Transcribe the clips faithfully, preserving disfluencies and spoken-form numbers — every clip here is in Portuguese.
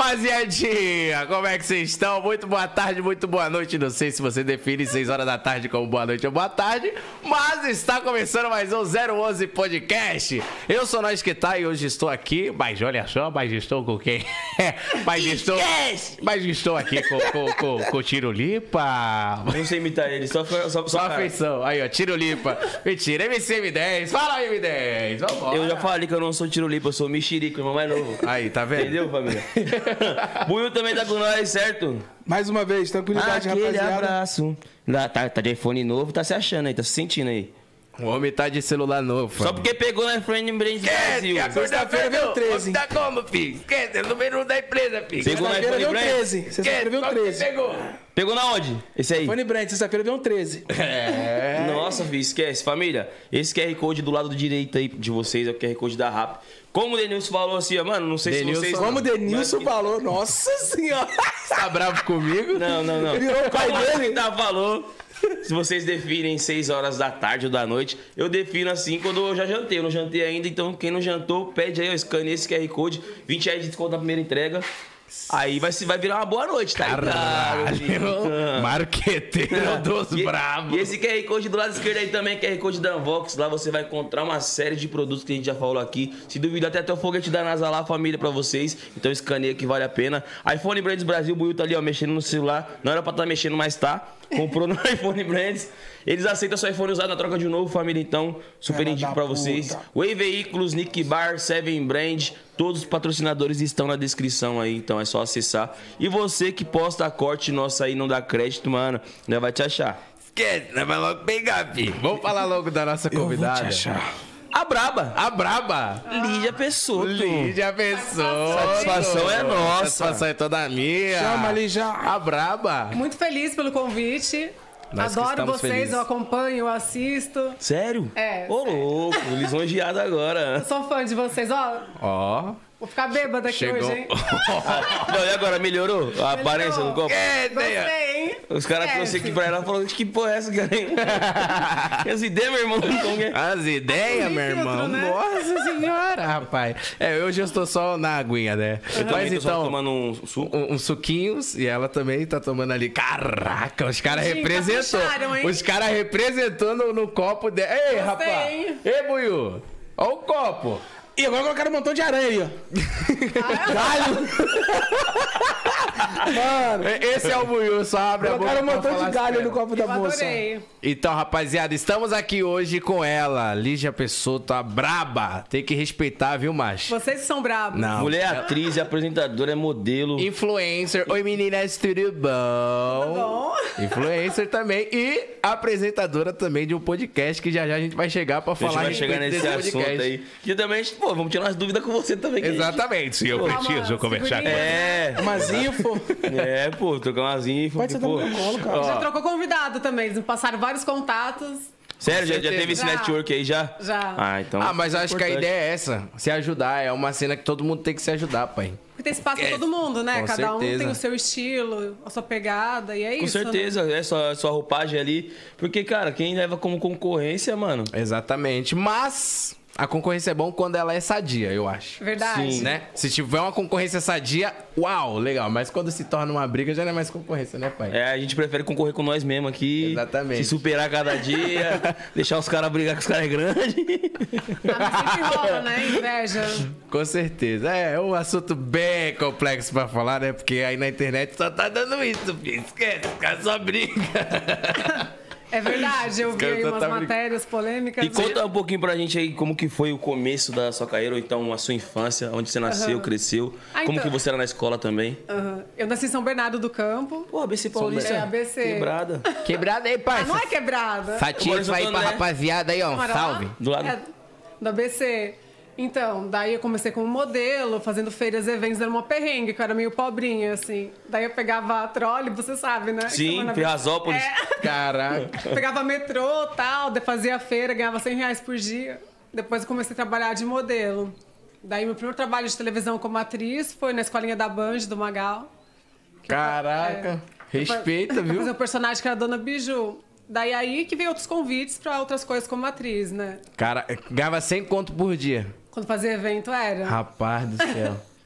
rapaziadinha! Como é que vocês estão? Muito boa tarde, muito boa noite. Não sei se você define seis horas da tarde como boa noite ou boa tarde, mas está começando mais um zero onze Podcast. Eu sou Nós Que Tá e hoje estou aqui, mas olha só, mas estou com quem? mas, estou, mas estou aqui com, com, com, com o Tirolipa. Não sei imitar ele, só só, só, Só afeição. Aí, ó, Tirolipa. Mentira, M C M dez. Fala aí, M dez. Vambora. Eu já falei que eu não sou Tirolipa, eu sou Mexerico, irmão mais novo. Aí, tá vendo? Entendeu, família? Buiu também tá com nós, certo? Mais uma vez, tranquilidade, Aquele rapaziada. abraço. Lá, tá, tá de iPhone novo, tá se achando aí, tá se sentindo aí. O homem tá de celular novo. Só porque pegou na iPhone Brand Brasil. Sexta-feira veio treze. Tá como, filho? Esquece, é o número um da empresa, filho. Pegou na Sexta-feira iPhone veio Brand? treze. Sexta-feira veio treze. Pegou. Pegou na onde? Esse aí? Fone Brand, sexta-feira veio um treze. É. Nossa, filho, esquece. Família, esse Q R Code do lado direito aí de vocês é o Q R Code da Rap. Como o Denilson falou assim, ó, mano, não sei Denilson, se vocês... Como o Denilson Mas- falou, nossa senhora. Tá bravo comigo? Não, não, não. Virou o pai Como dele. o Tá falou, se vocês definem seis horas da tarde ou da noite, eu defino assim quando eu já jantei. Eu não jantei ainda, então quem não jantou, pede aí, ó, escaneia esse Q R Code, vinte reais de desconto na primeira entrega. Aí vai, vai virar uma boa noite, tá ligado? Caralho. Marqueteiro dos E- bravos. E esse Q R Code do lado esquerdo aí também, Q R Code da Unvox. Lá você vai encontrar uma série de produtos que a gente já falou aqui. Se duvidar, até até o foguete da NASA lá, família, pra vocês. Então escaneia que vale a pena. iPhone Brands Brasil, o Buiu tá ali, ó, mexendo no celular. Não era pra estar mexendo, mas tá. Comprou no iPhone Brands. Eles aceitam seu iPhone usado na troca de novo, família. Então, super Filha indico da pra puta. vocês. Way Veículos, Nick Bar, Seven Brand. Todos os patrocinadores estão na descrição aí, então é só acessar. E você que posta corte nossa aí, não dá crédito, mano, né, vai te achar. Esquece, nós vai logo pegar, filho. Vamos falar logo da nossa Eu vou convidada. te achar. A Braba, A braba. Lídia Pessoa. Lídia Pessoa. Satisfação é nossa. Satisfação é toda minha. Chama ali já. A braba. Muito feliz pelo convite. Nós que Adoro estamos vocês, felizes. eu acompanho, eu assisto. Sério? É, Ô, louco, lisonjeado agora. Eu sou fã de vocês, ó. Ó. Vou ficar bêbada aqui Chegou. hoje, hein? Não, e agora, melhorou a aparência do copo? É, Gostei, hein? Os caras Esquece. trouxeram aqui pra ela e falaram, que porra é essa, cara? Que as ideias, meu irmão, como que é? As ideias, Sem meu filtro, irmão. né? Nossa senhora, rapaz. É, hoje eu estou só na aguinha, né? Eu também Mas tô só então, tomando um suco. um- uns suquinhos e ela também tá tomando ali. Caraca, os caras Gente, representou. capricharam, hein? Os caras representou no, no copo dela. Ei, rapaz. hein? Ei, Buiu. Ó o copo. E agora colocaram um montão de aranha aí, ó. Galho. Mano, Esse é o Buiu, só abre a boca colocaram um pra montão falar de galho as no pernas. copo da Eu moça. adorei. Então, rapaziada, estamos aqui hoje com ela, Lígia Pessoa, tá braba. Tem que respeitar, viu, macho? Vocês que são bravos. Não. Mulher é atriz, é apresentadora, é modelo. Influencer. Oi, meninas, tudo bom? Tudo bom? Influencer também e apresentadora também de um podcast que já já a gente vai chegar pra A gente falar vai a chegar respeito nesse desse assunto podcast. aí. E também, pô, vamos tirar umas dúvidas com você também. que a gente- Exatamente, sim, eu Calma, preciso conversar com segurinha. ela. É, Umas info. é, pô, trocar umas infos. Pode ser pô. no meu colo, cara. Já trocou convidado também, eles me passaram vários contatos. Sério, já, já certeza. teve esse Já. network aí já? Já. Ah, então. Ah, mas acho que a importante. ideia é essa, se ajudar, é uma cena que todo mundo tem que se ajudar, pai. Porque tem espaço pra todo mundo, né? Com Cada um certeza. tem o seu estilo, a sua pegada, e é Com isso. né? certeza, é sua, sua roupagem ali. Porque, cara, quem leva como concorrência, mano. Exatamente, mas a concorrência é bom quando ela é sadia, eu acho. Verdade. Sim. Né? Se tiver uma concorrência sadia, uau, legal. Mas quando se torna uma briga, já não é mais concorrência, né, pai? É, a gente prefere concorrer com nós mesmo aqui. Exatamente. Se superar cada dia, deixar os caras brigar com os caras grandes. Ah, mas sempre rola, né? Inveja. Com certeza. É, é um assunto bem complexo pra falar, né? Porque aí na internet só tá dando isso, filho. Esquece, os caras só briga. É verdade, eu vi caras aí só umas tá brin- matérias polêmicas. E conta um pouquinho pra gente aí como que foi o começo da sua carreira, ou então a sua infância, onde você nasceu, Aham. cresceu. Ah, como então- que você era na escola também. Aham. Eu nasci em São Bernardo do Campo. Pô, A B C Paulista. É, A B C. Quebrada. Quebrada aí, Ah, pai. não é quebrada. Fatia Eu moro em isso aí Santo pra André. rapaziada aí, ó. Um Mora salve. lá? Do lado. É, da B C. Então, daí eu comecei como modelo, fazendo feiras e eventos, era uma perrengue, que eu era meio pobrinha, assim. Daí eu pegava trole, você sabe, né? Sim, Que eu Ferrazópolis. É, Caraca. pegava metrô e tal, daí fazia feira, ganhava cem reais por dia. Depois eu comecei a trabalhar de modelo. Daí meu primeiro trabalho de televisão como atriz foi na escolinha da Band, do Magal. Caraca. Respeita, Eu fazia viu? um personagem que era a Dona Biju. Daí aí que veio outros convites pra outras coisas como atriz, né? Cara, ganhava cem conto por dia. Quando fazia evento era. Rapaz do céu.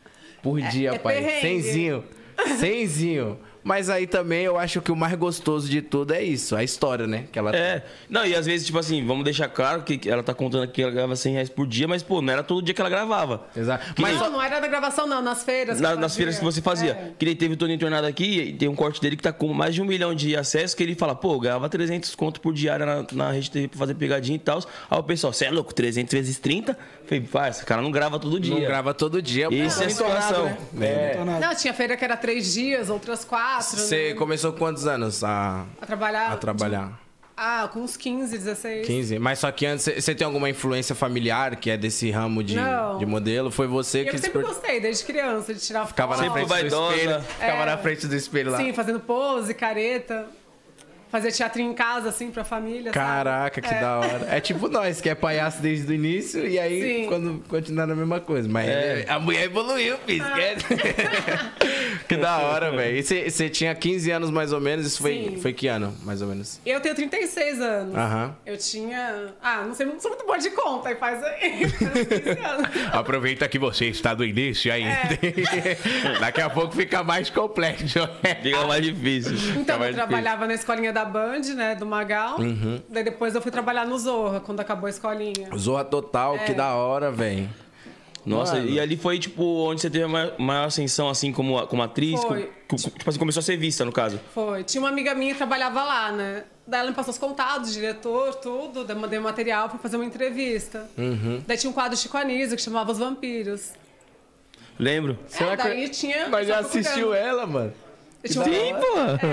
por dia, é pai. perrengue. Cenzinho. Cenzinho. Mas aí também eu acho que o mais gostoso de tudo é isso, a história, né? Que ela É. Não, e às vezes, tipo assim, vamos deixar claro que ela tá contando que ela grava cem reais por dia, mas, pô, não era todo dia que ela gravava. Exato. Que Mas nem- Não, não era da gravação, não, nas feiras. que Na- eu nas fazia. feiras que você fazia. É. Que nem teve o Toninho Tornado aqui, e tem um corte dele que tá com mais de um milhão de acessos, que ele fala, pô, eu ganhava trezentos conto por diária na, na Rede T V pra fazer pegadinha e tal. Aí o pessoal, você é louco, trezentos vezes trinta? Falei, pá, esse cara não grava todo dia. não grava todo dia. Isso é a situação. Né? Tornado. Não, tinha feira que era três dias, outras quatro. Você né? começou quantos anos a, A trabalhar. a trabalhar? Ah, com uns quinze, dezesseis. quinze. Mas só que antes, você tem alguma influência familiar que é desse ramo de, Não. de modelo? Foi você Eu que sempre desper- gostei, desde criança, de tirar ficava na foto. Sempre frente do vaidosa. espelho? Ficava É. na frente do espelho lá. Sim, fazendo pose, careta. Fazia teatrinho em casa, assim, pra família. sabe? Caraca, que É. da hora. É tipo nós, que é palhaço desde o início e aí Sim. quando continuar na mesma coisa. Mas É. a mulher evoluiu, filho. esquece. Que da hora, velho. E você tinha quinze anos mais ou menos, isso foi, Sim. foi que ano, mais ou menos? Eu tenho trinta e seis anos. Aham. Eu tinha. Ah, não sei, não sou muito boa de conta, aí faz aí. quinze anos. Aproveita que você está do início ainda. É. Daqui a pouco fica mais complexo. Fica mais difícil. Então, mais eu trabalhava na escolinha da Band, né, do Magal. Uhum. Daí depois eu fui trabalhar no Zorra, quando acabou a escolinha. Zorra total, que da hora, velho. Nossa, Mano. e ali foi, tipo, onde você teve a maior, maior ascensão, assim, como, como atriz? Foi. Com- com- tipo assim, começou a ser vista, no caso. Foi. Tinha uma amiga minha que trabalhava lá, né? Daí ela me passou os contatos, diretor, tudo. Daí eu mandei material pra fazer uma entrevista. Uhum. Daí tinha um quadro Chico Anísio que chamava Os Vampiros. Lembro. É, daí tinha... Mas já só procurando. assistiu ela, mano? Eu tinha Sim, uma-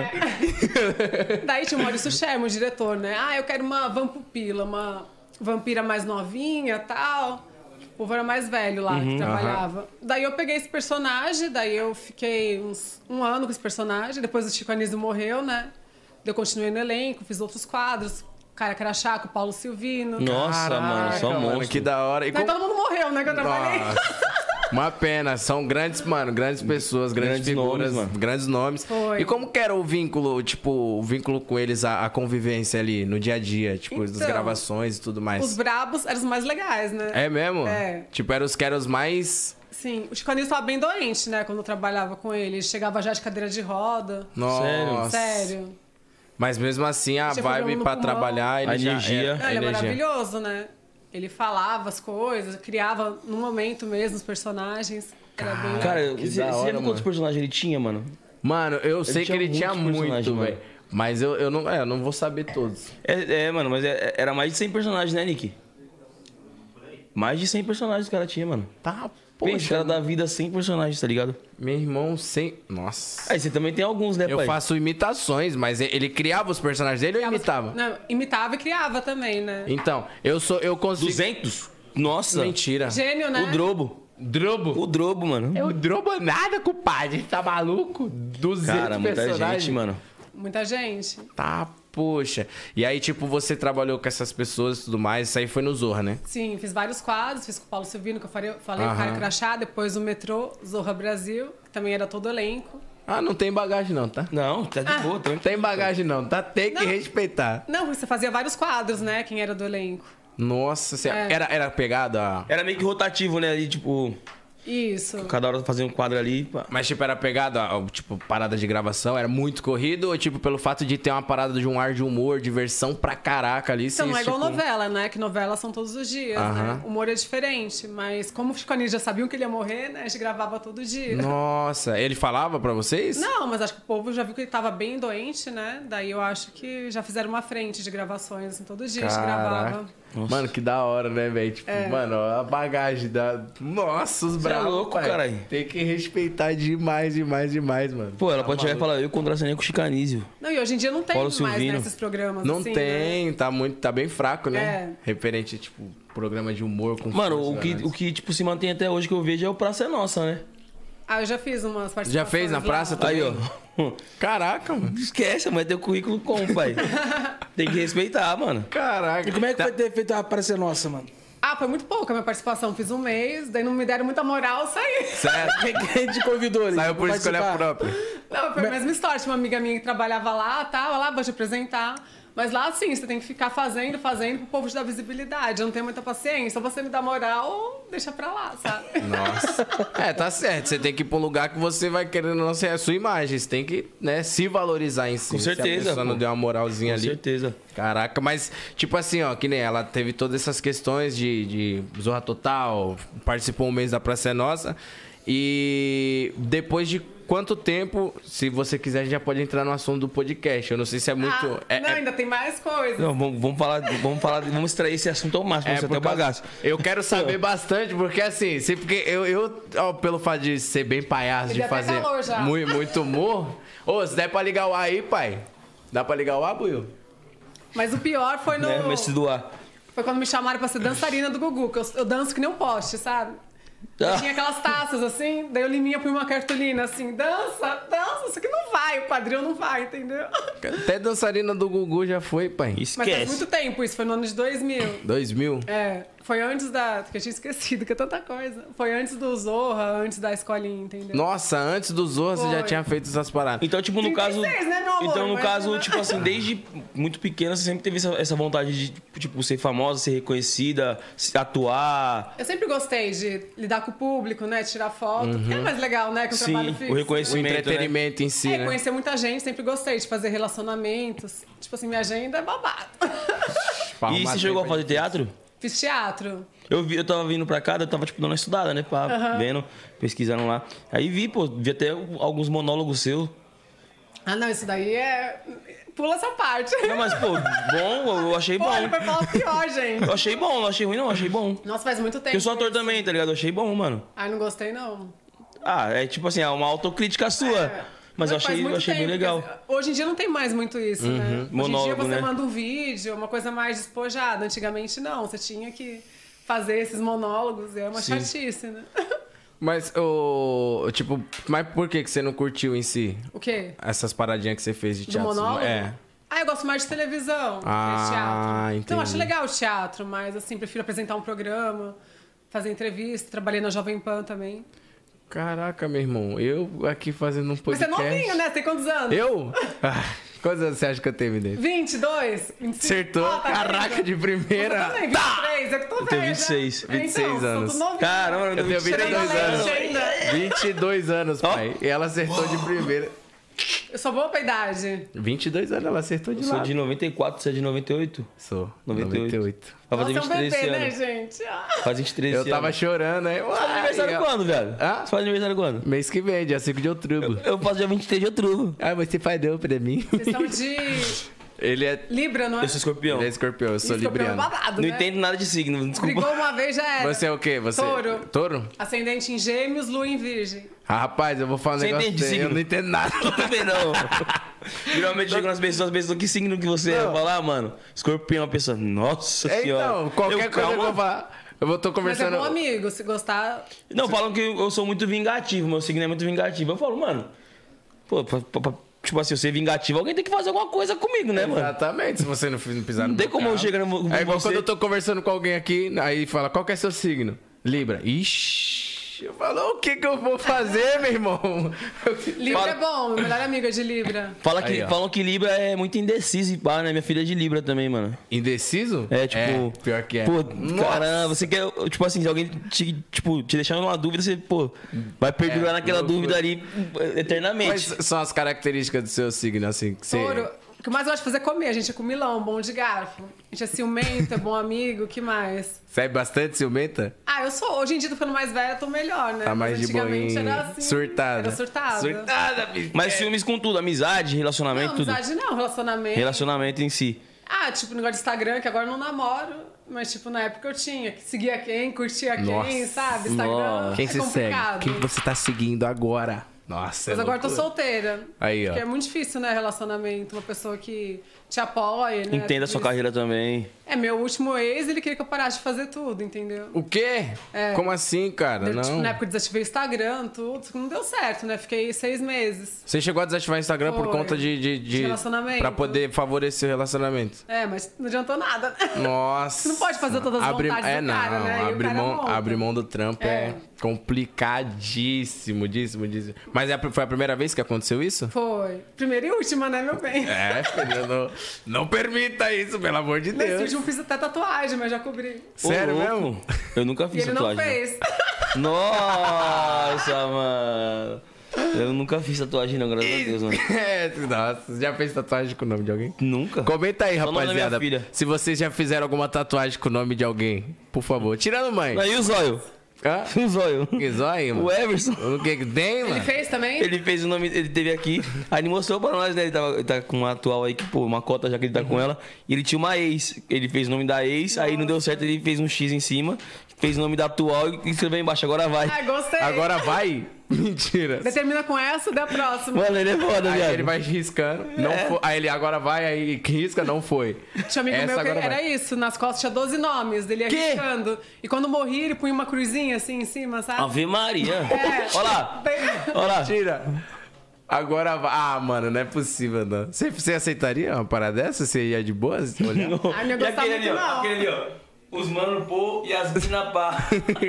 pô. Daí tinha o Maurício Sherman, o diretor, né? Ah, eu quero uma vampupila, uma vampira mais novinha e tal. O povo era mais velho lá, que trabalhava. Daí eu peguei esse personagem, daí eu fiquei uns, um ano com esse personagem. Depois o Chico Anísio morreu, né? Daí eu continuei no elenco, fiz outros quadros. Cara Crachá, com o Paulo Silvino. Nossa, mano, só mano, monstro. que da hora. E Daí como- todo mundo morreu, né? Que eu trabalhei. Nossa. Uma pena, são grandes, mano, grandes pessoas, grandes, Grandes figuras, nomes, mano. grandes nomes. Foi. E como que era o vínculo, tipo, o vínculo com eles, a, a convivência ali no dia a dia, tipo, das Então, gravações e tudo mais? Os brabos eram os mais legais, né? É mesmo? É. Tipo, eram os que eram os mais... Sim, o Chico Anísio estava bem doente, né? Quando eu trabalhava com ele. Ele chegava já de cadeira de roda. Nossa. Sério. Mas mesmo assim, a Tinha vibe problema no pra pulmão. trabalhar, ele A já energia. era- Não, a ele é energia. maravilhoso, né? Ele falava as coisas, criava no momento mesmo os personagens. Era bem... Cara, que você, da você hora, já viu quantos mano. personagens ele tinha, mano? Mano, eu sei que tinha ele tinha muitos personagens, muito, mano. velho. Mas eu, eu, não, é, eu não vou saber todos. É, é, mano, mas é- era mais de cem personagens, né, Nick? Mais de cem personagens o cara tinha, mano. Tá, Pensa, o poxa. cara da vida cem personagens, tá ligado? Meu irmão, sem... Nossa. Aí você também tem alguns, né, Eu pai? faço imitações, mas ele criava os personagens dele ou Criava- imitava? Não, imitava e criava também, né? Então, eu sou, eu consigo... duzentos? Nossa. Mentira. Gênio, né? O Drobo. Drobo? O Drobo, mano. É o Drobo nada, compadre. Tá maluco? duzentos Cara, muita personagens. gente, mano. Muita gente. Tá, poxa. E aí, tipo, você trabalhou com essas pessoas e tudo mais. Isso aí foi no Zorra, né? Sim, fiz vários quadros. Fiz com o Paulo Silvino, que eu falei, falei o Aham. Cara Crachá. Depois o Metrô, Zorra Brasil, que também era todo elenco. Ah, não tem bagagem não, tá? Não, tá de boa, Não tranquilo. tem bagagem não, tá? Tem que Não. respeitar. Não, você fazia vários quadros, né? Quem era do elenco. Nossa, você... É. era, era pegado a... Era meio que rotativo, né? Ali, tipo, Isso. cada hora fazia um quadro ali. Pá. Mas, tipo, era pegado, a, tipo, parada de gravação, era muito corrido? Ou, tipo, pelo fato de ter uma parada de um ar de humor, diversão pra caraca ali? Então, vocês, não é igual tipo... novela, né? Que novela são todos os dias, Aham. né? O humor é diferente. Mas como o Chico Anísio já sabiam que ele ia morrer, né? A gente gravava todo dia. Nossa, ele falava pra vocês? Não, mas acho que o povo já viu que ele tava bem doente, né? Daí eu acho que já fizeram uma frente de gravações, assim, todo dia a gente Caraca. gravava. Mano, que da hora, né, velho? Tipo, mano, ó, a bagagem da... Nossa, os é bravos, louco, pai. caralho. Tem que respeitar demais, demais, demais, mano. Pô, ela Tá pode chegar e maluco. falar, eu contracenei com o Chicanísio. Não, e hoje em dia não tem Paulo mais Silvino. né, esses programas Não assim, tem, né? tá muito, tá bem fraco, né? É. Referente, tipo, programa de humor com Mano, força, o que, né? o que, tipo, se mantém até hoje que eu vejo é o Praça é Nossa, né? Ah, eu já fiz umas participações Já fez na lá. praça também? Aí, ó. Caraca, mano. Esquece, mas tem o currículo como, pai? Tem que respeitar, mano. Caraca. E como é que Tá- foi ter feito a Parecer Nossa, mano? Ah, foi muito pouco a minha participação. Fiz um mês, daí não me deram muita moral, saí. Sério? Quem, quem te convidou ali? Saiu pra por escolha participar? própria. Não, foi a mesma história. Tinha uma amiga minha que trabalhava lá, tal, lá, vou te apresentar. Mas lá, assim, você tem que ficar fazendo, fazendo pro povo te dar visibilidade. Eu não tenho muita paciência. Ou você me dá moral, deixa pra lá, sabe? Nossa. É, tá certo. Você tem que ir pra um lugar que você vai querendo não ser a sua imagem. Você tem que, né, se valorizar em si. Com certeza, Se a pessoa não pô. deu uma moralzinha Com ali. certeza. Caraca, mas, tipo assim, ó, que nem ela teve todas essas questões de, de Zorra Total, participou um mês da Praça é Nossa. E depois de quanto tempo, se você quiser, a gente já pode entrar no assunto do podcast. Eu não sei se é muito. Ah, é, não, é- ainda tem mais coisas. Não, vamos, vamos falar, vamos falar, vamos extrair esse assunto ao máximo, É, pra você ter o por causa- bagaço. Eu quero saber bastante, porque assim, se, porque eu, eu ó, pelo fato de ser bem palhaço, Ele de deu até fazer calor já. muito, muito humor. Ô, se der pra ligar o ar aí, pai? Dá pra ligar o ar, Buiu? Mas o pior foi no. Né? Mestre do ar. Foi quando me chamaram pra ser dançarina do Gugu, que eu, eu danço que nem um poste, sabe? Eu Ah. tinha aquelas taças assim, daí eu liminha por uma cartolina assim, dança, dança, isso aqui não vai, o quadril não vai, entendeu? Até dançarina do Gugu já foi, pai. Mas faz Esquece. muito tempo, isso foi no ano de dois mil. dois mil? É, foi antes da. Que eu tinha esquecido, que é tanta coisa. Foi antes do Zorra, antes da escolinha, entendeu? Nossa, antes do Zorra você já Foi. tinha feito essas paradas. Então, tipo, no trinta e caso. seis, né, meu amor? Então, no Mas- caso, tipo assim, desde muito pequena, você sempre teve essa, essa vontade de, tipo, ser famosa, ser reconhecida, se- atuar. Eu sempre gostei de lidar com o público, né? Tirar foto. Que é mais legal, né? Que um Sim, trabalho o fixo. O reconhecimento. entretenimento em si, É, né? conhecer muita gente, sempre gostei de fazer relacionamentos. Tipo assim, minha agenda é babado. Pra E arrumar você chegou a tempo fazer teatro? Fiz teatro. Eu vi, eu tava vindo pra cá, eu tava, tipo, dando uma estudada, né? Pá, vendo, pesquisando lá. Aí vi, pô, vi até alguns monólogos seus. Ah, não, isso daí é. Pula essa parte. Não, mas, pô, bom, eu achei Pô, bom. ele foi falar pior, gente. Eu achei bom, não achei ruim, não, achei bom. Nossa, faz muito tempo. Eu sou ator isso. também, tá ligado? Eu achei bom, mano. Ai, não gostei, não. Ah, é tipo assim, é uma autocrítica sua. É. Mas eu Faz achei, eu muito achei bem tempo, legal. porque, assim, hoje em dia não tem mais muito isso, né? Hoje em dia Monólogo, você né? manda um vídeo, uma coisa mais despojada. Antigamente não, você tinha que fazer esses monólogos, é uma Sim. chatice, né? Mas, o tipo, mas por que que você não curtiu em si O quê? essas paradinhas que você fez de Do teatro? monólogo? É. Ah, eu gosto mais de televisão, Ah, de teatro. Então eu acho entendi. legal o teatro, mas assim, prefiro apresentar um programa, fazer entrevista, trabalhei na Jovem Pan também. Caraca, meu irmão, eu aqui fazendo um Mas você podcast. é novinho, né? Você tem quantos anos? Eu? Ah, quantos anos você acha que eu tenho, Dave? vinte e dois? vinte e cinco? Acertou, Ó, tá caraca, vendo? de primeira. Eu também, vinte e três, é que tô Eu tenho velha. vinte e seis, É, vinte e seis então, sou anos. tudo novinho. Caramba, Eu tenho vinte e Cheirando dois anos. leite ainda. vinte e dois anos, Ó. pai. E ela acertou de primeira. Eu sou boa pra idade. vinte e dois anos, ela acertou de Eu sou lado. de noventa e quatro, você é de noventa e oito? Sou. noventa e oito. noventa e oito. Vai fazer Nossa, é um vinte e três bebê, esse né, ano. gente? Ah. Faz vinte e três Eu esse tava ano. chorando, aí. Você faz aniversário Uai, quando, velho? Hã? Você faz aniversário quando? Mês que vem, dia cinco de outubro. Eu faço dia vinte e três de outubro. Ah, você faz deu pra mim. Vocês são de Ele é, Libra, não é? Eu sou escorpião. ele é escorpião, eu sou Escorpião é libriano. babado, Não né? entendo nada de signo, desculpa. Brigou uma vez, já era. Você é o quê? Você... Touro. Touro? Ascendente em gêmeos, lua em virgem. Ah, rapaz, eu vou falar um Você negócio entende desse, eu signo? não entendo nada. Eu também não. Geralmente chegam nas pessoas, as pessoas, que signo que você é? Não. Falar, mano, escorpião, a pessoa, nossa É, senhora. então, qualquer Eu, coisa que eu calma. vou falar. Eu vou tô Mas é conversando. bom amigo, se gostar. Não, falam que eu sou muito vingativo, meu signo é muito vingativo. Eu falo, mano, pô, pra, pra- pra- tipo assim, eu ser vingativo, alguém tem que fazer alguma coisa comigo, né, mano? Exatamente, se você não fiz- não pisar no Não tem meu como eu carro. chegar no- com É igual você. quando eu tô conversando com alguém aqui, aí fala, qual que é seu signo? Libra. Ixi, eu falo, o que que eu vou fazer, meu irmão? Libra Fala- é bom, meu melhor amigo é de Libra. Fala que, Aí, ó. falam que Libra é muito indeciso e pá, né? Minha filha é de Libra também, mano. Indeciso? É, tipo. pior que é. Pô, Nossa. caramba, você quer. Tipo assim, se alguém te, tipo, te deixar numa dúvida, você, pô, vai perdurar É, naquela loucura. dúvida ali eternamente. Quais são as características do seu signo, assim, que você... Touro. O que eu mais gosto de fazer é comer. A gente é comilão, bom de garfo. A gente é ciumento, é bom amigo, o que mais? Você é bastante ciumenta? Ah, eu sou. Hoje em dia, tô ficando mais velha, tô melhor, né? Tá mais Mas de antigamente boinha. era assim. Surtada. Era surtada. Surtada, bicho. Mas filmes com tudo, amizade, relacionamento, Não, tudo. amizade não, relacionamento. Relacionamento em si. Ah, tipo, negócio de Instagram, que agora eu não namoro. Mas, tipo, na época eu tinha. Que seguia quem, curtia quem, Nossa. sabe? Instagram. Nossa. Quem é se segue? complicado. Quem você tá seguindo agora? Nossa, Mas é agora eu tô loucura. solteira. Aí, ó. Porque é muito difícil, né, relacionamento. Uma pessoa que te apoia, né? Entenda a tudo sua isso. carreira também. É, meu último ex, ele queria que eu parasse de fazer tudo, entendeu? O quê? É. Como assim, cara? Eu, Não. tipo, na época eu desativei o Instagram, tudo. Não deu certo, né? Fiquei seis meses. Você chegou a desativar o Instagram por Foi. conta de, de, de... De relacionamento. Pra poder favorecer o relacionamento. É, mas não adiantou nada, né? Nossa. Você não pode fazer todas as Abrir- vontades é, do não, cara, né? E o Abrir cara mão, monta. abrir mão do trampo é... É. Complicadíssimo, díssimo, díssimo. Mas é a- foi a primeira vez que aconteceu isso? Foi. Primeira e última, né, meu bem? É, filho, não, não permita isso, pelo amor de Nesse Deus. último fiz até tatuagem, mas já cobri. Sério Ô, louco. mesmo? Eu nunca E fiz ele não tatuagem. fez. Nossa, mano. Eu nunca fiz tatuagem não, graças a Deus, mano. É, nossa, você já fez tatuagem com o nome de alguém? Nunca. Comenta aí, Só o nome da minha rapaziada, filha. se vocês já fizeram alguma tatuagem com o nome de alguém, por favor. Tirando mãe. Aí o zóio. Hã? O zóio. Que zóio, mano? O Everson. O que que tem, mano? Ele fez também? Ele fez o nome, ele teve aqui, aí ele mostrou pra nós, né? Ele, tava, ele tá com uma atual aí, que, pô, uma cota já que ele tá com ela. E ele tinha uma ex. Ele fez o nome da ex, aí não deu certo, ele fez um X em cima, fez o nome da atual e escreveu embaixo, agora vai. Ai, gostei. Agora vai? Mentira. Determina com essa, dá a próxima. Mano, ele é foda, Aí viado. ele vai riscando. Não foi, aí ele agora vai, aí risca, não foi. Tinha um amigo Essa meu que agora era vai. isso, nas costas tinha doze nomes, dele ia Quê? riscando. E quando morria, ele punha uma cruzinha assim em cima, sabe? Ave Maria. É. Olha lá, Bem- olha lá. Tira. Agora vai. Ah, mano, não é possível, não. Você, você aceitaria uma parada dessa? Você ia de boa? Se olhar? Ai, não ia E gostar aquele muito, ali, ó, não. aquele ali, ó. Os mano pô e as mina pá.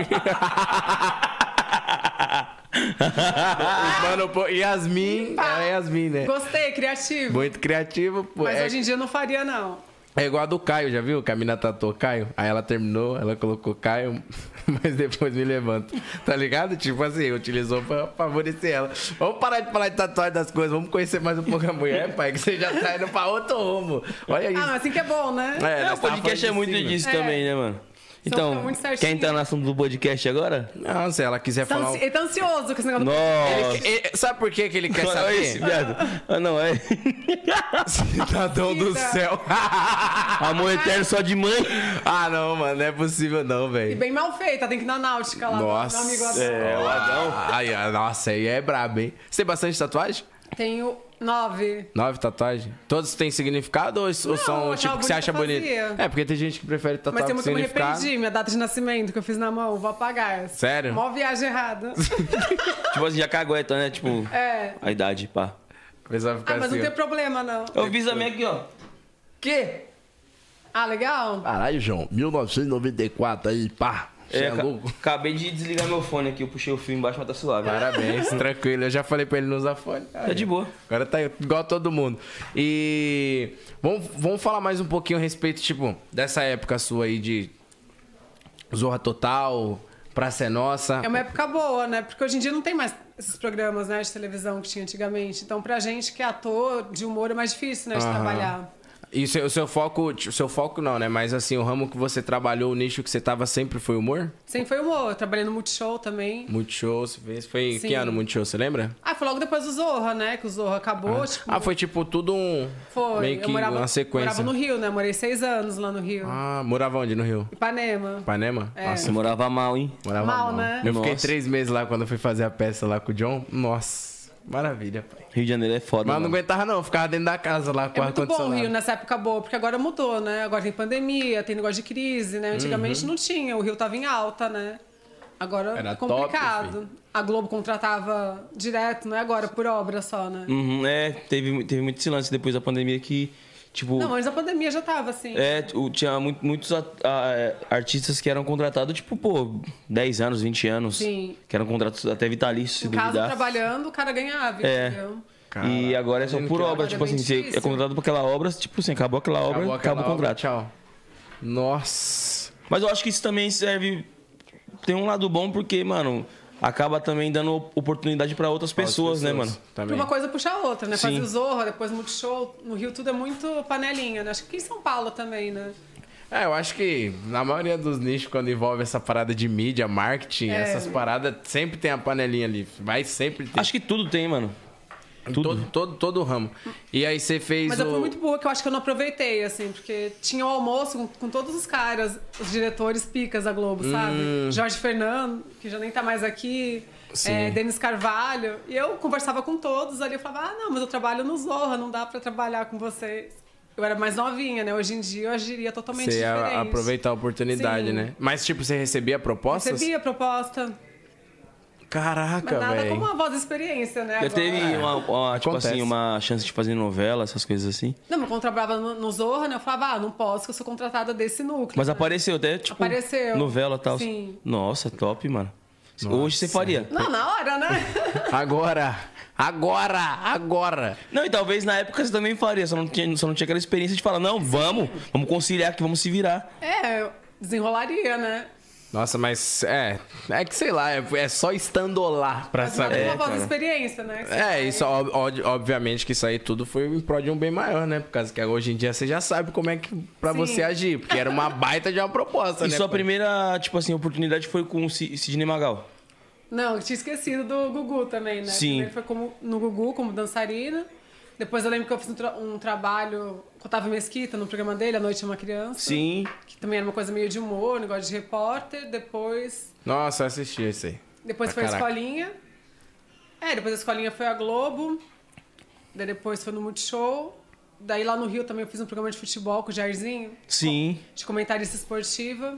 Os mano, pô, Yasmin. Ah, É Yasmin, né? Gostei, criativo. Muito criativo, pô. Mas É, hoje em dia eu não faria, não. é igual a do Caio, já viu? Que a mina tatuou Caio. Aí ela terminou, ela colocou Caio, mas depois me levanta. Tá ligado? Tipo assim, utilizou pra favorecer ela. Vamos parar de falar de tatuagem das coisas, vamos conhecer mais um pouco a mulher, pai, que você já tá indo pra outro rumo. Olha isso. Ah, mas assim que é bom, né? É, É, nós o tava podcast é falando muito de signo. disso É. também, né, mano? fica Então, muito certinho. quer entrar no assunto do podcast agora? Não, se ela quiser Tá falar. ansi- Um... Ele tá ansioso com esse negócio do Nossa. Ele- ele- sabe por que que ele quer Olha esse, saber? viado. Ah, não, é. Cidadão do Vida. céu. Amor eterno só de mãe. Ah, não, mano, não é possível não, E velho. bem mal feita, tem que ir na náutica lá. Nossa. Meu amigo Adão. É, o Adão. Ai, ai, nossa, aí é brabo, hein? Você tem bastante tatuagem? Tenho nove. Nove tatuagens? Todos têm significado ou, ou são achava tipo que você bonito, acha eu bonito? fazia. É, porque tem gente que prefere Mas tatuar tem com uma que eu me significado. arrependi, minha data de nascimento que eu fiz na mão, vou apagar. Sério? Mó viagem errada. Tipo assim, já cagueta, né? Tipo, É. a idade, pá. O pessoal fica Ah, mas assim, não ó. tem problema, não. Eu fiz a minha aqui, ó. Que? Ah, legal? Caralho, João, mil novecentos e noventa e quatro aí, pá. Você é, ca- louco? acabei de desligar meu fone aqui, eu puxei o fio embaixo, mas tá suave. Parabéns, tranquilo. Eu já falei pra ele não usar fone. Tá de boa. Agora tá igual todo mundo. E vamos, vamos falar mais um pouquinho a respeito, tipo, dessa época sua aí de Zorra Total, Praça é Nossa. É uma época boa, né? Porque hoje em dia não tem mais esses programas, né, de televisão que tinha antigamente. Então, pra gente que é ator de humor é mais difícil, né, de Aham. trabalhar. E o seu, o seu foco, o seu foco não, né? Mas assim, o ramo que você trabalhou, o nicho que você tava sempre foi humor? Sempre foi humor. Eu trabalhei no Multishow também. Multishow, você fez. Foi em que Sim. ano Multishow, você lembra? Ah, foi logo depois do Zorra, né? Que o Zorra acabou, tipo... Ah, foi tipo tudo um. Foi. Meio que eu morava, uma sequência. morava no Rio, né? Morei seis anos lá no Rio. Ah, morava onde no Rio? Ipanema. Ipanema? É. Nossa, Você morava mal, hein? morava Mal, né? Eu fiquei Nossa. três meses lá quando eu fui fazer a peça lá com o John. Nossa, maravilha, pai. Rio de Janeiro é foda, Mas eu não mano. aguentava não, eu ficava dentro da casa lá com É o muito bom o ar-condicionado. Rio nessa época boa, porque agora mudou, né? Agora tem pandemia, tem negócio de crise, né? Antigamente Uhum. não tinha, o Rio tava em alta, né? Agora Era é complicado. top, A Globo contratava direto, não é agora por obra só, né? Uhum, é, teve, teve muito esse lance depois da pandemia que, tipo... Não, antes da pandemia já tava assim. É, o- tinha muito- muitos a- a- artistas que eram contratados, tipo, pô, dez anos, vinte anos. Sim. Que eram contratos até vitalícios, se Em casa, duvidar. trabalhando, o cara ganhava, É. entendeu? E agora é só imagino por que obra, agora tipo é bem assim, você é difícil. contratado por aquela obra, tipo assim, acabou aquela obra, Acabou acaba aquela o contrato. obra, tchau. Nossa. Mas eu acho que isso também serve... Tem um lado bom porque, mano, acaba também dando oportunidade pra outras pessoas, né, mano? Também. Uma coisa puxa a outra, né? Sim. Fazer o Zorra, depois o Multishow. No Rio tudo é muito panelinha, né? Acho que aqui em São Paulo também, né? É, eu acho que na maioria dos nichos, quando envolve essa parada de mídia, marketing, É. essas paradas, sempre tem a panelinha ali. Vai sempre ter. Acho que tudo tem, mano. Em tudo. Todo, todo, todo o ramo. E aí você fez Mas o... eu fui muito boa, que eu acho que eu não aproveitei, assim, porque tinha o almoço com, com todos os caras, os diretores picas da Globo, sabe? Jorge Fernando, que já nem tá mais aqui, Sim. é, Denis Carvalho. E eu conversava com todos ali, eu falava, ah, não, mas eu trabalho no Zorra, não dá pra trabalhar com vocês. Eu era mais novinha, né? Hoje em dia eu agiria totalmente Você ia diferente. aproveitar a oportunidade, Sim. né? Mas, tipo, você recebia propostas? Recebi a proposta, Caraca, mas nada velho. como uma voz de experiência, né? Já agora. teve uma, uma, tipo acontece. assim, uma chance de fazer novela, essas coisas assim. Não, mas quando eu trabalhava no, no Zorra, né? Eu falava, ah, não posso, que eu sou contratada desse núcleo. Mas né? apareceu até, tipo, Apareceu. novela e tal. Sim. Nossa, top, mano. Nossa. Hoje você faria. Não, na hora, né? Agora, agora, agora. Não, e talvez na época você também faria, só não tinha, só não tinha aquela experiência de falar, não, vamos, vamos conciliar aqui, vamos se virar. É, desenrolaria, né? Nossa, mas é, é que sei lá, é, é só estando lá pra Mas saber. uma voz cara. experiência, né? Você É, vai- isso, ob- ob- obviamente que isso aí tudo foi em prol de um bem maior, né? Por causa que hoje em dia você já sabe como é que pra Sim. você agir, porque era uma baita de uma proposta, E né? sua pô? primeira, tipo assim, oportunidade foi com o Ci- Sidney Magal. Não, eu tinha esquecido do Gugu também, né? Sim. Primeiro foi como, no Gugu, como dançarina. Depois eu lembro que eu fiz um, tra- um trabalho com o Otávio Mesquita no programa dele, A Noite é uma Criança. Sim. Que também era uma coisa meio de humor, negócio de repórter. Depois, Nossa, eu assisti isso aí. depois Pra foi a caraca. Escolinha. É, depois a Escolinha foi a Globo. Daí depois foi no Multishow. Daí lá no Rio também eu fiz um programa de futebol com o Jairzinho. Sim. De comentarista esportiva.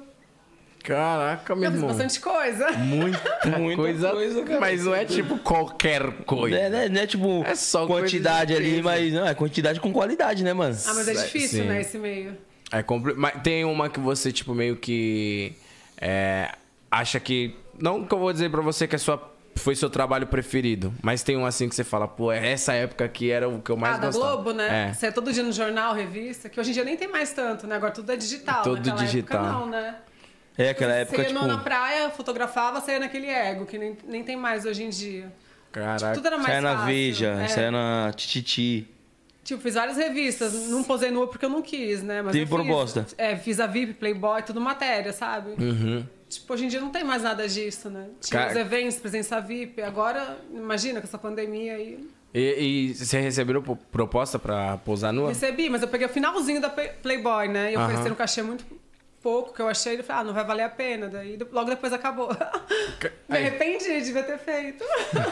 Caraca, meu Eu fiz irmão. bastante coisa. Muita, Muita coisa, coisa, cara. mas não é tipo qualquer coisa. É, né, não é tipo É só quantidade coisa de ali, peso. mas não, é quantidade com qualidade, né, mano? Ah, mas é difícil, Sim. né, esse meio. É compli... Mas tem uma que você, tipo, meio que é, acha que. Não que eu vou dizer pra você que é sua, foi seu trabalho preferido, mas tem um assim que você fala, pô, essa época aqui era o que eu mais ah, da gostava. Globo, né? É. Você é todo dia no jornal, revista, que hoje em dia nem tem mais tanto, né? Agora tudo é digital. Tudo Naquela digital. época não, né? É, aquela Você época, ia tipo... no- na praia, fotografava, você ia naquele ego, que nem, nem tem mais hoje em dia. Caraca. Tudo era mais Saia na fácil. Veja, é. saia na Tititi. Tipo, fiz várias revistas. Não posei nua porque eu não quis, né? Mas Teve eu fiz. proposta? É, fiz a V I P, Playboy, tudo matéria, sabe? Uhum. Tipo, hoje em dia não tem mais nada disso, né? Tinha Cara- os eventos, presença V I P. Agora, imagina com essa pandemia aí. E, e você recebeu po- proposta pra pousar nua? Recebi, mas eu peguei o finalzinho da Play- Playboy, né? E Aham. ofereceram um cachê muito pouco, que eu achei. Ele falou, ah, não vai valer a pena. Daí de- logo depois acabou. Me Aí. arrependi, devia ter feito.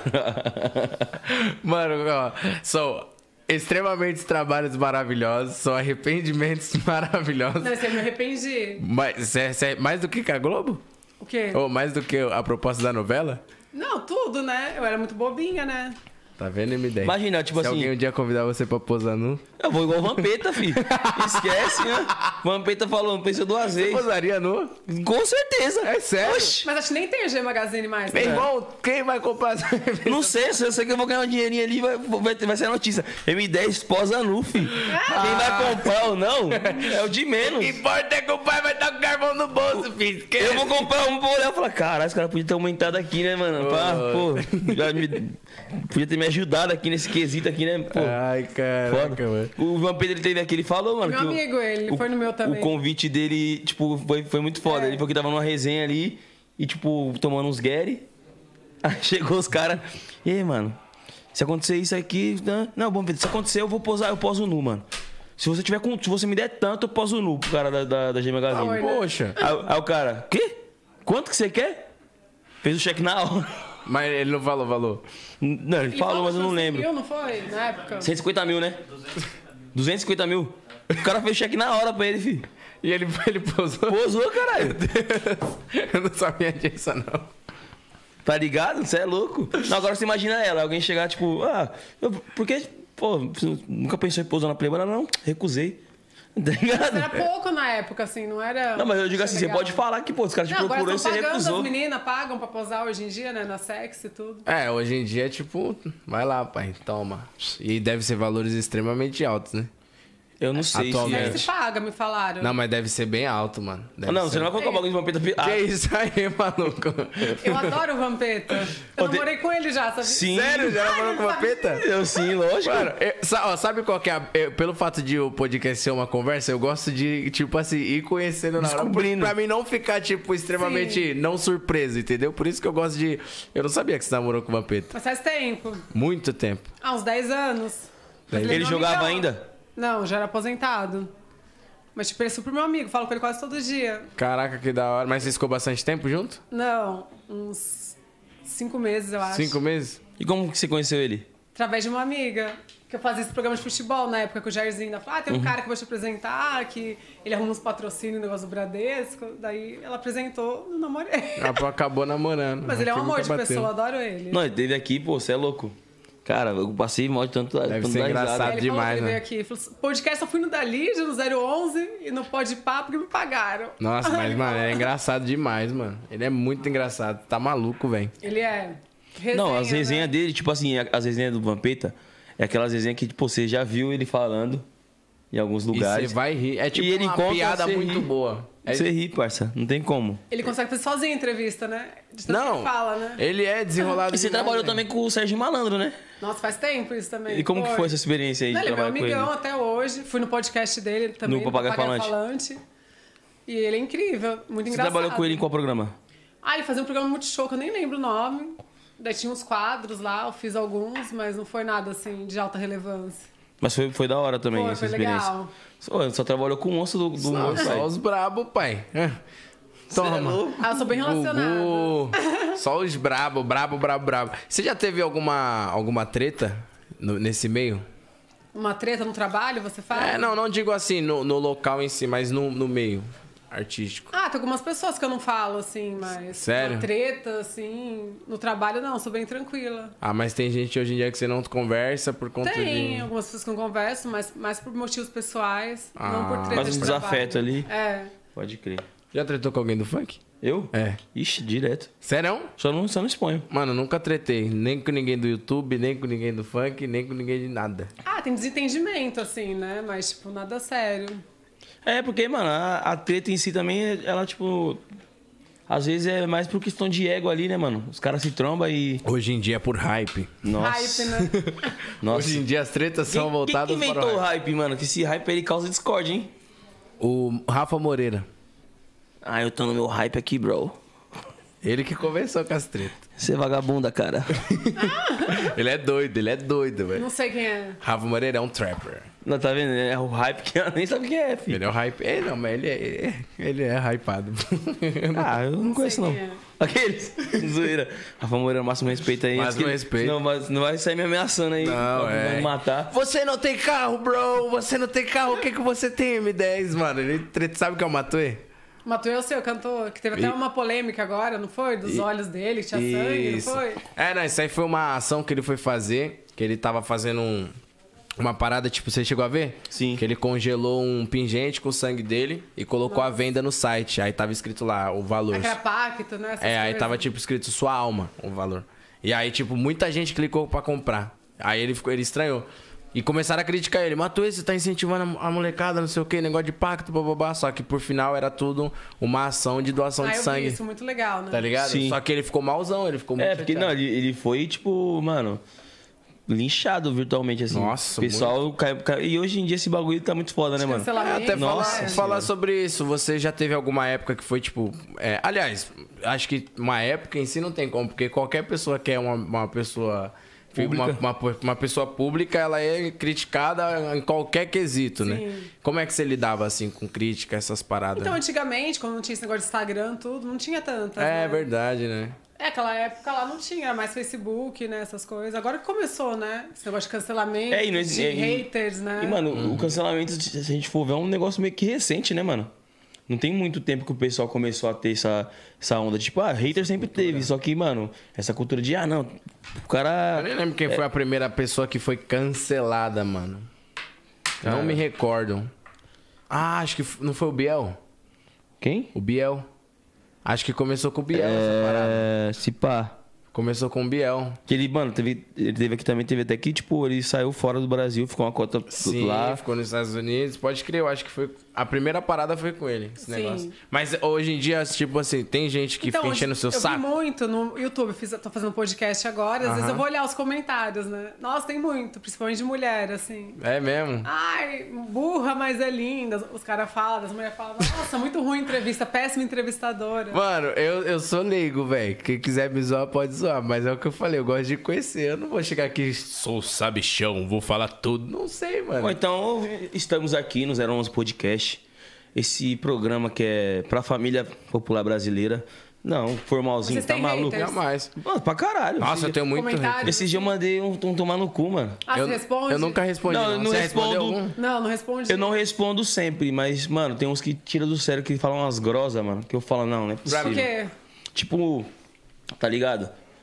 Mano, ó, são extremamente trabalhos maravilhosos, são arrependimentos maravilhosos. Não, assim, eu me arrependi. Mas cê- cê- mais do que com a Globo? O quê? Ou mais do que a proposta da novela? Não, tudo, né? Eu era muito bobinha, né? Tá vendo, M dez? Imagina, tipo Se assim- alguém um dia convidar você pra posar nu, Eu vou igual o Vampeta, filho. Esquece, né? Vampeta falou, não pensou duas você vezes. posaria nu? Com certeza. É sério? Oxi. Mas acho que nem tem o G Magazine mais. Meu Né? irmão, quem vai comprar essa revista? Não sei, eu sei que eu vou ganhar um dinheirinho ali, vai, vai, vai ser a notícia. M dez posa nu, filho. Quem vai comprar ou não, é o de O menos. que importa é que o pai vai estar com o carvão no bolso, filho. Esquece. Eu vou comprar um, vou olhar e falar, caralho, esse cara podia ter aumentado aqui, né, mano? Pá, pô, já me- podia ter me ajudado aqui nesse quesito aqui, né? Pô, Ai, caraca, foda. mano. O Vampeta, ele teve aqui, ele falou, mano, Meu que o- amigo, ele, ele o, foi no meu também. o convite dele, tipo, foi, foi muito foda. É. Ele falou que tava numa resenha ali e, tipo, tomando uns Gary. Aí chegou os caras, e aí, mano, se acontecer isso aqui, não, não, bom, se acontecer eu vou posar, eu poso nu, mano. Se você tiver com, se você me der tanto, eu poso nu pro cara da, da, da G Magazine. Oi, né? Poxa. Aí, aí o cara, quê? Quanto que você quer? Fez o cheque na hora. Mas ele não falou valor. Não, ele, Ele falou, mas eu não que lembro. Mil, não foi? Na época? cento e cinquenta mil, né? duzentos e cinquenta mil. O cara fez o cheque na hora pra ele, filho. E ele, ele posou. Posou, caralho. Eu não sabia disso, não. Tá ligado? Você é louco. Não, agora você imagina ela, alguém chegar, tipo, ah, eu, por que, pô, você nunca pensou em pousar na Playboy? Não, não, recusei. Tá ligado? Era pouco na época, assim, não era. Não, mas eu digo assim, você legal. pode falar que, pô, os caras te Não, procurou agora e você estão pagando, recusou. as meninas pagam pra posar hoje em dia, né? Na sexy e tudo. É, hoje em dia é tipo, vai lá, pai, toma. E deve ser valores extremamente altos, né? Eu não sei Atualmente. se Sexy paga, me falaram. Não, mas deve ser bem alto, mano. Deve é. Não, ser... você não vai colocar o bagulho de vampeta. Ah, Que isso aí, maluco? Eu adoro o Vampeta. Eu Ô, de- namorei com ele já, sabe? sim. Sério? Já Ai, namorou com não uma sabia. peta? Eu sim, lógico. Mano, eu- sa- ó, sabe qual que é a, eu- pelo fato de o podcast ser uma conversa, eu gosto de, tipo assim, ir conhecendo na hora. Descobrindo. Pra mim não ficar, tipo, extremamente não surpreso, entendeu? Por isso que eu gosto de... Eu não sabia que você namorou com uma peta. Mas faz tempo. Muito temp. Há uns dez anos. Mas Ele é meu jogava amigão. ainda? Não, já era aposentado. Mas, tipo, ele é super meu amigo. Falo com ele quase todo dia. Caraca, que da hora. Mas vocês ficou bastante tempo junto? Não, uns cinco meses, eu acho. Cinco meses? E como que você conheceu ele? Através de uma amiga. Que eu fazia esse programa de futebol na época com o Jairzinho. Ela falou, ah, tem um Uhum. cara que eu vou te apresentar, que ele arruma uns patrocínios, um negócio do Bradesco. Daí ela apresentou, eu namorei. Acabou namorando. Mas ele é um Aqui amor nunca de bateu. pessoa, eu adoro ele. Não, ele teve aqui, pô, você é louco. Cara, eu passei mal de tanto Deve tanto ser dar risada. engraçado. Ele demais, falou que ele né? veio aqui, ele falou, podcast só fui no da Lídia, no zero onze e no Podpah porque me pagaram. Nossa, mas, mano, ele é engraçado demais, mano. Ele é muito engraçado. Tá maluco, velho. Ele é resenha, Não, as resenhas né? dele, tipo assim, as resenhas do Vampeta, é aquelas resenhas que, tipo, você já viu ele falando em alguns E lugares. você vai rir. É tipo E ele uma conta, piada você muito ri. boa. É... Você ri, parça. Não tem como. Ele consegue fazer sozinho a entrevista, né? De tanto que Não, ele fala, né? ele é desenrolado E você demais, trabalhou velho. também com o Sérgio Malandro, né? Nossa, faz tempo isso também. E como que foi essa experiência aí Não, de ele é meu trabalhar com ele? amigão até hoje. Fui no podcast dele também, No Papagaio Falante. Falante. E ele é incrível, muito Você engraçado. trabalhou com ele em qual programa? Ah, ele fazia um programa muito show, que eu nem lembro o nome. Daí tinha uns quadros lá, eu fiz alguns, mas não foi nada assim de alta relevância. Mas foi, foi da hora também Foi, essa foi experiência. legal. Só, só trabalhou com o monstro do, do Não, monstro, só pai. os brabo, pai. É. Toma. Ah, eu sou bem relacionada. Gugu. Só os brabo, brabo, brabo, brabo. Você já teve alguma, alguma treta no- nesse meio? Uma treta no trabalho, você fala? É, não, não digo assim no, no local em si, mas no, no meio artístico. Ah, tem algumas pessoas que eu não falo, assim, mas... Sério? Uma treta, assim... No trabalho, não, sou bem tranquila. Ah, mas tem gente hoje em dia que você não conversa por conta Tem de... algumas pessoas que eu não converso, mas mais por motivos pessoais, Ah. não por treta Mais de um trabalho. desafeto ali. É. Pode crer. Já tretou com alguém do funk? Eu? É. Ixi, direto. Sério? Só não, só não exponho. Mano, nunca tretei. Nem com ninguém do YouTube, nem com ninguém do funk, nem com ninguém de nada. Ah, tem desentendimento, assim, né? Mas, tipo, nada sério. É, porque, mano, a, a treta em si também, ela, tipo... Às vezes é mais por questão de ego ali, né, mano? Os caras se trombam e... Hoje em dia é por hype. Nossa. Hype, né? Nossa. Hoje em dia as tretas são Quem, voltadas quem que para inventou o o hype. hype, mano? Que esse hype ele causa discórdia, hein? O Rafa Moreira. Ah, eu tô no meu hype aqui, bro. Ele que começou com as tretas. Você é vagabunda, cara. Ele é doido, ele é doido, velho. Não sei quem é. Rafa Moreira é um trapper. Não, tá vendo? É o hype que ela nem sabe quem é, filho. Ele é o hype. Ele não, mas ele é, ele é hypado. Ah, eu não, conheço, sei não. quem é. Aqueles. Zoeira. Rafa Moreira, máximo respeito aí. Máximo Antes que- respeito. Não, mas não vai sair me ameaçando aí. Não, vai é. me matar. Você não tem carro, bro! Você não tem carro, o que, que você tem, M dez, mano? Ele tre- sabe o que é o Matuê? Matuê é o seu cantor, que teve até E- uma polêmica agora, não foi? Dos olhos dele, que tinha sangue, não Isso. foi? É, não, isso aí foi uma ação que ele foi fazer, que ele tava fazendo um, uma parada, tipo, você chegou a ver? Sim. Que ele congelou um pingente com o sangue dele e colocou a venda no site. Aí tava escrito lá o valor. Aquela pacto, né? Essas É, aí coisas. tava tipo escrito sua alma, o valor. E aí, tipo, muita gente clicou pra comprar. Aí ele ficou, ele estranhou. E começaram a criticar ele. Matuê, você tá incentivando a molecada, não sei o que, negócio de pacto, bababá. Só que por final era tudo uma ação de doação Ah, de eu vi sangue. isso, muito legal, né? Tá ligado? Sim. Só que ele ficou malzão, ele ficou muito É, porque não, chateado. ele, ele foi, tipo, mano, linchado virtualmente, assim. Nossa, o pessoal caiu, caiu- E hoje em dia esse bagulho tá muito foda, né, mano? É, Cancelamento. até falar, Nossa falar Senhora. sobre isso, você já teve alguma época que foi tipo. é, aliás, acho que uma época em si não tem como, porque qualquer pessoa que é uma, uma pessoa. Uma, Pública. uma, uma pessoa pública, ela é criticada em qualquer quesito, né? Sim. Como é que você lidava assim com crítica, essas paradas? Então, antigamente, quando não tinha esse negócio de Instagram, tudo, não tinha tantas, é né? verdade, né? É, aquela época lá não tinha mais Facebook, né? Essas coisas. Agora que começou, né? Esse negócio de cancelamento, É, e não- de e- haters, né? E, mano, o cancelamento, se a gente for ver, é um negócio meio que recente, né, mano? Não tem muito tempo que o pessoal começou a ter essa, essa onda. Tipo, ah, hater sempre teve. Só que, mano, essa cultura de, ah, não, o cara... Eu nem lembro quem foi a primeira pessoa que foi cancelada, mano. Não Cara. me recordo. Ah, acho que f- não foi o Biel? Quem? O Biel. Acho que começou com o Biel essa parada. É... Se pá. Começou com o Biel. Que ele, mano, teve, ele teve aqui também, teve até que, tipo, ele saiu fora do Brasil, ficou uma cota Sim, lá. ficou nos Estados Unidos. Pode crer, eu acho que foi... A primeira parada foi com ele, esse Sim. negócio. Mas hoje em dia, tipo assim, tem gente que fica enchendo o seu eu saco. vi muito no YouTube, eu fiz, tô fazendo um podcast agora, às vezes eu vou olhar os comentários, né? Nossa, tem muito, principalmente de mulher, assim. É mesmo? Ai, burra, mas é linda. Os caras falam, as mulheres falam, nossa, muito ruim a entrevista, péssima entrevistadora. Mano, eu, eu sou leigo, velho. Quem quiser me zoar, pode zoar. Mas é o que eu falei, eu gosto de conhecer. Eu não vou chegar aqui, sou sabichão, vou falar tudo. Não sei, mano. Bom, então, estamos aqui no zero onze Podcast. Esse programa que é pra família popular brasileira. Não, formalzinho, Vocês tá têm maluco? haters? Jamais. Mano, pra caralho. Nossa, Esse eu tenho muito... Comentário. hater. Esses dias eu mandei um, um tomar no cu, mano. Ah, eu, você responde? Eu nunca respondi. Não, Não, eu não Você respondeu respondo. algum? Não, não responde. Eu não respondo sempre, mas, mano, tem uns que tiram do sério que falam umas grosas, mano. Que eu falo, não, não é Por possível. quê? Tipo, tá ligado?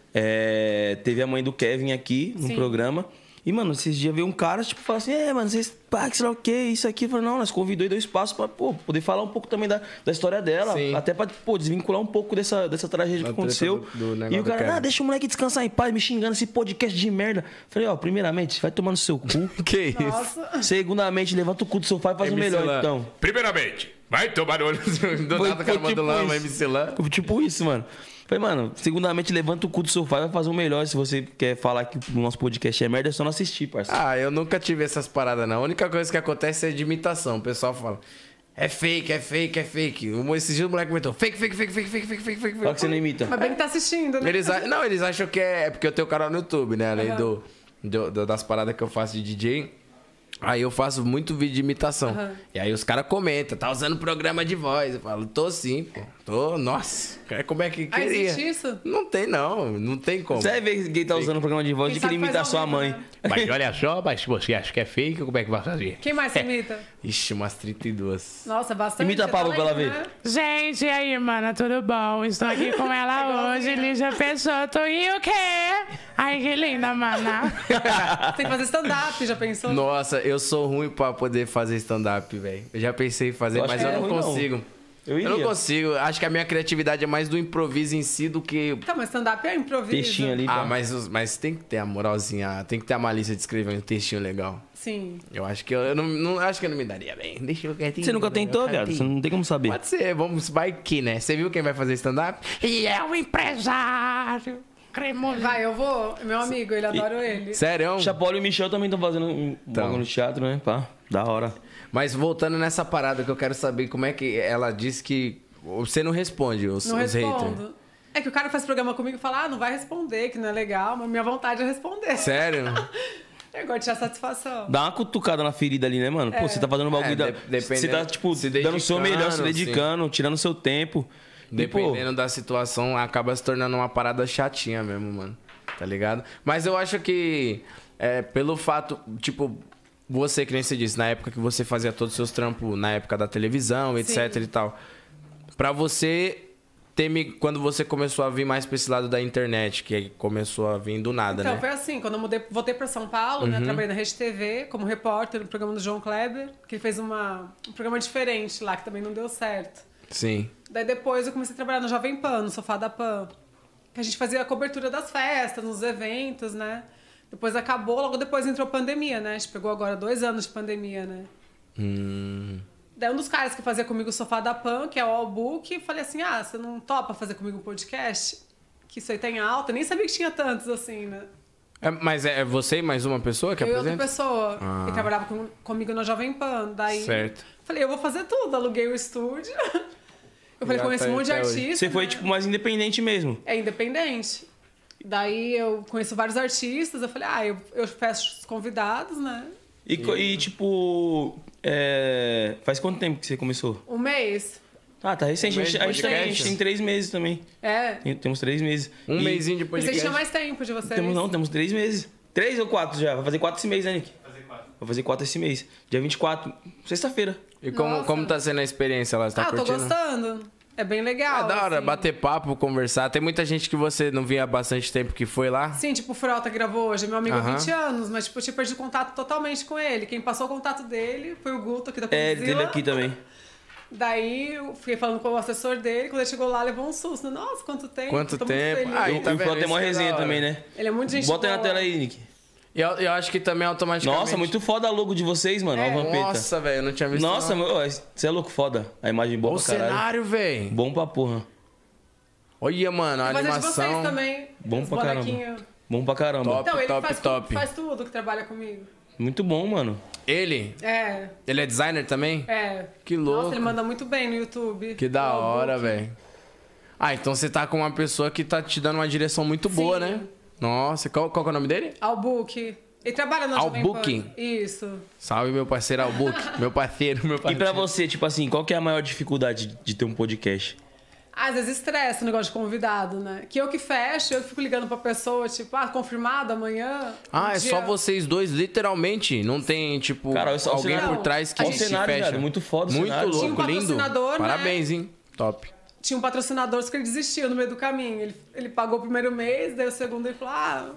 É, teve a mãe do Kevin aqui no Sim. programa. E, mano, esses dias veio um cara, tipo, falar assim, é, mano, vocês, pá, que sei lá o que, isso aqui. Eu falei, não, nós convidou e deu espaço pra, pô, poder falar um pouco também da, da história dela. Sim. Até pra, pô, desvincular um pouco dessa, dessa tragédia Da que aconteceu. treta do- do negócio e o do cara, Kevin. ah, deixa o moleque descansar em paz, me xingando esse podcast de merda. Eu falei, ó, primeiramente, vai tomar no seu cu. Que isso? Nossa. Segundamente, levanta o cu do sofá e faz o melhor, M C Lan. então. Primeiramente, vai tomar no olho do Foi- nada, o foi cara mandou lá, isso. uma M C Lan. Tipo isso, mano. Falei, mano, segundamente levanta o cu do sofá e vai fazer o melhor. Se você quer falar que o nosso podcast é merda, é só não assistir, parceiro. Ah, eu nunca tive essas paradas, não. A única coisa que acontece é de imitação. O pessoal fala, é fake, é fake, é fake. Um- Esses dias o moleque comentou, fake, fake, fake, fake, fake, fake, fake, fake. Fala que você não imita. Mas bem que tá assistindo, né? Eles, a- não, eles acham que é, é porque eu tenho canal no YouTube, né? Além do, do- do- das paradas que eu faço de D J. Aí eu faço muito vídeo de imitação. Aham. E aí os caras comentam, tá usando programa de voz. Eu falo, tô sim, pô. Tô, nossa. Como é que Ah, queria? existe isso? Não tem, não. Não tem como. Você vai ver quem tá usando o programa de voz Quem de que ele sabe imita a faz sua ao vivo, mãe. né? Mas olha só, mas se você acha que é fake, como é que vai fazer? Quem mais você imita? Ixi, umas trinta e duas. Nossa, bastante. Imita a Você Pablo tá pra ela lendo, ver. né? Gente, e aí, mana, tudo bom? Estou aqui com ela hoje, Lígia Peixoto. E o quê? Ai, que linda, mana. Tem que fazer stand-up, já pensou? Nossa, eu sou ruim pra poder fazer stand-up, velho. Eu já pensei em fazer, Eu acho mas que eu é não ruim, não. consigo. Eu Eu, iria. não consigo. Acho que a minha criatividade é mais do improviso em si do que. Então, mas stand-up é improviso. Textinho ali. Ah, pá. mas, os- mas tem que ter a moralzinha, tem que ter a malícia de escrever um textinho legal. Sim. Eu acho que eu, eu não, não- acho que eu não me daria bem. Deixa eu quietinho. Você nunca tentou, viado? Você não tem como saber. Pode ser, vamos, vai que, né? Você viu quem vai fazer stand-up? E é o empresário cremoso. Vai, eu vou. Meu amigo, ele adoro ele. Sério? Chapola e o Michel também estão fazendo um Então. bagulho no teatro, né? Pá, da hora. Mas voltando nessa parada que eu quero saber como é que ela disse que você não responde os, Não os haters. respondo. É que o cara faz programa comigo e fala, ah, não vai responder, que não é legal, mas minha vontade é responder. Sério? Eu gosto de tirar satisfação. Dá uma cutucada na ferida ali, né, mano? Pô, você tá fazendo um bagulho É, da... de- dependendo- Você tá, tipo, se dando o seu melhor, se dedicando, dedicando, tirando o seu tempo. E, pô, Dependendo da situação, acaba se tornando uma parada chatinha mesmo, mano. Tá ligado? Mas eu acho que, é, pelo fato, tipo, você, que nem você disse, na época que você fazia todos os seus trampos, na época da televisão, etc Sim. e tal. Pra você ter, me- quando você começou a vir mais pra esse lado da internet, que começou a vir do nada, Então, né? foi assim, quando eu mudei, voltei pra São Paulo, né, trabalhei na Rede T V como repórter no programa do João Kleber, que ele fez uma, um programa diferente lá, que também não deu certo. Sim. Daí depois eu comecei a trabalhar no Jovem Pan, no Sofá da Pan, que a gente fazia a cobertura das festas, nos eventos, né? Depois acabou, logo depois entrou a pandemia, né? A gente pegou agora dois anos de pandemia, né? Hum. Daí um dos caras que fazia comigo o Sofá da Pan, que é o Albook, eu falei assim, ah, você não topa fazer comigo um podcast? Que isso aí tem alta, nem sabia que tinha tantos assim, né? É, mas é você e mais uma pessoa que eu e outra apresenta? pessoa Ah. que trabalhava com- comigo na Jovem Pan. Daí Certo. falei, eu vou fazer tudo. Aluguei o estúdio. Eu falei, Já conheço tá um monte de até hoje. artistas. você foi, né? tipo, mais independente mesmo. É independente. Daí eu conheço vários artistas. Eu falei, ah, eu, eu fecho os convidados, né? E, co- e, tipo, é, faz quanto tempo que você começou? Um mês. Ah, tá recente. Um a mês gente, de a gente tem, a gente podcast? tem três meses também. É. Tem- temos três meses. Um E mêsinho de Pensei que podcast. tinha mais tempo de vocês. Temos, não, temos três meses. Três ou quatro já? Vai fazer quatro esse mês, né, Nick? Vai fazer quatro. Vai fazer quatro esse mês. Dia vinte e quatro, sexta-feira. E como, Nossa. como tá sendo a experiência lá? Você tá ah, eu tô curtindo? gostando. É bem legal. É da hora, assim. bater papo, conversar. Tem muita gente que você não via há bastante tempo que foi lá. Sim, tipo, o Frota gravou hoje, meu amigo há Aham. vinte anos, mas tipo, eu tinha perdido contato totalmente com ele. Quem passou o contato dele foi o Guto aqui da É, ele Condzilla. teve aqui também. Daí eu fiquei falando com o assessor dele, quando ele chegou lá, levou um susto. Nossa, quanto tempo. Quanto tô muito tempo? feliz. Aí, E tá o vendo? Frota tem Isso uma que é resenha da hora. também, né? Ele é muito gente Bota aí na boa. tela aí, Nick. E eu, eu acho que também automaticamente... Nossa, muito foda a logo de vocês, mano. É. Ó, a Vampeta. Nossa, velho, eu não tinha visto. Nossa, não. meu, você é louco, foda. A imagem boa O pra caralho. cenário, velho. Bom pra porra. Olha, mano, a Vou fazer de vocês animação. também. Bom os pra caramba. bonequinhos. Bom pra caramba. Top. Então, ele top, faz, top. faz tudo que trabalha comigo. Muito bom, mano. Ele? É, Ele é designer também? é. Que louco. Nossa, ele manda muito bem no YouTube. Que da No hora, Outlook. velho. Ah, então você tá com uma pessoa que tá te dando uma direção muito boa, Sim. né? Nossa, qual, qual que é o nome dele? Albook. Ele trabalha na Jovem Albook? Pan. Isso. Salve, meu parceiro Albook. meu parceiro, meu E parceiro. pra você, tipo assim, qual que é a maior dificuldade de ter um podcast? Às vezes estressa o negócio de convidado, né? Que eu que fecho, eu que fico ligando pra pessoa, tipo, ah, confirmado amanhã. Ah, um é dia- só vocês dois, literalmente. Não tem, tipo, Cara, olha só o alguém cenário. por trás que A te gente- cenário, fecha. viado, muito foda o Muito cenário. louco, Tinha um lindo. patrocinador, né? Parabéns, hein? Top. tinha um patrocinador, só que ele desistiu no meio do caminho. Ele, ele pagou o primeiro mês, daí o segundo ele falou, ah,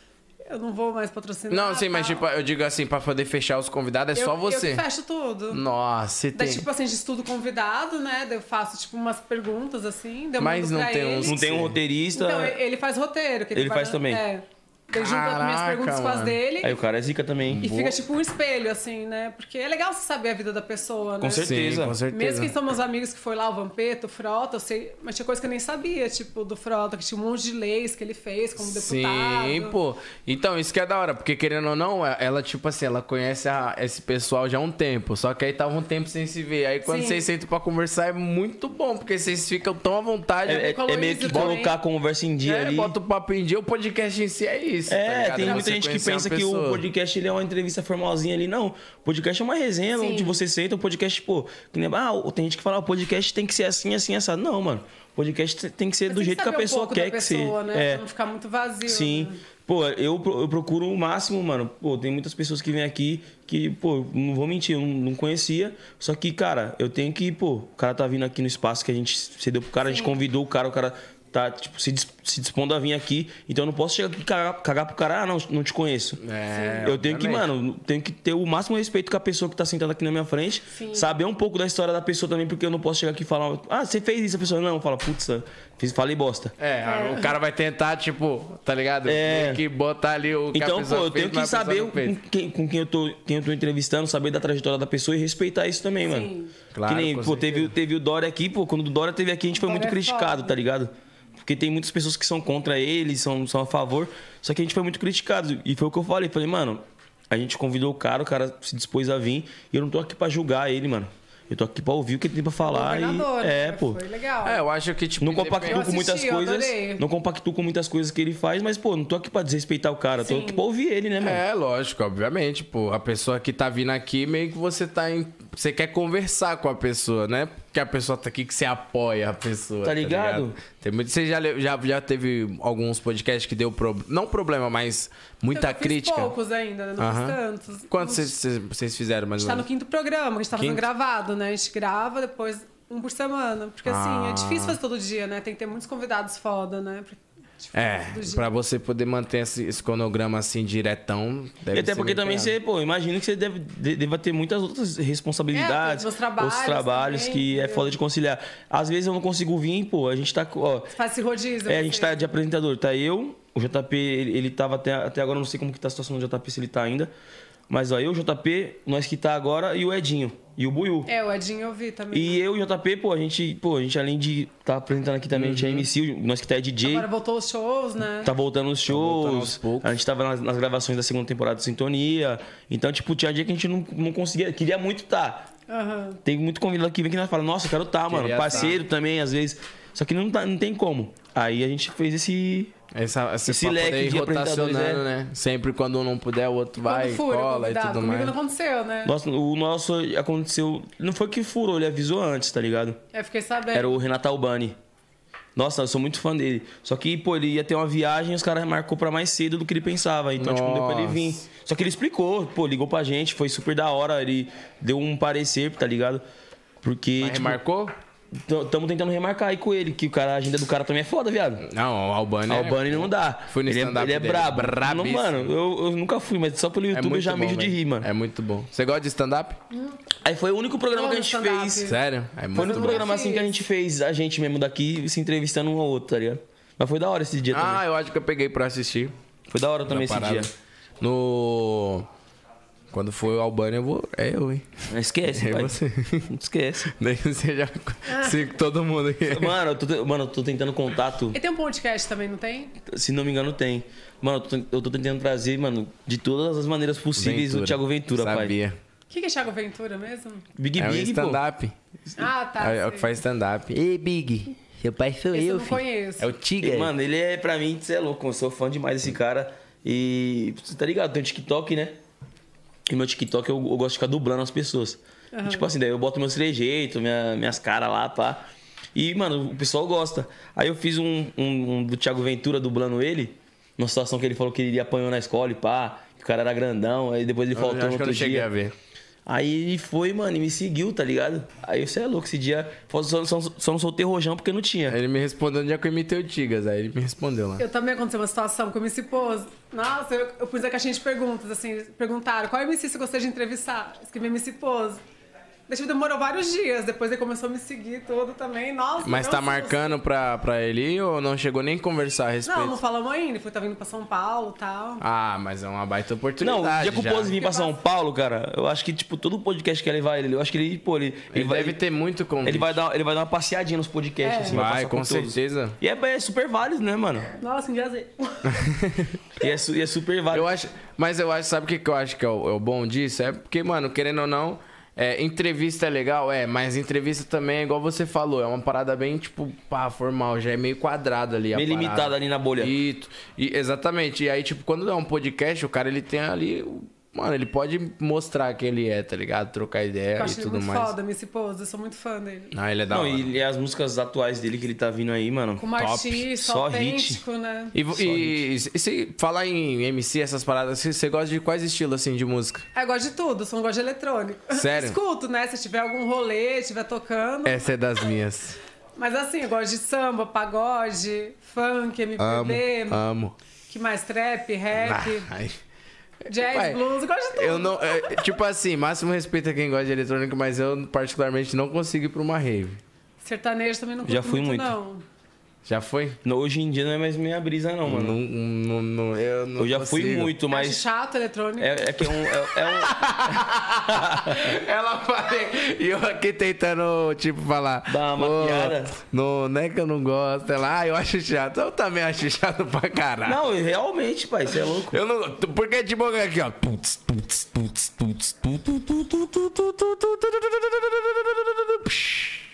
eu não vou mais patrocinar. Não, sim, mas tal. tipo, eu digo assim, pra poder fechar os convidados é eu, só você. Eu que fecho tudo. Nossa, e Daí, tem... tipo assim, de estudo convidado, né? Daí eu faço, tipo, umas perguntas, assim, daí eu Mas mando não pra tem ele. uns- Não tem um roteirista. Então, ele faz roteiro. Que Ele vai- faz também. É. Ele junta as minhas Caraca, perguntas com as mano. dele. Aí o cara é zica também. E fica tipo um espelho, assim, né? Porque é legal você saber a vida da pessoa, né? Com certeza. Sim, com certeza. Mesmo quem são meus amigos que foi lá, o Vampeta, o Frota, eu sei, mas tinha coisa que eu nem sabia, tipo, do Frota, que tinha um monte de leis que ele fez como deputado. Sim, pô. Então, isso que é da hora, porque querendo ou não, ela, tipo assim, ela conhece a- esse pessoal já há um tempo, só que aí tava um tempo sem se ver. Aí quando Sim. vocês sentam pra conversar é muito bom, porque vocês ficam tão à vontade. É, é- com a é meio que Luísa também. colocar a conversa em dia É, ali. bota o papo em dia, o podcast em si é isso. tá É, ligado? tem É muita você gente que conhecer uma pensa que o pessoa. podcast ele é uma entrevista formalzinha ali. Não, o podcast é uma resenha Sim. onde você senta, o podcast, pô, que nem, ah, tem gente que fala, ah, o podcast tem que ser assim, assim, assim. Não, mano, o podcast tem que ser Mas do tem jeito que a saber um pessoa pouco quer da que pessoa, seja. né? É. Pra não ficar muito vazio. Sim. Né? Pô, eu, pro- eu procuro o máximo, mano. Pô, tem muitas pessoas que vêm aqui que, pô, não vou mentir, eu não, não conhecia. Só que, cara, eu tenho que, pô, o cara tá vindo aqui no espaço que a gente cedeu pro cara, a gente convidou o cara, o cara tá, tipo, se, dis- se dispondo a vir aqui. Então eu não posso chegar aqui e cagar, cagar pro cara, ah, não, não te conheço. É, eu tenho que, obviamente. mano, tenho que ter o máximo respeito com a pessoa que tá sentada aqui na minha frente. Sim. Saber um pouco da história da pessoa também, porque eu não posso chegar aqui e falar, ah, você fez isso, a pessoa, não, fala, putz, fiz, falei bosta. É, o cara vai tentar, tipo, tá ligado? É. Tem que botar ali o que a Então, pessoa pô, eu fez, tenho que mas a pessoa saber não fez. com quem, com quem, eu tô, quem eu tô entrevistando, saber da trajetória da pessoa e respeitar isso também, mano. Sim. Claro, que nem, com pô, teve, certeza. teve o Dória aqui, pô, quando o Dória teve aqui, a gente foi Dória muito é criticado, foda. tá ligado? Porque tem muitas pessoas que são contra ele, são, são a favor, só que a gente foi muito criticado. E foi o que eu falei, falei, mano, a gente convidou o cara, o cara se dispôs a vir, e eu não tô aqui pra julgar ele, mano. Eu tô aqui pra ouvir o que ele tem pra falar. E, Governador, é, né? pô. Foi legal. É, eu acho que, tipo, Não independe- compactuo Eu com muitas assisti, eu coisas. adorei. Não compactuo com muitas coisas que ele faz, mas, pô, não tô aqui pra desrespeitar o cara, tô Sim. aqui pra ouvir ele, né, mano? É, lógico, obviamente, pô. A pessoa que tá vindo aqui, meio que você tá em... Você quer conversar com a pessoa, né? Porque a pessoa tá aqui que você apoia a pessoa. Tá ligado? Tem muito... Você já, le- já, já teve alguns podcasts que deu problema... Não problema, mas muita eu fiz crítica. poucos ainda, né? Não Aham. fiz tantos. Quantos A vocês- vocês vocês fizeram, mais gente ou tá no menos? quinto programa, que a gente tá fazendo Quinto? gravado, né? A gente grava, depois um por semana. Porque assim, Ah. é difícil fazer todo dia, né? Tem que ter muitos convidados foda, né? Pra, tipo, É, todo dia. pra você poder manter esse, esse cronograma assim diretão, deve E até ser porque bem também pegado. você, pô, imagino que você deve, de- deva ter muitas outras responsabilidades, É, os trabalhos outros trabalhos também, que é entendeu? foda de conciliar. Às vezes eu não consigo vir, pô, a gente tá, ó, Faz esse rodízio. é, a gente você. tá de apresentador, tá eu, o J P, ele, ele tava até, até agora, eu não sei como que tá a situação do J P, se ele tá ainda, mas ó, eu, o J P, nós que tá agora e o Edinho, e o Buiu. É, o Edinho eu vi também. E eu e o J P, pô, a gente, pô, a gente além de tá apresentando aqui também, a gente é M C, nós que tá é D J. Agora voltou os shows, né? Tá voltando os voltando aos shows. poucos. A gente tava nas, nas gravações da segunda temporada do Sintonia. Então, tipo, tinha dia que a gente não, não conseguia. Queria muito estar. Aham. Tem muito convidado que vem que nós fala, nossa, eu quero estar, mano. Queria Parceiro também, às vezes. Só que não, tá, não tem como. Aí a gente fez esse. Essa, esse, Esse pra leque poder ir de apresentadores, rotacionando, é. né? Sempre quando um não puder, o outro vai, Quando fura o cola e convidado. tudo Comigo mais. não aconteceu, né? Nossa, o nosso aconteceu. Não foi que furou, ele avisou antes, tá ligado? Eu fiquei sabendo. Era o Renato Albani. Nossa, eu sou muito fã dele. Só que, pô, ele ia ter uma viagem e os caras marcou pra mais cedo do que ele pensava. Então, tipo, não deu pra ele vir. Nossa. Só que ele explicou, pô, ligou pra gente, foi super da hora. Ele deu um parecer, tá ligado? Porque, Mas tipo, remarcou? estamos tentando remarcar aí com ele, que o cara, a agenda do cara também é foda, viado. Não, o Albani é... Albani não dá. Fui no ele é, stand-up ele é dele, brabo. Não, brabíssimo. mano, eu, eu nunca fui, mas só pelo É YouTube eu muito já bom, mijo de velho. rir, mano. É muito bom. Você gosta de stand-up? Aí foi o único programa Amo que a gente stand-up. fez. Sério? É Foi o muito único bom. programa assim que a gente fez, a gente mesmo daqui, se entrevistando um ao outro, tá ligado? Mas foi da hora esse dia Ah, também. eu acho que eu peguei pra assistir. Foi da hora também da esse parada. dia. No... Quando for o Albani, eu vou... É eu, hein? Não esquece, É pai. você. Não esquece. Daí você já... Sigo todo mundo aqui. Mano, eu tô, te- mano, eu tô tentando contato. E tem um podcast também, não tem? Se não me engano, tem. Mano, eu tô, eu tô tentando trazer, mano, de todas as maneiras possíveis Ventura. o Thiago Ventura, pai. Sabia. O que que é Thiago Ventura mesmo? Big É um Big, pô. stand-up. Ah, tá. É o sei. que faz stand-up. Ei, Big. Seu pai sou Esse eu eu, não filho. conheço. É o Tiger. E, mano, ele é, pra mim, você é louco. Eu sou fã demais desse cara. E, você tá ligado? Tem um TikTok, né? E meu TikTok eu, eu gosto de ficar dublando as pessoas. E, tipo assim, daí eu boto meus trejeitos, minha, minhas caras lá, pá. E, mano, o pessoal gosta. Aí eu fiz um, um, um do Thiago Ventura dublando ele, numa situação que ele falou que ele apanhou na escola e pá, que o cara era grandão, aí depois ele Eu faltou acho no que eu outro não cheguei dia. a ver. Aí ele foi, mano, e me seguiu, tá ligado? Aí você é louco, esse dia só, só, só não soltei rojão porque não tinha. Aí ele me respondeu no dia que eu imitei o Tigas, aí ele me respondeu lá. Eu também aconteceu uma situação que o M C pôs. Nossa, eu, eu pus a caixinha de perguntas, assim, perguntaram qual M C você gostaria de entrevistar? Escrevi M C pôs. Deixa, demorou vários dias, depois ele começou a me seguir todo também. Nossa, Mas tá susto. marcando pra, pra ele ir ou não chegou nem a conversar a respeito? Não, não falamos ainda, foi tá vindo pra São Paulo e tal. Ah, mas é uma baita Não, oportunidade. o dia que o já. Pose vir pra São Paulo, cara, eu acho que, tipo, todo podcast que ele vai, ele, eu acho que ele, pô, ele, Ele, ele vai, deve ter muito convite. ele vai dar, ele vai dar uma passeadinha nos podcasts, É. assim, Vai, passar com todos. certeza. E é, é super válido, né, mano? Nossa, engasguei. E é, su- e é super válido. Eu acho, mas eu acho, sabe o que, que eu acho que é o, é o bom disso? É porque, mano, querendo ou não, é, entrevista é legal, é, mas entrevista também é igual você falou, é uma parada bem, tipo, pá, formal, já é meio quadrada ali a Meio parada. limitada ali na bolha. E, e- exatamente, e aí, tipo, quando é um podcast, o cara, ele tem ali, mano, ele pode mostrar quem ele é, tá ligado? Trocar ideia Eu acho e ele tudo muito mais. foda, M C Pose, eu sou muito fã dele. Ah, ele é da Não, hora. e, e as músicas atuais dele que ele tá vindo aí, mano. Com artista, Só autêntico, né? E, vo- e, e se falar em M C, essas paradas, você você gosta de quais estilos, assim, de música? Eu gosto de tudo, só não gosto de eletrônico. Sério? Escuto, né? Se tiver algum rolê, estiver tocando. Essa é das minhas. Mas assim, eu gosto de samba, pagode, funk, M P Amo, B. amo. Que mais? Trap, rap, Ai. jazz, Pai, blues, eu gosto de tudo. Eu não. é, tipo assim, máximo respeito a quem gosta de eletrônico, mas eu particularmente não consigo ir pra uma rave. Sertanejo também não curto Já fui muito. não. Já foi? No- Hoje em dia não é mais minha brisa, não, mano. Não, não, não, eu não eu já fui consigo. muito, Acho mas. chato eletrônico. É, é que é um. É, é um... Ela falei, e eu aqui tentando, tipo, falar. Dar uma "Pô, maquiada." Não, não é que eu não gosto. Ela, ah, eu acho chato. Eu também acho chato pra caralho. Não, realmente, pai, você é louco. Eu não. Porque, tipo, aqui, ó. Putz, putz, putz, putz, tu, tu, tu, tu, tu, tu, tu, tu, tu, tu, tu, psh.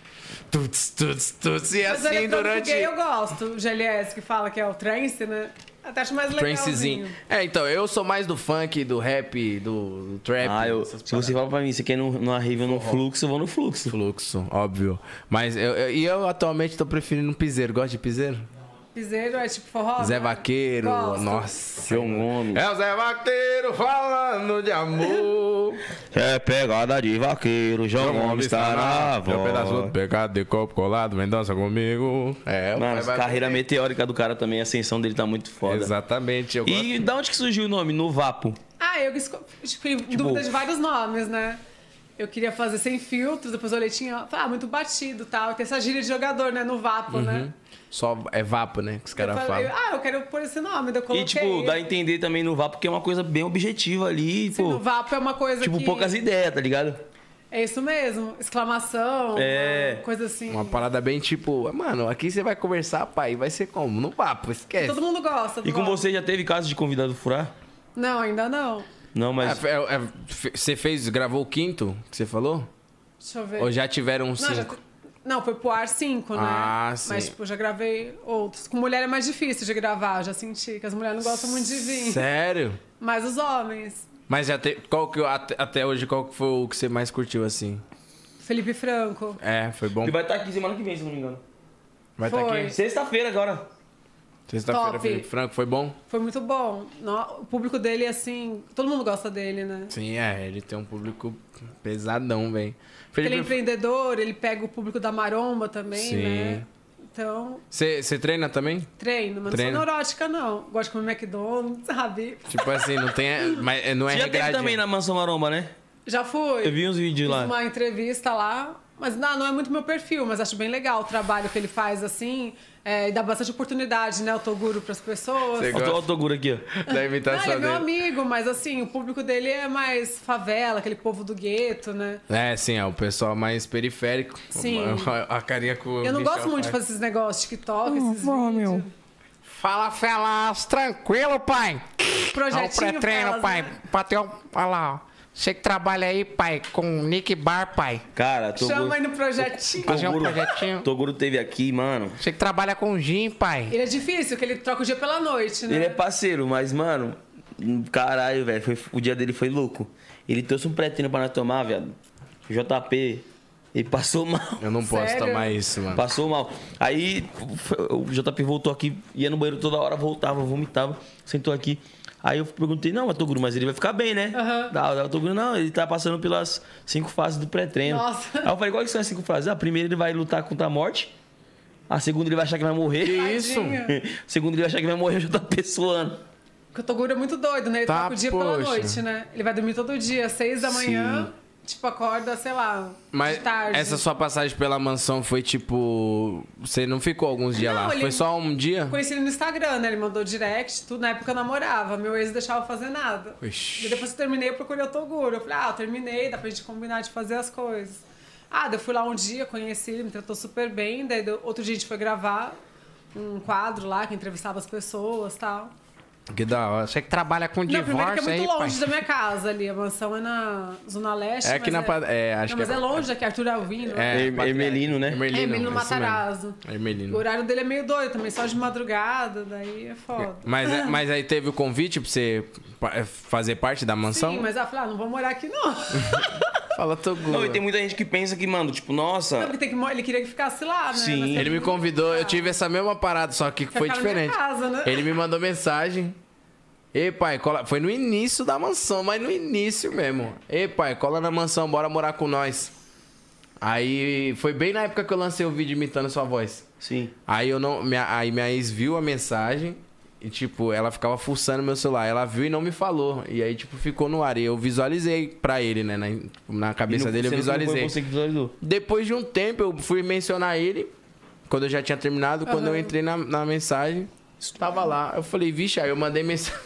Tuts, tuts, tuts. E Mas assim eletrônico durante. gay eu gosto. O G L S que fala que é o trance, né? Até acho mais legalzinho. Trancezinho. É, então, eu sou mais do funk, do rap, do, do trap. Ah, eu, essas se você fala pra mim, você quer ir no- numa rave ou no fluxo, eu vou no fluxo. Fluxo, óbvio. Mas eu, eu- e eu atualmente tô preferindo um piseiro. Gosta de piseiro? Piseiro é tipo forró? Zé né? Vaqueiro, Gosto. nossa. João Gomes. É o Zé Vaqueiro falando de amor. É pegada de vaqueiro, João Gomes tá na Meu pedaço voz. do pecado de copo colado, vem dança comigo. É, o Mano, pai vai carreira ver. meteórica do cara também, a ascensão dele tá muito foda. Exatamente, eu gosto. E da onde que surgiu o nome? No Vapo? Ah, eu esco- fiquei em dúvida de vários nomes, né? Eu queria fazer sem filtros, depois eu olhei, tinha... Falei, ah, muito batido e tal. Tem essa gíria de jogador, né? No Vapo, né? Só é vapo, né? Que os Eu caras falei, falam. ah, eu quero pôr esse nome, daí eu coloquei. E, tipo, dá a entender também no Vapo que é uma coisa bem objetiva ali, Sim, pô. no Vapo é uma coisa Tipo, que... poucas ideias, tá ligado? É isso mesmo, exclamação, É. uma coisa assim. Uma parada bem tipo, mano, aqui você vai conversar, pai, vai ser como? No papo, esquece. Todo mundo gosta do E com Vapo. você já teve caso de convidado furar? Não, ainda não. Não, mas... É, é, é, fe- você fez, gravou o quinto que você falou? Deixa eu ver. Ou já tiveram uns Não, já cinco? te- não, foi pro ar cinco, né? Ah, sim. Mas, tipo, já gravei outros. Com mulher é mais difícil de gravar, já senti que as mulheres não gostam muito de vir. Sério? Mas os homens. Mas já te, qual que, até, até hoje, qual que foi o que você mais curtiu, assim? Felipe Franco. É, foi bom. Ele vai estar aqui semana que vem, se não me engano. Vai estar Foi. aqui? Sexta-feira agora. Sexta-feira, Top. Felipe Franco, foi bom? Foi muito bom. No- O público dele, assim... Todo mundo gosta dele, né? Sim, é, ele tem um público pesadão, velho. Ele é Felipe, empreendedor, ele pega o público da maromba também, Sim. né? Então, você você treina também? treino. Mas Treina. não sou neurótica, não. Gosto de comer McDonald's, sabe? Tipo assim, não tem. Mas não é Você já teve regradinho. também na Mansão Maromba, né? Já fui. Eu vi uns vídeos Fiz lá. uma entrevista lá, mas não, não é muito meu perfil, mas acho bem legal o trabalho que ele faz assim, é, e dá bastante oportunidade, né, o Toguro para as pessoas. Você Olha o gosta Toguro aqui, ó. da Não, imitação ele é meu dele? amigo, mas assim, o público dele é mais favela, aquele povo do gueto, né? É, sim, é o pessoal mais periférico. Sim. A, a carinha com o Eu não Michel gosto muito de faz. fazer esses negócios, TikTok, esses vídeos. Fala, Felas, tranquilo, pai? Olha o Projetinho pré-treino, Felas, pai. né? Bateu, olha lá, ó. Você que trabalha aí, pai, com Nick Bar, pai. Cara, Toguro... Chama aí no projetinho. Fazer um Toguro- projetinho. Toguro teve aqui, mano. Você que trabalha com gin, pai. Ele é difícil, que ele troca o dia pela noite, né? Ele é parceiro, mas, mano... Caralho, velho. foi- O dia dele foi louco. Ele trouxe um pré-treino pra nós tomar, viado. J P. Ele passou mal. Eu não posso Sério? tomar isso, mano. Passou mal. Aí o J P voltou aqui, ia no banheiro toda hora, voltava, vomitava, sentou aqui. Aí eu perguntei, não, mas Toguro, mas ele vai ficar bem, né? Aham. Uhum. O Toguro, não, ele tá passando pelas cinco fases do pré-treino. Nossa. Aí eu falei, quais que são as cinco fases? A primeira ele vai lutar contra a morte. A segunda ele vai achar que vai morrer. Que isso? Tadinho. A segunda ele vai achar que vai morrer, eu já tá suando. Porque o Toguro é muito doido, né? Ele Tá, troca o dia pela poxa. noite, né? Ele vai dormir todo dia, seis da manhã, tipo, acorda, sei lá, Mas de tarde. essa sua passagem pela mansão foi tipo. Você não ficou alguns dias Não, lá? ele- Foi só um dia? Conheci ele no Instagram, né? Ele mandou direct, tudo. Na época eu namorava, meu ex não deixava eu fazer nada. Ixi. E depois que eu terminei, eu procurei o Toguro. Eu falei, ah, eu terminei, dá pra gente combinar de fazer as coisas. Ah, daí eu fui lá um dia, conheci ele, me tratou super bem. Daí do- outro dia a gente foi gravar um quadro lá que entrevistava as pessoas e tal. Que da hora. Você que trabalha com Não, primeiro que é divórcio muito aí, pai. longe da minha casa ali. A mansão é na Zona Leste. É aqui mas na pad- é, acho não, que mas é- é longe daqui, Arthur Alvim, não é? É, Her- Patriarca. Hermelino, né? Hermelino, É, Menino isso mesmo. Matarazzo. O Hermelino. horário dele é meio doido também, só de madrugada, daí é foda. Mas, é- mas aí teve o convite pra você pa- fazer parte da mansão? Sim, mas ela falou, ah, não vou morar aqui não. Fala, Toguro. Não, e tem muita gente que pensa que, mano, tipo, nossa. Não, porque tem que, mo- ele queria que ficasse lá, né? Sim. Mas Ele me convidou, eu tive essa mesma parada, só que foi ficar na minha diferente. casa, né? Ele me mandou mensagem. Ei, pai, cola... Foi no início da mansão, mas no início mesmo. Ei, pai, cola na mansão, bora morar com nós. Aí foi bem na época que eu lancei o vídeo imitando sua voz. Sim. Aí eu não. Minha, aí minha ex viu a mensagem e, tipo, ela ficava fuçando meu celular. Ela viu e não me falou. E aí, tipo, ficou no ar. E eu visualizei pra ele, né? Na, tipo, na E cabeça não- dele eu sendo que não visualizei. Foi você que visualizou. Depois de um tempo, eu fui mencionar ele. Quando eu já tinha terminado, quando eu Aham. entrei na, na mensagem, tava lá. Eu falei, vixe, aí eu mandei mensagem.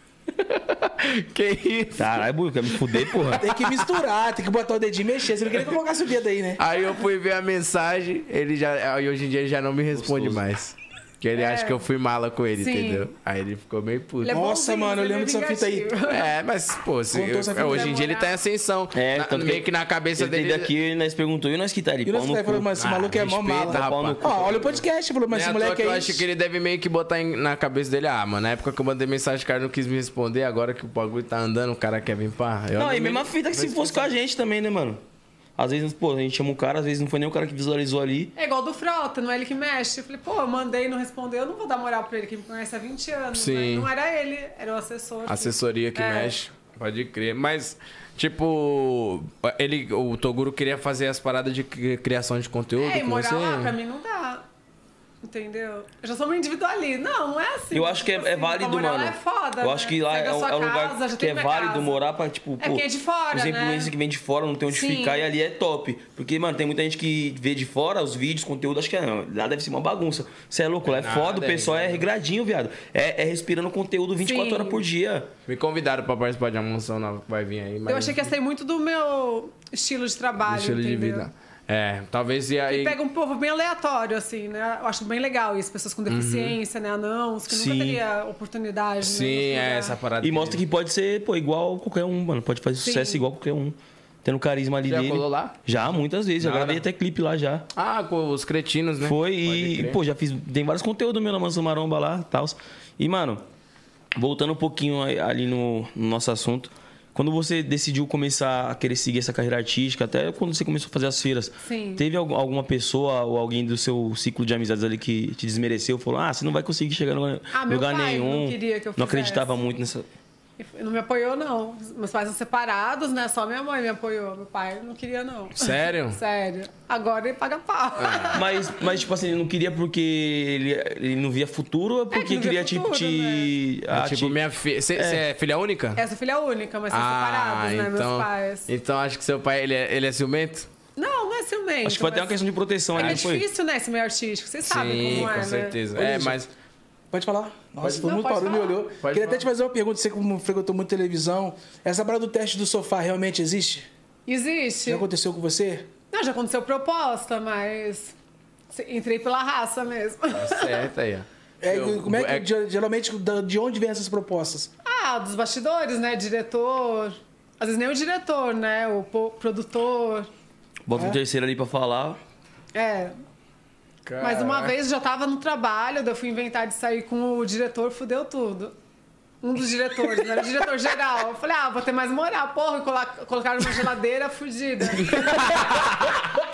Que isso? Caralho, Buiu, quer me fuder, porra? Tem que misturar, tem que botar o dedinho e mexer. Você não queria que eu colocasse o dedo aí, né? Aí eu fui ver a mensagem, ele já. Aí hoje em dia ele já não me responde Gostoso. mais. Que ele acha que eu fui mala com ele, Sim. entendeu? Aí ele ficou meio puto. Ele é Nossa, bonzinho, mano, eu ele é lembro dessa fita aí. vingativo. É, mas, pô, se, Contou essa eu- fita hoje em da dia ele tá em ascensão. É, Na- tanto meio que que na cabeça ele dele. teve aqui e nós perguntou, e nós que tá ali, E pau nós no falou, cu. mas esse Ah, maluco é mó respeita, mala. Pau no rapaz. cu. Ó, olha o podcast, falou, mas Mas esse moleque moleque eu é acho isso. que ele deve meio que botar em- na cabeça dele, ah, mano, na época que eu mandei mensagem, o cara não quis me responder, agora que o bagulho tá andando, o cara quer vir pá. Eu Não, e me- mesma fita que se fosse com a gente também, né, mano? Às vezes, pô, a gente chama um cara, às vezes não foi nem o cara que visualizou ali. É igual do Frota, não é ele que mexe. Eu falei, pô, eu mandei e não respondeu, eu não vou dar moral pra ele, que me conhece há vinte anos. Sim. Né? Não era ele, era o assessor. Assessoria que É. mexe. Pode crer. Mas, tipo, ele, o Toguro queria fazer as paradas de cri- criação de conteúdo É, e com morar você. lá pra mim não dá. Entendeu? Eu já sou uma individualista. Não, não é assim. Eu acho que é, Tipo é assim, pra válido, morar mano. lá é foda, Eu né? acho que lá Sai é, da um- sua é um lugar casa, já que tem é minha válido casa. morar pra, tipo, É pô, quem é de fora, os né? influencers que vem de fora não tem onde Sim. ficar e ali é top. Porque, mano, tem muita gente que vê de fora os vídeos, conteúdo, acho que é, lá deve ser uma bagunça. Você é louco, lá é Nada, foda, o pessoal é, é regradinho, viado. É, é respirando conteúdo vinte e quatro Sim. horas por dia. Me convidaram pra participar de uma mansão nova que vai vir aí. Mas Eu achei que ia sair muito do meu estilo de trabalho, estilo de entendeu? vida. É, talvez e aí. E pega um povo bem aleatório, assim, né? Eu acho bem legal isso. Pessoas com deficiência, né? Anãos, que Sim. nunca teria oportunidade, Uhum. Sim, né? nesse é lugar. essa parada. E mostra que pode ser, pô, igual qualquer um, mano. Pode fazer Sim. sucesso igual qualquer um. Tendo carisma ali Já dele. colou lá? Já, muitas vezes. Já Nada. gravei até clipe lá já. Ah, com os cretinos, né? Foi Pode e, crer. pô, já fiz. Tem vários conteúdos meu na Mansão Maromba lá e tal. E, mano, voltando um pouquinho aí- ali no, no nosso assunto. Quando você decidiu começar a querer seguir essa carreira artística, até quando você começou a fazer as feiras, Sim. teve algum- alguma pessoa ou alguém do seu ciclo de amizades ali que te desmereceu? Falou, ah, você não vai conseguir chegar no Ah, meu lugar pai nenhum. não queria que eu Não fizesse. acreditava muito nessa. Não me apoiou, não. Meus pais são separados, né? Só minha mãe me apoiou. Meu pai não queria, não. Sério? Sério. Agora ele paga pau. Mas, mas, tipo assim, ele não queria porque ele, ele não via futuro ou é porque que não via queria, tipo, futuro, te. É, ah, tipo, te- minha filha. Você é. filha única? Essa filha única, mas são separados, né? Meus pais. Então acho que seu pai ele é, ele é ciumento? Não, não é ciumento. Acho que foi até uma mas- questão de proteção É ali, que é não foi? difícil, né? Esse meio artístico. Vocês sabem Sim, como é, com né? certeza. Olha É, isso. mas. Pode falar? Nossa, todo Não, mundo pode parou e me falar. olhou. Pode Queria até falar. te fazer uma pergunta, você como frequentou muito televisão. Essa parada do teste do sofá realmente existe? Existe. Já aconteceu com você? Não, já aconteceu proposta, mas entrei pela raça mesmo. Tá certo aí, ó. É, Eu- como é que, é- ge- geralmente, da- de onde vem essas propostas? Ah, dos bastidores, né? Diretor. Às vezes nem o diretor, né? O po- produtor. Bota um terceiro ali pra falar. É. Mas uma vez eu já tava no trabalho, daí eu fui inventar de sair com o diretor, fudeu tudo. Um dos diretores, não era o diretor geral. Eu falei, ah, vou ter mais moral, porra, e cola- colocaram uma geladeira fudida.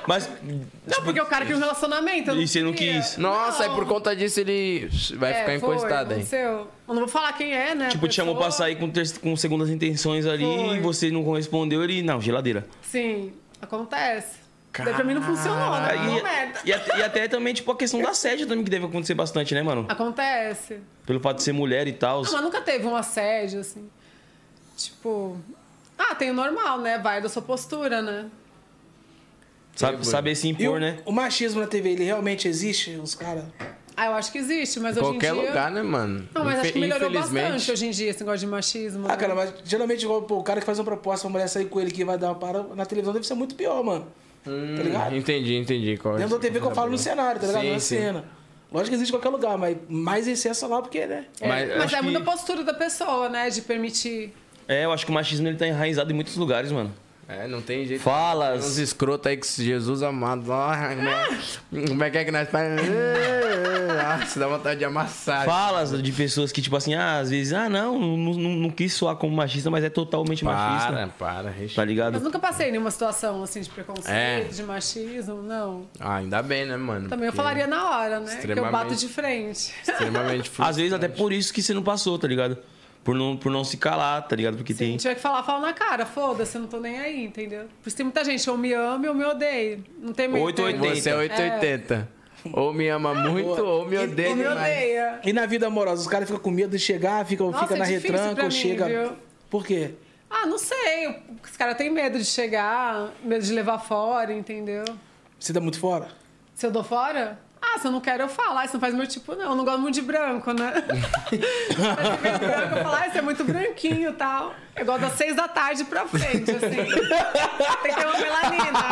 Mas, Não, porque o cara queria um relacionamento. eu E você não queria. quis? Nossa, Não. aí por conta disso ele vai É, ficar foi, encostado aí. aconteceu. Eu não vou falar quem é, né? tipo, a te chamou pra pessoa. sair com, ter... com segundas intenções ali Foi. e você não correspondeu, ele... Não, geladeira. Sim, acontece. Daí pra mim não funcionou, né? Uma merda. E, e, até, e até também, tipo, a questão da assédio também que deve acontecer bastante, né, mano? Acontece. Pelo fato de ser mulher e tal. Ah, mas nunca teve um assédio, assim. Tipo... Ah, tem o normal, né? Vai da sua postura, né? Sabe, saber se E impor, o, né? o machismo na T V, ele realmente existe? Os caras... Ah, eu acho que existe, mas Em hoje em qualquer dia... lugar, né, mano? Não, mas acho Infe- que melhorou Infelizmente. bastante hoje em dia esse negócio de machismo. Ah, né? cara, mas geralmente igual, pô, o cara que faz uma proposta pra mulher sair com ele que vai dar uma para na televisão deve ser muito pior, mano. Hum, tá ligado? Entendi, entendi. Qual Dentro da T V que eu falo no cenário, tá ligado? Sim, Na sim. cena. Lógico que existe em qualquer lugar, mas mais excesso lá porque, né? Mas, Mas acho é que- muita postura da pessoa, né? De permitir. É, eu acho que o machismo ele tá enraizado em muitos lugares, mano. É, não tem jeito. Falas. Tem uns escrotos aí que Jesus amado. ó, Como é, como é que é que nós fazemos? Nossa, dá vontade de amassar. Falas de pessoas que, tipo assim, ah, às vezes, ah, não, não, não, não quis soar como machista, mas é totalmente machista. Para, para. recha- Tá ligado? Mas nunca passei em nenhuma situação assim de preconceito, É. de machismo, não. Ah, ainda bem, né, mano? Também eu Porque falaria na hora, né? Que eu bato extremamente- de frente. Extremamente Às vezes até frustrante. por isso que você não passou, tá ligado? Por não, por não se calar, tá ligado? Porque Se tem. tiver que falar, fala na cara. Foda-se, eu não tô nem aí, entendeu? Por isso tem muita gente, ou me ama ou me odeia. Não tem meio oito ou termo. oitenta. Você é oitocentos e oitenta. Ou me ama muito, ou me odeia Ou me demais. odeia. E na vida amorosa, os caras ficam com medo de chegar, ficam, Nossa, fica é na difícil retranca, pra ou mim, chega. viu? Por quê? Ah, não sei. Os caras têm medo de chegar, medo de levar fora, entendeu? Você tá muito fora? Se eu dou fora? Ah, se eu não quero, eu falo. Ah, isso não faz meu tipo, não. Eu não gosto muito de branco, né? Mas se vem branco, eu falo, ah, isso é muito branquinho e tal. Eu gosto das seis da tarde pra frente, assim. Tem que ter uma melanina.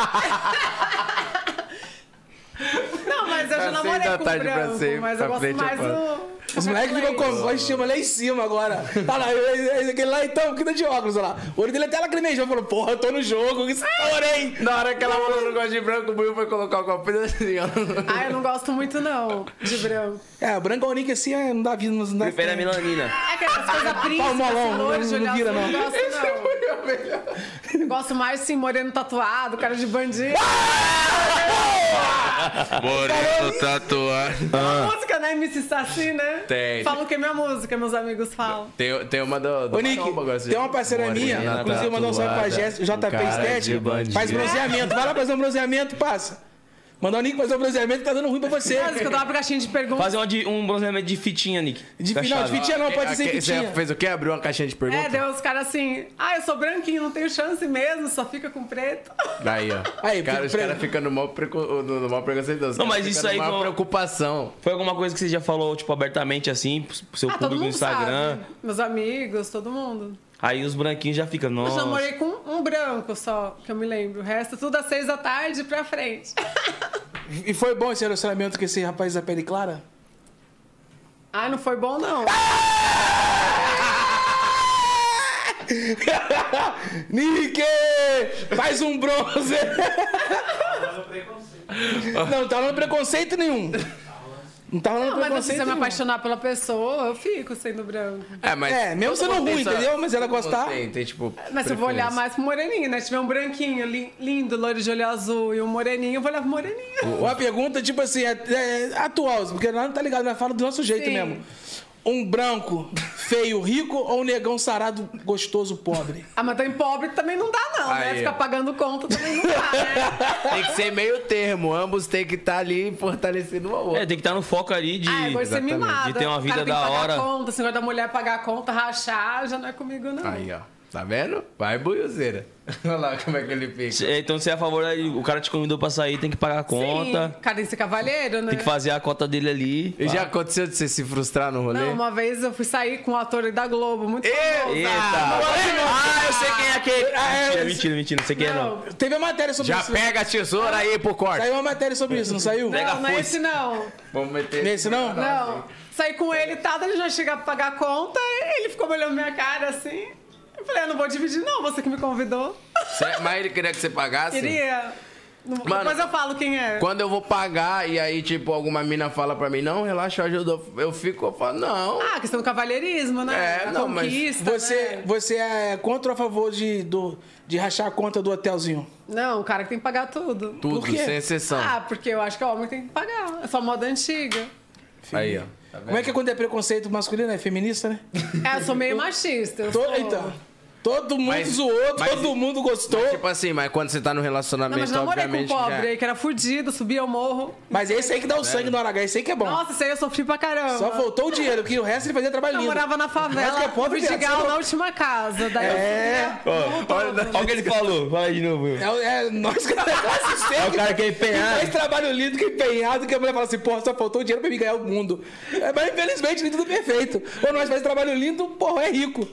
Não, mas eu já Das namorei seis da com tarde pra branco, seis, mas pra eu gosto frente, mais eu do... Os moleques ficam com a voz chama lá em cima agora. Tá lá, esse- aquele lá então, que tá de óculos, olha lá. O olho dele até lacrimejou, falou, porra, eu tô no jogo, que essa hora, hein? Na hora que ela falou não gosta de branco, o Buiu foi colocar o copo assim, ó. Ah, eu não gosto muito, não, de branco. É, o branco Nick assim, é, não dá vida, não dá Prefere a melanina. É aquelas coisas príncipes, Palmolão, assim, loiro, de não olho vira, azul, não. não gosto, não. Eu gosto mais, assim, moreno tatuado, cara de bandido. Moreno tatuado. A música, né? M C Saci, né? Tem. Falam que é minha música, meus amigos falam. Tem, tem uma do. do Ô, Nick, Maromba, agora, assim. tem uma parceira minha, Morena inclusive mandou um salve pra tatuada, Jéssica, J P cara de Estética, bandido. faz bronzeamento. Vai lá fazer um bronzeamento, passa. Mandar o Nick fazer um bronzeamento que tá dando ruim pra você. Mas que eu tava pra caixinha de perguntas. Fazer uma de- um bronzeamento de fitinha, Nick. De, Com a não, de chave. fitinha não, pode ser Aque- fitinha. Você fez o quê? Abriu uma caixinha de É, perguntas? deu os caras assim, ah, eu sou branquinho, não tenho chance mesmo, só fica com preto. Daí, ó. Aí, cara, os pre- caras ficam no mal, preco... no, no mal preconceito. Os Não, caras mas ficam isso aí numa com- preocupação. Foi alguma coisa que você já falou, tipo, abertamente assim, pro pro seu Ah, todo público no mundo Instagram? sabe. Meus amigos, todo mundo. Aí os branquinhos já ficam, Eu nossa. namorei com um branco só, que eu me lembro. O resto tudo às seis da tarde pra frente. E foi bom esse relacionamento com esse rapaz da pele clara? Ai, não foi bom, não. Nick! Faz um bronze! Não, tá rolando preconceito nenhum. Não tá rolando Não, mas se preconceito você me nenhum. apaixonar pela pessoa, eu fico sendo branco. É, mas. É, mesmo todo sendo mundo tem ruim, sua- entendeu? Mas ela todo mundo gostar. Tem, tem, tipo. Mas se eu vou olhar preferência. mais pro moreninho, né? Se tiver um branquinho li- lindo, loiro de olho azul e um moreninho, eu vou olhar pro moreninho. Uma pergunta, tipo assim, é, é atual, porque nós não tá ligado, nós fala do nosso jeito Sim. mesmo. Um branco, feio, rico ou um negão sarado, gostoso, pobre? Ah, mas também pobre também não dá, não, né? Aí, Ficar ó. pagando conta também não dá, né? Tem que ser meio termo. Ambos tem que estar ali fortalecendo um ao outro. É, tem que estar no foco ali de. Ah, agora você me exatamente. mata. De ter uma O vida cara tem da que pagar hora. conta, esse negócio da mulher pagar a conta, rachar, já não é comigo, não. Aí, ó. Tá vendo? Vai, buiuzeira. Olha lá como é que ele fica. É, então você é a favor aí, o cara te convidou pra sair, tem que pagar a conta. Sim, o cara tem que ser cavalheiro, né? Tem que fazer a cota dele ali. E já aconteceu de você se frustrar no rolê? Não, uma vez eu fui sair com um ator da Globo, muito famoso. Eita! Ah, eu sei quem é aquele. Mentira, mentira, mentira, não sei quem é não. Teve uma matéria sobre Já isso. pega a tesoura aí pro corte. Saiu uma matéria sobre isso, não saiu? Pega Não, não é foice. esse não. Vamos meter. Nesse não? Não. Saí com ele e tal, daí ele já chega pra pagar a conta, ele ficou me olhando minha cara assim. Eu falei, eu não vou dividir não, você que me convidou. Cê- Mas ele queria que você pagasse? Queria. Mano, Depois eu falo quem é. Quando eu vou pagar e aí, tipo, alguma mina fala pra mim, não, relaxa, eu ajudo. Eu fico, eu falo, não. Ah, questão do cavalheirismo, né? É, A não, mas conquista, Você, né? você é contra ou a favor de, do, de rachar a conta do hotelzinho? Não, o cara que tem que pagar tudo. Tudo, Por quê? sem exceção. Ah, porque eu acho que o homem tem que pagar. É só moda antiga. Aí, ó. Como é que é quando é preconceito masculino? É feminista, né? É, eu sou meio machista. Eu To- sou... Então, todo mundo Mas- zoou, mas- todo mundo gostou. Tipo assim, mas quando você tá no Não, relacionamento, mas eu namorei com um obviamente. pobre já... aí, que era fudido, subia o morro. Mas esse aí que dá o sangue no H, esse aí que é bom. Nossa, isso aí eu sofri pra caramba. Só faltou o dinheiro, porque o resto ele fazia trabalho Eu lindo. morava na Mas que é favela, pobre, no Vidigal, viado, você na última casa. Daí É. eu subia o morro todo. Olha o que ele falou. Fala aí de novo. É, o- é nós que é o cara que é empenhado. faz trabalho lindo, que é empenhado, que a mulher fala assim, porra, só faltou o dinheiro pra me ganhar o mundo. É, mas infelizmente nem tudo perfeito. Ou nós fazemos trabalho lindo, porra, é rico.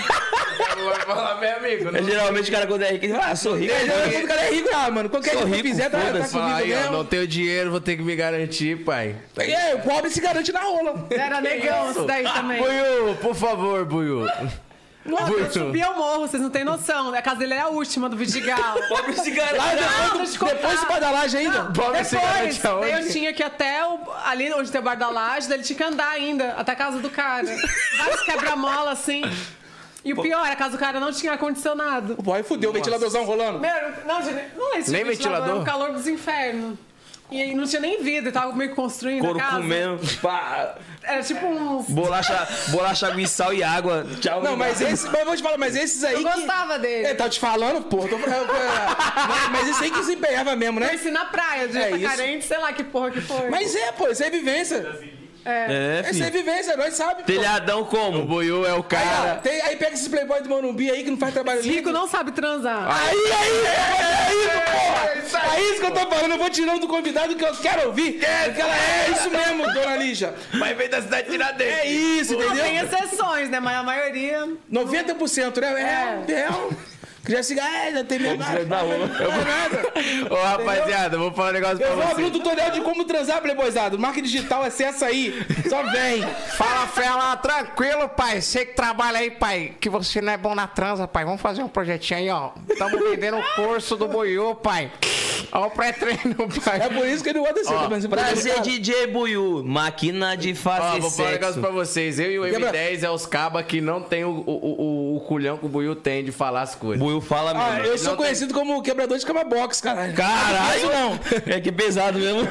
Vai falar, meu amigo. É, geralmente o cara quando é rico, ele fala, ah, sou rico. É, geralmente quando o cara é rico, ah, mano, qualquer Sou coisa que rico, fizer, tá, tá foda-se. Fala comigo aí, ó, mesmo. não tenho dinheiro, vou ter que me garantir, pai. É, o pobre se garante na rola. Era negão isso daí também. Buiu, por favor, Buiu. Nossa, eu subia o morro, vocês não têm noção. A casa dele é a última do Vidigal. Pobre cigarro. Lá Não, depois, deixa eu do, contar. depois do badalagem ainda. Pobre se Depois, garante aonde? daí eu tinha que ir até o, ali onde tem o bar da laje, daí ele tinha que andar ainda, até a casa do cara. Vários quebra-mola, assim. E o pior, a casa do cara não tinha ar-condicionado. Pô, aí fudeu, o ventiladorzão rolando. Meu, não, gente, não é esse Nem ventilador, ventilador? era o calor dos infernos. E aí não tinha nem vidro, tava meio que construindo Couro a casa. comendo. Pá. Era tipo uns... Bolacha, bolacha, água e sal e água. Tchau. Não, mas esse, mas eu vou te falar, mas esses aí Eu que... gostava dele. É, tá te falando, pô. Tô, é, é, mas, mas esse aí que se empenhava mesmo, né? Conheci na praia, de É isso. carente, sei lá que porra que foi. Mas é, pô, isso é vivência. É, Essa é filho. vivência, nós sabemos. Telhadão O como? Buiu é o Aí, ó, cara. tem, aí pega esses playboy do Morumbi aí que não faz trabalho Rico lindo. não sabe transar. Aí, aí, é, isso, porra! É isso que eu tô falando, eu vou tirando do convidado que eu quero ouvir. Porque ela é isso mesmo, dona Lígia. Mas vem da cidade de Tiradentes. É isso, Não, tem entendeu? exceções, né? Mas a maioria... noventa por cento, né? É, é. Que já siga, é, já tem mesmo. Não é nada. Ô, rapaziada, eu vou falar um negócio pra Eu vou abrir um você. tutorial de como transar, playboyzado. Marca digital, acessa aí. Só vem. Fala, fela, tranquilo, pai. Você que trabalha aí, pai, que você não é bom na transa, pai. Vamos fazer um projetinho aí, ó. Estamos vendendo o curso do Buiu, pai. Ó o pré-treino, pai. É por isso que ele gosta de ser. mas- Prazer, D J Buiu. Máquina de Ó, fazer vou falar um negócio sexo. pra vocês. Eu e o Quebra- M dez é os cabas que não tem o, o, o, o culhão que o Buiu tem de falar as coisas. Buiu fala Ah, mesmo. eu sou Não conhecido como quebrador de cama box, caralho. Caralho! Não, É que pesado mesmo.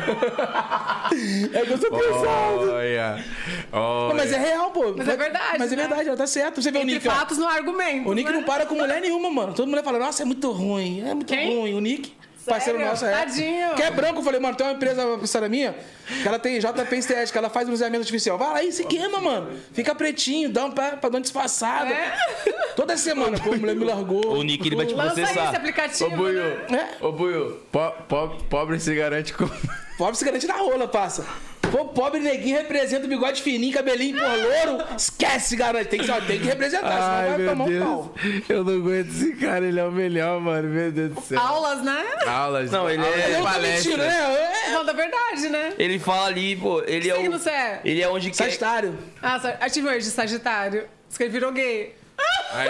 é que eu sou pesado. Olha. Olha. Não, mas é real, pô. Mas é verdade, Mas é né? verdade, ela tá certo. Você vê o Entre Nick, ó. fatos no argumento. O Nick né? não para com mulher nenhuma, mano. Toda mulher fala, nossa, é muito ruim, é muito Quem? ruim. O Nick, parceiro Sério? nosso, é. Tadinho. Que é branco, eu falei, mano, tem uma empresa parceira minha, que ela tem J P Estética, ela faz bronzeamento artificial. Vai lá e se queima, mano. Fica pretinho, dá um pra, pra dar uma disfarçada. É? Toda semana, pô, a mulher me largou. O Nick, ele vai te Lança aí esse processar. Ô, aplicativo, Buiu. né? É. Ô, Buiu. Po, po, pobre se garante com... Pobre se garante na rola, passa. Pô, pobre neguinho representa o bigode fininho, cabelinho por louro. Esquece, garante. Tem que, ó, tem que representar, Ai, senão vai meu tomar um Deus. pau. Eu não aguento esse cara, ele é o melhor, mano. Meu Deus do céu. Aulas, né? Aulas. Não, ele aulas é- de Eu não tô palestra. mentindo, né? É. Não, da verdade, né? Ele fala ali, pô, ele é signo o... você é? Ele é onde quer... Sagitário. Ah, sa- ative hoje, Sagitário. Diz que ele virou gay. Aí,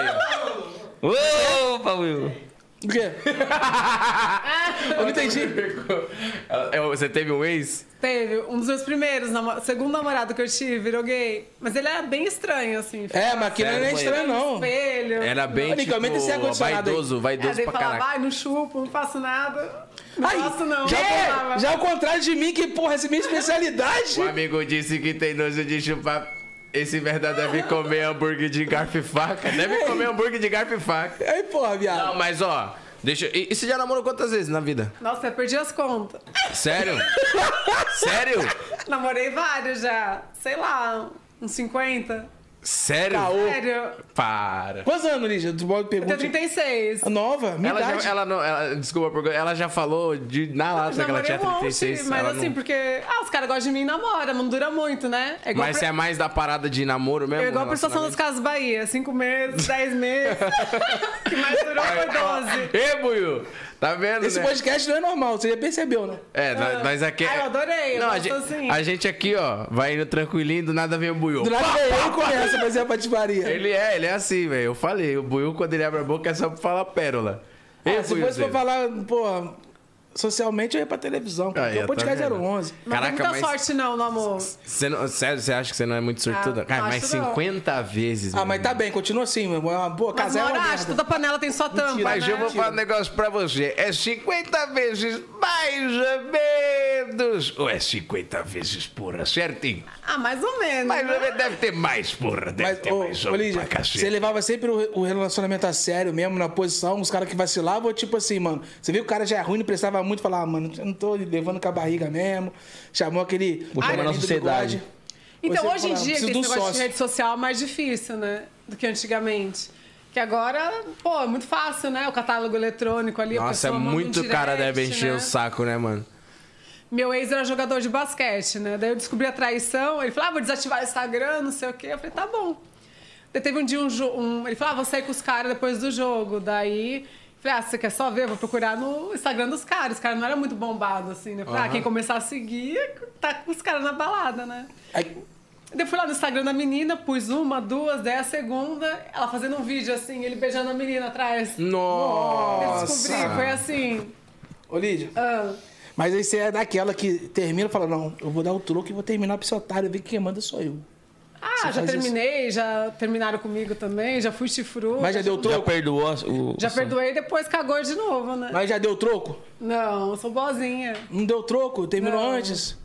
ó. Opa, Will. O quê? Eu não entendi. É, Você teve um ex? Teve um dos meus primeiros, namo- segundo namorado que eu tive, virou gay. Mas ele era bem estranho, assim. É, mas aqui não é Sério, estranho, não. Espelho. Era bem, Ô, Nico, tipo, aumenta esse ar-condicionado aí. vaidoso, É, vaidoso daí pra falava, caraca. ai, não chupo, não faço nada. Não Ai, faço, não. Já, Eu é, falava. já ao contrário de mim, que, porra, essa é minha especialidade. O amigo disse que tem nojo de chupar. Esse verdade deve comer hambúrguer de garfo e faca. Deve comer hambúrguer de garfo e faca. Aí, porra, viado. Não, mas ó, deixa. E, e você já namorou quantas vezes na vida? Nossa, eu perdi as contas. Sério? Sério? Namorei vários já. Sei lá, uns cinquenta. Sério? Caô. Sério. Para. Quantos anos, Lígia? Tu pode Eu tenho perguntar. trinta e seis. Nova, minha Ela idade. já, ela não, ela, desculpa, porque ela já falou de, na lata que ela Namorei tinha um trinta e monte, seis. mas ela assim, não- porque... Ah, os caras gostam de mim e namoram, não dura muito, né? É igual Mas pre- você é mais da parada de namoro mesmo? Eu igual a prestação das Casas Bahia. Cinco meses, dez meses. O que mais durou foi doze. Ê, Buiu! Tá vendo, Esse né? podcast não é normal, você já percebeu, né? É, nós, nós aqui... Ah, eu adorei, eu Não, a gosto gente, assim. a gente aqui, ó, vai indo tranquilinho, do nada vem o Buiu. Do nada vem eu e começa a fazer a patifaria. Ele é, ele é assim, velho. Eu falei, o Buiu, quando ele abre a boca, é só pra falar pérola. Ê, Ah, se fosse pra Buiuzinho. falar, porra, socialmente eu ia pra televisão. Porque Aí, o podcast tá era vendo? onze. Não Caraca, tem muita mas- sorte não, no amor. Você não, sério, você acha que você não é muito sortuda? Ah, Cara, não mas acho não. cinquenta vezes. Ah, meu mas irmão. tá bem, continua assim, meu irmão. Pô, Mas casar é uma uma hora, merda. toda panela tem sua tampa, Mas né? eu vou falar um negócio pra você. É cinquenta vezes mais ou menos. Ou é cinquenta vezes, porra, certinho? Ah, mais ou menos. Mais ou né? menos, deve ter mais, porra. Deve Mas, ter ô, mais ô, um Lígia, pra cacete. você levava sempre o, o relacionamento a sério mesmo, na posição, os caras que vacilavam, ou tipo assim, mano, você viu que o cara já é ruim, não prestava muito, falava, ah, mano, eu não tô levando com a barriga mesmo. Chamou aquele... Vou chamar na bailarino do sociedade. bigode. Então, Você hoje em falava, dia, preciso que de um esse negócio de sócio. rede social é mais difícil, né? Do que antigamente. Que agora, pô, é muito fácil, né? O catálogo eletrônico ali, a Nossa, é pessoa manda um muito direct, cara deve encher né? o saco, né, mano? Meu ex era jogador de basquete, né? Daí eu descobri a traição. Ele falou, ah, vou desativar o Instagram, não sei o quê. Eu falei, tá bom. Daí teve um dia um... jo- um ele falou, ah, vou sair com os caras depois do jogo. Daí... Falei, ah, você quer só ver? Eu vou procurar no Instagram dos caras. Os caras não eram muito bombados, assim, né? Falei, ah, quem começar a seguir, tá com os caras na balada, né? Aí, Daí eu fui lá no Instagram da menina, pus uma, duas, daí a segunda, ela fazendo um vídeo assim, ele beijando a menina atrás. Nossa! Eu descobri, foi assim. ô, Lídia, ah, mas aí você é daquela que termina e fala, não, eu vou dar o troco e vou terminar pra esse otário, ver que quem manda sou eu. ah, já faz terminei, já terminaram comigo também, já fui chifruda. Mas já deu Já troco? perdoou o... Já o- perdoei, depois cagou de novo, né? Mas já deu troco? Não, eu sou boazinha. Não deu troco? Terminou Não. antes?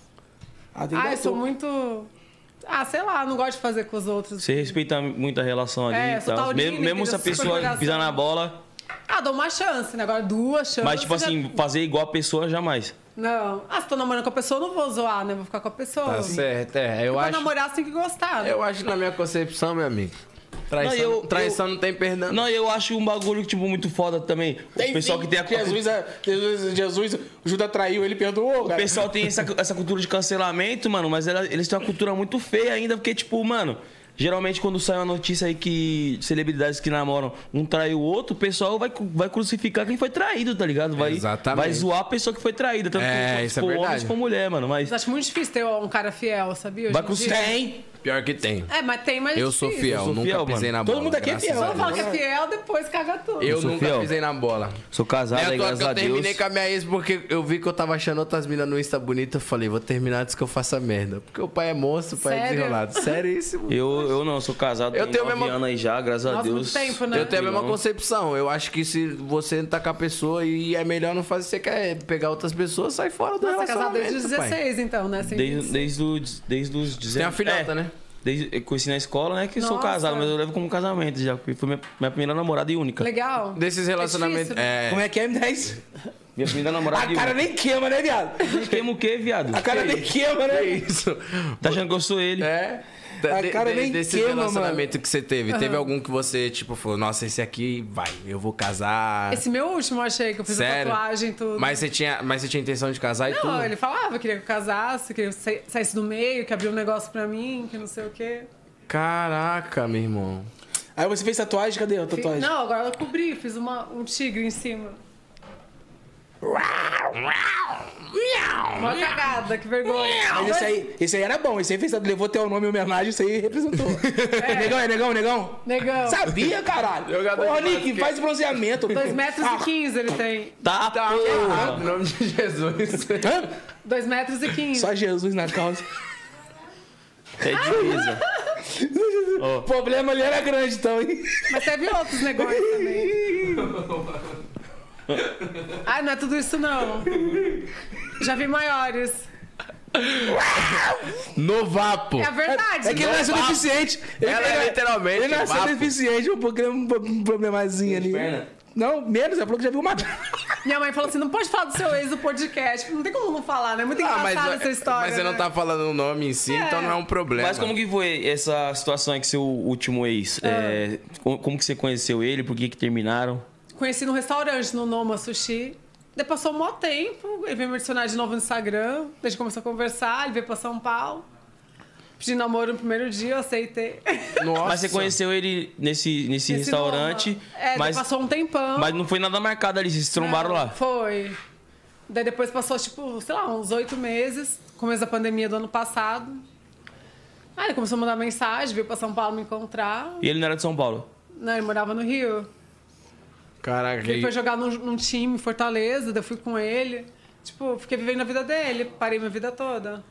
Ah, tem que Ah, dar eu sou troco. muito... Ah, sei lá, não gosto de fazer com os outros. Você respeita muito a relação ali É, e sou tal. taurina, Mesmo, mesmo se a entendeu? Super pessoa coração. pisar na bola, Ah, dou uma chance, né? Agora duas chances. mas tipo já- assim, fazer igual a pessoa, jamais. Não. Ah, se tô namorando com a pessoa, eu não vou zoar, né? Vou ficar com a pessoa. Tá certo, é. Eu Pra acho, namorar, você tem que gostar. né? eu acho na minha concepção, meu amigo. Traição, Não, eu- traição não tem perdão. Não, eu acho um bagulho, tipo, muito foda também. O Tem pessoal sim. que tem a... Jesus, é- Jesus, Jesus, o Judas traiu, ele perdoou, O cara. pessoal tem essa, essa cultura de cancelamento, mano, mas ela- eles têm uma cultura muito feia ainda, porque, tipo, mano, geralmente quando sai uma notícia aí que celebridades que namoram um trai o outro, o pessoal vai, cu- vai crucificar quem foi traído, tá ligado? Vai, Exatamente. vai zoar a pessoa que foi traída, tanto É, que isso é for homem, verdade. se for mulher, mano, mas... Mas acho muito difícil ter um cara fiel, sabia? Hoje Vai em crucificar. dia. Tem! Pior que tem. É, mas tem mais Eu sou difícil. fiel, sou nunca fiel, pisei mano. na bola. Todo mundo aqui é graças fiel. a Quando Deus. fala que é fiel, depois caga tudo. Eu sou nunca fiel. pisei na bola. Sou casado, Não é aí, à toa graças que eu a terminei Deus. com a minha ex porque eu vi que eu tava achando outras minas no Insta bonita. Eu falei, vou terminar antes que eu faça merda. Porque o pai é monstro, o pai é Sério? desenrolado. Seríssimo. Eu, eu não, sou casado, Eu tenho tenho a nove mesma- anos aí já, graças a Nossa, Deus. muito tempo, né? Eu tenho a mesma Não. concepção. Eu acho que se você tá com a pessoa e é melhor não fazer, você quer pegar outras pessoas, sai fora do Você é casado relacionamento, desde os pai. dezesseis, então, né? Sem Desde, vinte. desde, o, desde os dezenove. Tem uma filhota, É, né? Desde, eu conheci na escola, né? Que eu sou Nossa. casado, mas eu levo como casamento já. Porque foi minha, minha primeira namorada e única. Legal. Desses relacionamentos. difícil, né? É, Como é que é, M dez? Minha primeira namorada A e cara única. nem queima, né, viado? Queima o quê, viado? A cara nem queima, é né? isso. Tá achando que eu sou ele? É. A cara nem desse queima, relacionamento que você teve, teve algum que você, tipo, falou, nossa, esse aqui vai, eu vou casar. Esse meu último, eu achei que eu fiz Sério? a tatuagem e tudo. Mas você tinha, mas você tinha intenção de casar e tudo? Não, ele falava que queria que eu casasse, que eu sa- saísse do meio, que abriu um negócio pra mim, que não sei o quê. Caraca, meu irmão. Aí você fez tatuagem, cadê a Fiz- tatuagem? Não, agora eu cobri, fiz uma, um tigre em cima. Uma cagada, que vergonha. Mas esse aí, esse aí era bom, esse aí fez, levou até o nome em homenagem, isso aí representou. É. Negão, é negão, negão? Negão. Sabia, caralho. Jogador Ô, de Nick, basquete. faz bronzeamento. dois metros Ah, e quinze ele tem. Tá, Ah, porra. em nome de Jesus. hã? dois metros e quinze. Só Jesus na causa. É divisa. O problema ali era grande, então, hein? Mas teve outros negócios também. Ai, não é tudo isso não. Já vi maiores. No vapo. É a verdade. É que ele né? nasceu deficiente. Ele, Ela é ele- literalmente Ele nasceu vapo. deficiente, um problema- um problemazinho ali. pernas? Não, menos, ela falou que já viu uma. Minha mãe falou assim, não pode falar do seu ex no podcast. Não tem como não falar, né? É muito Ah, mas, engraçada essa história. mas você não né? tá falando o nome em si, É. então não é um problema. Mas como que foi essa situação aí com seu último ex? É, como, como que você conheceu ele? Por que que terminaram? Conheci num restaurante, no Noma Sushi. Daí passou um maior tempo, ele veio me adicionar de novo no Instagram. Daí a gente começou a conversar, ele veio pra São Paulo. Pedi namoro no primeiro dia, eu aceitei. Nossa. Mas você conheceu ele nesse, nesse, Esse restaurante, Noma. É, daí mas, passou um tempão. mas não foi nada marcado ali, vocês se trombaram Não, lá. Foi. Daí depois passou, tipo, sei lá, uns oito meses, começo da pandemia do ano passado. Aí ele começou a mandar mensagem, veio pra São Paulo me encontrar. E ele não era de São Paulo? Não, ele morava no Rio. Caraca. Ele e- foi jogar num, num time em Fortaleza, daí eu fui com ele. Tipo, fiquei vivendo a vida dele, parei minha vida toda.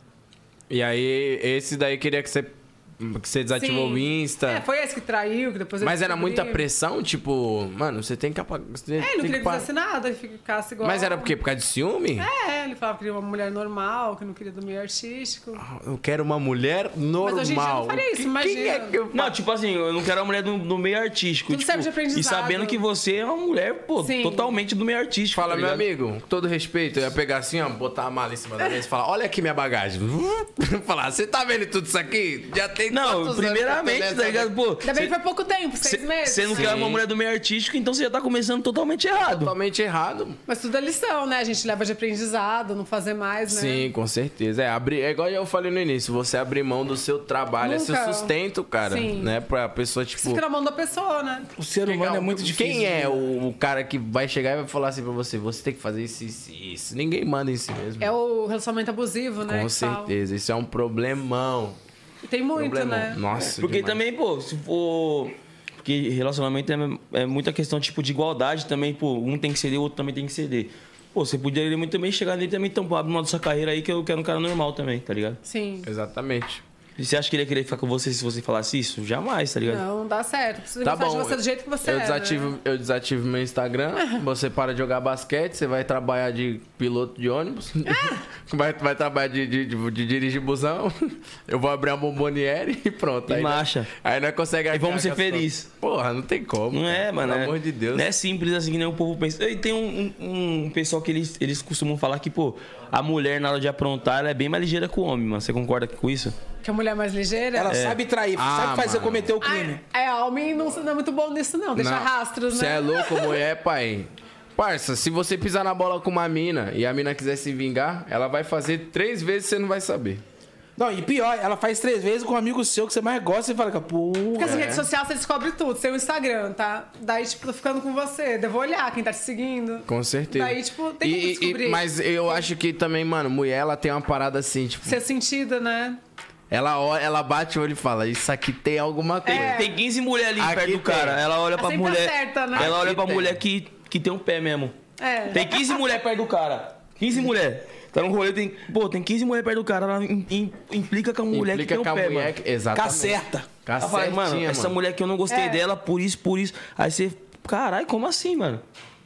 E aí, esse daí queria que você, que você desativou Sim. o Insta. É, foi esse que traiu, que depois eu Mas era descobri. muita pressão, tipo, mano, você tem que apagar. Você É, ele tem não queria que pa- fizesse nada, que ficasse igual. Mas era por quê? Por causa de ciúme? É, ele falava que queria uma mulher normal, que não queria do meio artístico. Eu quero uma mulher normal. Mas hoje em dia eu não faria isso, Quem imagina. é que eu... Não, tipo assim, eu não quero uma mulher do, do meio artístico. Tudo tipo, serve de aprendizado. E sabendo que você é uma mulher, pô, Sim. totalmente do meio artístico. Fala, tá meu ligado? amigo, com todo respeito, eu ia pegar assim, ó, botar a mala em cima da mesa e falar, olha aqui minha bagagem. Falar, você tá vendo tudo isso aqui? Já tem Não, quantos anos que eu tô primeiramente, nessa- tá ligado? Pô, Ainda bem que foi pouco tempo, seis meses. você não quer uma mulher do meio artístico, então você já tá começando totalmente errado. Totalmente errado. Mas tudo é lição, né? A gente leva de aprendizado, não fazer mais, né? Sim, com certeza. É, abrir, é igual eu falei no início, você abrir mão do seu trabalho, é seu Nunca. sustento, cara. Sim. Né? Pra pessoa, tipo. Você fica na mão da pessoa, né? O ser humano é muito difícil. Quem é de- o, o cara que vai chegar e vai falar assim pra você, você tem que fazer isso, isso, isso. Ninguém manda em si mesmo. É o relacionamento abusivo, né? Com que fala. certeza, isso é um problemão. E tem muito, problemão. né? Nossa, Porque demais. também, pô, se for. Porque relacionamento é, é muita questão, tipo, de igualdade também, pô. Um tem que ceder, o outro também tem que ceder. Pô, você poderia muito também chegar nele também, então, pô, abre mão dessa carreira aí que eu quero um cara normal também, tá ligado? Sim. Exatamente. E você acha que ele ia querer ficar com você se você falasse isso? Jamais, tá ligado? Não, dá certo. Precisa Tá gostar bom. de você do jeito que você eu é. desativo, né? eu desativo meu Instagram, você para de jogar basquete, você vai trabalhar de piloto de ônibus, vai, vai trabalhar de, de, de, de dirigir busão, eu vou abrir uma bomboniere e pronto. E aí marcha. Nós, aí nós conseguimos E vamos ser felizes. Porra, não tem como. Não é, cara. mano. Pelo é- amor de Deus. Não é simples assim que nem o povo pensa. E tem um, um, um pessoal que eles, eles costumam falar que, pô, a mulher na hora de aprontar, ela é bem mais ligeira que o homem, mano. Você concorda com isso? Que a mulher é mais ligeira. Ela sabe trair, Ah, sabe fazer mano. cometer o crime. Ah, é, homem não, não é muito bom nisso, não. Deixa Não. rastros, Você né? é louco, mulher, pai. Parça, se você pisar na bola com uma mina e a mina quiser se vingar, ela vai fazer três vezes e você não vai saber. Não, e pior, ela faz três vezes com um amigo seu que você mais gosta e fala, pô. Porque as É. redes sociais você descobre tudo. Seu Instagram, tá? Daí, tipo, tô ficando com você. Devo olhar quem tá te seguindo. Com certeza. Daí, tipo, tem como E- e- descobrir. Mas eu acho que também, mano, mulher, ela tem uma parada assim, tipo... Ser sentida, né? Ela, olha, ela bate o olho e fala, isso aqui tem alguma coisa. É. Tem quinze mulheres ali Aqui perto do tem. cara. Ela olha pra sempre mulher. acerta, né? Ela olha Aqui pra tem. mulher que, que tem um pé mesmo. É. Tem quinze mulheres perto do cara. quinze mulheres. Tá no rolê, tem. Pô, tem quinze mulheres perto do cara. Ela im- im- implica com a mulher Implica que com tem a um pé, mulher mano. que... Fica Exatamente. certa. Fica Ela fala, mano, certinha, essa mano. mulher que eu não gostei É. dela, por isso, por isso. Aí você. Caralho, como assim, mano?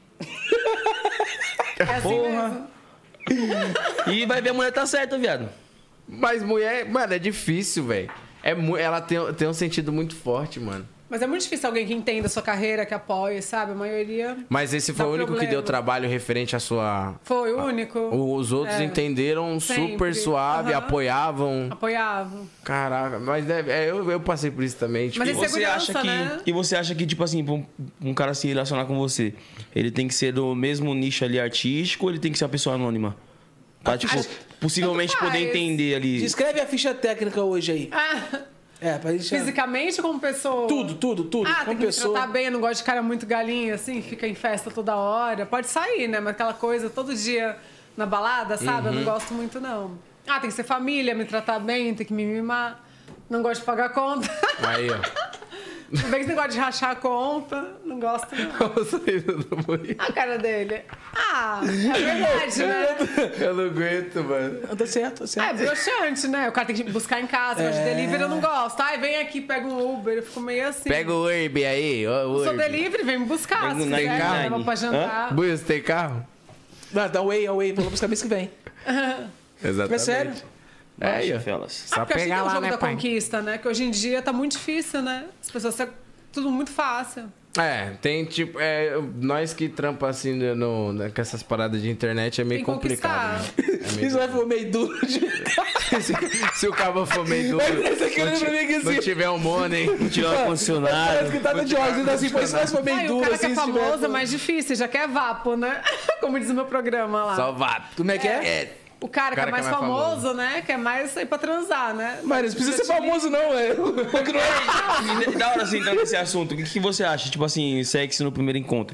É assim Porra. mesmo. E vai ver a mulher tá certa, viado. Mas mulher, mano, é difícil, velho. É, mu- ela tem, tem um sentido muito forte, mano. Mas é muito difícil alguém que entenda a sua carreira, que apoie, sabe? A maioria Mas esse foi Dá o único que problema. deu trabalho referente à sua... foi o único. Os outros É. entenderam Sempre. super suave, Aham. apoiavam. Apoiavam. Caraca, mas deve, é, eu, eu passei por isso também. Tipo, Mas E esse- você Insegurança, acha que. né? E você acha que, tipo assim, pra um, um cara se relacionar com você, ele tem que ser do mesmo nicho ali artístico ou ele tem que ser uma pessoa anônima? Pra, tipo, acho- possivelmente tanto poder faz. entender ali. Descreve a ficha técnica hoje aí. Ah, É, pra gente. já- fisicamente ou como pessoa? Tudo, tudo, tudo. Ah, Como tem que pessoa. me tratar bem, eu não gosto de cara muito galinha, assim, fica em festa toda hora. Pode sair, né? Mas aquela coisa todo dia na balada, sabe? Eu Uhum. não gosto muito, não. Ah, tem que ser família, me tratar bem, tem que me mimar. Não gosto de pagar conta. Aí, ó. Não vem esse negócio de rachar a conta. Não gosto, não. Eu saí do bonito. A cara dele. Ah, é verdade, né? Eu não aguento, mano. Tá certo, tá É certo. broxante, né? O cara tem que buscar em casa, mas de É. delivery eu não gosto. Ai, vem aqui, pega um Uber. Eu fico meio assim. Pega o Urb aí, ó, o Sou Urb. delivery, vem me buscar. Vem Se no quiser, Nine leva Nine. pra jantar. Buiu, você tem carro? Não, dá Way, Way, vou lá buscar mês que vem. Exatamente. É sério? É aí, ó. Felas. Ah, Só porque eu acho que pegar tem o lá, jogo né, da pai? conquista, né? Que hoje em dia tá muito difícil, né? As pessoas têm tudo muito fácil. É, tem tipo. É, nós que trampa assim no, no, com essas paradas de internet é meio Tem que complicado. conquistar. Né? É meio Isso vai for meio duro de. se, se o cabo for meio duro, Essa aqui não, olhando pra mim aqui ti- não assim. tiver um money, Tirar o Parece funcionário. que tá de óculos assim, pô, isso vai for meio Aí o duro cara assim. que é se tiver- famoso é mais difícil, já quer vapo, né? Como diz o meu programa lá. só vá. Como é que é? É, O cara, O cara que é mais que é mais famoso, famoso. né? Quer mais sair pra transar, né? Mas não precisa ser famoso, não, é. E da hora assim, entrando nesse assunto, o que, que você acha? Tipo assim, sexo no primeiro encontro.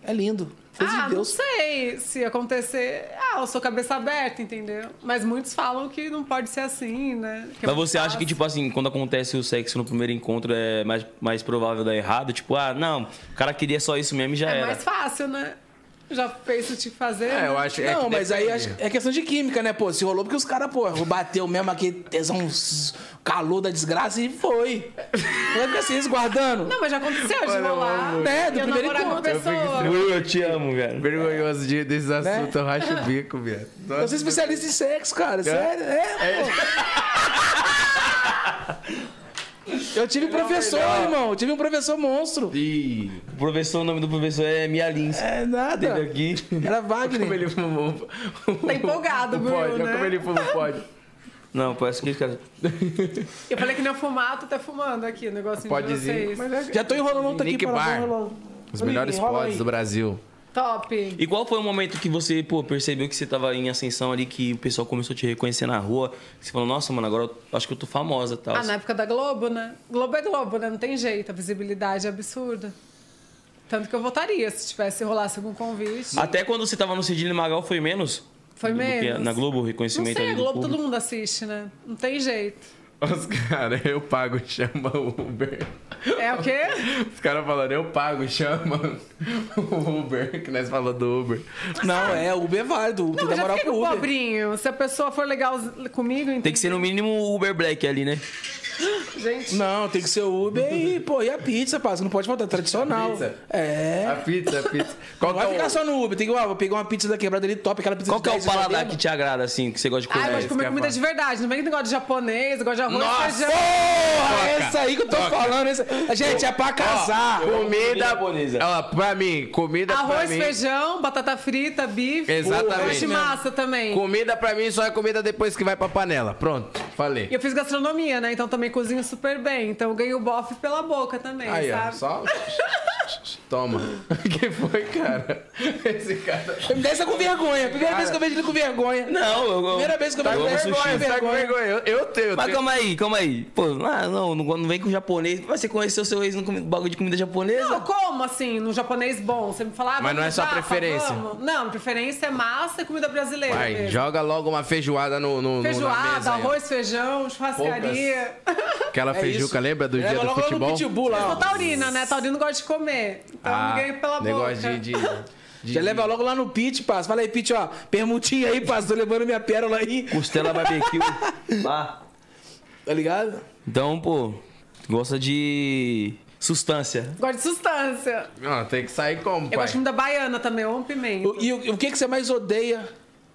É lindo. Coisa Ah, de Deus. não sei se acontecer. Ah, eu sou cabeça aberta, entendeu? Mas muitos falam que não pode ser assim, né? Que é Mas muito você acha fácil. que, tipo assim, quando acontece o sexo no primeiro encontro é mais, mais provável dar errado? Tipo, ah, não, o cara queria só isso mesmo e já É era. mais fácil, né? Já fez o que fazer. É, né? eu acho é Não, que mas aí depende. acho- é questão de química, né, pô? Se rolou porque os caras, pô, bateu mesmo aqui, tesão, s- calor da desgraça e foi. Não vai ficar assim, esguardando. Não, mas já aconteceu de Olha, rolar. amor. Né, do E eu primeiro namorar com uma encontro. Eu pessoa. Will, eu te amo, velho. Vergonhoso de, desses assuntos, eu racho o bico, viado. Eu sou especialista em sexo, cara. Sério, é, pô. Eu tive um professor, irmão. Eu tive um professor monstro. Ih, O professor, o nome do professor é Mialins. É nada. Teve aqui. Era como Wagner. ele fumou. Tá empolgado, o Bruno, pode, olha né? como ele fuma o pode. Não, parece que esse cara... Eu falei que não ia fumar, tu tá fumando aqui, o negocinho Podezinho. de vocês. Já tô enrolando outro aqui Nick para Bar. enrolar. Os melhores Enrola pods aí. do Brasil. Top. E qual foi o momento que você, pô, percebeu que você tava em ascensão ali, que o pessoal começou a te reconhecer na rua? Que você falou, nossa, mano, agora eu acho que eu tô famosa e tal. Ah, na época da Globo, né? Globo é Globo, né? Não tem jeito, a visibilidade é absurda. Tanto que eu votaria se tivesse rolasse algum convite. Até quando você tava no Cidinho Magal foi menos? Foi do que menos. Na Globo, o Não reconhecimento sei, ali a do Globo todo público? mundo assiste, né? Não tem jeito. Os caras, eu pago, chama o Uber. É o quê? Os caras falando, eu pago, chama o Uber, que nós falamos do Uber. Não, é, o Uber é válido. Tu Não, dá mas já moral fica pro com o Uber. pobrinho. Se a pessoa for legal comigo, então. Tem que ser no mínimo o Uber Black ali, né? Gente, Não, tem que ser o Uber e, pô, e a pizza, pá? Você não pode faltar, tradicional. Pizza? É. A pizza, a pizza. Qual Não que vai é ficar o... só no Uber. Tem que, ó, vou pegar uma pizza da quebrada ali top, aquela pizza Qual de que é o dez reais, paladar né? que te agrada, assim, que você gosta de ah, eu comer? gosto de comer que eu comida ia de verdade. Não vem que negócio de japonês, eu gosto de arroz, Nossa! feijão. Porra, é essa aí que eu tô falando. Essa... Gente, é pra casar. Comida... japonesa. Ó, pra mim, comida pra Arroz, mim... feijão, batata frita, bife. Exatamente. Eu gosto de massa também. Comida pra mim só é comida depois que vai pra panela. Pronto, falei. E eu fiz gastronomia, né? Então também cozinho super bem. Então eu ganho o bofe pela boca também, Aí, ó, sabe? só... Toma. O que foi, cara? Esse cara... Me dá essa com vergonha. Primeira vez que eu vejo ele com vergonha. Não, eu... eu Primeira vez que eu Tá vejo com ele com vergonha, vergonha. tá com vergonha. Eu, eu tenho, eu Mas tenho. calma aí, calma aí. Pô, ah, não, não, não vem com japonês. Mas você conheceu seu ex no comi- bagulho de comida japonesa? Não, como assim? No japonês bom? Você me fala, ah, Mas vamos não é no só japa, preferência. vamos? Não, preferência é massa e comida brasileira. Vai, mesmo. joga logo uma feijoada no, no, no- na Feijoada, mesa aí, ó. arroz, feijão, churrascaria. Aquela É feijuca, isso. lembra do dia Leva do logo lá no futebol? pitbull lá, Eu ó. sou taurina, né? Taurino gosta de comer. Então eu Ah, me ganho pela negócio boca. de... de, de Já leva logo lá no Pit, parça. Fala aí, Pit, ó. Permutinha aí, parça. Tô levando minha pérola aí. Costela barbecue. Ah. Tá ligado? Então, pô, gosta de substância. Gosto de substância. Não, tem que sair como, Eu pai? gosto de comida baiana também, ou um pimenta. O- E o, o que, que você mais odeia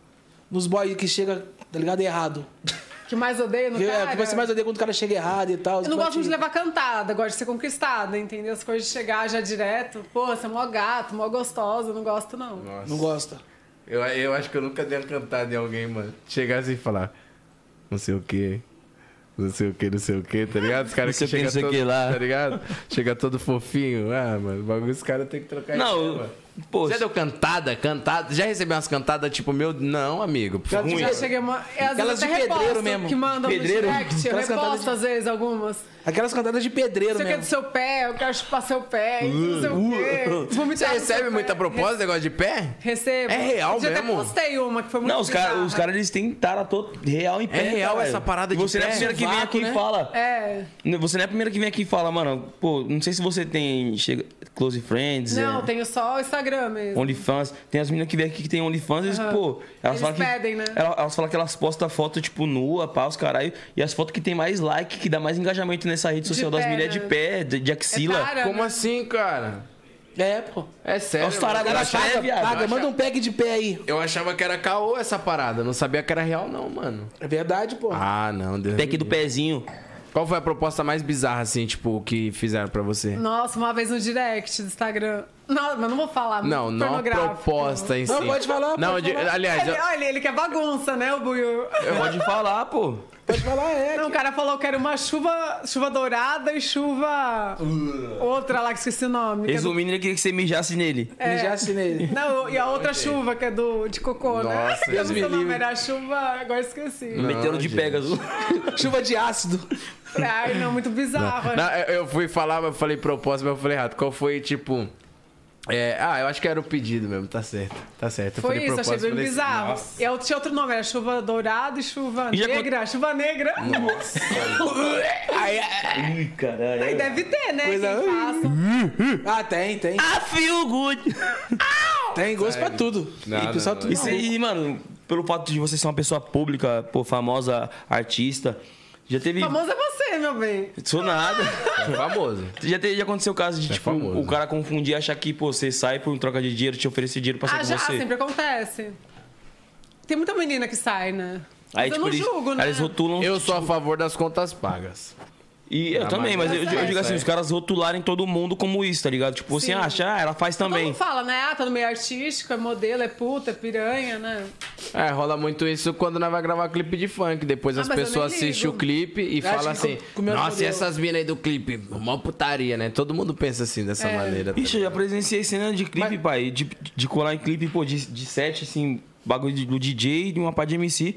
nos boys que chega, tá ligado, errado? O que mais odeio no Que, é, cara? o que você mais odeia quando o cara chega errado e tal? Eu não gosto muito de levar cantada, gosto de ser conquistada, entendeu? As coisas de chegar já direto. Pô, você é mó gato, mó gostosa, eu não gosto não. Nossa. Não gosta. Eu, eu acho que eu nunca dei uma cantada em alguém, mano. Chegar assim e falar, não sei o quê, não sei o que, não sei o que, tá ligado? Os caras Não que sei o que, chegam não sei o todo, que lá. tá ligado? Chega todo fofinho. Ah, mano, o bagulho os caras tem que trocar ideia, Não, mano. pô, Você deu cantada, cantada? Já recebeu umas cantadas tipo, meu... Não, amigo. Já- Ruim. Já cheguei uma... é, às Aquelas vezes eu de até pedreiro reposto, mesmo. que mandam Pedreiro? no direct, eu Aquelas cantadas reposto de- às vezes algumas. Aquelas cantadas de pedreiro Você quer do mesmo. seu pé, eu quero chupar seu pé, e não sei o quê. Você Vomitar no recebe seu muita pé. proposta, negócio de pé? Recebo. É real Eu já mesmo? até postei uma que foi muito Não, os caras bizarra. os cara, eles têm tara todo real em pé. É real caralho. essa parada E de você não é a pé? primeira que vem Vácuo, aqui né? e fala. É. Você não é a primeira que vem aqui e fala, mano, pô, não sei se você tem chega, close friends, Não, é, tenho só o Instagram mesmo. OnlyFans. Tem as meninas que vêm aqui que tem OnlyFans, eles, Aham. pô, elas Eles falam que. pedem, né? Elas, elas falam que elas postam foto, tipo, nua, pá, os caralho. E as fotos que tem mais like, que dá mais engajamento nessa rede De social das pé, mulheres de né? pé, de, de axila. É tara, Como né? assim, cara? É, pô. É sério. Os tarados mano. da fé, Paga, viado. paga, Eu manda acha- um pack de pé aí. Eu achava que era caô essa parada. Não sabia que era real, não, mano. É verdade, pô. Ah, não. Deus Pack me do livre. pezinho. Qual foi a proposta mais bizarra, assim, tipo, que fizeram pra você? Nossa, uma vez no direct do Instagram. Não, mas não vou falar. muito Não, não a pornográfico. proposta em si. Não, pode falar, Não, pode de- falar. aliás, Ele, eu- olha, ele quer bagunça, né, o Buiu? Pode falar, pô. Pode falar, é. Não, o cara falou que era uma chuva, chuva dourada e chuva... Outra lá que esqueci o nome. que é do- Resumindo, ele queria que você mijasse nele. Ele já assinei. Não, e a outra chuva que é do, de cocô, né? Nossa, Eu Deus não me sei o nome, livre. era a chuva... Agora esqueci. Metendo de gente. Pegasus. Chuva de ácido. Ai, não, muito bizarro. Não, eu eu fui falar, mas eu falei proposta, mas eu falei errado. Qual foi, tipo, É, ah, eu acho que era o pedido mesmo, tá certo. Tá certo. Eu Foi falei isso, achei propósito, bem falei assim, bizarro. nossa. E eu tinha outro nome, era chuva dourada e chuva E já negra. Chuva negra. Nossa. Aí, Ih, caralho. Aí deve ter, né? Coisa- Quem faça. ah, tem, tem. I feel good. Tem gosto pra tudo. Não, e o pessoal não, tudo E, cê- e, mano, pelo fato de você ser uma pessoa pública, pô, famosa, artista, já teve... Famoso é você, meu bem. Sou nada. É famoso. Já, teve, já aconteceu o caso de, É tipo, famoso. o cara confundir e achar que, pô, você sai por troca de dinheiro, te oferecer dinheiro pra sair Ah, com já, você. sempre acontece. Tem muita menina que sai, né? Aí, Mas eu tipo, não eles, julgo, aí né? eles rotulam... Eu sou a favor das contas pagas. E eu Ah, também, mas mas eu, eu é digo assim, isso, os caras rotularem todo mundo como isso, tá ligado? Tipo, Sim. assim, acha, ah, ela faz Todo também. mundo fala, né? Ah, tá no meio artístico, é modelo, é puta, é piranha, né? É, rola muito isso quando nós vai gravar clipe de funk. Depois Ah, as mas eu pessoas nem ligo. assistem o clipe e Acho falam que assim: com- comeu nossa, e modelo. essas minas aí do clipe? Uma putaria, né? Todo mundo pensa assim, dessa É. maneira. tá Ixi, eu já presenciei cena de clipe, pai. De, de colar em clipe, pô, de, de set, assim, bagulho de- do D J, de uma parte de M C.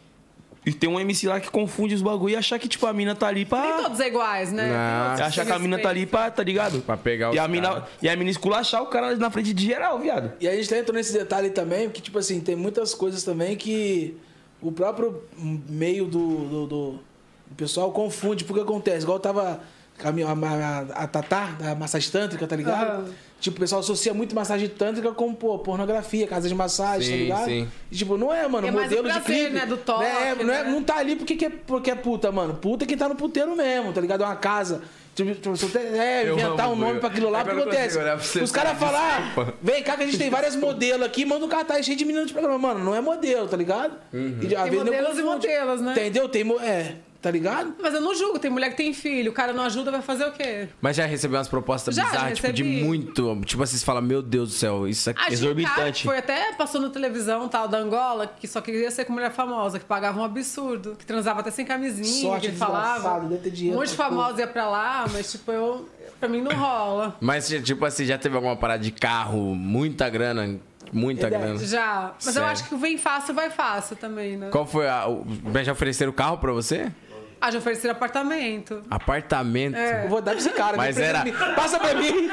E tem um M C lá que confunde os bagulho e achar que, tipo, a mina tá ali Nem pra. todos é iguais, né? Não. Tem outros Achar que a mina tá ali respeitam. pra, tá ligado? Pra pegar os e a mina caras. E a mina esculachar o cara na frente de geral, viado. E a gente tá entrando nesse detalhe também, porque, tipo assim, tem muitas coisas também que o próprio meio do, do, do- do pessoal confunde. Porque acontece, igual tava a, minha- a, a, a Tatá, da massagem tântrica, tá ligado? Aham. Tipo, o pessoal associa muito massagem tântrica com, pô, pornografia, casa de massagem, tá Sim, ligado? sim. E, tipo, não é, mano, É mais modelo o de prazer, clipe. né, do toque, né? Não, é, né? não tá ali porque, que é, porque é puta, mano. Puta é quem tá no puteiro mesmo, tá ligado? É uma casa. Tipo, tipo, você tem- é, Eu inventar amo, um nome eu- pra aquilo lá, é porque que eu não acontece. consigo olhar pra você, Os caras tá? falam, ah, Desculpa. vem cá que a gente tem várias modelos aqui, manda um cartaz cheio de meninas de programa. Mano, não é modelo, tá ligado? Uhum. E, às Tem vezes, nego modelos e confunde. modelos, né? Entendeu? Tem, mo- é, tá ligado? Mas eu não julgo, tem mulher que tem filho, o cara não ajuda, vai fazer o quê? Mas já recebeu umas propostas Já, já bizarras, tipo, de recebi. muito. Tipo assim, você fala, meu Deus do céu, isso aqui. Ah, tinha um cara que Exorbitante. foi até, passou na televisão, tal, da Angola, que só queria ser com mulher famosa, que pagava um absurdo, que transava até sem camisinha, Sorte que ele falava. desgraçado, deve ter dinheiro Um monte de pra famosa ia pra lá, mas tipo, eu, pra mim não rola. Mas, tipo assim, já teve alguma parada de carro, muita grana, muita Ideia. grana. Já. Mas eu Sério? acho que o vem fácil, vai fácil também, né? Qual foi a. o- Já ofereceram carro pra você? Ah, já ofereceram apartamento. Apartamento. Eu vou dar pra esse cara. Mas me era- apresenta- Passa pra mim.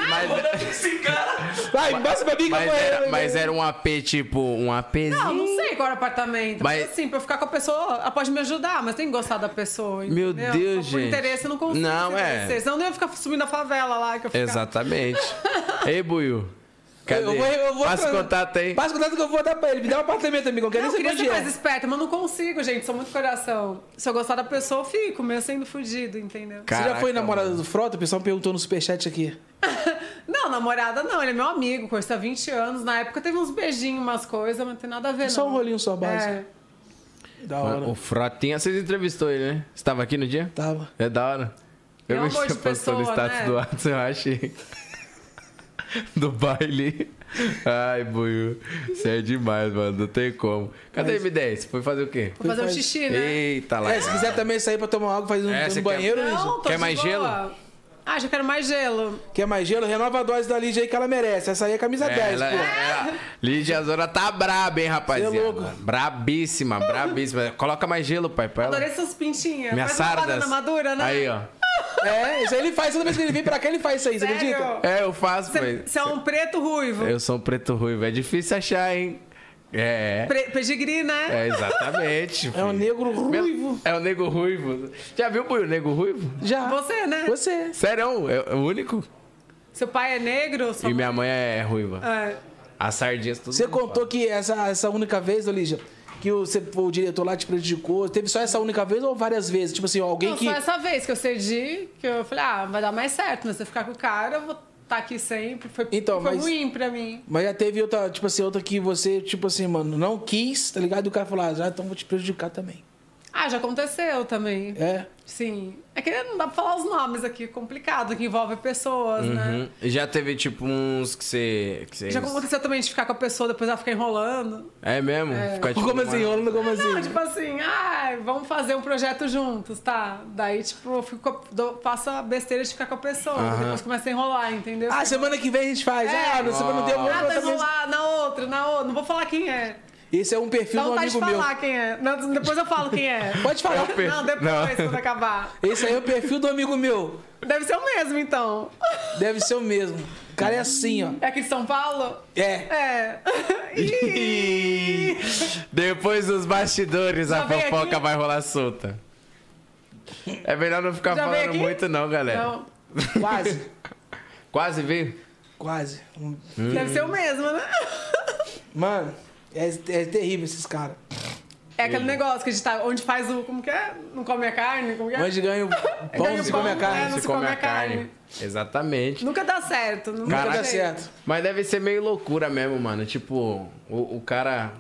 Vai, passa pra mim que Mas eu vou... era, mas era um A P, tipo, um APzinho. Não, não sei qual era o apartamento. Mas- Mas assim, pra eu ficar com a pessoa, ela pode me ajudar, mas tem que gostar da pessoa. Meu entendeu? Deus, Só por gente. interesse eu não consigo. Não, ser é. interesse. Senão eu não ia ficar subindo a favela lá que eu ficava. Exatamente. Ei, Buiu. Cadê? Eu vou- eu vou- Passa o contato aí. Passa o contato que eu vou dar pra ele. Me dá um apartamento, amigo. Eu quero Não, nem eu saber queria onde ser mais é. esperta, mas não consigo, gente. Sou muito coração. Se eu gostar da pessoa, eu fico, mesmo sendo fudido, entendeu? Você já Caraca, foi namorada do Frota? O pessoal perguntou no superchat aqui. Não, namorada não, ele é meu amigo, conheço há vinte anos. Na época teve uns beijinhos, umas coisas, mas não tem nada a ver, Só não. um rolinho só, básico. É. Da hora. O Frotinha, vocês entrevistou ele, né? Você tava aqui no dia? Tava. É da hora. É um vi amor que de você postou no pessoa, status né? do WhatsApp, eu achei. Do baile. Ai, Buiu. Você é demais, mano. Não tem como. Cadê a M dez? Foi fazer o quê? Vou fazer um faz- xixi, né? Eita lá. É, se quiser também sair pra tomar água, faz um, É, um você banheiro, quer- Lígia. Não, tô Quer de mais boa. gelo? Ah, já quero mais gelo. Quer mais gelo? Renova a dose da Lígia aí que ela merece. Essa aí é camisa É, dez, ela, pô. é, Lígia Zona tá braba, hein, rapaziada? Cê é louco. Brabíssima, brabíssima. Coloca mais gelo, pai, pra ela. Adorei essas pintinhas. Minha Faz uma sardas. banana madura, né? Aí, ó. É, isso aí ele faz. Toda vez que ele vem pra cá, ele faz isso aí, você Sério? acredita? É, eu faço, pai. Você é um preto ruivo. Eu sou um preto ruivo. É difícil achar, hein? É. Pre pedigree, né? É, exatamente. É um filho. negro ruivo. É o nego ruivo. Já viu o nego ruivo? Já. Você, né? Você. Sério, é o único. Seu pai é negro? Sua E minha mãe- mãe é ruiva. É. As sardinhas tudo. Você não contou que essa, essa única vez, ô Lígia, que o, você, o diretor lá te prejudicou, teve só essa única vez ou várias vezes? Tipo assim, alguém Não, que... só essa vez que eu cedi, que eu falei, ah, vai dar mais certo, né? Se eu ficar com o cara, eu vou estar aqui sempre. Foi, Então, foi mas- ruim pra mim. Mas já teve outra, tipo assim, outra que você, tipo assim, mano, não quis, tá ligado? E o cara falou, ah, já então vou te prejudicar também. Ah, já aconteceu também. É? Sim. É que não dá pra falar os nomes aqui, é complicado, que envolve pessoas, né? Uhum. E já teve, tipo, uns que você... Que você... Já aconteceu também de ficar com a pessoa, depois ela ficar enrolando. É mesmo? Ficar, tipo, Como assim? uma- Rolando como assim? Não, tipo assim, ah, vamos fazer um projeto juntos, tá? Daí, tipo, eu fico, com- dou- faço a besteira de ficar com a pessoa. Depois começa a enrolar, entendeu? Ah, semana que vem a gente faz. É. Ah, na semana não deu Ah, tá outra vez. enrolar na outra, na outra. Não vou falar quem é. Esse é um perfil Dá de um vontade de amigo meu. falar quem é. Não, depois eu falo quem é. Pode falar. Não, depois, Não. quando acabar. Esse aí é o perfil do amigo meu. Deve ser o mesmo, então. Deve ser o mesmo. O cara é assim, ó. É aqui de São Paulo? É. É. Ih, Depois dos bastidores, Já a veio fofoca aqui? vai rolar solta. É melhor não ficar Já veio falando aqui? muito, não, galera. Não. Quase. Quase veio? Quase. Um- Deve ser o mesmo, né? Mano, é, é terrível esses caras. É aquele negócio que a gente tá. Onde faz o. Como que é? Não come a carne? Como que é? Onde ganha o pão, Ganha o se pão, come a carne. é, não se come a carne. Exatamente. Nunca dá certo. Nunca Nunca Caraca. dá dá certo. certo. Mas deve ser meio loucura mesmo, mano. Tipo, o, o cara.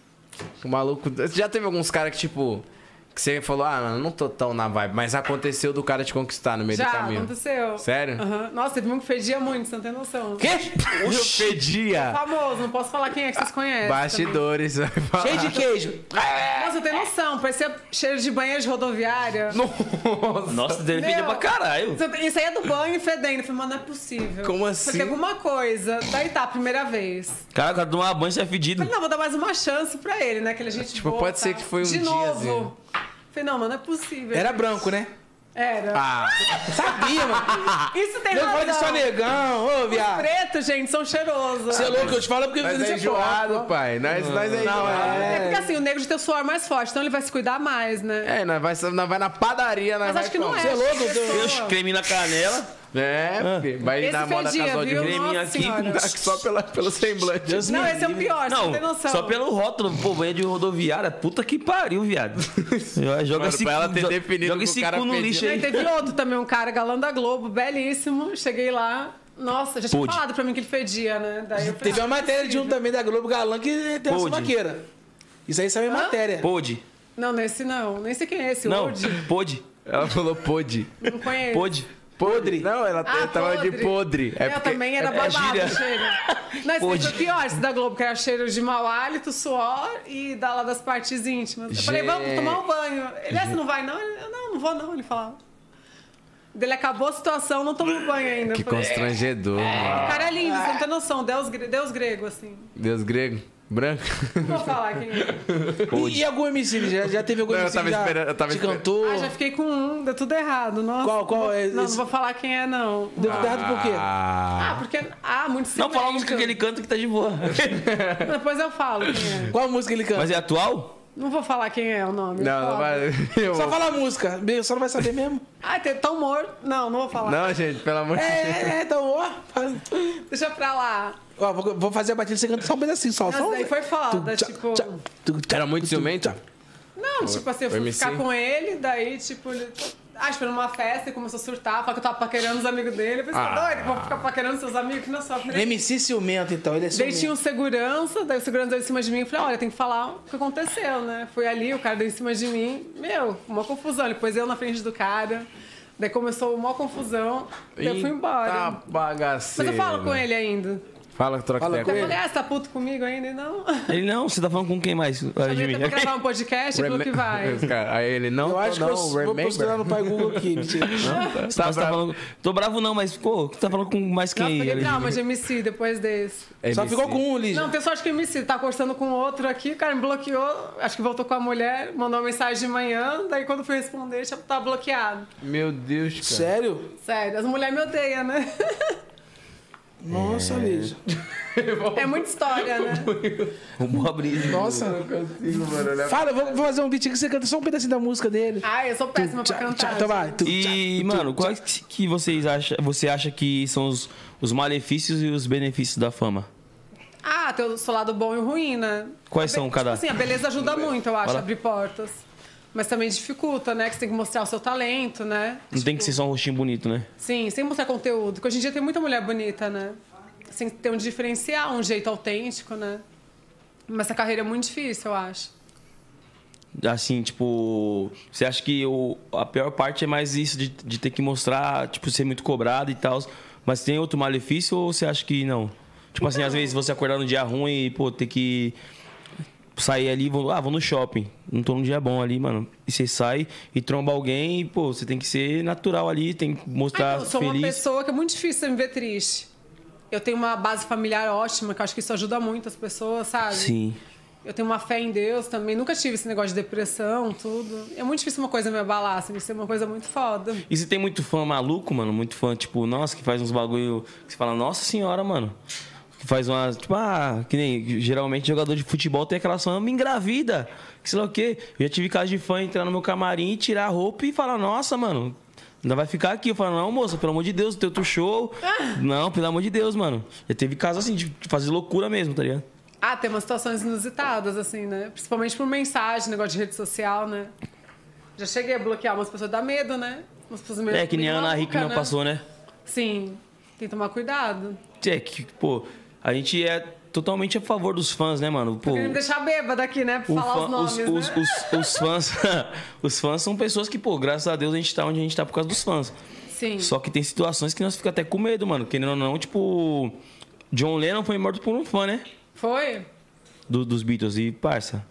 O maluco. Já teve alguns caras que, tipo. Que você falou, ah, mano, não tô tão na vibe. Mas aconteceu do cara te conquistar no meio do Já, caminho. aconteceu. Sério? Aham. Nossa, teve um que fedia muito, você não tem noção. Quê? Eu pedia. Famoso, não posso falar quem é que vocês conhecem. Bastidores. vai falar. Cheio de queijo. também. Nossa, tem noção, parecia cheiro de banheiro de rodoviária. Nossa. Nossa, ele fedia pra caralho. Isso aí é do banho e fedendo. Eu falei, mano, não é possível. Como assim? Porque alguma coisa. Daí tá, a primeira vez. Cara, o cara tomar banho, você é fedido. Falei, não, vou dar mais uma chance pra ele, né? Aquele gente Tipo, boa, pode ser tá? que foi um De dia, novo. Falei, não, mano, não é possível. Era branco, né? Era. Ah, Sabia, mano. Isso tem Nego fala que só razão. negão. Ô, viado. Pretos, gente, são cheirosos. Você é louco, eu te falo porque nós você é enjoado, foto, ó. pai. Nós, nós é enjoado. É porque assim, o negro tem o suor mais forte, então ele vai se cuidar mais, né? É, nós vai, nós vai na padaria, nós Mas vai acho que não como? é. Você é louco? acho que Eu- Deus, creme na canela. É, porque vai Esse na moda fedia, casal de viu? creme Nossa aqui, senhora. só pela, pelo semblante. Deus Não, me esse é o livre. pior, você não tem Não, noção. só pelo rótulo, pô, banho de rodoviária, puta que pariu, viado. Joga Mano, esse pra ela ter jo- definido joga que o esse cara cu no pedia. lixo E aí aí. teve outro também, um cara galã da Globo, belíssimo. Cheguei lá, nossa, já tinha Pôde. falado pra mim que ele fedia, né? Daí eu falei, Teve uma matéria de um também da Globo Galã que tem uma Pôde. suvaqueira. Isso aí saiu em matéria. Pôde. não, nesse não, nem sei quem é esse, Não, Old. pôde. Ela falou pôde. Não conheço. Pôde. Podre? Não, ela Ah, tava de podre. É eu porque- também era é babado gíria. o cheiro. Não, esse Pôde. foi pior, esse da Globo, que era cheiro de mau hálito, suor e da lá das partes íntimas. Eu falei, vamos tomar um banho. Ele, ah, você não vai não? Ele, eu, não, não vou não, ele falava. Ele acabou a situação, não tomou banho ainda. Que Eu falei, constrangedor, mano. o cara é lindo, você não tem noção, Deus, gre- Deus grego, assim. Deus grego? Branco? Não vou falar quem é. E, e algum M C? Já, já teve algum Não, eu M C tava que já esperando- eu tava te esperando. cantou? Ah, já fiquei com um, deu tudo errado. Nossa, Qual- qual não vou- é Não, esse? não vou falar quem é, não. Deu tudo errado por quê? Ah, Ah, porque... Ah, muito Não fala a silêncio. música que ele canta que tá de boa. Depois eu falo quem é. Qual música ele canta? Mas é atual? Não vou falar quem é o nome. não, não foda. vai. Eu Só vou- fala a música. Bem, só não vai saber mesmo. Ah, tem tão morto. Não, não vou falar. Não, gente, pelo amor de Deus. É, é, então, ó. fala. Deixa pra lá. Ó, vou, vou fazer a batida, você canta só um pedacinho, só. Mas só um- daí foi foda, Tchá, tipo... tchá, tu, tchá, Era muito tu, ciumento? tchá. Não, tipo assim, eu O fui M C? ficar com ele, daí, tipo, ele... Ah, tipo, numa festa e começou a surtar, falar que eu tava paquerando os amigos dele. Eu pensei, Ah. doido, vou ficar paquerando seus amigos que não sofrem. M C ciumento, então. Ele é Daí ciumento. tinha um segurança, daí o segurança deu em cima de mim e falei, olha, tem que falar o que aconteceu, né? Fui ali, o cara deu em cima de mim, meu, uma confusão. Ele pôs eu na frente do cara, daí começou uma confusão, daí eu fui embora. Tá bagaceiro. Mas eu falo com ele ainda. Fala que troca Fala ideia com com Eu ele. falei, ah, você tá puto comigo ainda? E não. Ele não, você tá falando com quem mais? Ah, de Chamei mim. até pra gravar um podcast, ele falou que vai. Aí ele não. Eu acho não, que eu vou remember. procurar no Pai Google aqui. Mentira. Mas tá falando... Tô bravo não, mas, pô, você tá falando com mais Não, quem? peguei aí? trauma de M C depois desse. Só M C. ficou com um, Lígia. Não, tem sorte que o M C tá conversando com outro aqui, o cara me bloqueou, acho que voltou com a mulher, mandou uma mensagem de manhã, daí quando fui responder, já tava bloqueado. Meu Deus, cara. Sério? Sério, as mulheres me odeiam, né? Nossa, Lígia. É muita história, né? Vamos abrir. Nossa. Consigo, mano, né? Fala, vou, vou fazer um beat aqui que você canta só um pedacinho da música dele. Ai, eu sou péssima pra Tchá, cantar. tchá, então vai. Tu, E, tchá, tu, mano, tchá. quais que que vocês acham, você acha que são os, os malefícios e os benefícios da fama? Ah, tem o seu lado bom e o ruim, né? Quais A be- são cada- Tipo assim, a beleza ajuda muito, eu acho, Fala. a abrir portas. Mas também dificulta, né? Que você tem que mostrar o seu talento, né? Não tem que ser só um rostinho bonito, né? Sim, sem mostrar conteúdo. Porque hoje em dia tem muita mulher bonita, né? Sem ter um diferencial, um jeito autêntico, né? Mas essa carreira é muito difícil, eu acho. Assim, tipo, você acha que o, a pior parte é mais isso de, de ter que mostrar, tipo, ser muito cobrado e tal, mas tem outro malefício ou você acha que não? Tipo assim, às vezes você acordar num dia ruim e, pô, ter que sair ali, vou, ah, vou no shopping, não tô num dia bom ali, mano. E você sai e tromba alguém e, pô, você tem que ser natural ali, tem que Ah, mostrar eu sou feliz. uma pessoa que é muito difícil você me ver triste. Eu tenho uma base familiar ótima, que eu acho que isso ajuda muito as pessoas, sabe? Sim. Eu tenho uma fé em Deus também. Nunca tive esse negócio de depressão, tudo. É muito difícil uma coisa me abalar, assim, ser uma coisa muito foda. E você tem muito fã maluco, mano? Muito fã, tipo, nossa, que faz uns bagulho... Que você fala, nossa senhora, mano. Que faz uma... Tipo, ah, que nem... Geralmente jogador de futebol tem aquela fã, me engravida. Que sei lá o quê. Eu já tive caso de fã entrar no meu camarim, tirar a roupa e falar, nossa, mano... Ainda vai ficar aqui. Eu falo, não, moça, pelo amor de Deus, teu outro show. Ah. Não, pelo amor de Deus, mano. Já teve caso assim, de fazer loucura mesmo, tá ligado? Ah, tem umas situações inusitadas, assim, né? Principalmente por mensagem, negócio de rede social, né? Já cheguei a bloquear umas pessoas, dá medo, né? Umas pessoas meio É, que nem a Ana Hickman não né? passou, né? Sim, tem que tomar cuidado. É, que, pô, a gente é totalmente a favor dos fãs, né, mano? Pô, querendo me deixar bêbada aqui, né? Pra falar fã, os nomes, os, né? Os, os, os fãs... os fãs são pessoas que, pô, graças a Deus a gente tá onde a gente tá por causa dos fãs. Sim. Só que tem situações que nós ficamos até com medo, mano. Querendo ou não, tipo... John Lennon foi morto por um fã, né? Foi? Do, dos Beatles. E, parça...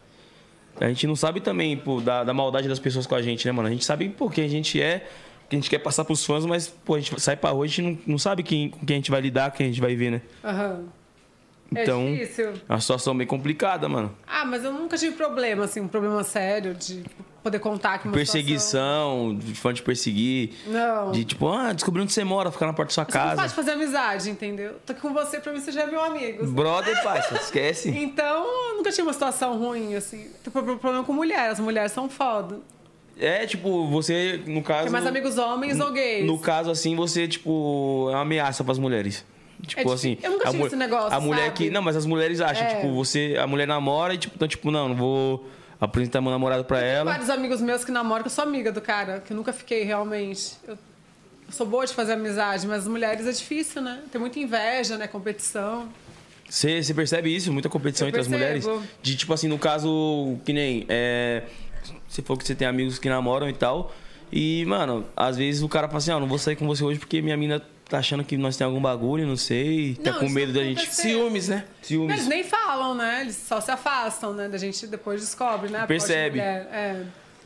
A gente não sabe também, pô, da, da maldade das pessoas com a gente, né, mano? A gente sabe, pô, quem a gente é, que a gente quer passar pros fãs, mas, pô, a gente sai pra rua, a gente não, não sabe quem, com quem a gente vai lidar, quem a gente vai ver, né? Aham. Uhum. Então, é difícil. É uma situação bem complicada, mano. Ah, mas eu nunca tive problema, assim, um problema sério de poder contar que uma Perseguição, situação... de fã te perseguir. Não. De tipo, ah, descobri onde você mora, ficar na porta da sua você casa. Não faz fazer amizade, entendeu? Tô aqui com você, pra mim você já é meu amigo. Brother, pai, você esquece. Então, eu nunca tive uma situação ruim, assim. Tem problema com mulher, as mulheres são foda. É, tipo, você, no caso... Tem mais amigos homens ou gays? No caso, assim, você, tipo, é uma ameaça pras mulheres. Tipo é assim, eu nunca tive a, esse negócio, a mulher sabe? que não, mas as mulheres acham, é. tipo, você, a mulher namora e tipo, então tipo, não, não vou apresentar meu namorado pra ela. Tem vários amigos meus que namoram, que eu sou amiga do cara, que eu nunca fiquei realmente. Eu, eu sou boa de fazer amizade, mas as mulheres é difícil, né? Tem muita inveja, né? Competição. Você, você percebe isso, muita competição eu entre percebo. as mulheres? De tipo assim, no caso, que nem é, você falou que você tem amigos que namoram e tal. E, mano, às vezes o cara fala assim, ó, oh, não vou sair com você hoje porque minha mina tá achando que nós temos algum bagulho, não sei. Tá não, com medo da gente. Ciúmes, né? Ciúmes. Eles nem falam, né? Eles só se afastam, né? Da gente depois descobre, né? Percebe. É.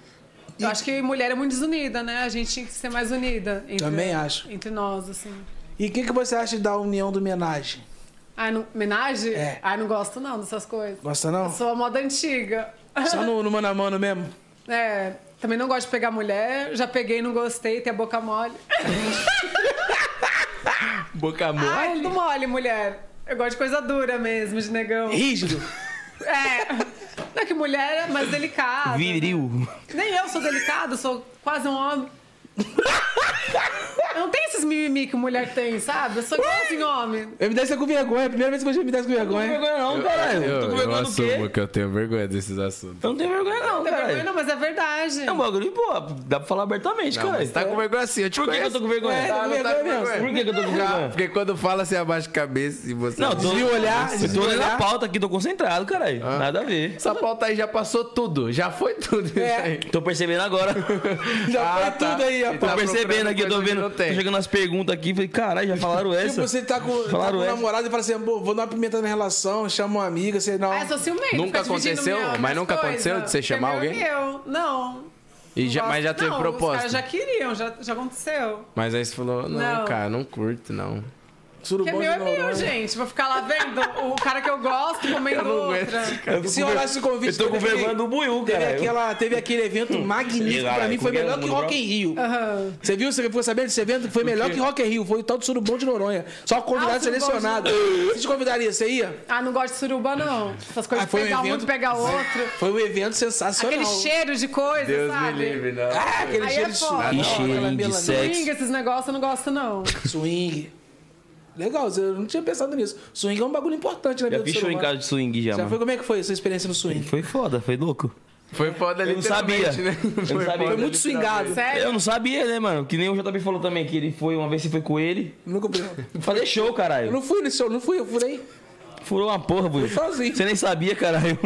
Eu acho que mulher é muito desunida, né? A gente tinha que ser mais unida. Entre, Também acho. Entre nós, assim. E o que, que você acha da união do homenagem? Ah, não, homenagem? É. Ah, não gosto não dessas coisas. Gosta não? Eu sou a moda antiga. Só no, no mano a mano mesmo? É. Também não gosto de pegar mulher. Já peguei e não gostei, tem a boca mole. Boca mole? Ai, não mole, mulher. Eu gosto de coisa dura mesmo, de negão. Rígido? É. Não é que mulher é mais delicada. Viril. Né? Nem eu sou delicado, sou quase um homem. Eu não tenho esses mimimi que mulher tem, sabe? Eu sou igualzinho homem. Eu me desce com vergonha. Primeira vez que eu me desce com vergonha. Não tenho vergonha não, caralho. Eu, Tô com eu vergonha do quê? assumo que eu tenho vergonha desses assuntos. Eu não tenho vergonha não, Não tem vergonha, caralho. não, mas é verdade. É um bagulho, pô, dá pra falar abertamente, Não, cara. mas tá com vergonha assim, eu te Por que, que eu conheço. tô com vergonha? É, Tá, não tá com vergonha vergonha. Por que, que eu tô com vergonha? Porque quando fala, você abaixa a cabeça e você... Não, tô, Desvia o olhar, eu desvia tô o olhando a olhar. pauta aqui, tô concentrado, caralho. Nada a ver. Essa pauta aí já passou tudo, já foi tudo isso É. aí. Tô percebendo agora. Já Ah, foi tá. tudo aí, E rapaz. Tô tá percebendo procurando aqui, eu tô coisa que vendo. não tem. Tô chegando nas perguntas aqui, falei, caralho, já falaram essa? Tipo, você tá com, tá Falaram com um essa. namorado e fala assim, pô, vou dar uma pimenta na relação, chama uma amiga, você não... Ah, eu sou ciumenta. Nunca fica dividindo aconteceu? minha- Mas minhas nunca coisas. aconteceu de você chamar Porque alguém? Eu, não. E já, mas já teve não, proposta. Os caras já queriam, já, já aconteceu. Mas aí você falou, não, Não. cara, não curto, não. Que Surubão é meu, de é meu, Noronha. gente. Vou ficar lá vendo o cara que eu gosto comendo Eu não aguento outra. esse cara. Se rolasse o convite... Eu tô com teve aquele- vergonha do buiú, Teve, cara. aquela, teve aquele evento magnífico, Caralho, pra mim foi como é melhor o que nome do Rock in Rio. Aham. Você viu? Você ficou sabendo desse evento? Foi melhor que Rock in Rio. Foi o tal do Surubom de Noronha. Só convidado Ah, o Surubom de selecionado. Você te convidaria? Você ia? Ah, não gosto de suruba, não. Essas coisas Ah, foi um pegar um evento- e pegar outro. Foi um evento sensacional. Aquele cheiro de coisa, Deus sabe? me livre, não. Ah, aquele Aí cheiro é de foda. suíte, Que cheirinho aquela de melanina. sexo. Swing, esses negócios eu não gosto, não. Swing. Legal, eu não tinha pensado nisso. Swing é um bagulho importante na Já vida do fiz ser show em humano. casa de swing já, Já mano. foi? Como é que foi a sua experiência no swing? Foi foda, foi louco. Foi foda Eu não sabia. literalmente, né? Eu não sabia. Foi muito swingado. Sério? Eu não sabia, né, mano? Que nem o J B falou também, que ele foi, uma vez você foi com ele. Nunca fui. Fazer show, Eu caralho. não fui nesse show, não fui, eu furei. Furou uma porra, buiú. Fui sozinho. Você nem sabia, caralho.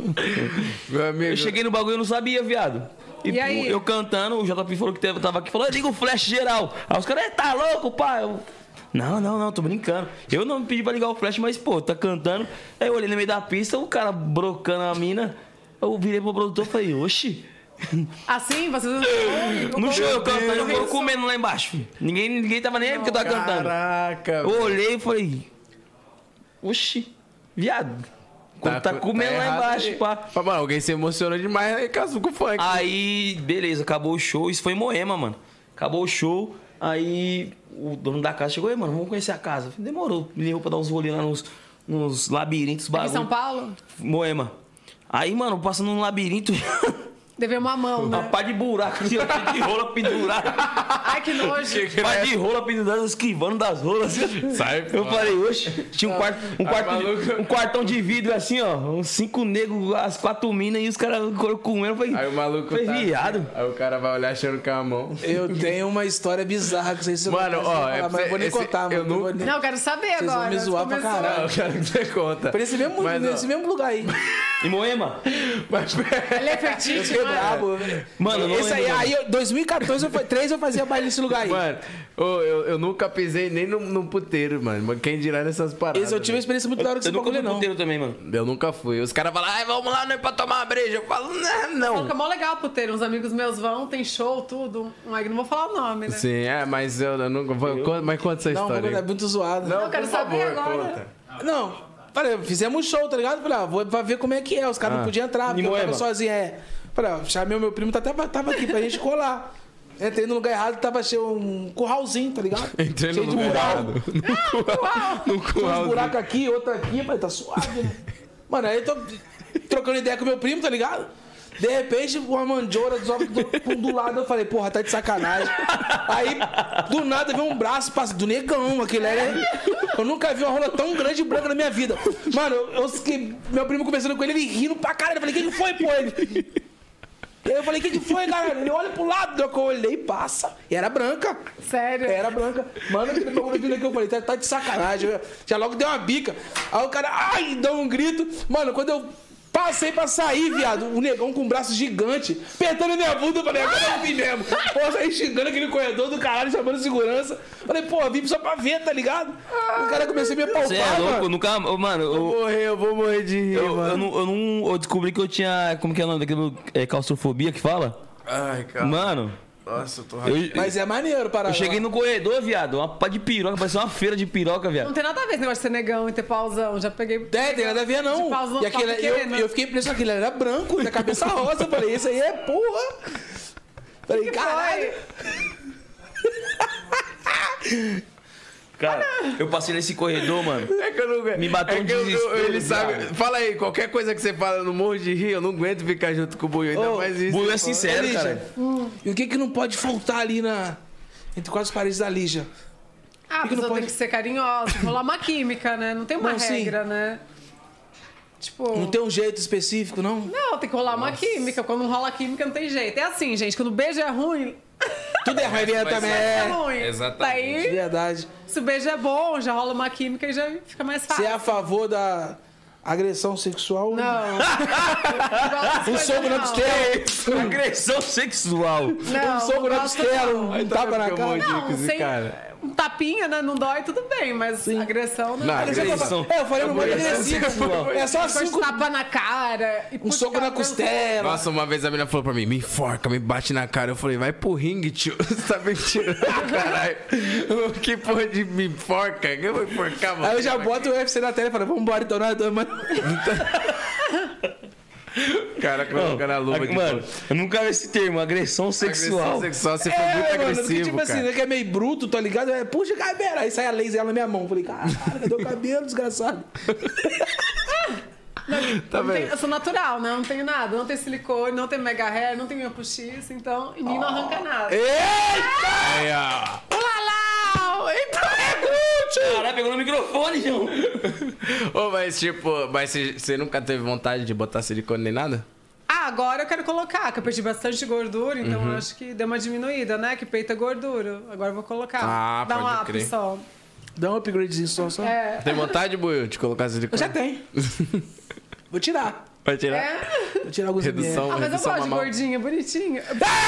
Meu amigo. Eu cheguei no bagulho e não sabia, viado. E, E aí? eu cantando, o J P falou que teve- tava aqui, falou, liga o flash geral. Aí os caras, "É, tá louco, pai? Eu, não, não, não, tô brincando. Eu não pedi pra ligar o flash, mas, pô, tá cantando. Aí eu olhei no meio da pista, o cara brocando a mina. Eu virei pro produtor e falei, oxi. Assim, vocês não No show eu cantando, eu Deus. vou comendo lá embaixo. filho. Ninguém, ninguém tava nem aí porque eu tava cantando. Caraca. Eu olhei e falei, oxi, viado. Quando tá, comendo lá embaixo, pá. Pá, mano, alguém se emocionou demais aí casou com o funk. Aí, beleza, acabou o show. Isso foi em Moema, mano. Acabou o show. Aí o dono da casa chegou aí, mano, vamos conhecer a casa. Demorou. Me levou pra dar uns rolinhos lá nos, nos labirintos, Aqui bagulho. em São Paulo? Moema. Aí, mano, passando num labirinto. Devia uma mão, Uma né? pá de buraco, de de rola pendurada. Ai, que nojo. Pá de rola pendurada, esquivando das rolas. Sai, Eu pô. falei, oxe, tinha um, quarto, um, Ah, quarto, maluco. um quartão de vidro assim, ó. Uns cinco negros, as quatro minas e os caras comendo. Eu falei, Aí o maluco foi tá viado. assim, aí o cara vai olhar achando que é a mão. Eu tenho uma história bizarra que vocês Mano, ó, é mas eu vou nem esse- contar, mano. eu não não- vou nem- Não, eu quero saber Vocês vão agora. me zoar pra Começou. caralho. Não, eu quero que você conta. Por esse mesmo, Mas, ó, nesse mesmo lugar aí. Em Moema? mas, Ele é Eu fetiche, fiquei mano. brabo. Mano, não Esse aí, lembro, aí, eu- dois mil e quatorze, eu, três eu fazia baile nesse lugar aí. mano, ô, eu, eu nunca pisei nem no, no puteiro, mano. Mas quem dirá nessas paradas? Esse eu tive uma experiência muito da hora com Eu esse nunca bagulho, fui não. puteiro também, mano. Eu nunca fui. Os caras falam, ai, vamos lá, não é pra tomar uma breja. Eu falo, não, Fala que é não. mó legal puteiro. Uns amigos meus vão, tem show, tudo. Ai, não vou falar o nome, né? Sim, é, mas eu, eu nunca vou. Conta- Mas conta essa Não, vou história. contar, é aí. muito zoado. Não, Eu quero por saber favor, agora. conta. Não, falei, fizemos um show, tá ligado? Falei, ah, vou pra ver como é que é. Os caras Ah. não podiam entrar, porque eu Moema? tava sozinho. É. Falei, ó, chamei o meu primo, tá, tava, tava aqui pra gente colar. Entrei no lugar errado, tava cheio um curralzinho, tá ligado? Entrei no Cheio de lugar mural. errado. No curral. No Tinha uns curral. buracos aqui, outro aqui, mas tá suave, né? Mano, aí eu tô trocando ideia com meu primo, tá ligado? De repente, uma manjoura do, do, do lado, eu falei, porra, tá de sacanagem. Aí, do nada, veio um braço passa, do negão, aquele era... Eu nunca vi uma rola tão grande e branca na minha vida. Mano, eu, eu fiquei- meu primo conversando com ele, ele rindo pra caralho. Eu falei, o que que foi, pô? Ele... Aí eu falei, o que que foi, cara? Ele olha pro lado, eu olhei e passa. E era branca. Sério? Era branca. Mano, aquele bagulho vindo aqui, eu falei, tá, tá de sacanagem. Eu já logo deu uma bica. Aí o cara, ai, deu um grito. Mano, quando eu passei pra sair, viado, o negão com um braço gigante, apertando a minha bunda, eu falei, agora eu vi mesmo. Pô, saí xingando aquele corredor do caralho, chamando segurança. Falei, pô, vim só pra ver, tá ligado? O cara começou a me apalpar, Você é louco? Eu mano. nunca. eu- Mano, eu, Morrer, eu vou morrer de rir, eu, eu, mano. não, eu não. Eu descobri que eu tinha. Como que é o nome daquilo? É, claustrofobia que fala? Ai, cara. Mano, Nossa, eu tô eu, Mas é maneiro, para eu cheguei no corredor, viado. Uma pá de piroca, parecia uma feira de piroca, Não viado. tem nada a ver esse negócio de ser negão e ter pauzão. Já peguei... É, tem nada a ver, não. De pausa E aquele, no eu, pequeno. eu fiquei impressionado que ele era branco, da cabeça rosa. Eu falei, isso aí é porra. Falei, Que caralho. foi? Cara, eu passei nesse corredor, mano. É que eu não aguento. Me bateu é um que eu- eu- desespero, Ele sabe. viado. Fala aí, qualquer coisa que você fala no morro de rir, eu não aguento ficar junto com o Buiu. Ainda Ô, mais isso. Buiu é pô. sincero, Lígia, cara. E o que que não pode faltar ali na... Entre quatro paredes da Lígia? Ah, a que que não pessoa pode- tem que ser carinhosa, rolar uma química, né? Não tem uma Não, sim. regra, né? Tipo... Não tem um jeito específico, não? Não, tem que rolar uma química. Quando não rola química, não tem jeito. É assim, gente, quando o beijo é ruim, Tudo é ruim, é também. é É ruim. exatamente. Daí, verdade. se o beijo é bom, já rola uma química e já fica mais Você fácil. é a favor da agressão sexual? Não. Igual essas Um coisas, soco na não. costela. Agressão sexual. Não, Um soco não na gosto, costela, não. um tapa na fica cara. mordido. Não, Esse sem... cara. Um tapinha, né? Não dói, tudo bem, mas agressão não. Não, Agressão. É, eu falei no modo agressivo. É só Depois cinco... tapa na cara. E Um puxa soco o na cabelo. costela. Nossa, uma vez a menina falou pra mim, me enforca, me bate na cara. Eu falei, vai pro ringue, tio. Você tá me tirando, caralho. Que porra de me enforca? Que eu vou enforcar, mano? Aí eu já boto o U F C na tela e falo, vamos embora então, nós dois, mano. O cara colocando a luva de Mano, fora. eu nunca vi esse termo, agressão sexual. Agressão sexual, você foi É, muito mano, porque, agressivo, tipo assim, cara. né, que é meio bruto, tá ligado? É, puxa cabelo. Aí sai a laser na minha mão. Falei, caralho, cadê o cabelo, desgraçado? Tá Não tem- vendo? eu sou natural, né? Não tenho nada. Não tem silicone, não tem mega hair, não tem minha postiça, então em mim não arranca nada. Aí, ó. Ulalau! Então é Caralho, pegou no microfone, João. Ô, mas tipo, mas você, você nunca teve vontade de botar silicone nem nada? Ah, agora eu quero colocar, que eu perdi bastante gordura, então Uhum. eu acho que deu uma diminuída, né? Que peito é gordura. Agora eu vou colocar. Ah, Dá um pode up crer. só. Dá um upgradezinho só, só. É. Tem vontade, Buiu, de colocar Eu silicone? já tenho. Vou tirar. Vai tirar? É. Vou tirar alguns Redução. ml. Ah, mas eu redução gosto de mamal. gordinha, bonitinha.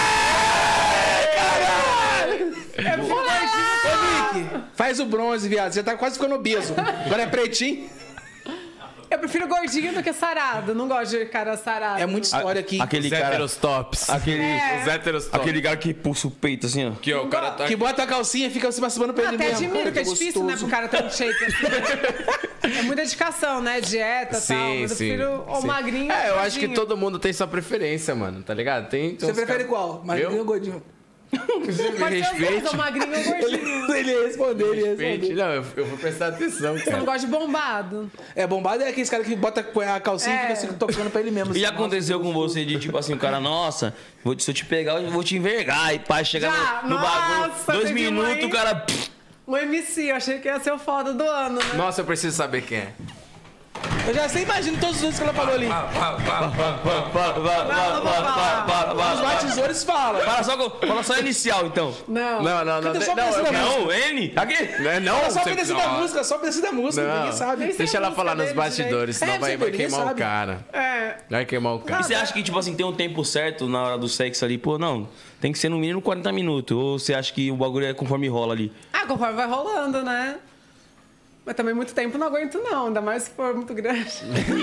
É Ô, Nick, faz o bronze, viado. Você tá quase ficando obeso. Agora é pretinho. Eu prefiro gordinho do que sarado. Não gosto de cara sarado. É muita história aqui. Aquele Os cara... héteros tops. Aquele... É. Os héteros tops. Aquele cara que pulsa o peito, assim, ó. Que ó, o cara tá... Que bota a calcinha e fica se masturbando pra Ah, ele até mesmo. admiro, Cara, que é difícil, né, gostoso. pro cara ter um shape assim. É muita dedicação, né? Dieta e Sim, tal. Mas eu sim, prefiro o sim. magrinho. É, eu acho que gordinho. todo mundo tem sua preferência, mano, tá ligado? Tem, tem Você uns prefere cara- qual? Magrinho Eu? ou gordinho? Pode ser os dois, ou magrinho ou gordinho. Ele ia responder, ele ia Respeite. responder. Não, eu, eu vou prestar atenção, Eu não cara. gosto de bombado. É, bombado é aqueles caras que bota a calcinha É. e fica assim, tocando pra ele mesmo. E já assim. aconteceu com você de tipo assim, o cara, nossa, vou te- se eu te pegar, eu vou te envergar. E pá, chega Já, no, no bagulho, nossa, dois teve uma minutos, aí. o cara. O M C, eu achei que ia ser o foda do ano, né? Nossa, eu preciso saber quem é. Eu já sei, imagino todos os outros que ela falou ali. Para, para, para, para, para, para, para, Os para. batizores falam. Fala só, com- fala só a inicial, então. Não. Não, não, não. Cadê de- só não, pra eu- esse não, Não, N? Aqui? não, é não. Fala só o você- pedacinho da não. música, só o pedacinho da música, Não. ninguém sabe. Nem sei Deixa a ela música falar nos dele bastidores, senão É, vai, você vai vê, ninguém queimar o sabe. cara. É. Vai queimar o E cara. você acha que, tipo assim, tem um tempo certo na hora do sexo ali? Pô, não, tem que ser no mínimo quarenta minutos. Ou você acha que o bagulho é conforme rola ali? Ah, conforme vai rolando, né? Mas também muito tempo não aguento, não. Ainda mais se for muito grande.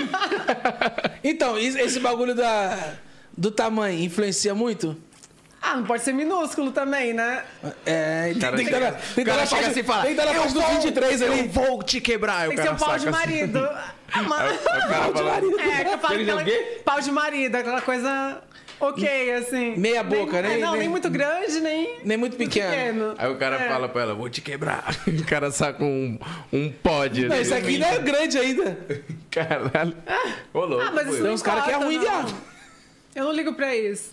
Então, isso- esse bagulho da, do tamanho influencia muito? Ah, não pode ser minúsculo também, né? É, tem, Cara, tem que dar na- chega- tem que dar cara na chega parte- assim e fala, tem que dar na "Eu parte do vou- vinte e três ali. Eu vou te quebrar. Tem que ser o pau de marido. Ah, mas- O cara fala, É, que eu falo Tem que ser o aquela... quê? Pau de marido, aquela coisa ok, assim. Meia boca, nem, né? é, não, Nem- nem muito grande, nem... Nem muito pequeno. Aí o cara É. fala pra ela, vou te quebrar. O cara saca um, um pod. Não, isso aqui não é grande ainda. Caralho. Ô, louco. Ah, mas isso pô. Tem não uns caras que é importa, ruim, não. viado. Eu não ligo pra isso.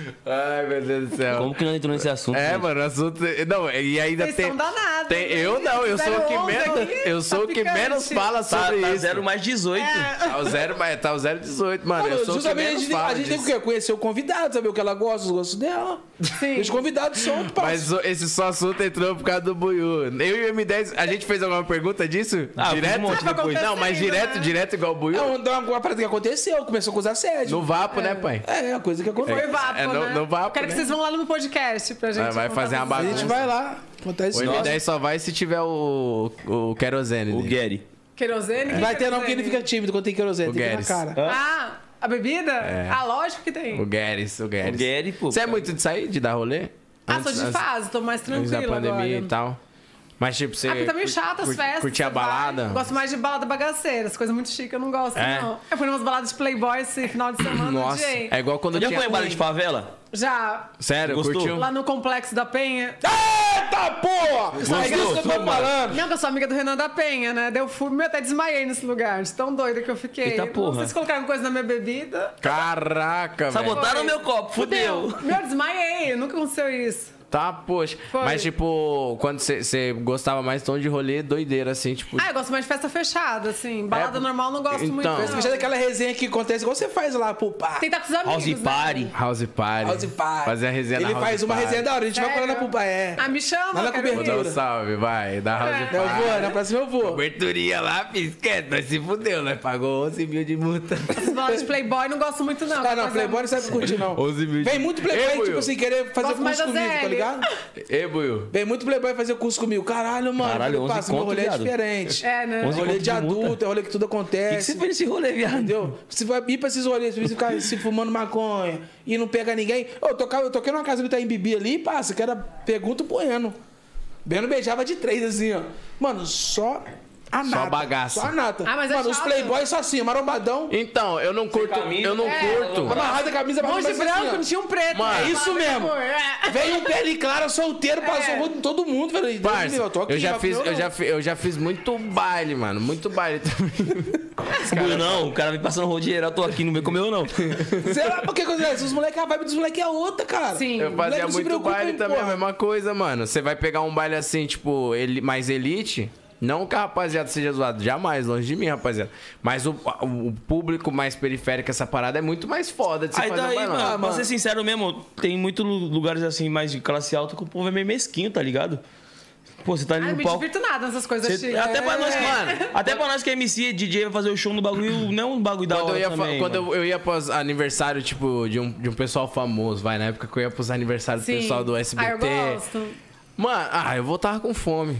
Ai, meu Deus do céu. Como que não entrou nesse assunto? É, gente? mano, o assunto. Não, e ainda Vocês tem. são danados. tem eu não, eu sou o que zero onze menos. aqui, Eu sou tá o que picante. menos fala Tá, sobre tá isso. zero mais dezoito. Tá o zero, mas tá o zero dezoito, mano. Mano, eu sou o que justamente a menos gente, fala a gente tem disso. o quê? Conhecer o convidado, saber o que ela gosta, os gostos dela. Sim. Os convidados soltos, pá. Mas o- esse só assunto entrou por causa do Buiú. Eu e o M dez, a gente fez alguma pergunta disso? Ah, direto? fiz um monte depois. Não, mas direto, né? direto igual o Buiú. É uma, uma parada que aconteceu, começou com os assédios. No Vapo, né, pai? É, a coisa que aconteceu. Foi vapo, É, no- né? no vapo, Quero né? que vocês vão lá no podcast pra gente. Vai- vai contar fazer uma essas A bagunça. gente histórias. vai lá, acontece O isso. M dez só vai se tiver o, o querosene. O dele. Gary. Querosene? Vai ter não, porque ele querosene? fica tímido quando tem querosene, O tem que ir na Guedes. cara. Ah, a bebida? É. Ah, lógico que tem. O Guedes, o Guedes. O Gary, pô. Você é cara. muito de sair, de dar rolê? Ah, sou de Antes- fase, tô mais Antes da tranquila pandemia agora. e tal. Mas tipo, você. Ah, porque tá meio cur- chato as cur- festas. Curtir a você vai. balada? Gosto mais de balada bagaceira, as coisas muito chiques eu não gosto, É? não. Eu fui em umas baladas de Playboy esse final de semana, Nossa, odiei. é igual quando Já tinha. foi em baile de favela? Já Sério, Gostou? curtiu? lá no Complexo da Penha. Eita porra! É isso que eu tô falando. Não, que eu sou amiga do Renan da Penha, né? Daí eu fui, eu até desmaiei nesse lugar, de tão doida que eu fiquei. Eita Não porra. sei se colocaram coisa na minha bebida. Caraca, velho. Sabotaram meu copo, fudeu. Meu, desmaiei, nunca aconteceu isso. Tá, poxa. Foi. Mas tipo, quando você gostava mais tom de rolê, doideira, assim, tipo. Ah, eu gosto mais de festa fechada, assim. Balada É, normal eu não gosto muito. então. não. Fechar daquela resenha que acontece igual você faz lá, pô, pá. Tem que estar com os amigos. House né? Party. House Party. House Party. Fazer a resenha na Ele House faz uma Party. resenha da hora, a gente vai Sério? pra lá pro pai, é. Ah, me chama. Lá na eu quero Vou dar cobertura. um salve, vai. Da House É. Party. Eu vou, na próxima eu vou. Coberturinha lá, pisquete, mas se fudeu, né? Pagou onze mil de multa. ir. As baladas de Playboy não gosto muito, não. Ah, não, Coisa- Playboy não sabe curtir, não. onze mil de- Vem muito Ei, Playboy, Buiu. tipo assim, querer fazer Gosto mais curso da comigo, tá Zé L. ligado? Ei, Buiu. Vem muito Playboy fazer curso comigo. Caralho, mano. Caralho, eu onze faço, meu conto, rolê é viado. diferente. É, né? onze Rolê conto de de multa. adulto, é rolê que tudo O que, que acontece. você fez nesse rolê, viado? Entendeu? Você vai ir pra esses rolês, pra você ficar se fumando maconha e não pega ninguém. Ô, Eu, tocava, eu toquei numa casa do Itaim Bibi ali, passa, que era pergunta pro Bueno. Beno beijava de três, assim, ó. Mano, só a Só nata. bagaça. Só a nata. Ah, mas é Mano, os chato. playboys só assim, marombadão. Então, eu não curto. camisa, Eu não é, curto. Amarrado a camisa, Um monte de mas assim, branco, ó. não tinha um preto. Mano, né? é isso mesmo. É. Veio um pele clara, solteiro, passou É. o rodo em todo mundo. Falei, Deus me livre, Parça, eu tô aqui. eu já vai fiz, comer ou eu não? já, fi- eu já fiz muito baile, mano. Muito baile também. Buiu, não, o cara vem passando rolo de geral, eu tô aqui, não vem comer eu não. Sei lá, porque acontece? Os moleques, a vibe dos moleques é outra, cara. Sim. Eu Moleque fazia não se muito preocupa, baile hein, também, a porra. mesma coisa, mano. Você vai pegar um baile assim, tipo, ele, mais elite. Não que a rapaziada seja zoado, jamais, longe de mim, rapaziada. Mas o, o público mais periférico, essa parada é muito mais foda de se Aí fazer um daí, bailão. mano, Ah, pra mano. ser sincero mesmo, tem muitos lugares assim, mais de classe alta, que o povo é meio mesquinho, tá ligado? Pô, você tá ali Ai, no me palco. divirto nada nessas coisas Cê- chiques. até pra nós, É. mano. Até pra nós que é M C, D J vai fazer o show no bagulho, não é um bagulho da Quando, eu hora ia, fa- também, quando mano. eu, eu ia pros aniversário, tipo, de um, de um pessoal famoso, vai, na época que eu ia pros aniversários do Sim. pessoal do S B T. Ah, eu gosto. Mano, ah, eu voltava com fome.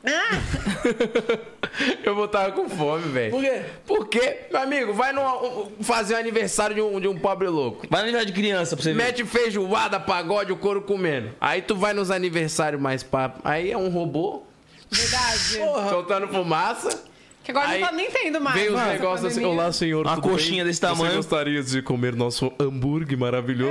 Eu voltava com fome, velho. Por quê? Porque, meu amigo, vai no, fazer o aniversário de um, de um pobre louco. Vai no aniversário de criança pra você ver. Mete feijoada, pagode, o couro comendo. Aí tu vai nos aniversários mais papo. Aí é um robô Verdade. soltando fumaça. Que agora Aí não tá nem tendo mais. Vem os Mano, negócios assim. pandemia. Olá, senhor. Uma tudo coxinha bem? desse tamanho. Você gostaria de comer nosso hambúrguer maravilhoso?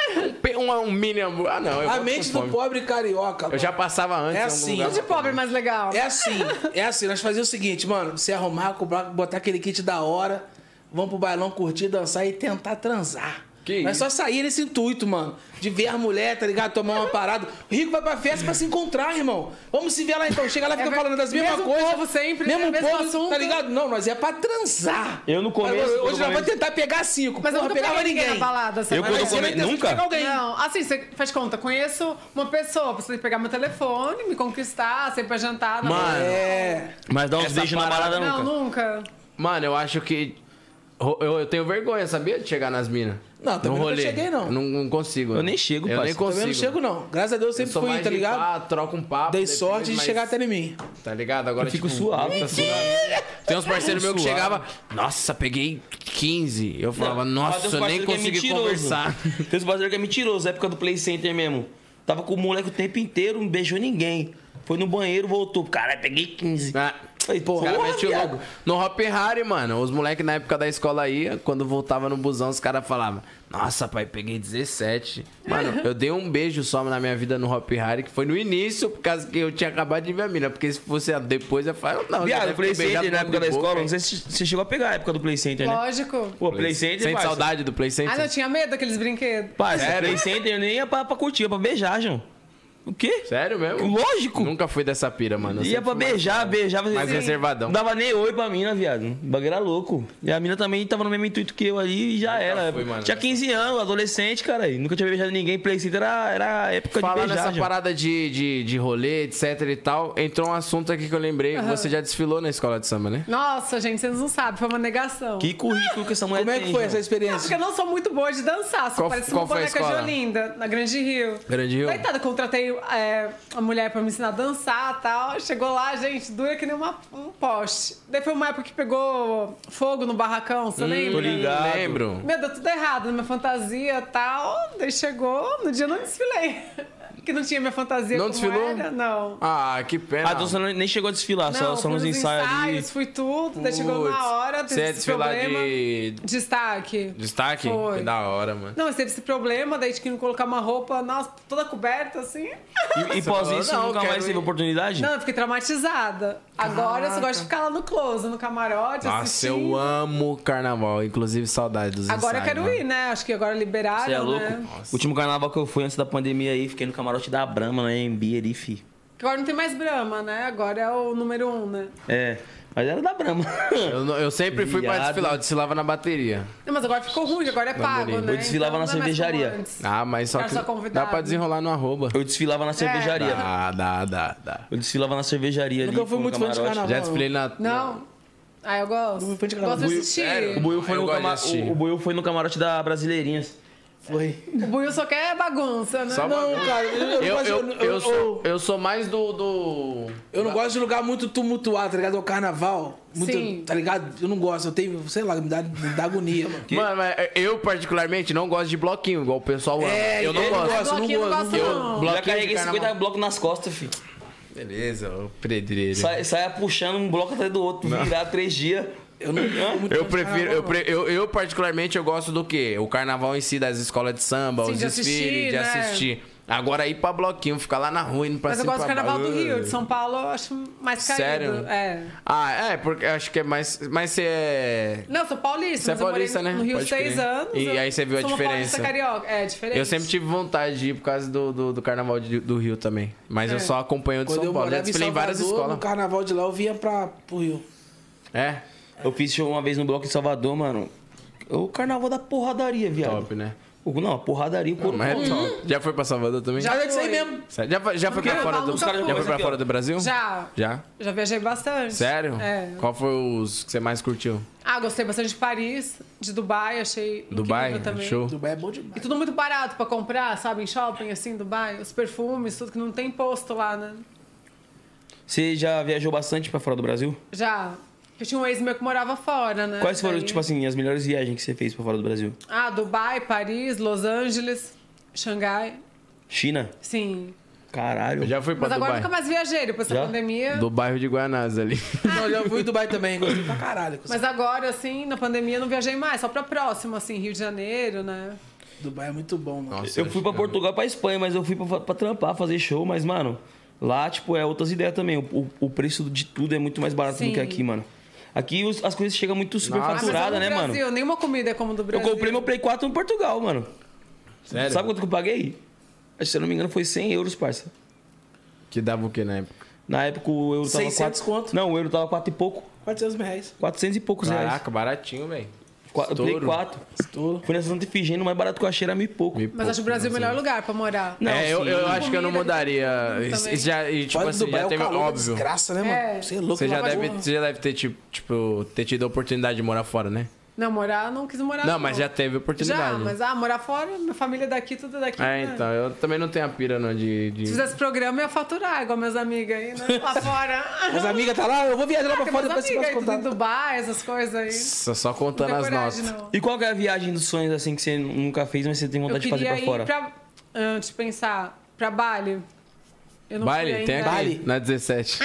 É. Um, um mini hambúrguer. Ah, não. Eu A volto mente com do fome. pobre carioca. Eu já passava antes. É em algum assim, lugar. De pobre mais legal. É assim, é assim. Nós fazíamos o seguinte, mano. Você arrumar, comprar, botar aquele kit da hora, vamos pro bailão, curtir, dançar e tentar transar. Que Nós isso? só saía nesse intuito, mano. De ver a mulher, tá ligado? Tomar uma parada. O rico vai pra festa pra se encontrar, irmão. Vamos se ver lá então. Chega lá e fica É, falando das mesmas mesmo coisas. povo sempre, Mesmo né? Mesmo povo, assunto. tá ligado? Não, nós é pra transar. Eu no começo- Hoje eu no nós vamos começo- tentar pegar cinco. Mas eu Porra, nunca pegava peguei ninguém ninguém. na balada, sabe? Eu quando Mas eu você vai come- ter que nunca? pegar alguém. Não, assim, você faz conta. Conheço uma pessoa, precisa pegar meu telefone, me conquistar, sair pra jantar. Não. Mano, É. Mas dá uns Essa beijos na parada- balada Não, nunca. nunca. Mano, eu acho que. Eu, eu tenho vergonha, sabia? De chegar nas minas. Não, também no nunca rolê. cheguei, não. Eu não, não consigo. Eu nem chego, Eu nem parceiro. consigo. Também não chego, não. Graças a Deus eu Eu sempre sou fui, mais tá de ligado? pá, troca um papo. Dei depois, sorte de mas- chegar até em mim. Tá ligado? Agora Eu fico tipo, suave. muito assim, tem uns parceiros meus que Suave. chegavam, nossa, peguei quinze. Eu falava, Não, nossa, tem uns eu nem parceiros que é consegui mentiroso. conversar. Tem uns parceiros que é mentiroso, época do Play Center mesmo. Tava com o moleque o tempo inteiro, não beijou ninguém. Foi no banheiro, voltou. Caralho, peguei quinze. Ah, Falei, Os porra, caras metem o viado. louco. No Hop Harry, mano, os moleques na época da escola ia, quando voltava no busão, os caras falavam, nossa, pai, peguei dezessete. Mano, eu dei um beijo só na minha vida no Hop Harry, que foi no início, por causa que eu tinha acabado de ver a mina. Porque se fosse depois, eu falo, não, já Viado, deve o Play ter beijado Center na um época da monte de escola, boca, não sei se você chegou a pegar a época do Play Center, né? Lógico. Pô, Play Center, Sente parça. saudade do Play Center? Ah, não, tinha medo daqueles brinquedos. Parça, Play Center eu nem ia pra, pra curtir, ia pra beijar, João. O quê? Sério mesmo? Lógico. Nunca fui dessa pira, mano. Eu Ia sempre pra fui mais- beijar, beijava. mais assim, reservadão. Não dava nem oi pra mina, viado. O bagulho era louco. E a mina também tava no mesmo intuito que eu ali e já era. fui, mano. Tinha quinze anos, adolescente, cara. E nunca tinha beijado ninguém. Play Center era, era a época Falar de beijar, nessa João. parada de, de, de rolê, etc e tal, entrou um assunto aqui que eu lembrei. Você já desfilou na escola de samba, né? Nossa, gente, vocês não sabem, foi uma negação. Que currículo que essa mulher Como é tem, que foi João. essa Não, experiência? porque eu não sou muito boa de dançar, só Qual- parece qual uma foi a boneca de escola? Olinda, na Grande Rio. Grande Rio? Coitada, contratei é, uma mulher pra me ensinar a dançar e tal. Chegou lá, gente, dura que nem uma, um poste. Daí foi uma época que pegou fogo no barracão, você lembra? tô ligado. Lembro. Meu, deu tudo errado na minha fantasia e tal. Daí chegou, no dia eu não desfilei. Que não tinha minha fantasia Não como desfilou? era, não. Ah, que pena. Ah, então você não- nem chegou a desfilar, só, Não, só fui nos nos ensaios ali. ensaios, fui tudo. Daí chegou Putz, na hora, teve Você ia esse desfilar problema. de Destaque. destaque? Foi. Que da hora, mano. Não, mas teve esse problema, daí tinha que colocar uma roupa, nossa, toda coberta, assim. E, e pós falou, isso, não, nunca quero mais teve ir. oportunidade? Não, eu fiquei traumatizada. Agora eu só gosto de ficar lá no close, no camarote, Nossa, assistindo. eu amo carnaval. Inclusive, saudade dos Agora eu ensaios, quero mano. ir, né? Acho que agora liberaram, Você é louco? né? O último carnaval que eu fui antes da pandemia aí, fiquei no camarote da Brahma, na M B ali, fi. Agora não tem mais Brahma, né? Agora é o número um, né? É, mas era da Brahma. Eu, não- eu sempre fui pra Viado. desfilar, eu desfilava na bateria. Não, mas agora ficou ruim, agora é pago, bonito. né? Eu desfilava Então na não é mais como cervejaria. antes. Ah, mas só Era que só convidado. dá pra desenrolar no arroba. Eu desfilava na cervejaria. Dá, dá, dá, dá. Eu desfilava na cervejaria ali. Nunca fui no muito fã de camarote. carnaval. Já desfilei na... Não? Ah, eu gosto. Não fui de Gosto de carnaval. assistir. Sério? O Buiu foi, Eu no gosto de cama... assistir. o, o Buiu foi no camarote da Brasileirinhas. Foi. O Buiu só quer bagunça, né? Só Não, cara, eu, eu, Eu, gosto- eu, eu- eu, eu- sou, eu sou mais do... do... eu não gosto de lugar muito tumultuado, tá ligado? É o carnaval. Muito, Sim. tá ligado? Eu não gosto. Eu tenho, sei lá, me dá, me dá agonia, mano. Mano, mas eu particularmente não gosto de bloquinho, igual o pessoal ama. É, eu não eu gosto. não gosto, Bloquinho não não gosto. gosto, não não. gosto. Já Bloquinho de carreguei carnaval. cinquenta blocos nas costas, fi. Beleza, o pedreiro. Sai, saia puxando um bloco atrás do outro, virar três dias. Eu não sou muito Eu fã de prefiro, carnaval, eu, não. pre- eu, eu particularmente eu gosto do quê? O carnaval em si, das escolas de samba, Sim, os de desfiles, assistir, de né? assistir. Agora ir pra bloquinho, ficar lá na rua, indo pra Mas eu cima gosto do pra carnaval do baixo. Rio. De São Paulo eu acho mais caído. Sério? É. Ah, é, porque eu acho que é mais. Mas você é. Não, sou paulista. Você é mas eu morei paulista, né? no Rio Pode seis crer. anos. E eu aí você viu a sou uma diferença. paulista carioca. É, diferente. Eu sempre tive vontade de ir por causa do, do, do carnaval de- do Rio também. Mas eu É. só acompanho o de Quando São eu Paulo. Já morava em desfilei em várias Salvador, escolas. no carnaval de lá, eu vinha pra, pro Rio. É? Eu fiz show uma vez no bloco em Salvador, mano. O carnaval da porradaria, viado. Top, né? O- Não, a porradaria, o couro. Mas é top. Já foi pra Salvador também? Já Mas é que isso aí foi. mesmo. Sério? Já, foi- já foi pra Porque fora do. os caras Já já foi pra aqui, ó. fora do Brasil? Já. Já? Já viajei bastante. Sério? É. Qual foi os que você mais curtiu? Ah, gostei bastante de Paris, de Dubai, achei Dubai? incrível também. Show. Dubai é bom demais. E tudo muito barato pra comprar, sabe? Em shopping, assim, Dubai. Os perfumes, tudo que não tem posto lá, né? Você já viajou bastante pra fora do Brasil? Já. Eu tinha um ex meu que morava fora, né? Quais foram, Daí- tipo assim, as melhores viagens que você fez pra fora do Brasil? Ah, Dubai, Paris, Los Angeles, Xangai. China? Sim. Caralho. Eu já fui pra Mas agora Dubai. nunca mais viajei, depois da Já? pandemia. Do bairro de Guanás ali. Não, já fui em Dubai também, gostei pra caralho. Mas agora, assim, na pandemia não viajei mais, só pra próximo, assim, Rio de Janeiro, né? Dubai é muito bom, mano. Nossa, Eu fui pra Portugal, pra Espanha, mas eu fui pra, pra trampar, fazer show, mas, mano, lá, tipo, é outras ideias também. O, o, o preço de tudo é muito mais barato Sim. do que aqui, mano. Aqui os- as coisas chegam muito super Nossa. Ah, mas faturadas, no né, mano? Brasil, nenhuma comida é como do Eu Brasil. comprei meu Play quatro no Portugal, mano. Sério? Sabe quanto que eu paguei? Acho que, se eu não me engano, foi cem euros, parça. Que dava o que na época? Na época o euro tava seiscentos quatro... conto. Não, o euro tava quatro e pouco. quatrocentos mil reais. quatrocentos e poucos reais. Caraca, baratinho, velho. Qua- Play estouro. quatro. Estouro. Fui na Santa Efigênia, o mais barato que eu achei era mil e pouco. Me Mas pouco, acho o Brasil o não melhor sei. lugar pra morar. Não, é, eu, sim. eu acho que eu não Comida, mudaria. também. Isso- isso já, e, tipo Fora do assim, Dubai, já o teve calor da óbvio. desgraça, né, mano? É. Você é louco. Você já, lá vai- deve, você já deve ter, tipo, tipo, ter tido a oportunidade de morar fora, né? Não, morar, não quis morar. Não, mas já teve oportunidade. Já, mas ah, morar fora, minha família é daqui, tudo é daqui. É, né? então, eu também não tenho a pira, não, de... de... Se fizesse programa, eu ia faturar, igual meus amigos aí, né? Lá fora. As amigas tá lá, eu vou viajar lá pra Tem fora meus depois você amigos passa aí, tudo em contato. Dubai, essas coisas aí. Só, só Não contando tenho as coragem, notas. não. E qual que é a viagem dos sonhos, assim, que você nunca fez, mas você tem Eu vontade de fazer queria pra fora? ir pra, antes de pensar, pra Bali. Eu não Baile? fui Tem ainda. aqui, Bali? na dezessete.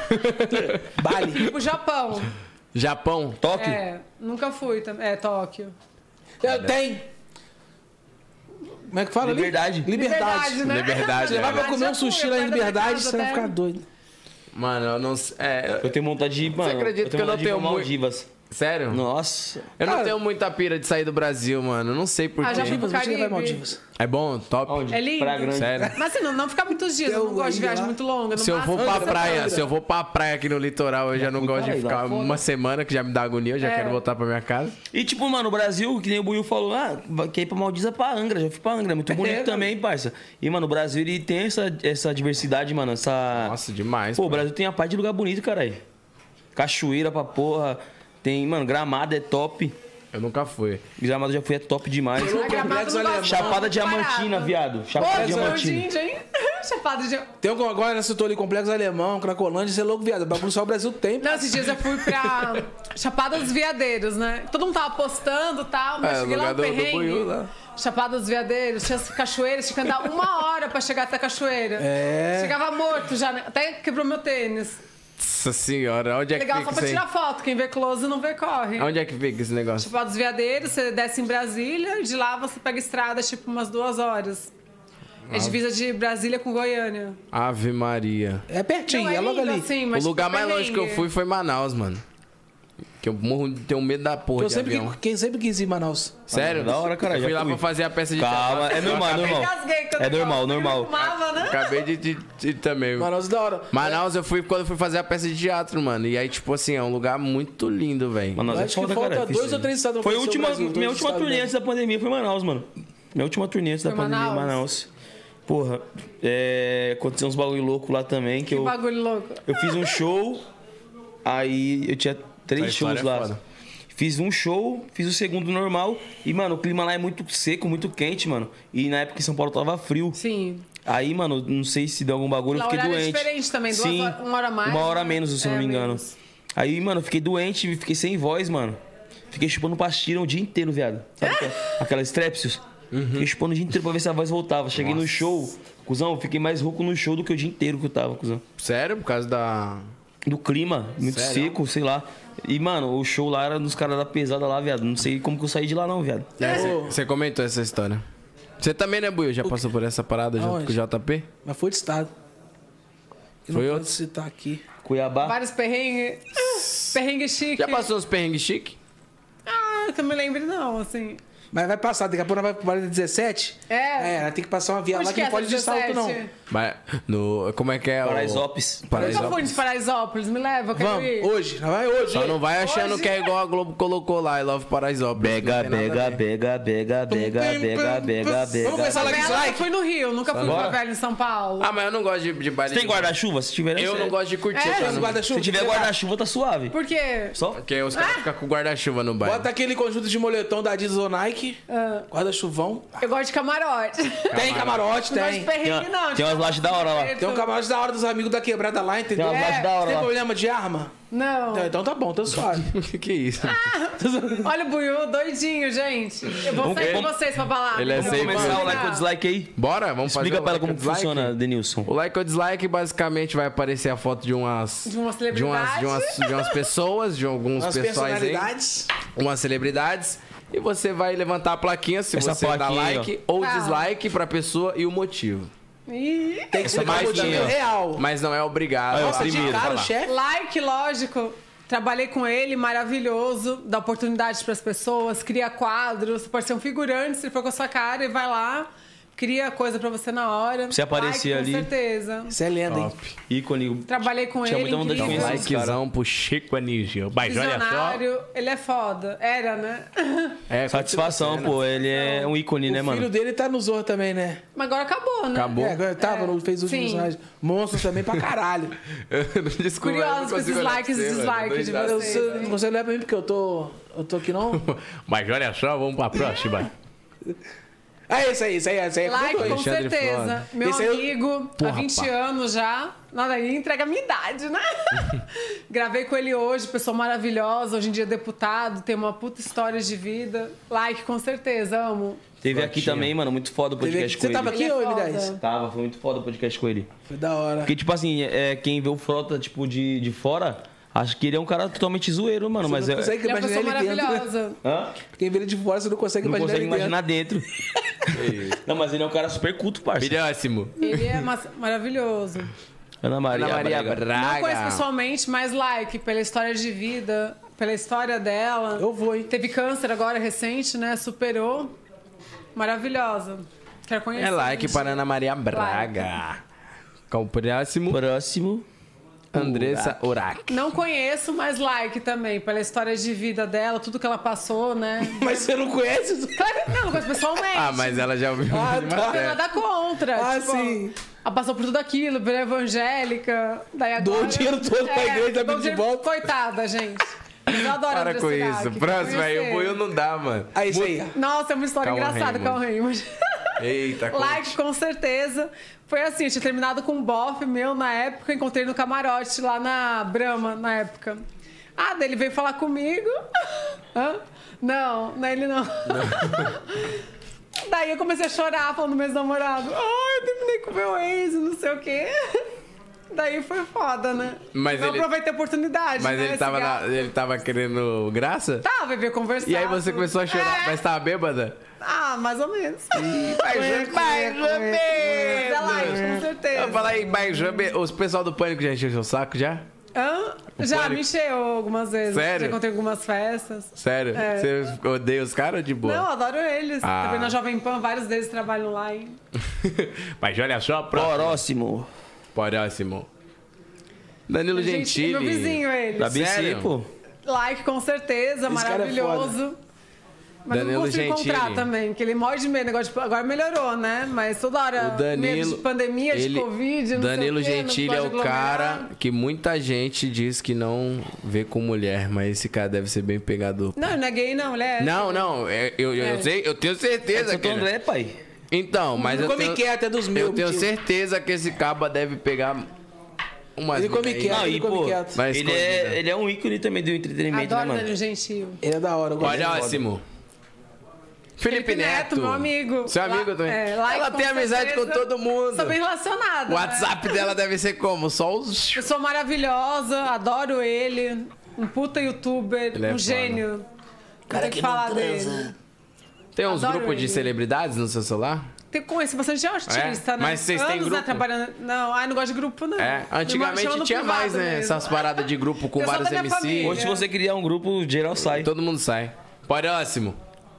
Bali. Pro Japão. Japão? Tóquio? É, nunca fui também. É, Tóquio. Eu tenho. Como é que fala ali? Liberdade. Liberdade. né? Liberdade, Você é. vai pra comer um Já fui, sushi é lá em perto da minha Liberdade, casa você vai até. ficar doido. Mano, eu não sei. É, Eu tenho vontade de ir, mano. acredita que eu não vontade de ir tenho pra muito- Maldivas. sério? Nossa. Eu não Cara, tenho muita pira de sair do Brasil, mano. Não sei porquê. Ah, já fui pro Maldivas, vou te levar Caribe. Maldivas. É bom? Top? Onde? É lindo. Praia Grande. Sério? Mas assim, não, não ficar muitos dias. Eu não Tem gosto de ilha viagem lá. muito longa. No Se eu vou máximo, pra Angra, praia, Angra. se eu vou pra praia aqui no litoral, eu já não fui gosto pra de aí, lá ficar fora. uma semana, que já me dá agonia, eu já É. quero voltar pra minha casa. E tipo, mano, o Brasil, que nem o Buiu falou, ah, vai- quer ir pra Maldivas pra Angra, já fui pra Angra, é muito bonito É, também, parça. E, mano, o Brasil, ele tem essa, essa diversidade, mano, essa... Nossa, demais. Pô, o pô. Brasil tem a parte de lugar bonito, caralho. Cachoeira pra porra, tem, mano, Gramado é top. Eu nunca fui. Gramado já foi, é top demais. A Gramado não gosto, Chapada não, Diamantina, parado. viado. Chapada Pô, de Diamantina. Índia, hein? Chapada de... Tem um agora, né? Citou ali Complexo Alemão, Cracolândia, você é louco, viado. O bagulho só o Brasil tem. Não, esses dias eu fui pra Chapada dos Veadeiros, né? Todo mundo tava postando e tal, mas É, cheguei lá lugar no do- do perrengue. Buiú, lá. Chapada dos Veadeiros, tinha as cachoeiras, tinha que andar uma hora pra chegar até a cachoeira. É. Chegava morto já, né? Até quebrou meu tênis. Nossa senhora, onde é que Legal fica só pra isso aí? tirar foto, quem vê close não vê corre. Onde é que fica esse negócio? Chapada dos Veadeiros, você desce em Brasília e de lá você pega estrada, tipo, umas duas horas. É divisa de Brasília com Goiânia. Ave Maria. É pertinho, Não é, é logo lindo, ali. assim, mas o lugar tipo, mais longe que eu perrengue. fui foi Manaus, mano. Que eu morro de ter um medo da porra Eu de sempre, avião. que- quem sempre quis ir em Manaus. Sério? Da hora, cara, Eu fui já lá fui. pra fazer a peça de Calma, teatro. é normal, normal. Engasguei quando É eu normal, normal. fumava, né? Acabei de, de, de também. Manaus é da hora. Manaus eu fui quando eu fui fazer a peça de teatro, mano. E aí, tipo assim, é um lugar muito lindo, velho. Manaus é Acho que foda, falta cara. dois ou três estados pra Foi a conhecer o última, Brasil, dois minha última estados turnê mesmo. antes da pandemia foi Manaus, mano. Minha última turnê antes da Foi pandemia em Manaus? Manaus. Porra, é, aconteceu uns bagulho louco lá também, que Que eu, bagulho louco. eu fiz um show, aí eu tinha três Essa história shows é lá. foda. Fiz um show, fiz o segundo normal, e, mano, o clima lá é muito seco, muito quente, mano. E na época em São Paulo tava frio. Sim. Aí, mano, não sei se deu algum bagulho, eu Lá o fiquei horário é doente. diferente também, duas Sim, horas- uma hora a mais, Uma hora a né? menos, se eu É, não me engano. menos. Aí, mano, eu fiquei doente, fiquei sem voz, mano. Fiquei chupando pastilha o dia inteiro, viado. Sabe aquela- aquela Strepsils? Fiquei chupando o dia inteiro pra ver se a voz voltava. Cheguei no show, cuzão, eu fiquei mais rouco no show do que o dia inteiro que eu tava, cuzão. Sério? Por causa da... Do clima, muito Sério? seco, sei lá. E, mano, o show lá era dos caras da pesada lá, viado. Não sei como que eu saí de lá, não, viado. Ô, Você comentou essa história. Você também, né, Buiu? Já passou por essa parada junto Aonde? com o J P? Mas foi de estado. Eu Foi não outro? posso citar aqui. Cuiabá. Vários perrengues. Perrengue chique. Já passou uns perrengues chique? Ah, que eu me lembro não, assim. Mas vai passar, daqui a pouco nós vai pro Vale dezessete. É. É, tem que passar uma viagem lá Onde que que não é pode de essa salto, não. dezessete? Mas no... Como é que é? o- Paraisópolis. Eu Paraisópolis. já fui de Paraisópolis, me leva, eu quero Vamos, ir. hoje, nós vai hoje. Só não vai achando Hoje- que é igual a Globo colocou lá, I Love Paraisópolis. Bega, Não tem nada a bega, ver. bega, bega, bega, bega, bega, bega. Vamos começar lá com Ela, dislike? eu fui no Rio, nunca fui Bora. pra velho em São Paulo. Ah, mas eu não gosto de, de baile Você tem de- guarda-chuva? Se tiver, Eu não gosto de curtir. É? tá? Tem Não- guarda-chuva? Se tiver guarda-chuva, tá suave. Por quê? Só? Porque os caras ficam com guarda-chuva no baile. Bota aquele conjunto de moletom da Adidas ou Nike. Ah, Guarda-chuvão. eu gosto de camarote. Tem camarote, Não gosto de tem. perrengue, Tem, uma- não. de tem umas camarote. lajes da hora lá. Tem um camarote da hora dos amigos da quebrada lá, entendeu? Tem umas lajes da hora Tem lá. problema de arma? Não. Então, então tá bom, tá suave. Que isso? Olha o Buiú, doidinho, gente. Eu vou sair com vocês pra balada. Ele é Vamos sem começar mano. o like ou dislike aí? Bora, vamos fazer Explica o pra ela like como ou que dislike? funciona, Denilson. O like ou dislike basicamente vai aparecer a foto de umas... De uma de umas, celebridade. de umas, de umas pessoas, de alguns As pessoais aí. personalidades. Umas celebridades. E você vai levantar a plaquinha se Essa você dá plaquinha aí, like ou Tá. dislike pra pessoa e o motivo. Ih. Tem que ser mais mais tinha. real. Mas não é obrigado. Olha, Nossa, de primeiro, cara, vai o lá. chefe. Like, lógico. Trabalhei com ele, maravilhoso. Dá oportunidade para as pessoas, cria quadros. Você pode ser um figurante, se for com a sua cara, e vai lá, cria coisa para você na hora. Você aparecer like, ali. Com certeza. Isso é lenda, hein? Ícone. Trabalhei com Tinha ele, muita vontade de incrível. conhecer esse Likezão pro Chico Anísio. Mas olha só. Visionário, ele é foda. Era, né? É, Satisfação, pô. Ele é um ícone, né, O mano? filho dele tá no Zorro também, né? Mas agora acabou, né? Acabou. É, agora tava, no fez os Sim. personagens. Monstro também pra caralho. Desculpa, Curiosos eu não com esses consigo olhar likes pra e você, dislikes mano. de Dois Eu, vocês. sou- não consigo olhar pra mim porque eu tô. Eu tô aqui não. Mas olha só, vamos pra próxima. Ah, esse aí, esse aí, esse aí. é Like, com Alexandre certeza. Flora. Meu Esse aí eu- amigo, há Porra, vinte pá. anos já. Nada aí, entrega a minha idade, né? Gravei com ele hoje, pessoa maravilhosa, hoje em dia deputado, tem uma puta história de vida. Like, com certeza, amo. Teve aqui também, mano, muito foda o podcast com Você ele. tava aqui, Ele é ô M foda. dez? Tava, foi muito foda o podcast com ele. Foi da hora. Porque, tipo assim, é, quem vê o Frota, tipo, de, de fora, acha que ele é um cara totalmente zoeiro, mano. Você Mas não é. consegue Ele é uma imaginar pessoa ele dentro. maravilhosa. Hã? Quem vê ele de fora, você não consegue Não imaginar consegue ele imaginar dentro. Não, mas ele é um cara super culto, parça. Próximo. Ele é mas- maravilhoso. Ana Maria, Ana Maria Braga. Braga. Não conheço pessoalmente, mas like, pela história de vida, pela história dela. dentro. Eu vou, hein? Teve câncer agora recente, né? Superou. Maravilhosa. Quero conhecer. É like para Ana Maria Braga. Com o próximo, Próximo. Andressa Urac. Não conheço, mas like também, pela história de vida dela, tudo que ela passou, né? Mas você não conhece? Claro que não, não conheço pessoalmente. Ah, mas ela já ouviu. Ah, de tá. Não matéria. nada contra. Ah, tipo, sim. Ela passou por tudo aquilo, virou evangélica. Daí Doou agora, o dinheiro todo pra igreja, tá dou pedindo de dinheiro- volta. Coitada, gente. Mas eu adoro a Para Andressa com Urac, isso. quero Próximo aí, o conhecer. Buiu não dá, mano. Ah, isso aí. Nossa, é uma história Calma, engraçada, Raymond. calma aí. Mas... Eita, Like, com certeza. Foi assim, eu tinha terminado com um bofe meu na época, encontrei no camarote lá na Brahma, na época. Ah, daí ele veio falar comigo. Hã? Não, não é ele não. Daí eu comecei a chorar falando do meu namorado. Ai, eu terminei com o meu ex, não sei o quê. Daí foi foda, né? Mas eu ele- aproveitei a oportunidade. Mas né? ele Esse tava, na- gato. ele tava querendo graça? Tava, veio conversar. E aí você começou a chorar, É. mas tava bêbada? Ah, mais ou menos. Mais ou mais ou Mas é like, menos. com certeza. Eu falei, mais ou menos. Os pessoal do Pânico já encheu seu saco, já? Hã? Já pânico. me encheu algumas vezes. Sério? Já encontrei algumas festas. Sério? É. Você odeia os caras ou de boa? Não, eu adoro eles. Ah. Também na Jovem Pan, vários deles trabalham lá. Hein? Mas olha só, próximo. Próximo. Próximo. Danilo Gente, Gentili. meu vizinho, ele. Da B C, Sério? pô. Like, com certeza, Esse cara é maravilhoso. Mas eu Danilo não consigo Gentili. encontrar também, que ele morre de medo. Negócio de... Agora melhorou, né? Mas toda hora, O Danilo, medo de pandemia, de ele- Covid, não Danilo sei o quê, Gentili não é pode o cara aglomerar. que muita gente diz que não vê com mulher, mas esse cara deve ser bem pegador. Não, não é gay, não. Ele é... Não, não, é- eu, eu, É. eu sei, eu tenho É certeza Santo que ele- André, pai. Então, mas Ele eu come tenho, quieto, é dos meus. eu tenho mentira. certeza que esse caba deve pegar umas Ele come mina aí. quieto. Não, ele e come pô, quieto. Vai ele escondida. é, ele é um ícone também do entretenimento, Adoro né, mano? Danilo Gentil. Ele é da hora. eu gosto dele. Próximo. Felipe Neto. meu amigo. Seu amigo Lá- também. é, like, Ela com tem amizade com certeza. todo mundo. Sou bem relacionada. O WhatsApp né? dela deve ser como? Só os... Eu sou maravilhosa, adoro ele. Um puta youtuber, Ele é um foda. gênio. Cara que falar dele. Tem uns Adoro grupos de ele. celebridades no seu celular? Tem conheço bastante artista, É? né? Mas vocês têm Anos, grupo? Né, trabalhando... Não, ai, não gosto de grupo, não. É, Me antigamente chama no tinha privado mais, né? mesmo. Essas paradas de grupo com Eu sou vários da minha M Cs. família. Hoje, se você criar um grupo, geral sai. Todo mundo sai. Próximo.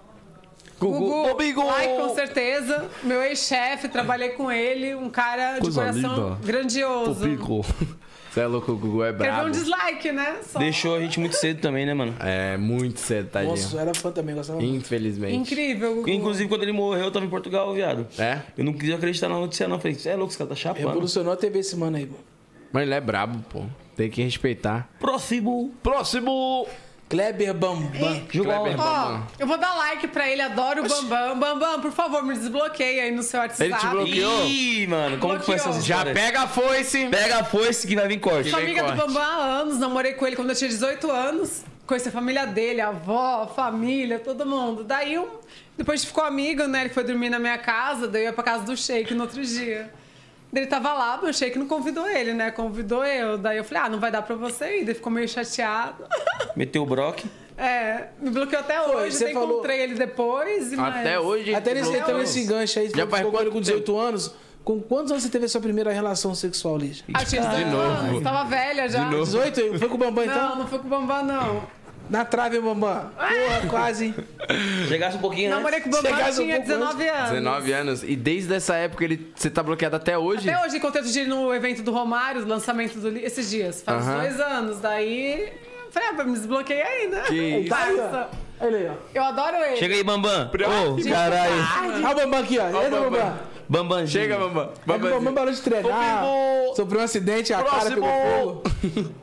Gugu, Ô, Bigu! ai, com certeza. Meu ex-chefe, trabalhei com ele. Um cara de Coisa coração linda. grandioso. Você é louco, o Gugu é Quer ver brabo. um dislike, né? Só. Deixou a gente muito cedo também, né, mano? É, muito cedo, tadinho. Nossa, eu era fã também, gostava muito. Infelizmente. Incrível, Gugu. Inclusive, quando ele morreu, eu tava em Portugal, viado. É? Eu não queria acreditar na notícia, não. Falei, você é louco, esse cara tá chapando. Revolucionou a T V esse mano aí, mano. Mas ele é brabo, pô. Tem que respeitar. Próximo. Próximo! Kleber Bambam. Jogou Kleber aonde? Ó, Bambam. eu vou dar like pra ele, adoro o Bambam. Bambam, por favor, me desbloqueia aí no seu WhatsApp. Ele te bloqueou? Ih, mano, como que foi essa Bloqueou. Já história? pega a foice. Pega a foice que vai vir corte. Sou vem amiga do corte. Bambam há anos, namorei com ele quando eu tinha dezoito anos. Conheci a família dele, a avó, a família, todo mundo. Daí, um, depois a gente ficou amigo, né? Ele foi dormir na minha casa, daí eu ia pra casa do Sheik no outro dia. Daí ele tava lá, mas o Sheik não convidou ele, né? Convidou eu. Daí eu falei, ah, não vai dar pra você ir. Daí ele ficou meio chateado. Meteu o broque. É, me bloqueou até hoje. você Até falou- encontrei ele depois. Mas... Até hoje. Até ele bloqueou. teve esse enganche aí, você Já falou que faz ficou com ele quanto com dezoito anos. Com quantos anos você teve a sua primeira relação sexual, Lígia? Ah, tinha dezoito anos, tava velha já. dezoito? Foi com o Bambam, então? Não, não foi com o Bambam, não. Na trave, Bambam. Porra, quase. Chegasse um pouquinho Namorei antes. com o Bambam, Chegasse um tinha pouco dezenove anos. dezenove anos. E desde essa época ele, você tá bloqueado até hoje? Até hoje, encontrei outro dia no evento do Romário, lançamento do li- esses dias, faz Aham. dois anos. Daí, falei, ah, me desbloqueei ainda. Que isso. Parça. Olha aí, ó. Eu adoro ele. Chega aí, Bambam. Ô, caralho. Olha o Bambam aqui, ó. Olha o Bambam. Bambanzinho. Chega, Bambam. É que o Bambam Bambamzinho. parou de treinar. Ô, Sofreu um acidente, a cara Próximo. pegou fogo.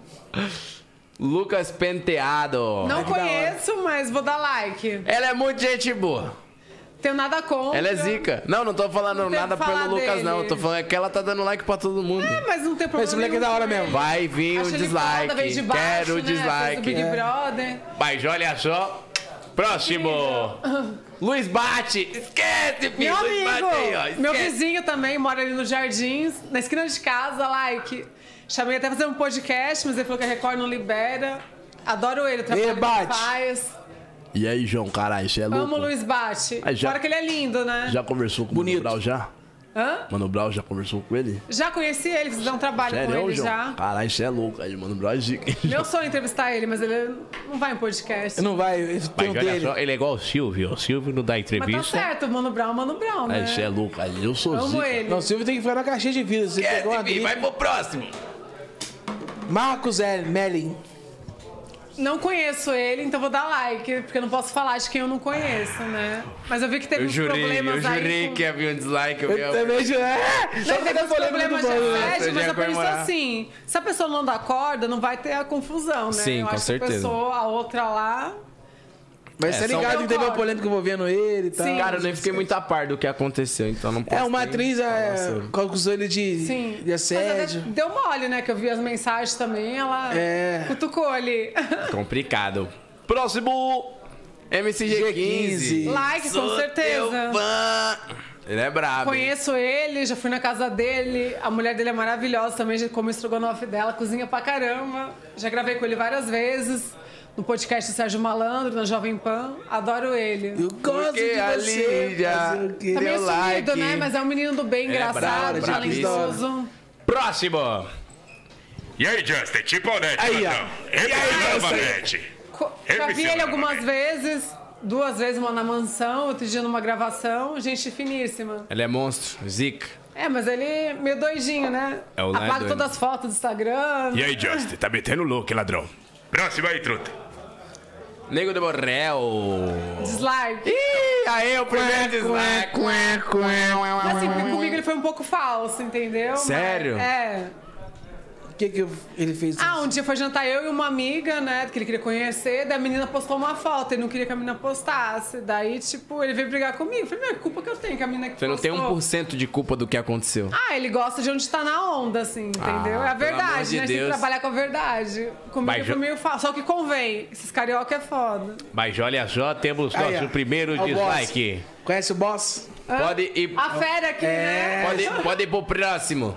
Lucas Penteado. Não que da hora. conheço, mas vou dar like. Ela é muito gente boa. Tenho nada contra. Ela é zica. Não, não tô falando Não tem nada que falar pelo Lucas, dele. não. Tô falando que ela tá dando like pra todo mundo. É, mas não tem problema. Esse moleque é nenhum da hora com mesmo. ele. Vai vir Acho um ele dislike. foda, veio de baixo, Quero o né? Fez o dislike. Big Brother. Mas olha só. Próximo. Luiz Bate. Esquece, filho. Meu Luiz Bate aí, ó. amigo, meu Esquece. vizinho também mora ali nos Jardins, na esquina de casa, like. Chamei até pra fazer um podcast, mas ele falou que a Record não libera. Adoro ele, o trabalho que Bate. ele faz. E aí, João, caralho, você é louco? Amo o Luiz Bate. Ah, já- Fora que ele é lindo, né? Já conversou com o Bonito. Mano Brown já? Hã? Mano Brown já conversou com ele? Já conheci ele, fiz um trabalho com Sério, ele João? já. Caralho, você é louco aí, Mano Brown é zica. Meu sonho é entrevistar ele, mas ele não vai em podcast. Não vai, eu Mas tenho olha dele. só, ele é igual o Silvio. O Silvio não dá Mas tá entrevista. certo, Mano Brown, Mano Brown, né? Aí você é louco aí, eu sou Amo zica. ele. Não, o Silvio tem que ficar na caixinha de vida. Você pegou uma Esquece, filho. gripe. Vai pro próximo. Marcos L. Melling. Não conheço ele, então vou dar like, porque eu não posso falar de quem eu não conheço, né? Mas eu vi que teve Eu uns jurei, problemas eu aí. jurei com... que havia um dislike. Eu, Eu também já. É. Não, Só teve que uns eu falei problemas muito de bom, né? assédio, Você mas já eu penso comemorar. assim, se a pessoa não dá corda, não vai ter a confusão, né? Sim, eu com acho certeza. que a pessoa, a outra lá... Mas É, você é só- ligado que teve uma polêmica envolvendo ele e tal. Sim. Cara, eu nem fiquei muito a par do que aconteceu, então não posso É, uma nem atriz falar é, sobre. acusou ele de, Sim. de assédio. Mas deu mole, né? Que eu vi as mensagens também, ela É. cutucou ali. Complicado. Próximo. M C G G quinze. quinze. Like, com Sou certeza. teu fã. Ele é brabo. hein? Conheço ele, já fui na casa dele. A mulher dele é maravilhosa também, já como estrogonofe dela, cozinha pra caramba. Já gravei com ele várias vezes. No podcast do Sérgio Malandro, na Jovem Pan. Adoro ele. Eu gosto Porque de ali você. já- fazer o quê? Tá meio Deu sumido, like. né? Mas é um menino do bem, É engraçado, brabo, talentoso. Próximo. E aí, Justin, tipo ou net, Aí, ó. ladrão? Entra novamente. Co- Eu Já me vi sinto ele algumas novamente. vezes. Duas vezes, uma na mansão, outro dia numa gravação. Gente finíssima. Ele é monstro. Zica. É, mas ele é meio doidinho, né? É, o Lá é Apaga doido. todas as fotos do Instagram. E aí, Justin, tá metendo louco, hein, ladrão? Próximo aí, truta. Nego de Borrell. Dislike. Ih, aí o primeiro dislike. Mas assim, porque comigo ele foi um pouco falso, entendeu? Mas- Sério? é. O que, que ele fez? Ah, um dia foi jantar eu e uma amiga, né, que ele queria conhecer, daí a menina postou uma foto, ele não queria que a menina postasse. Daí, tipo, ele veio brigar comigo. Eu falei, meu, que culpa que eu tenho que a menina que Você não tem um postou? por cento de culpa do que aconteceu. Ah, ele gosta de onde tá na onda, assim, entendeu? Ah, é a pelo amor verdade, de né? Tem que Deus. trabalhar com a verdade. Comigo Mas foi já- meio falso. Só que convém, esses carioca é foda. Mas olha só, temos Aí, nosso ó. primeiro Ó o dislike. Conhece o boss? Pode ir, A fera aqui, né? pode, pode ir pro próximo.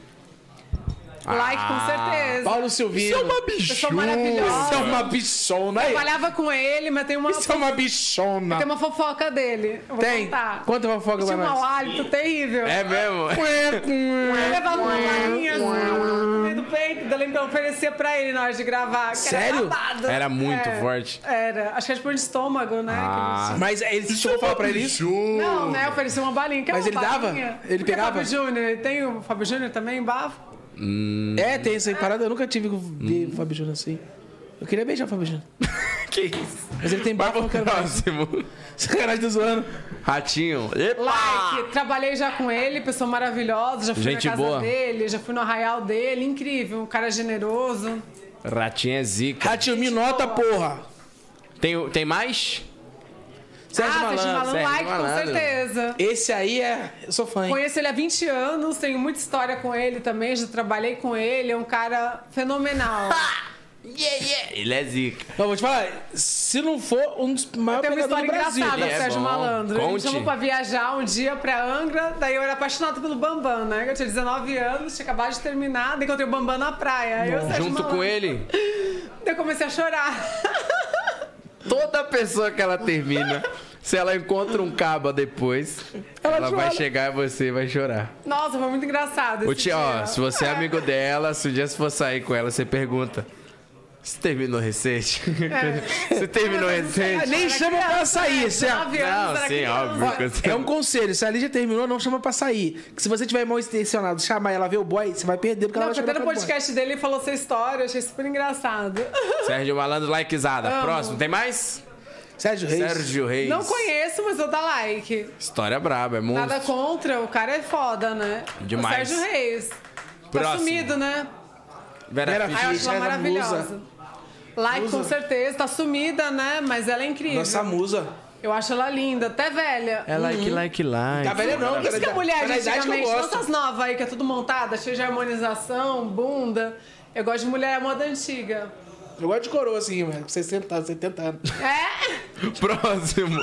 Like, com certeza. Paulo Silvino. Isso é uma Pessoa bichona. maravilhosa. Isso é uma bichona aí. Trabalhava com ele, mas tem uma, Isso é uma bichona. tem uma fofoca dele. Eu vou Tem? contar. Conta uma fofoca pra Tinha um mau nós. hálito terrível. É mesmo? Ele levava uma balinha assim, no meio do peito, eu lembro que eu oferecia pra ele na hora de gravar. que Sério? Era, babado. Era muito É, forte. Era. Acho que era tipo de estômago, né? Ah. Mas ele chegou a falar pra ele isso? Não, né? Oferecia uma balinha. Quer Mas uma ele dava? balinha? Ele Porque pegava? Fábio Júnior, ele tem o Fábio Júnior também, bafo? É, tem essa aí parada. Eu nunca tive que ver o Fábio Júnior assim. Eu queria beijar o Fábio Júnior. Que isso? Mas ele tem barba, eu não quero mais. Próximo. Sacanagem, tô zoando. Ratinho. Epa! Like, trabalhei já com ele, pessoa maravilhosa, já fui Gente na casa boa. dele, já fui no arraial dele, incrível, um cara generoso. Ratinho é zica. Ratinho, me nota, porra. Tem, tem mais? Sérgio ah, Malandro. Sérgio Malandro, Sérgio like, Malandro. com certeza. Esse aí é... Eu sou fã, hein? Conheço ele há vinte anos, tenho muita história com ele também, já trabalhei com ele, é um cara fenomenal. Yeah, yeah. Ele é zica. Eu vou te falar, se não for um dos maiores Tem uma pegadores história do Brasil. engraçada Ele do é Sérgio bom. Malandro. Ele me Conte. chamou pra viajar um dia pra Angra, daí eu era apaixonada pelo Bambam, né? Eu tinha dezenove anos, tinha acabado de terminar, daí encontrei o Bambam na praia. Aí eu, Sérgio Junto Malandro. com ele, Daí eu comecei a chorar. toda pessoa que ela termina, se ela encontra um caba depois, ela, Ela vai chora. chegar e você vai chorar. Nossa, foi muito engraçado Ô, esse tia, ó, dia. se você é amigo dela, se um dia você for sair com ela, você pergunta: você terminou recente? Você terminou recente? Nem chama pra sair, certo? dezenove anos, Não, era sim, criança. óbvio. É um conselho, se a Lígia terminou, não chama pra sair. Que se você tiver mal intencionado, chamar ela ver o boy, você vai perder, porque Não, ela vai foi até chamar no pra boy. podcast dele, ele falou essa história, eu achei super engraçado. Sérgio Malandro, likezada. Amo. Próximo, tem mais? Sérgio Reis. Sérgio Reis. Não conheço, mas vou dar like. História braba, é Nada monstro. contra, o cara é foda, né? Demais. O Sérgio Reis. Tá Próximo. sumido, né? Vera, Vera Fischer. Ah, eu acho Fischer, ela ela maravilhosa. musa. Like Musa. com certeza, tá sumida, né? Mas ela é incrível. Nossa musa. Eu acho ela linda, até velha. É like, like, like. Tá velha não, Por isso que a mulher tá na de idade que eu antigamente, gosto. essas novas aí, que é tudo montada, cheia de harmonização, bunda. Eu gosto de mulher moda antiga. Eu gosto de coroa assim, mano. sessenta anos, setenta anos. É? Próximo.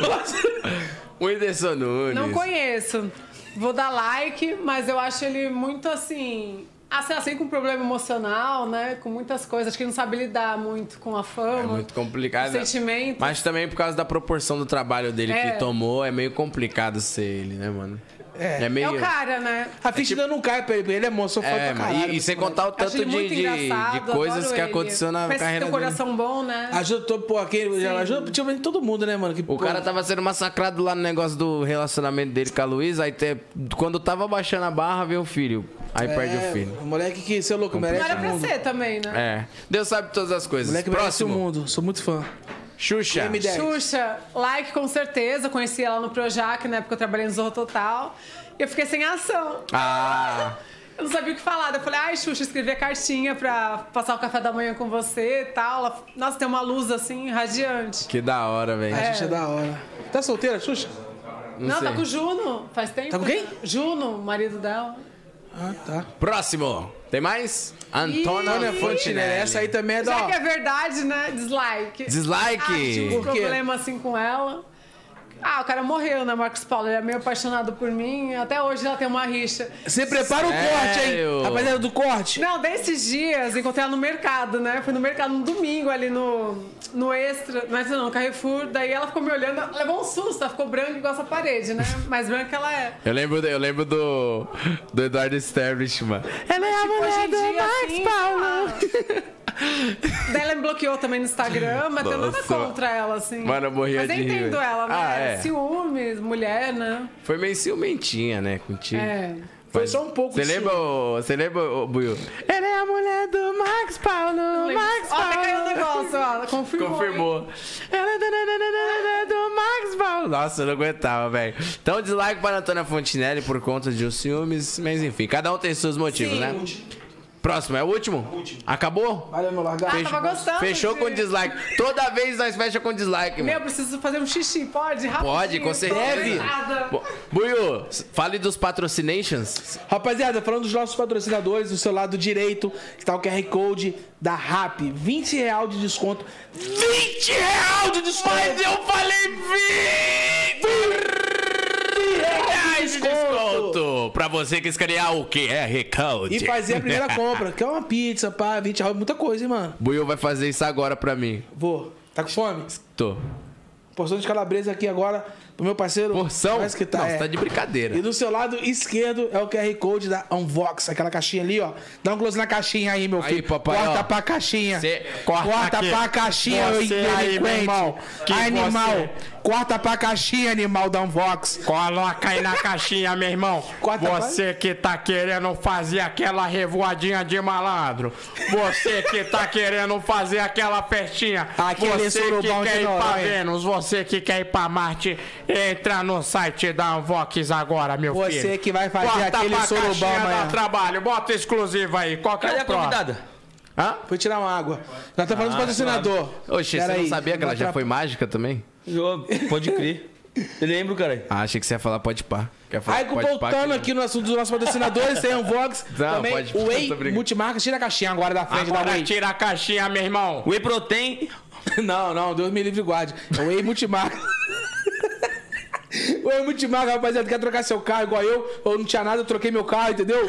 O Whindersson Nunes. Não conheço. Vou dar like, mas eu acho ele muito assim... Assim, assim, com problema emocional, né? Com muitas coisas. Acho que ele não sabe lidar muito com a fama. É muito complicado. Com sentimento. Mas também por causa da proporção do trabalho dele É. que tomou, é meio complicado ser ele, né, mano? É. É meio... É o cara, né? A ficha ainda não cai pra ele, ele é moço, eu sou fã É, pra mas caralho. e, e sem contar o Acho tanto ele de, muito de, engraçado, de coisas adoro que ele. aconteceu na Parece que carreira tem um dele. coração bom, né? Ajuda todo, pô, aquele, ajuda tipo, todo mundo, né, mano? Que, O cara tava sendo massacrado lá no negócio do relacionamento dele com a Luísa, aí te, quando tava baixando a barra, veio o filho. Aí perde o filho. O moleque que, seu louco, Não merece era o pra mundo. ser também, né? É. Deus sabe todas as O coisas. moleque merece o Próximo. mundo, sou muito fã. Xuxa. M dez. Xuxa, like com certeza. Conheci ela no Projac, na época eu trabalhei no Zorro Total. E eu fiquei sem ação. Ah, Eu não sabia o que falar. Eu falei, ai, Xuxa, escrevi a cartinha pra passar o café da manhã com você e tal. Ela, nossa, tem uma luz assim, radiante. que da hora, velho. A Xuxa é da hora. Tá solteira, Xuxa? Não, sei. tá com o Juno, faz tempo. Tá com quem? Juno, marido dela. Ah, tá. Próximo. Tem mais? Antônia Antônia Fontenelle, Fontenelle. essa aí também é da Já que hora. é verdade, né? Dislike. Dislike? Ah, tive um Por quê? problema assim com ela. Ah, o cara morreu, né, Marcos Paulo? Ele é meio apaixonado por mim. Até hoje ela tem uma rixa. Você prepara o Sério? corte, hein? Rapaziada do corte. Não, desses dias, encontrei ela no mercado, né? Fui no mercado no domingo ali no, no Extra, não é não, no Carrefour. Daí ela ficou me olhando, ela levou um susto, ela ficou branca igual essa parede, né? Mais branca que ela é. Eu lembro, eu lembro do, do Eduardo Establishment. Ela é a Tipo, mulher hoje em do dia, Max assim, Paulo. Daí ela me bloqueou também no Instagram, mas tem nada Nossa. contra ela, assim. Mano, eu morria mas eu de rir, entendo velho. ela, né? Ah, é. Ciúmes, mulher, né? Foi meio ciumentinha, né, contigo. É. Foi só um pouco Você de lembra, o- você lembra, o Buiu? Ela é a mulher do Max Paulo. Max Ó, até Paulo. caiu o negócio, ó. Ela confirmou. Confirmou. Ela é da- da- da- da- da- do Max Paulo. Nossa, eu não aguentava, velho. Então, dislike para a Antônia Fontenelle por conta de os ciúmes. Mas enfim, cada um tem seus motivos, Sim. né? Próximo, é o último? Acabou? Valeu, meu largado. Ah, tava gostando. Fechou de- com dislike. Toda vez nós fecha com dislike, Meu, mano. eu preciso fazer um xixi, pode? Rapidinho. Pode, com certeza. Deve. Nada. Bo- Buiu, fale dos patrocinations. Rapaziada, falando dos nossos patrocinadores, do seu lado direito está o Q R Code da Rap. vinte real de desconto. vinte real de desconto! Mas eu falei vinte reais de desconto pra você que escanear o Q R Code. E fazer a primeira compra, que é uma pizza, pá, vinte reais, muita coisa, hein, mano. Buiu vai fazer isso agora pra mim. Vou. Tá com fome? Tô. Porção de calabresa aqui agora pro meu parceiro. Porção? Parece que tá, Nossa, é. tá de brincadeira. E do seu lado esquerdo é o Q R Code da Unvox, aquela caixinha ali, ó. Dá um close na caixinha aí, meu Aí, filho. papai, corta ó. pra caixinha. Cê- corta corta aqui. pra caixinha, ô Você aí, meu delinquente. irmão, que Animal. você- Corta pra caixinha, animal da Unvox. Coloca aí na caixinha, meu irmão. Corta Você que tá querendo fazer aquela revoadinha de malandro. Você que tá querendo fazer aquela festinha. Aquele Você que surubão quer de ir pra Noronha. Vênus. Você que quer ir pra Marte. Entra no site da Unvox agora, meu Você filho. que vai fazer Bota aquele pra surubão caixinha amanhã. da trabalho. Bota exclusiva aí. Qual que Cadê é a o próximo? convidada? Hã? Foi tirar uma água. Nós estamos falando do patrocinador. Oxe, Pera você não aí, sabia que ela já foi mágica também? Eu- Pode crer. Eu lembro, cara. Ah, achei que você ia falar pode pá. Quer falar Aí, pode pá voltando que- aqui no assunto dos nossos patrocinadores, tem o Vox, Não, também pode- o Whey tô brincando. Multimarcas. Tira a caixinha agora da frente da Agora Whey. tira a caixinha, meu irmão. Whey Protein. Não, não, Deus me livre e guarde. É o Whey Multimarcas. O Whey Multimarcas, rapaziada, quer trocar seu carro igual eu, ou não tinha nada, eu troquei meu carro, entendeu?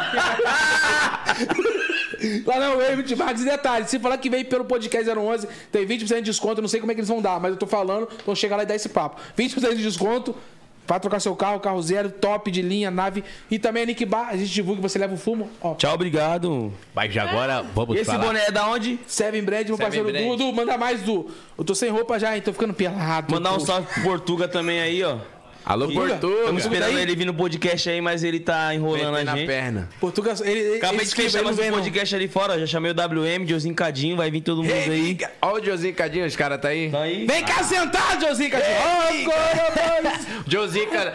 Lá não, Whey Multimarcas. E detalhe, se falar que veio pelo podcast zero onze, tem vinte por cento de desconto, eu não sei como é que eles vão dar, mas eu tô falando, então chega lá e dá esse papo. vinte por cento de desconto. Pra trocar seu carro, carro zero, top de linha, nave. E também a Nick Bar, a gente divulga que você leva o fumo. Ó, Tchau, obrigado. Mas agora vamos E esse falar. boné é da onde? Seven Brand, meu Seven parceiro Brand. Du. Du, manda mais, Du. Eu tô sem roupa já, hein? Tô ficando pelado. Mandar um Du. salve pro Portuga também aí, ó. Alô, Portuga? Portuga. Estamos esperando daí? ele vir no podcast aí, mas ele tá enrolando Meter a na gente. perna. Portuga, ele, ele, Acabei ele de escreve, fechar ele não mais um vem, não. podcast ali fora, ó. Já chamei o W M, Diozinho Cadinho, vai vir todo mundo aí. Olha o Josinho Cadinho, os caras tá aí. Tá aí? Vem cá sentar, Josinho, cara. Josinho, cara.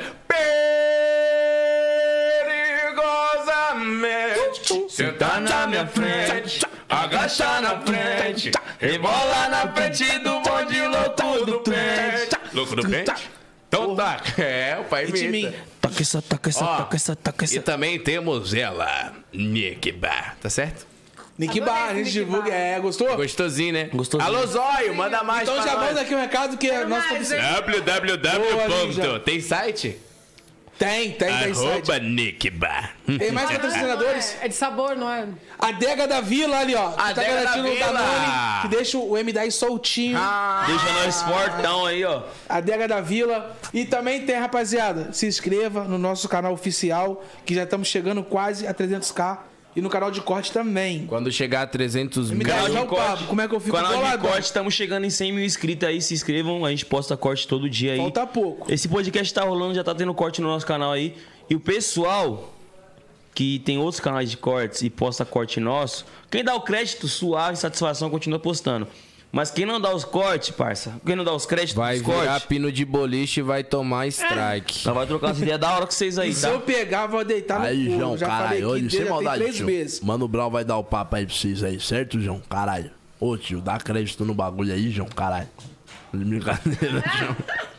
Perigosamente. Sentar na minha frente, agachar na frente, rebola na frente do bonde louco do pente. Louco do pente? Então tá. É, o pai Hit imita. me. Toca essa, toca essa, Ó, toca essa, toca E essa. também temos ela, Nick Bar. Tá certo? Nick Adorei Bar, a esse gente Nick divulga. Bar. É, gostou? Gostosinho, né? Gostosinho. Alô, Zóio, manda mais Então pra já nós. manda aqui um recado que é nosso mais, hein? www. Boa, Ninja. Tem site? Tem, tem, tem site. Arroba Nick Bar. Tem mais patrocinadores? É de sabor, não é? A Adega da Vila ali, ó. Adega da garantindo o Vila. Danone, que deixa o M dez soltinho. Deixa nós fortão aí, ó. Adega da Vila. E também tem, rapaziada, se inscreva no nosso canal oficial, que já estamos chegando quase a trezentos k. E no canal de corte também. Quando chegar a trezentos Me mil. dá Canal já de o papo, corte. como é que eu fico Canal de boladão. corte, estamos chegando em cem mil inscritos aí, se inscrevam, a gente posta corte todo dia aí. Falta pouco. Esse podcast tá rolando, já tá tendo corte no nosso canal aí. E o pessoal que tem outros canais de cortes e posta corte nosso, quem dá o crédito, suave, satisfação, continua postando. Mas quem não dá os cortes, parça, quem não dá os créditos Vai dos virar cortes, pino de boliche e vai tomar strike. nós vai trocar as ideias da hora com vocês aí, Se tá? eu pegar, vou deitar no Aí, cu. João, Já falei caralho, olha, aqui, sem já tem maldade, três tio. meses. Mano Brown vai dar o papo aí pra vocês aí, certo, João? Caralho. Ô, tio, dá crédito no bagulho aí, João, caralho. Brincadeira, João.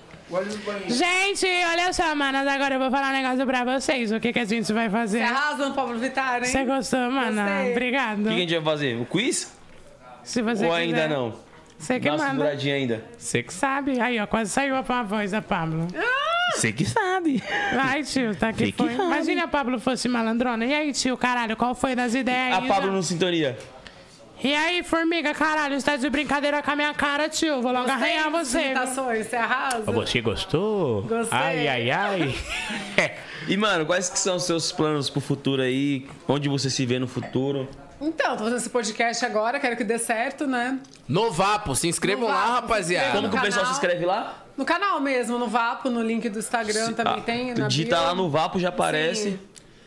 Gente, olha só, manas. Agora eu vou falar um negócio pra vocês. O que, que a gente vai fazer? Você arrasa no Pablo Vittar, hein? Você gostou, mana? Gostei. Obrigado. O que a gente vai fazer? O quiz? Se você Ou quiser. ainda não? Você que Dá uma manda. seguradinha ainda. Você que sabe. Aí, ó, quase saiu a voz da Pablo. Você que sabe. Vai, tio, tá aqui Você que foi. sabe. Imagina a Pablo fosse malandrona. E aí, tio, caralho, qual foi das ideias? A Pablo no sintonia. E aí, formiga, caralho, você tá de brincadeira com a minha cara, tio. Vou logo Gostei arranhar das você. viu? imitações, você arrasa. Você gostou? Gostei. Ai, ai, ai. E, mano, quais que são os seus planos pro futuro aí? Onde você se vê no futuro? Então, tô fazendo esse podcast agora, quero que dê certo, né? No Vapo, se inscrevam No lá, Vapo, rapaziada. Como que o canal. pessoal se inscreve lá? No canal mesmo, no Vapo, no link do Instagram também Ah, tem. Na digita bio. lá no Vapo, já aparece. Sim.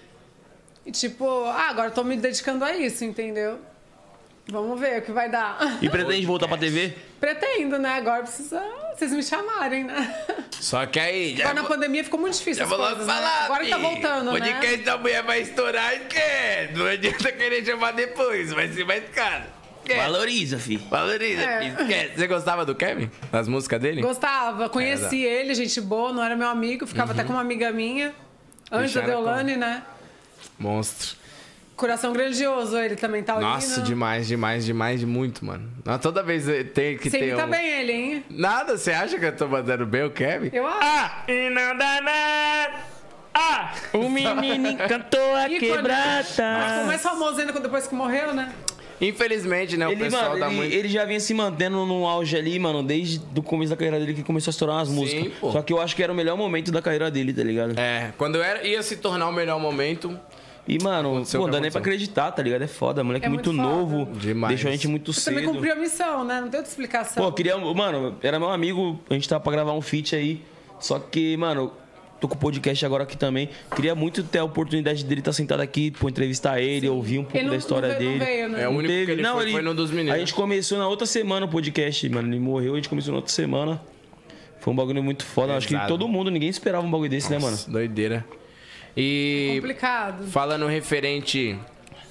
E tipo, ah, agora eu tô me dedicando a isso, entendeu? Vamos ver o que vai dar. E pretende voltar pra T V? Pretendo, né? Agora precisa vocês me chamarem, né? Só que aí. Já Agora na pandemia ficou muito difícil já as vou logo coisas, né? falar. Agora que tá filho. voltando, O né? podcast da mulher vai estourar, esquece. Não adianta querer chamar depois, vai ser mais caro. Esquece. Valoriza, fi. Valoriza, É. filho, esquece. Você gostava do Kevin? Das músicas dele? Gostava, conheci ele, gente boa, não era meu amigo, ficava até com uma amiga minha. Antes da Deixaram Deolane, né? Monstro. Coração grandioso, ele também tá Nossa, demais, demais, demais, de muito, mano. Não, toda vez tem que Você ter imita um... bem ele, hein? Nada, você acha que eu tô mandando bem o Kevin? Eu acho. Ah, e não dá nada. Ah, o menino cantou a Ícone. quebrada. Ficou mais famoso ainda depois que morreu, né? Infelizmente, né, o Ele, pessoal mano, dá ele, muito... ele já vinha se mantendo no auge ali, mano, desde o começo da carreira dele que começou a estourar umas músicas. pô. Só que eu acho que era o melhor momento da carreira dele, tá ligado? É, quando eu era, ia se tornar o melhor momento... E, mano, Aconteceu pô, o não que dá nem pra aconteceu. acreditar, tá ligado? É foda, moleque É muito, muito foda. novo. Demais. Deixou a gente muito Você também cedo. cumpriu a missão, né? Não tem outra explicação. Pô, eu queria. Mano, era meu amigo, a gente tava pra gravar um feat aí. Só que, mano, tô com o podcast agora aqui também. Queria muito ter a oportunidade dele estar sentado aqui, pô, entrevistar ele, ouvir um pouco Ele não- da história não veio- não dele. veio, né? É o único que ele foi, foi no dos meninos. A gente começou na outra semana o podcast, mano. Ele morreu, a gente começou na outra semana. Foi um bagulho muito foda. Acho que Pesado. todo mundo, ninguém esperava um bagulho desse, né, mano? Doideira. E Complicado. falando referente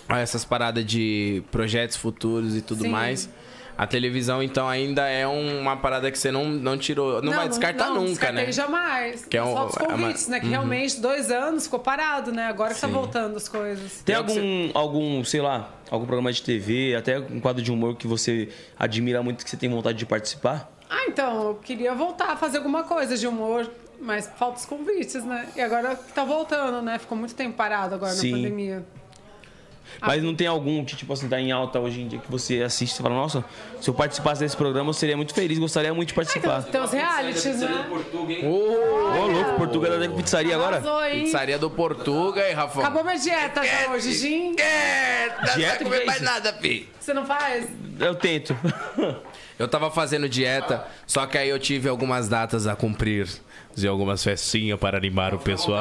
a essas paradas de projetos futuros e tudo Sim. mais. A televisão, então, ainda é uma parada que você não, não tirou. Não, vai descartar não, nunca, né? Não, jamais. Que é um- Só os convites, é uma- né? Que realmente dois anos ficou parado, né? Agora que tá voltando as coisas. Tem É o que algum, algum, sei lá, algum programa de T V, até um quadro de humor que você admira muito, que você tem vontade de participar? Ah, então, eu queria voltar a fazer alguma coisa de humor, mas falta os convites, né? E agora tá voltando, né? Ficou muito tempo parado agora Sim. na pandemia. Mas não tem algum que, tipo assim, tá em alta hoje em dia que você assiste e fala, nossa, se eu participasse desse programa eu seria muito feliz, gostaria muito de participar. Tem os realities, né? Ô, louco, Portugal da pizzaria agora? Arrasou, hein? Pizzaria do Portuga, hein, Rafão? Acabou minha dieta já hoje, Gin. É, não Dieta, vai comer que é mais isso? nada, fi. Você não faz? Eu tento. Eu tava fazendo dieta, só que aí eu tive algumas datas a cumprir. E algumas festinhas para animar o pessoal.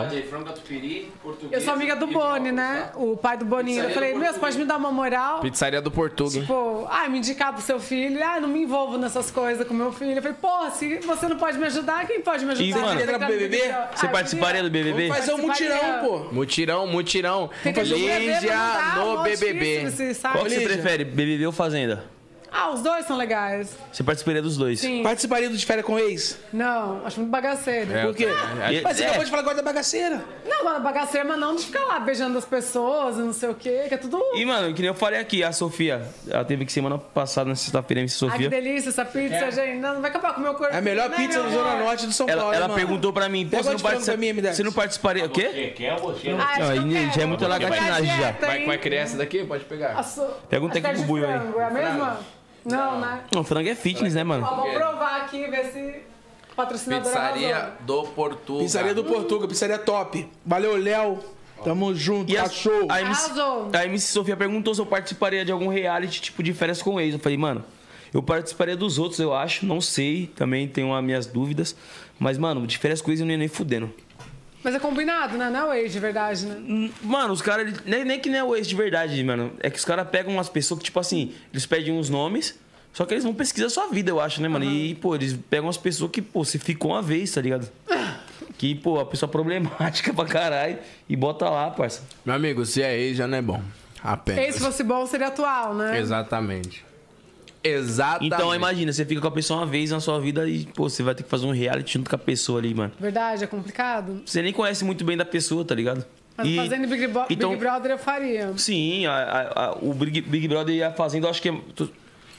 Eu sou amiga do Boni, né? O pai do Boninho. Eu falei, meu, você pode me dar uma moral? Pizzaria do Portuga, hein? Tipo, ah, me indicar pro seu filho. Ah, não me envolvo nessas coisas com meu filho. Eu falei, porra, se você não pode me ajudar, quem pode me ajudar? E, mano, Você tá no B B B? Ah, Você eu participaria do queria. B B B? Fazer um mutirão, pô. Mutirão, mutirão. Tem que escrever, Lídia mandar, no mó B B difícil B. esse site. Qual que você Lígia. prefere, B B B ou Fazenda? Ah, os dois são legais. Você participaria dos dois? Sim. Participaria do De Férias com Ex? Não, acho muito bagaceiro. É, Por quê? E- Mas você é. acabou de falar agora da bagaceira. Não, agora bagaceiro, mas não de ficar lá beijando as pessoas e não sei o quê, que é tudo... E, mano, que nem eu falei aqui, a Sofia, ela teve que semana passada, na sexta-feira, a M C Ai, que Sofia. delícia essa pizza, gente. Não, não vai acabar com o meu corpo. É a melhor né, pizza meu da Zona amor? Norte do São Ela, Paulo, ela hein, mano? perguntou pra mim, pô, Pega você não, de frango participa... pra mim, M dez. você não participaria... O quê? Quem é você? Ah, acho Não, que eu aí quero. já é muita Vou quebrar a lagatinagem já. dieta, Vai, hein? vai criar essa daqui? Pode pegar. A su- Pergunta a aqui carne pro de Buio aí. frango, É a mesma? Não, né? Não, frango é fitness, né, mano? Ó, vou provar aqui, ver se o patrocinador Pizzaria arrasou. do Portuga. Pizzaria do Portuga, pizzaria top. Valeu, Léo. Tamo junto, E a, cachorro. a, M C, Arrasou. a M C Sofia perguntou se eu participaria de algum reality, tipo de férias com ex. Eu falei, mano, eu participaria dos outros, eu acho. Não sei, também tenho as minhas dúvidas. Mas, mano, de férias com ex eu não ia nem fudendo. Mas é combinado, né? Não é o ex de verdade, né? Hum, Mano, os caras, eles- nem, nem que nem é o ex de verdade, mano. É que os caras pegam umas pessoas que, tipo assim, eles pedem uns nomes, só que eles vão pesquisar a sua vida, eu acho, né, mano? E, pô, eles pegam umas pessoas que, pô, você ficou uma vez, tá ligado? Que, pô, a pessoa problemática pra caralho e bota lá, parça. Meu amigo, se é ex, já não é bom. Apenas. Ex, se fosse bom, seria atual, né? Exatamente. Exatamente. Então, imagina, você fica com a pessoa uma vez na sua vida e, pô, você vai ter que fazer um reality junto com a pessoa ali, mano. Verdade, é complicado. Você nem conhece muito bem da pessoa, tá ligado? Mas E- fazendo Big, Bo- então- Big Brother eu faria. Sim, a- a- a- o Big, Big Brother e a Fazenda, eu acho que é... Tu,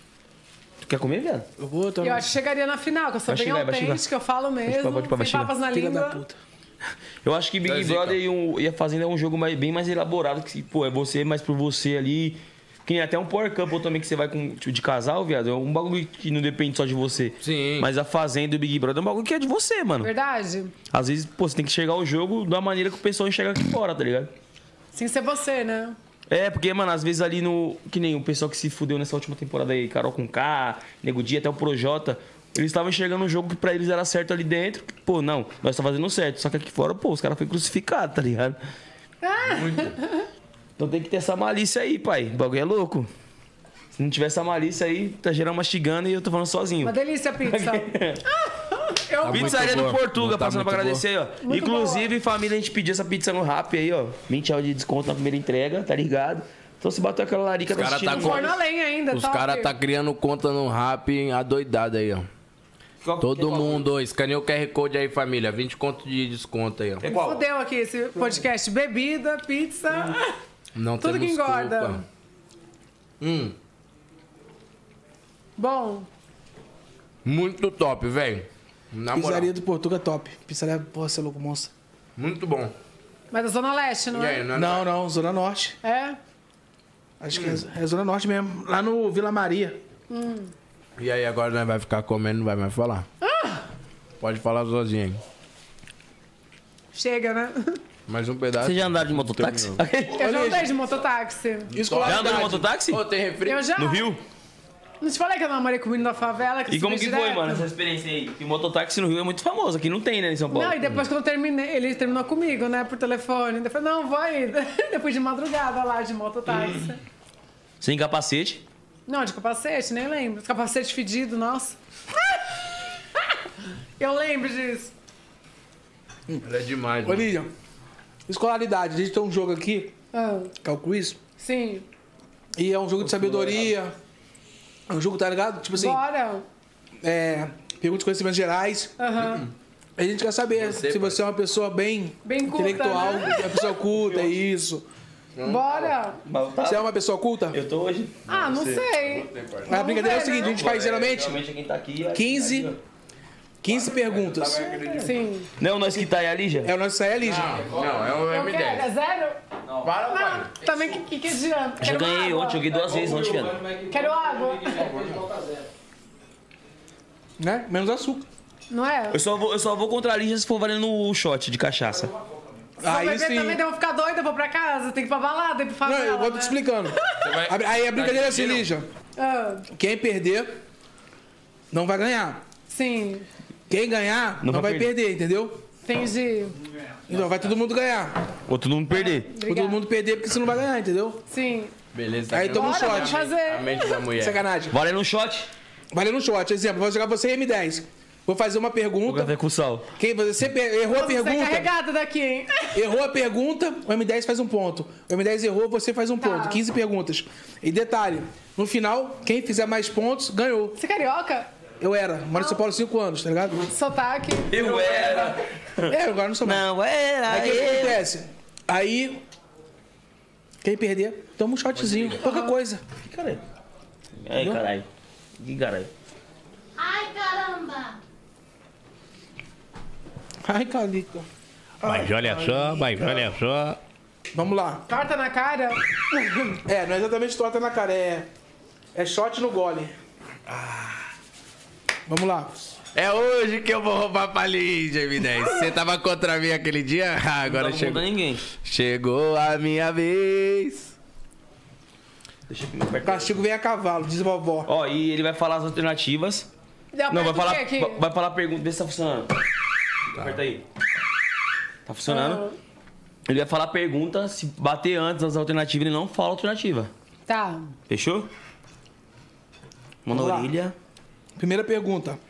tu quer comer, viado? Eu vou, tô... Eu acho que chegaria na final, que eu sou Vai bem chegar, vai chegar. autêntica, eu falo mesmo, pode- pode sem chegar. papas na Filha língua. da puta. Eu acho que Big É zica. Brother e, o- e a Fazenda é um jogo mais- bem mais elaborado, que, pô, é você mais por você ali. Que nem até um Power Couple também que você vai com, tipo, de casal, viado. É um bagulho que não depende só de você. Sim. Mas a Fazenda e o Big Brother é um bagulho que é de você, mano. Verdade? Às vezes, pô, você tem que enxergar o jogo da maneira que o pessoal enxerga aqui fora, tá ligado? Sem ser você, né? É, porque, mano, às vezes ali no... Que nem o pessoal que se fudeu nessa última temporada aí, Carol com K, Nego Dia, até o Projota... Eles estavam enxergando um jogo que pra eles era certo ali dentro. Pô, não, nós tá fazendo certo. Só que aqui fora, pô, os caras foram crucificados, tá ligado? Então tem que ter essa malícia aí, pai. O bagulho é louco. Se não tiver essa malícia aí, tá geral mastigando e eu tô falando sozinho. Uma delícia a pizza. eu Pizzaria do boa. Portuga, Não tá passando pra muito agradecer aí, ó. Muito Inclusive, família, a gente pediu essa pizza no Rap aí, ó. vinte reais de desconto na primeira entrega, tá ligado? Então se bateu aquela larica, tá cara assistindo. tá com- Forno a lenha ainda, Os top. caras tá criando conta no rap adoidado aí, ó. Qual- Todo qual- mundo, escaneia o Q R Code aí, família. vinte conto de desconto aí, ó. É qual? Fudeu aqui esse podcast. Bebida, pizza. Não Tudo que temos engorda. culpa. Hum, Bom, muito top, velho. Na moral. Pizzaria do Portuga top. Pizzaria, porra, você é louco, monstro. Muito bom. mas da Zona Leste, não E é? aí, não é? Não, não, Zona Norte. É? Acho que é, é Zona Norte mesmo. Lá no Vila Maria. E aí, agora nós vai ficar comendo, não vai mais falar. Pode falar sozinho, hein? Chega, né? Mais um pedaço. Vocês já andaram de mototáxi? Eu já andei de mototáxi. Escolaridade. Já andou de mototáxi? Ô, tem refri? Eu já. No Rio? Não te falei que eu namorei com o menino da favela? Que E como que subi foi, direto? mano, essa experiência aí? Que mototáxi no Rio é muito famoso, aqui não tem, né, em São Paulo? Não, e depois que eu terminei, ele terminou comigo, né, por telefone. Eu falei, não, vou aí. Depois de madrugada lá, de mototáxi. Sem capacete? Não, de capacete, nem lembro. Capacete fedido, nossa. Eu lembro disso. Ele é demais, Ô, mano. Lídia, escolaridade. A gente tem um jogo aqui, Ah, que é o quiz. Sim. E é um jogo de sabedoria. É um jogo, tá ligado? Tipo assim, Bora. é, perguntas de conhecimentos gerais. Aham. A gente quer saber Você, se pai. você é uma pessoa bem, Bem culta, intelectual, né? uma pessoa culta, é isso. Bora. Você é uma pessoa culta? Eu tô hoje. Ah, não sei. A brincadeira é o ver, seguinte, a né? gente faz geralmente Geralmente quem tá aqui. é- quinze, quinze perguntas. Sim. Não, nós que tá aí, a Lígia? É o nosso saia Lígia. Não, é um Eu quero. É M dez. zero? Para, Não, para. também que, que, que adianta? Já Quero ganhei água. ontem, joguei duas vezes ontem, viado. Quero água. Né? Menos açúcar. Não é? Eu só vou, eu só vou contra a Lígia se for valendo o shot de cachaça. Se eu Aí beber sim. também, daí eu vou ficar doida, eu vou pra casa, tem que ir pra balada, ir pra Não, favela, eu vou te né? explicando. A- Aí a brincadeira é assim, Lígia. Ah, Quem perder não vai ganhar. sim, Quem ganhar não, Não vai vai perder, entendeu? entendi. Então vai todo mundo ganhar. Ou todo mundo perder. Vai Obrigada. todo mundo perder porque você não vai ganhar, entendeu? Sim. Beleza. Aí toma um Bora, shot. vamos fazer. A mente da mulher. Sacanagem. Valendo um shot? Valendo um shot. Exemplo, vou jogar você M dez. Vou fazer uma O pergunta. café com sal. Quem você per- errou a Você é pergunta? carregada daqui, hein? Errou a pergunta, o M dez faz um ponto. O M dez errou, você faz um Tá. ponto. quinze perguntas. E detalhe, no final, quem fizer mais pontos, ganhou. Você é carioca? Eu era. Moro em São Paulo há cinco anos, tá ligado? Sotaque. Eu era. É, agora não sou mais. Não era. Aí o que que acontece? Aí, quem perder, toma um shotzinho. Pouca coisa. Caralho. Ai, caralho. Que caralho. Ai, caramba! Ai, Calica. Mas olha só, mas olha só. Vamos lá. Torta na cara. É, não é exatamente torta na cara, é, é shot no gole. Vamos lá. É hoje que eu vou roubar pra Lídia, M dez. Você tava contra mim aquele dia? Ah, agora Não tá chegou. contra ninguém. Chegou a minha vez. Deixa eu apertar. Castigo vem a cavalo, diz a vovó. Ó, e ele vai falar as alternativas. Já Não, vai aperta o falar, quê aqui? vai, vai falar a pergunta, vê se tá funcionando. Aperta aí. Tá funcionando? Ele vai falar a pergunta, se bater antes das alternativas, ele não fala a alternativa. Tá. Fechou? Mão na Vamos lá. orelha. Primeira pergunta.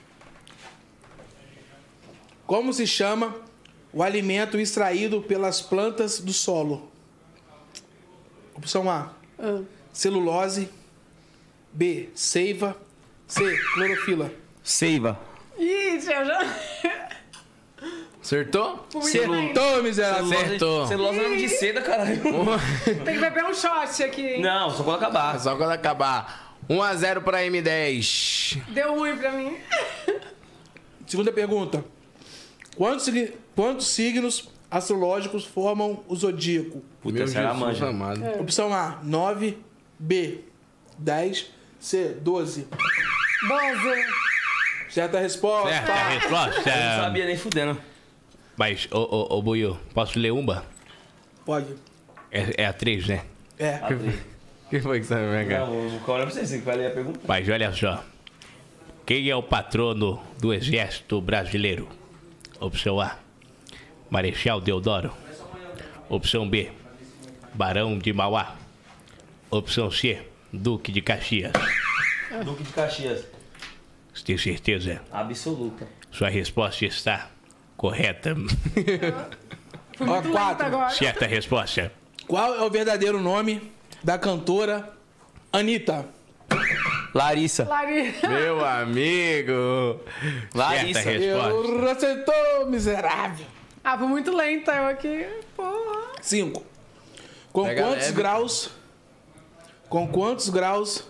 Como se chama o alimento extraído pelas plantas do solo? Opção A, Ah. celulose. B, seiva. C, clorofila. Seiva. Ih, tia, eu já... Acertou? Acertou, miserável. Acertou. Celulose é nome de seda, caralho. Tem que beber um shot aqui, hein? Não, só quando acabar. Só quando acabar. um a zero pra M dez. Deu ruim pra mim. Segunda pergunta. Quantos, signi- quantos signos astrológicos formam o zodíaco? Puta, essa era a manja. amado. Opção A, nove. B, dez. C, doze. doze. Certa resposta. Certa Eu não resposta. sabia nem fudendo. Mas, ô, ô, ô, Buiu, posso ler uma? Pode. É, é a três, né? É. que foi que você vai pegar? Não, vou cobrar pra você, você que vai ler a pergunta. Mas olha só. Quem é o patrono do Exército Brasileiro? Opção A, Marechal Deodoro. Opção B, Barão de Mauá. Opção C, Duque de Caxias. Duque de Caxias. Você tem certeza? Absoluta. Sua resposta está correta. Fui Ó, muito quatro. lenta agora. Certa resposta. Qual é o verdadeiro nome da cantora Anitta? Larissa. Larissa. Meu amigo. Larissa. Certa resposta. Eu acertou, miserável. Ah, fui muito lenta eu aqui. Porra. Cinco. Com Pega quantos leve. graus... Com quantos graus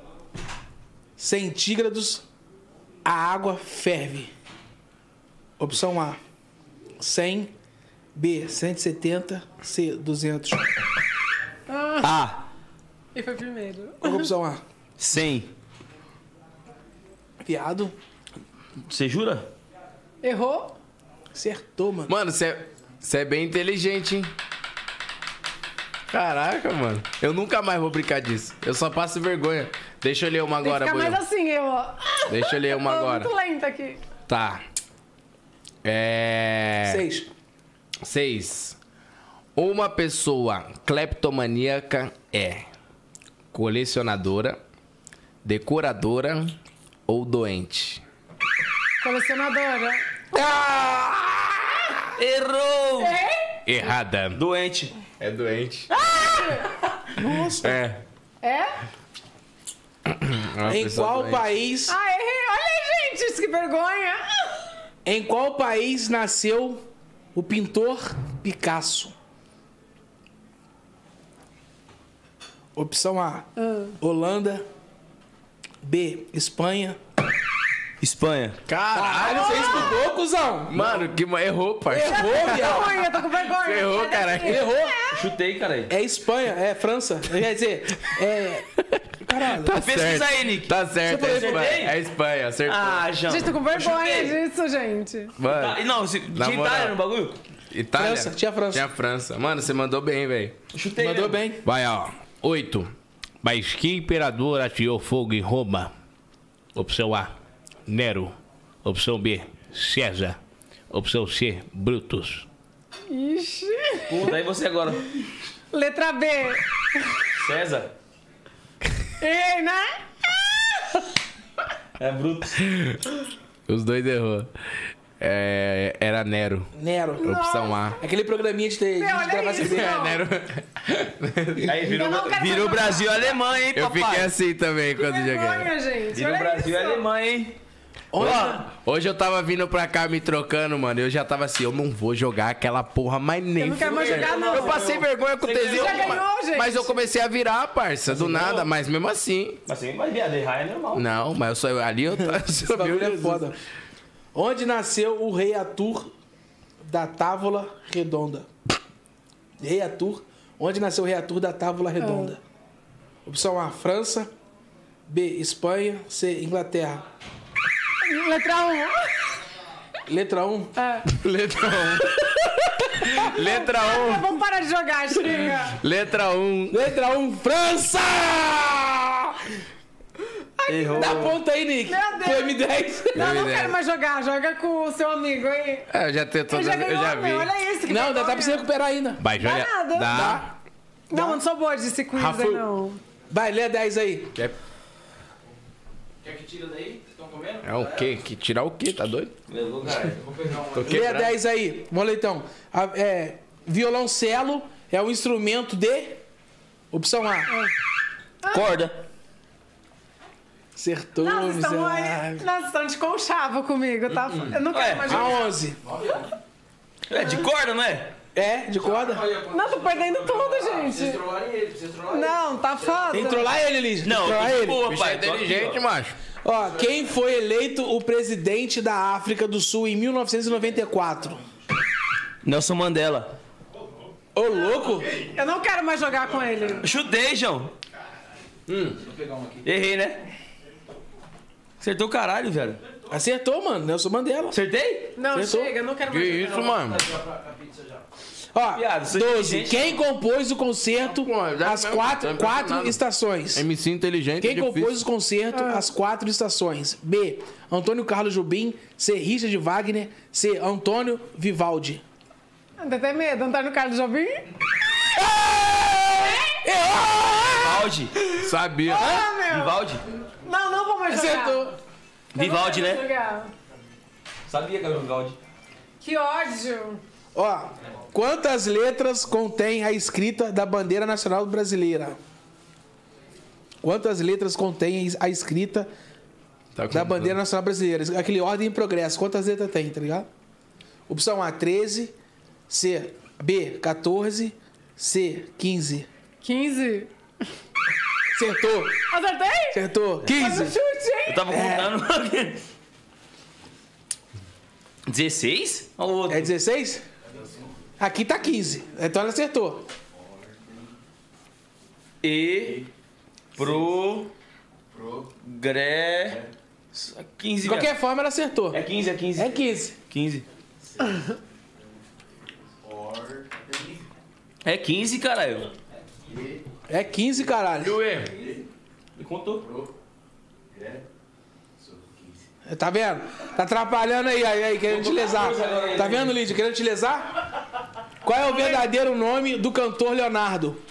centígrados a água ferve? Opção A, cem. B, cento e setenta. C, duzentos. A. E foi primeiro. Qual é a opção A? cem. Viado. Você jura? Errou? Acertou, mano. Mano, você é, você é bem inteligente, hein? Caraca, mano. Eu nunca mais vou brincar disso. Eu só passo vergonha. Deixa eu ler uma Tem que agora, ficar Buiu. mais assim, eu, ó. Deixa eu ler uma Tô agora. muito lenta aqui. Tá. É... Seis. Seis. Uma pessoa cleptomaníaca é colecionadora, decoradora ou doente? Colecionadora. Errou! Errada. Doente. É doente. Nossa. É. É? Uma Em pessoa qual doente. país... Ah, errei. Olha aí, gente, que vergonha. Em qual país nasceu o pintor Picasso? Opção A, Holanda. B, Espanha. Espanha. Caralho, você estudou, cuzão? Mano, que ma- errou, parceiro. Errou, viado. Vergonha, eu tô com vergonha. Você errou, Sai daqui. caralho. Ele errou. Chutei, cara. É Espanha, é França. Quer dizer, é... Caralho. Tá Pesquisa certo. aí, Nick. Tá certo, é Você falou, Espanha. acertei? É Espanha, acertou. Ah, João. Gente, tô com vergonha Chutei. disso, gente. Mano, Tá, não, se, Na tinha moral. Itália no bagulho? Itália? França, tinha França. Tinha França. Mano, você mandou bem, velho. Chutei. Mandou mesmo. bem. Vai, ó. Oito. Mas que imperador atirou fogo em Roma? Opção A, Nero. Opção B, César. Opção C, Brutus. Ixi. Daí você agora. Letra B. César. Ei, né? É bruto. Os dois errou. É, era Nero. Nero. Opção A. Aquele programinha de, ter, de Meu, olha gravar isso. C D. É, Nero. Aí virou, Eu não quero virou mais Brasil e Alemanha, hein, Eu papai? fiquei assim também quando joguei. Vergonha, gente. Virou Olha Brasil e isso. Alemanha, hein? Olha, Hoje eu tava vindo pra cá me trocando, mano. Eu já tava assim, eu não vou jogar aquela porra, mas nem. Eu não quero mais fudendo. jogar, não. Eu passei vergonha com o Tezinho. já ganhou, mas- gente. Mas eu comecei a virar, parça, do nada, mas mesmo assim. Mas você vai ver, a errar é normal. Não, mas eu só ali eu tava. esse bagulho é foda. Onde nasceu o rei Arthur da Távola Redonda? Rei Arthur. Onde nasceu o rei Arthur da Távola Redonda? Opção A, França. B, Espanha. C, Inglaterra. Letra um. Letra um. Letra um. Letra um. Vamos parar de jogar, chega. Letra um. Letra um, França! Errou. Dá ponta aí, Nick. Meu Deus. Foi M dez. Não, não ideia. quero mais jogar. Joga com o seu amigo aí. É, eu já tentou, Ele já eu ganhou, já vi. meu. Olha isso. Que Não, dá pra vergonha. você recuperar ainda. Mas Dá olha. nada. Dá. Não, eu não sou boa desse quiz Rafa- aí, não. Vai, lê dez aí. Quer, Quer que tira daí? Estão comendo? é o quê? Que tirar o quê? Tá doido? Levou, cara. Tô Lê quebrando. dez aí. Vamos lá então. A- é, violoncelo é um instrumento de... Opção A. Corda. Acertou, Nossa, estão aí. miserável. Nossa, estão de conchavo comigo, tá? Eu não quero Ué, mais A jogar. onze. É de corda, não é? É, de corda? Não, tô perdendo tudo, gente. Não, tá foda. Tem que trollar ele, Lígia. Tem que Não, trollar tô de ele. boa, Bicho é pai. Tô aqui, inteligente, ó. macho. Ó, quem foi eleito o presidente da África do Sul em mil novecentos e noventa e quatro? Nelson Mandela. Ô, louco? Eu não quero mais jogar com ele. Chutei, João. Hum. Errei, né? Acertou o caralho, velho. Acertou, mano. Nelson Mandela. Acertei? Não, Acertou. chega, eu não quero Que mais jogar. isso, mano? Ó, Viado, sou doze. inteligente. Quem compôs o concerto Pô, já As mesmo, quatro, tá quatro impressionado. estações? M C inteligente Quem é difícil. compôs o concerto As Quatro Estações? B. Antônio Carlos Jobim. C. Richard Wagner. C. Antônio Vivaldi. Dá até medo, Antônio Carlos Jobim? Vivaldi. Sabia. Ah, meu. Vivaldi. Não, não vou mais jogar. Acertou. Eu não Vivaldi, quero né? jogar. Sabia que era o Vivaldi. Que ódio. Ó, quantas letras contém a escrita da bandeira nacional brasileira? Quantas letras contém a escrita Tá da bandeira nacional brasileira? Aquele ordem em progresso. Quantas letras tem, tá ligado? Opção A, treze. C, B, quatorze. C, quinze. quinze. Acertou. Acertei? Acertou. Mas no quinze. chute, hein? Eu tava contando. dezesseis? Olha o outro. É dezesseis? Aqui tá quinze. Então ela acertou. E. Pro. Gre. quinze. De qualquer forma, ela acertou. É quinze, é quinze. É quinze. quinze. É quinze, caralho. É quinze, caralho. Ele contou. Tá vendo? Tá atrapalhando aí, aí, aí, querendo te lesar. Tá vendo, Lídia? Querendo te lesar? Qual é o verdadeiro nome do cantor Leonardo?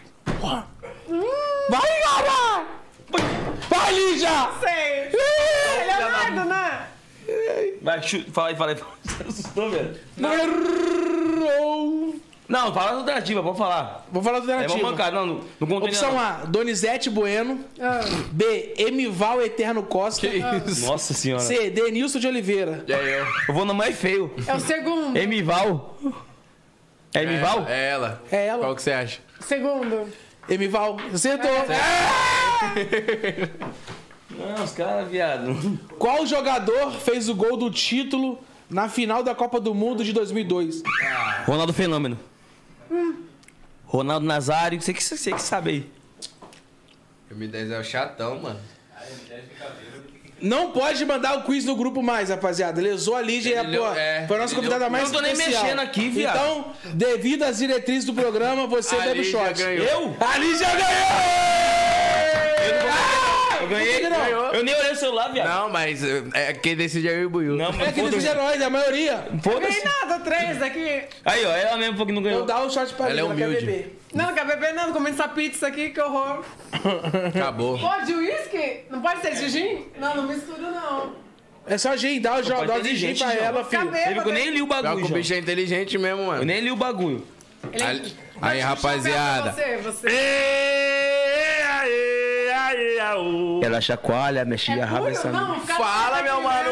Vai, cara! Vai, Lídia! Sei. Leonardo, né? Vai, chu... fala aí, fala aí. Você assustou, velho? Errou! Não, fala a alternativa, pode falar. Vou falar a É, vamos alternativa. bancar. Não, não, não contém Opção não. A, Donizete Bueno. Ah, B, Emival Eterno Costa. Nossa senhora. C, Denilson de Oliveira. E aí, eu? Eu vou no mais feio. é o segundo. Emival. É Emival? É ela. É ela. Qual que você acha? Segundo. Emival, acertou. Não, os caras, viado. Qual jogador fez o gol do título na final da Copa do Mundo de dois mil e dois? Ronaldo Fenômeno. Ronaldo Nazário, você que, você que sabe aí. M dez é o chatão, mano. Não pode mandar o quiz no grupo mais, rapaziada. Lesou a Lígia e a Ele pô, é, foi a nossa ele convidada deu- mais Eu não tô nem especial. mexendo aqui, viado. Então, devido às diretrizes do programa, você A bebe o Lígia shot. ganhou. Eu? A Lígia ganhou! Eu ganhei. Por que não? Eu nem olhei o celular, viado. Não, mas é, quem decide é eu e o Buiu. Não, É mas que eles foda-se. fizeram nós, a maioria. Não ganhei Foda-se. nada, três aqui. Aí, ó, ela mesmo que não ganhou. Eu dá o shot pra Ela é Lígia, ela quer humilde. beber. Não, não quer beber não, comendo essa pizza aqui, que horror. Acabou. Pode uísque? Não pode ser de gin? Não, não mistura não. É só gin, dá o pode dá o ter de gin gente, pra João. ela, filho. Cadê? Você viu que eu nem li o Pior que bagulho, o João. bicho é inteligente mesmo, Eu mano. nem li o bagulho. Ele é... Aí, aí, Deixa eu rapaziada. chamar pra Você, você. Ê, aê, aê, aô. Ela chacoalha, mexia É a raba puro? essa. Não, fica Fala, aqui, meu né? mano.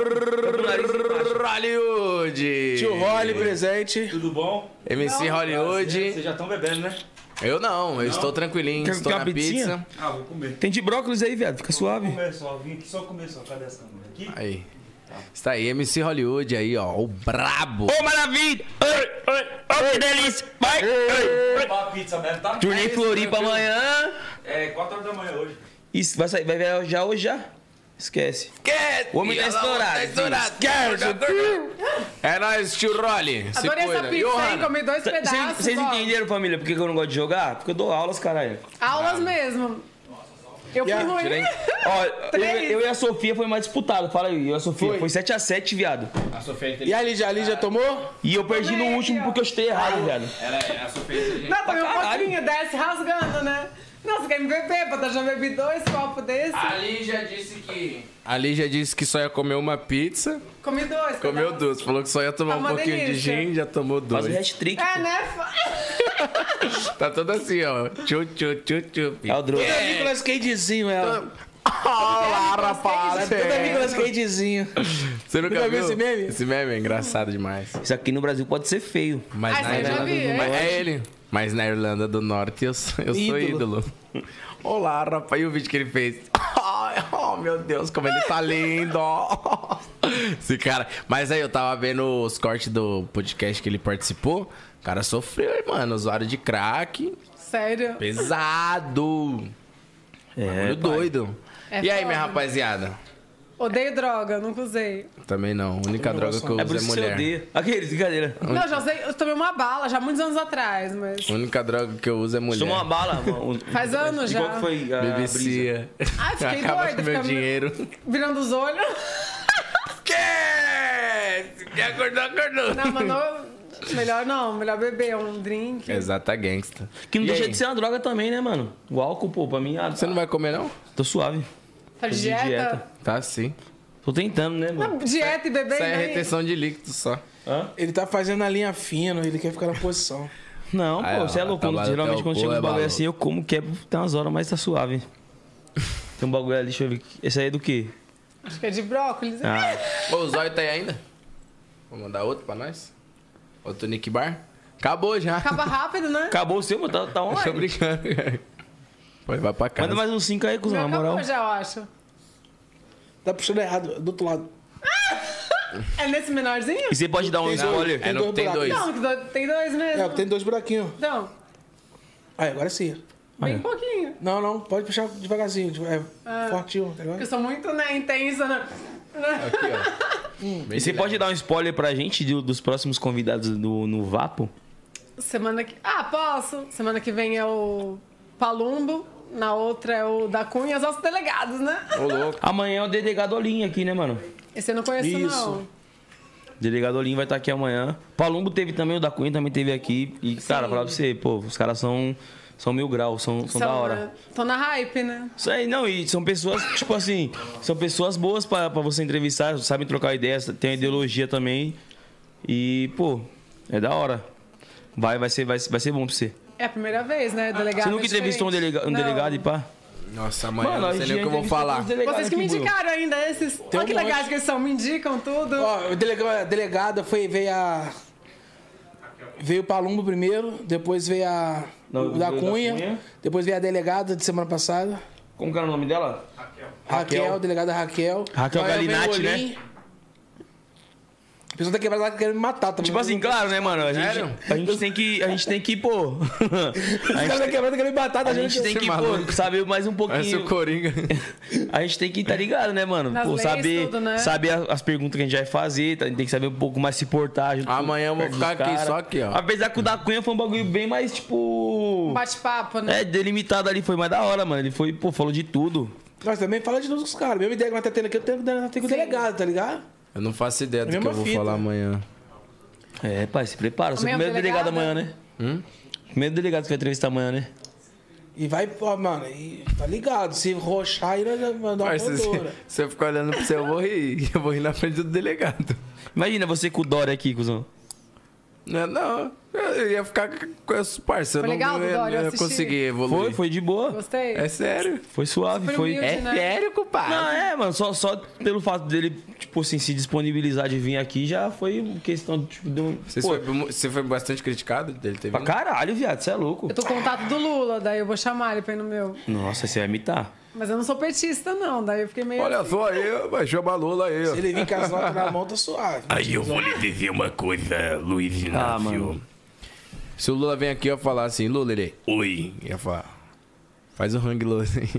Hollywood. Tio Rolly presente. Tudo bom? M C Vocês Hollywood. já estão bebendo, né? Eu não, eu estou tranquilinho. Quer- Estou quer na uma pizzinha? pizza. Ah, vou comer. Tem de brócolis aí, viado. Fica suave. Vou comer só, vim aqui só comer só. Cadê essa câmera? Aqui? Aí. Está aí, M C Hollywood aí, ó. O brabo. Ô, maravilha! Oi, oi, oi, que delícia! Vai! Oi. Uma pizza mesmo, tá? Turnê em Floripa amanhã. É quatro horas da manhã hoje. Isso, vai sair, vai viajar hoje já? Esquece. Esquece. O homem tá estourado, Tá estourado. filho. É nóis, tio Rolly. Se Adorei essa cuida. pizza, hein? Johanna. Comi dois Cê- pedaços. Vocês ó. entenderam, família, por que que eu não gosto de jogar? Porque eu dou aulas, caralho. Aulas mesmo. Eu fui Yeah, ruim. tirei. Ó, eu, Três. eu e a Sofia foi mais disputado. Fala aí, eu e a Sofia. Foi. Foi sete a sete, viado. A Sofia é E inteligente. a Lígia, a Lígia tomou? E eu perdi no último porque eu chutei errado, viado. Ela é a Sofia é inteligente. Não, tomei um caralho. pouquinho, desce rasgando, né? Nossa, quer me beber? Eu já bebi dois copos desse. A Lígia disse que... A Lígia disse que só ia comer uma pizza. Comi dois. Comeu pedaços. duas. Falou que só ia tomar Tá um uma pouquinho de delícia. gin, já tomou Faz o dois. hat-trick. É, pô. né? Tá tudo assim, ó. Tchu, tchu, tchu, tchu. É o droga. Toda Nicolas Cagezinho, ela. Olá, rapaz. Toda Nicolas Cagezinho. Você nunca Nunca viu viu esse meme? Esse meme é engraçado demais. Isso aqui no Brasil pode ser feio. Mas Ah, na esse eu já Irlanda vi, do é? Norte... É ele. Mas na Irlanda do Norte eu sou, eu sou ídolo. Ídolo. Olá, rapaz. E o vídeo que ele fez? Ai, oh, meu Deus, como ele tá lindo. Esse cara... Mas aí eu tava vendo os cortes do podcast que ele participou. O cara sofreu, hein, mano. Usuário de crack. Sério. Pesado. É, Bagulho doido. É e aí, foda. minha rapaziada? Odeio droga, nunca usei. Também não. A única droga que eu É por uso é isso que você mulher. odeia. Aqueles, brincadeira. Não, já usei, eu tomei uma bala, já muitos anos atrás, mas... A única droga que eu uso é mulher. Tomou uma bala, mano. Faz anos E já. Qual que foi a Me brisa? vicia. Ai, fiquei Acaba doida, com meu fica- dinheiro. Virando os olhos. Que? Que acordou, acordou. Não, mas não... Melhor não, melhor beber um drink. Exata gangsta. Que não E deixa aí? de ser uma droga também, né, mano? O álcool, pô, pra mim... Ah, Você não vai comer, não? Tô suave. Tá de de dieta? dieta. Tá sim. Tô tentando, né, mano? Não, dieta e beber Isso aí é nem- retenção de líquido só. Hã? Ele tá fazendo a linha fina, ele quer ficar na posição. Não, Aí, pô, ó, você é louco. tá Quando- bala geralmente até o quando cu, chega é um bagulho bala. assim, eu como, quebro, tem umas horas, mas tá suave. Tem um bagulho ali, deixa eu ver. Esse aí é do quê? Acho que é de brócolis. Ah, Ô, o Zóio tá aí ainda? Vou mandar outro pra nós? Outro Nick Bar? Acabou já. Acaba rápido, né? acabou o seu, mano. Tá, tá Tô online. brincando. Pode, vai pra casa. Manda mais uns cinco aí, cuzão, Já na moral. acabou já, eu acho. Tá puxando errado, do outro lado. É nesse menorzinho? E você pode dar um Tem spoiler? É no que tem dois. Não, que do- tem dois mesmo. É, tem dois buraquinhos. Então, Aí, agora sim. bem Olha. pouquinho. Não, não, pode puxar devagarzinho. tipo, É fortinho, tá Porque ligado? eu sou muito, né, intensa, né? Aqui, ó. E você pode dar um spoiler pra gente de- dos próximos convidados do, no Vapo? Semana que... Ah, posso. Semana que vem é o Palumbo. Na outra é o da Cunha, os nossos delegados, né? Ô, louco. Amanhã é o delegado Olinho aqui, né, mano? Esse eu não conheço, Isso. não. O delegado Olinho vai estar aqui amanhã. Palumbo teve também, o da Cunha também teve aqui. E, cara, falar pra você, pô, os caras são, são mil graus, são, são, da hora. né? Tô na hype, né? Isso aí, não, e são pessoas, tipo assim, são pessoas boas pra, pra você entrevistar, sabem trocar ideias, tem uma ideologia também. E, pô, é da hora. Vai, vai ser, vai, vai ser bom pra você. É a primeira vez, né? Delegado. Você nunca entrevistou um, delega, um Não. delegado e pá? Nossa, amanhã Mano, não a sei gente nem o que eu vou entrevistou falar. uns delegados Vocês que me aqui, Buiu. indicaram ainda esses. Olha um que monte. legais que eles são, me indicam tudo. Ó, o delega- a delegada foi, veio a. Veio o Palumbo primeiro, depois veio a. Não, o da veio da Cunha, Cunha. depois veio a delegada de semana passada. Como que era o nome dela? Raquel, Raquel. delegada Raquel. Raquel Amanhã vem o Galinatti, né? Olim. A pessoa tá quebrada lá querendo me matar também. Tipo assim, claro, né, mano? A gente, Sério? a gente tem que. A gente tem que, pô. Os a caras gente, tá quebrada querendo me matar, tá a gente tem que, pô, saber mais um Parece o pouquinho. Coringa. A gente tem que estar ligado, né, mano? Nas Pô, leis, saber, tudo, né? saber a- as perguntas que a gente vai fazer, tá? A gente tem que saber um pouco mais se portar. junto Amanhã eu vou perto ficar dos aqui, cara. só aqui, ó. Apesar que o da Cunha foi um bagulho bem mais, tipo. Bate-papo, né? É, delimitado ali, foi mais da hora, mano. Ele foi, pô, falou de tudo. Nós também fala de todos os caras. Mesma ideia que nós tá tendo aqui, eu tenho, eu tenho com o delegado, tá ligado? Eu não faço ideia do que Mesma eu vou fita. falar amanhã. É, pai, se prepara. Você é o Amanhã primeiro delegado delegada? amanhã, né? Hum? Primeiro delegado que vai entrevistar amanhã, né? E vai, ó, mano, e tá ligado. Se roxar, aí nós vamos dar uma Parça, se, motora. se eu ficar olhando pra você, eu vou rir. Eu vou rir na frente do delegado. Imagina você com o Dória aqui, cuzão. Não, não. Eu ia ficar com os parceiros. Foi Eu legal, não ia, Dória, eu ia assisti. conseguir evoluir. Foi, foi de boa. Gostei. É sério. Foi suave, Super foi. humilde, É né? Sério, compadre. Não, é, mano, só, só pelo fato dele, tipo assim, se disponibilizar de vir aqui já foi questão, tipo, de um. Você, Pô, foi, você foi bastante criticado dele ter pra vindo? caralho, viado, você é louco. Eu tô com contato do Lula, daí eu vou chamar ele pra ir no meu. Nossa, você vai imitar. Mas eu não sou petista, não. Daí eu fiquei meio. Olha só aí, vai chamar Lula aí. ó. Se ele vir com as notas na mão, tá suave. Aí eu vou lhe dizer uma coisa, Luiz Inácio. Ah, mano. Se o Lula vem aqui, eu ia falar assim, Lula, ele... Oi. Ia falar... Faz o hang low assim.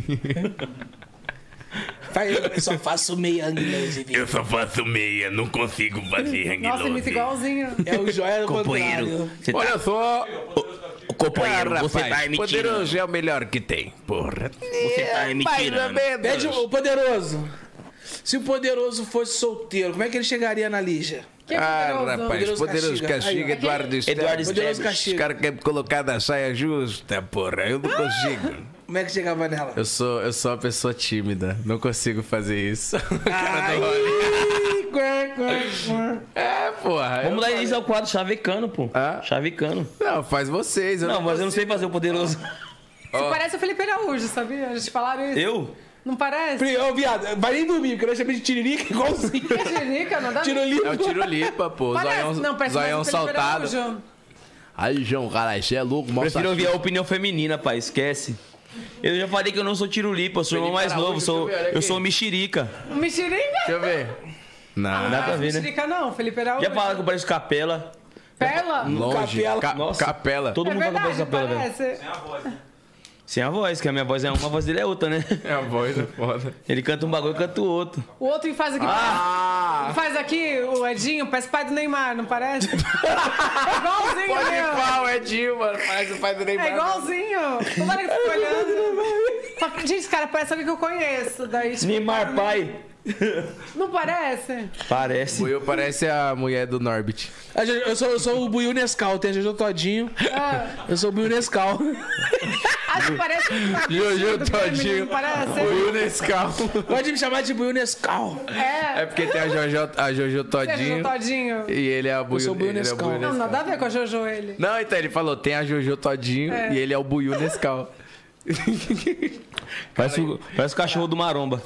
Faz- Eu só faço meia anguilose, Eu só faço meia, não consigo fazer hang Nossa, imita igualzinho. É o joia do Companheiro, contrário. você tá. Olha só... Ô, companheiro, Ah, você rapaz, tá emitindo. Poderoso é o melhor que tem. Porra. Você tá emitindo. Pede o poderoso. Se o poderoso fosse solteiro, como é que ele chegaria na Lígia? Quem é Ah, poderoso? rapaz, Poderoso poderoso Castiga. castiga, Aí, ó. Eduardo Esteves. Eduardo Poderoso Esteves. Os castiga. caras querem colocar da saia justa, porra. Eu não consigo. Como é que chegava nela? Eu sou, eu sou uma pessoa tímida. Não consigo fazer isso. Ai, quá, quá, quá. É, porra. Vamos eu- dar início ao quadro chavecano, pô. Hã? Chavecano. Não, faz vocês. Eu Não, mas eu não sei fazer o poderoso. Você parece o Felipe Araújo, sabia? A gente falaram isso. Eu? Não parece? Pri- Ô, viado, vai nem dormir, porque eu chamei de tiririca igualzinho. Que tirica, não dá Tirolipa. É o Tirolipa, pô. Parece, Zoião, não, parece zoião mais o Felipe saltado. Araújo. Aí, João, caralho, você é louco, mal Prefiro ouvir a opinião feminina, pai. Esquece. Eu já falei que eu não sou tirulipa, eu sou o irmão mais Araújo, novo, sou, deixa eu ver, olha eu aqui. sou um mexerica. Um mexerica? Deixa eu ver. Não, Nada a Não, ver, né? mexerica não, Felipe Araújo. Já falaram que eu pareço capela. Perla? longe. Capela. Ca- Nossa. Capela. Todo É mundo fala que eu verdade, pareço capela, velho. parece. Sem a voz, que a minha voz é uma, a voz dele é outra, né? É a voz, é foda. Ele canta um bagulho e canta o outro. O outro que faz aqui. Ah! Faz aqui, o Edinho, parece pai do Neymar, não parece? É igualzinho, Pode meu. pau, é Edinho, mano. Faz o pai do Neymar. É igualzinho. Toda hora que eu fico olhando. Só que, gente, esse cara parece alguém que eu conheço. Daí, tipo, Neymar pai. Não parece? Parece. O Will parece a mulher do Norbit. A Jo- Eu sou, eu sou o Buiu Nescau, tem a Jojo Todinho. Ah, Eu sou o Buiu Nescau. acho que parece um Jojo do Grêmio, Todinho. não parece? O Will Nescau. Pode me chamar de Buiu Nescau. É, É porque tem a Jojo, a Jojo é Jojo Todinho. Todinho. E ele é a Buiu, sou o Buiu ele é o Nescau. Buiu Não, Nescau. nada a ver com a Jojo, ele. Não, então ele falou, tem a Jojo Todinho É. e ele é o Buiu Nescau. Parece o, parece o cachorro do Maromba.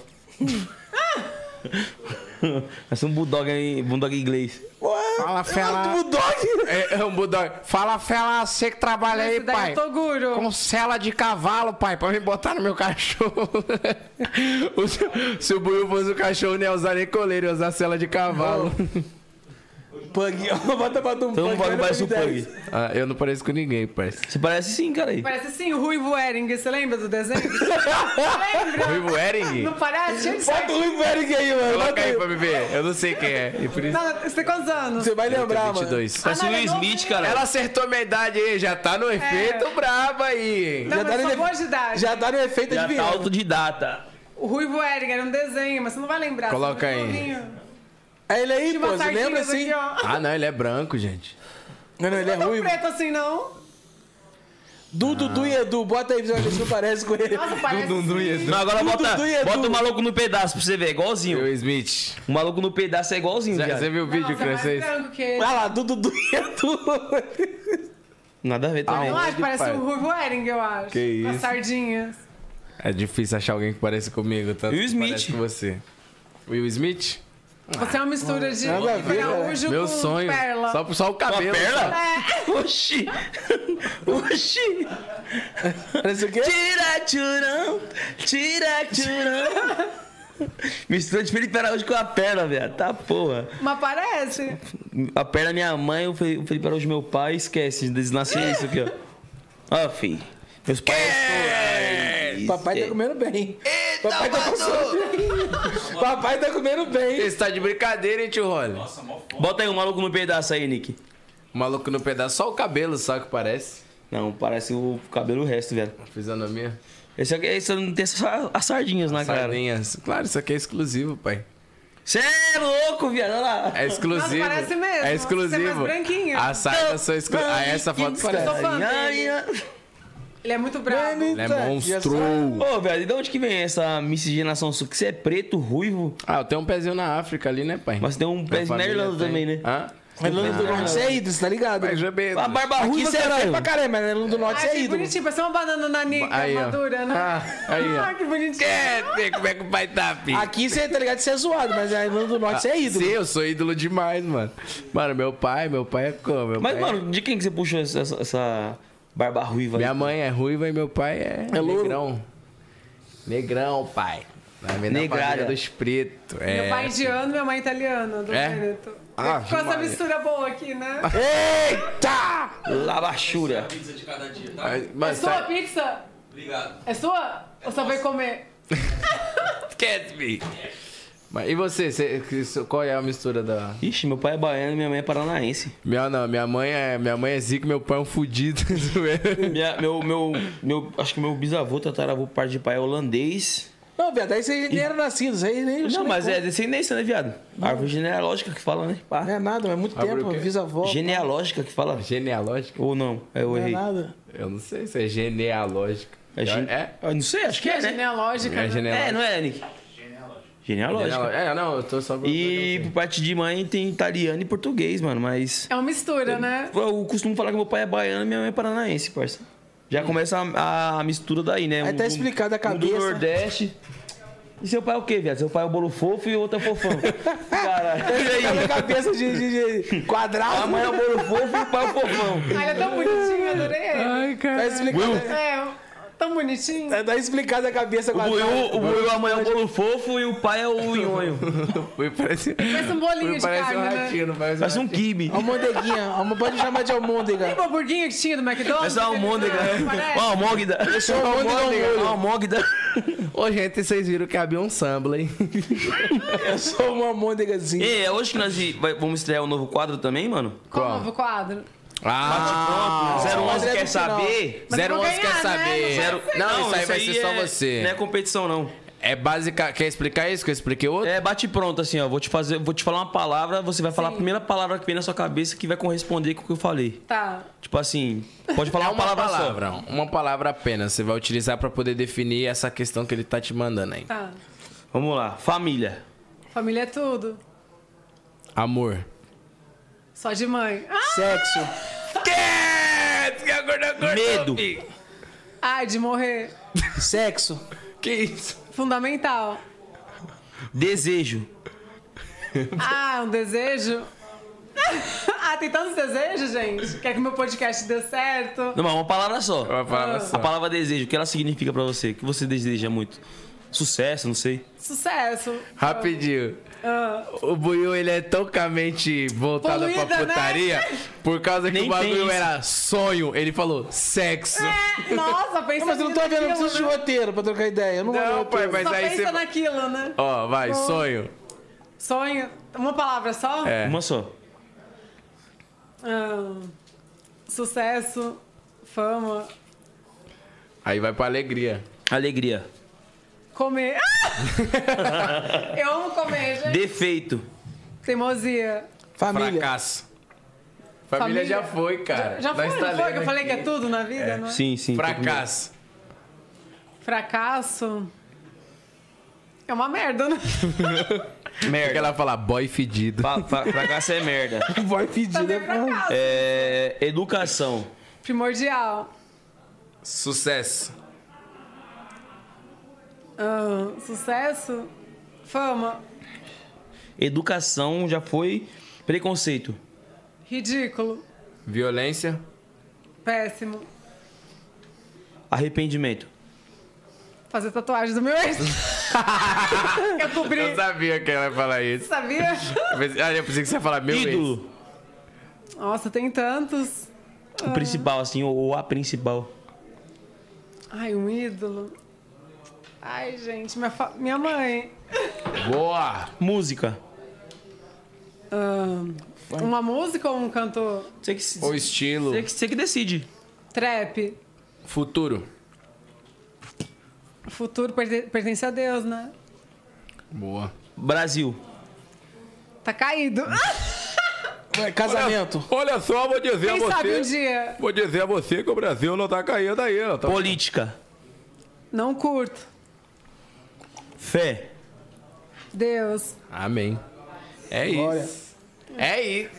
Parece um bulldog, aí, bulldog inglês. Fala, fela. Bulldog. É, é um Bulldog. Fala, fela, você que trabalha aí, Esse daí pai. é o Toguro. Com cela de cavalo, pai, pra me botar no meu cachorro. O- Se o Buiu fosse o cachorro, não ia usar nem coleira, ia usar cela de cavalo. Pug. Bota pra um Todo mundo fala que parece o Pug. Ah, eu não pareço com ninguém, parceiro. Você parece sim, cara aí. Parece assim, o Ruivo Ering, você lembra do desenho? Lembra? Ruivo Ering? Não parece? Gente, Bota o Ruivo Eric aí, mano. Coloca Bota aí aí. pra me ver. Eu não sei quem é. E por isso... Não, você tem quantos anos? Você vai Eu tenho lembrar, mano. vinte e dois. Parece o Ah, não, Will é Smith, novinho. cara. Ela acertou minha idade aí, já tá no efeito brabo aí. Não, Já mas dá eu sou no- boa de idade. Já tá no efeito Já de tá vinheta. autodidata. O Ruivo Ering era um desenho, mas você não vai lembrar. Coloca você é muito aí. novinho. É ele aí, Tinha pô. umas Você lembra sardinhas assim? aqui, ó. Ah, não, ele é branco, gente. Não, não, ele é Não é tão ruivo. preto assim, não. Du, Dudu e Edu, bota aí pra você ver se não parece com ele. Nossa, parece... Dudu e Edu. Não, agora Du, bota, Dudu e Edu. bota o maluco no pedaço pra você ver, é igualzinho. Will Smith. O maluco no pedaço é igualzinho, Já- viado. Você viu o vídeo Nossa, que é eu mais fiz? branco que ele. Olha lá, Du, Dudu e Edu. Nada a ver também. Eu acho que parece pai. o Ruivo Ering, eu acho. Que Com as isso. sardinhas. É difícil achar alguém que pareça comigo, tanto Will que Smith. parece com você. Will Smith? Você é uma mistura de Nada a ver, Nico né? Araújo Meu com sonho. Perla. Só, só o Uma cabelo. perla? É. Oxi! Oxi! Parece o quê? Tira tchurão! Tira tchurão! Mistura de Felipe Araújo com a perna, velho. Tá porra. Mas parece. A perna é minha mãe, o Fe- o Felipe Araújo meu pai, esquece. Desnascer isso aqui, ó. Ó, filho. Meus pais. Ai, Papai tá comendo bem. Papai tá comendo bem. Papai tá comendo bem. Você tá de brincadeira, hein, tio Rolly? Bota aí um maluco no pedaço aí, Nick. O maluco no pedaço, só o cabelo, só que parece. Não, parece o cabelo o resto, velho. Fisionomia. Esse aqui esse não tem só as sardinhas na cara. Sardinhas. Claro, isso aqui é exclusivo, pai. Cê é louco, viado. Olha lá. É exclusivo. Nossa, parece mesmo. É Você é exclusivo. mais branquinho. As sardas são exclusivas. Ah, essa foto Eu sou parece. fã Ai, dele. ai. Ele é muito bravo. Ele é monstruoso. Ô, velho, e de onde que vem essa miscigenação sua? Que você é preto, ruivo, Ah, eu tenho um pezinho na África ali, né, pai? mas tem um Minha pezinho na família Irlanda tem. também, né? Hã? Mas Irlanda do Norte você é ídolo, você tá ligado? Mas já bem. A barba Aqui ruiva, você é feio caralho. pra caramba, mas na Irlanda do Norte Ai, você é que ídolo. bonitinho. Parece uma banana nanica Aí, ó. madura, né? Ah, aí, ó. Ah, que bonitinho. Quer ver como é que o pai tá, filho? Aqui você tá ligado, você é zoado, mas na Irlanda do Norte você é ídolo. Sim, eu sou ídolo demais, mano. Mano, meu pai, meu pai é como? Meu Mas, pai mano, de quem que você puxou essa, essa- essa barba ruiva aí? Minha mãe é ruiva e meu pai é, É louro. negrão. Negrão, pai. Vai ver na Negralha. família dos pretos. É. Meu pai indiano, minha mãe italiana, do É? Veneto. Ah, Com essa Maria. mistura boa aqui, né? Eita! Lavachura. Mas, É mas sua sai- pizza? Obrigado. É sua? Ou só veio comer? Esquece-me. Mas e você? Você- que- Qual é a mistura da. Ixi, meu pai é baiano e minha mãe é paranaense. Minha, não, minha mãe é, minha mãe é zica, meu pai é um fudido. Minha- meu, meu, meu, acho que meu bisavô, tataravô, por parte de pai é holandês. Não, viado, aí você nem era nascido, isso aí nem... Não, mas é descendência, né, viado? Árvore genealógica que fala, né? Pá. Não é nada, mas é muito Árvore tempo, o quê? bisavó. Genealógica que fala. Genealógica? Ou não? É, eu Não é errei. nada. Eu não sei se é genealógica. É, gen... é? Eu não sei, acho que Que é, é né? genealógica. É né? genealógica. É, não é, Nick? Genealógica. Genealógica. É, não, eu tô só... E por parte de mãe tem italiano e português, mano, mas... É uma mistura, né? Eu costumo falar que meu pai é baiano e minha mãe é paranaense, parça. Já começa a, a mistura daí, né? Aí tá Um- explicado a um cabeça. do Nordeste. E seu pai é o quê, viado? Seu pai é o bolo fofo e o outro é fofão. Caralho. E Tá na aí? cabeça de, de, de quadrado. A mãe é o bolo fofo e o pai é o fofão. Ah, ele é tão bonitinho, adorei ele. Ai, Tá cara. explicado, É, tão bonitinho. tá explicado a cabeça O quadrada. buiu, o buiu, a mãe é o bolo fofo e o pai é o nhonho. Foi, parece... Parece um bolinho de parece carne, um né? ratinho, não parece, Parece um ratinho. quibe. Almondeguinha, almo- pode chamar de almôndega. Lembra o hamburguinho que tinha do McDonald's? Parece uma almôndega. Parece. Uma almôndega. Esse é o almôndega. Uma almôndega. Ô, gente, vocês viram que havia um samba, hein? Eu sou uma almôndegazinha. E é hoje que nós vai- vamos estrear um novo quadro também, mano? Qual Qual? novo quadro? Ah, zero onze mas é quer do final. saber? Mas eu zero vou onze quer ganhar, né? saber. Não Zero... vai Não, isso aí isso vai ser só é- você. Não é competição, não. É básica. Quer explicar isso que eu expliquei outro? É bate pronto, assim, ó. Vou te fazer, vou te falar uma palavra, você vai falar a primeira palavra que vem na sua cabeça que vai corresponder com o que eu falei. Tá. Tipo assim, pode falar É uma, palavra, palavra, uma palavra apenas. Você vai utilizar pra poder definir essa questão que ele tá te mandando aí. Tá. só. Vamos lá. Família. Família é tudo. Amor. Só de mãe. Ah! Sexo. Medo. Ai, de morrer. Sexo. Que isso? Fundamental. Desejo. Ah, um desejo? Ah, tem tantos desejos, gente. Quer que meu podcast dê certo? Não, mas uma palavra só. Uma palavra só. A palavra desejo, o que ela significa pra você? O que você deseja muito? Sucesso, não sei. Sucesso. Rapidinho. Ah, O Buiu, ele é tocamente voltado Poluída, pra putaria por causa que Nem o bagulho tem isso. era sonho. Ele falou sexo. é, nossa, pensa Não, mas eu não tô vendo, eu naquilo, preciso de né? roteiro pra trocar ideia. Eu não, vou Não, ler pai, roteiro. mas Só aí pensa você... naquilo, né? Ó, vai, sonho. Sonho. Uma palavra só? É. Uma só. Ah, sucesso, fama, Aí vai pra alegria. Alegria. comer. Ah! Eu amo comer, gente. Defeito. Teimosia. Família. Fracasso. Família, já foi, cara. Já, já foi, Nós não tá foi? lendo Que eu falei aqui. que é tudo na vida, não é? Sim, sim. Fracasso. Fracasso. É uma merda, né? Porque Merda. ela fala boy fedido. Fa- fa- Fracasso é merda. Vai pedir, Também é né? fracasso. É, educação. Primordial. Sucesso. Ah, sucesso. Fama. Educação já foi preconceito. Ridículo. Violência. Péssimo. Arrependimento. Fazer tatuagem do meu ex. Eu cobri. Eu sabia que ela ia falar isso. Sabia? Eu pensei- Ah, eu pensei que você ia falar meu ex. Ídolo. Nossa, tem tantos. O principal, assim, ou, ou a principal. Ai, um ídolo. Ai, gente, minha, fa- minha mãe. Boa. Música. Ah, uma música ou um cantor? Você que, se- O estilo. você que, você que decide. Trap. Futuro. O futuro perte- pertence a Deus, né? Boa. Brasil. Tá caído. Ué, casamento. Olha só, vou dizer Quem a sabe um você. dia? Vou dizer a você que o Brasil não tá caindo aí, não. Tá... Política. Não curto. Fé. Deus. Amém. É isso. Glória. É isso.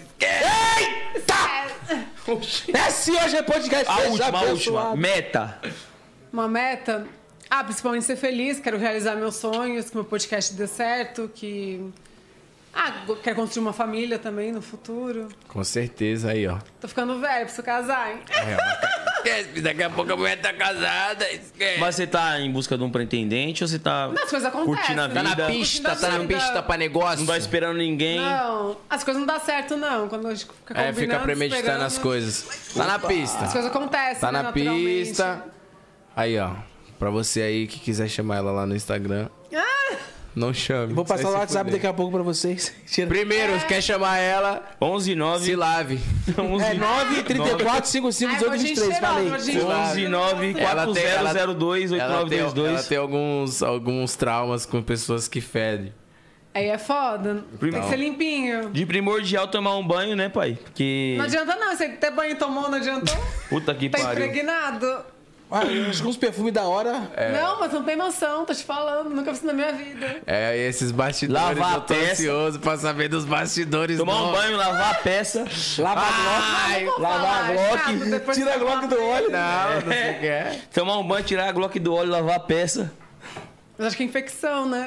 Esse hoje é podcast. A seja última, a última. abençoado. Meta. Uma meta? Ah, principalmente ser feliz. Quero realizar meus sonhos, que meu podcast dê certo, que... Ah, go- quero construir uma família também no futuro. Com certeza aí, ó. Tô ficando velho, preciso casar, hein? Esquece, daqui a pouco a mulher tá casada. Esquece. Mas você tá em busca de um pretendente ou você tá Não, as coisas acontecem. curtindo a né? Tá na vida? pista, tá na Curtindo a pista vida. pra negócio. Não tá esperando ninguém? Não, as coisas não dão certo, não. Quando a gente fica É, combinando, fica premeditando esperando, as coisas. Tá na As pista. coisas acontecem, Tá né, na naturalmente. pista. Aí, ó. Pra você aí que quiser chamar ela lá no Instagram, Ah, não chame. Vou passar Você o se WhatsApp fuder. daqui a pouco pra vocês. Tira. Primeiro, se quer chamar ela, onze se nove lave. É nove trinta e quatro, cinquenta e cinco, ai, dezoito, hoje vinte e três. cheirosa, Falei. hoje onze nove quatro zero zero dois oito ela nove tem, dois ela dois. tem alguns, alguns traumas com pessoas que fedem. Aí é foda. Tem que ser limpinho. De primordial tomar um banho, né, pai? Porque. Não adianta não, você até banho tomou, não adiantou? Puta que Tá pariu. impregnado. Ah, acho que uns perfumes da hora. Não, mas não tem noção, tô te falando. Nunca vi isso na minha vida. É, esses bastidores, Lavar eu a tô peça. ansioso pra saber dos bastidores. Tomar um novos. banho, lavar a peça. Lava Ai, Vou lavar falar, a é Glock, chato, depois Tira a você Glock fala. do óleo. Não, não sei o que é. Tomar um banho, tirar a Glock do óleo, lavar a peça. Mas acho que é infecção, né?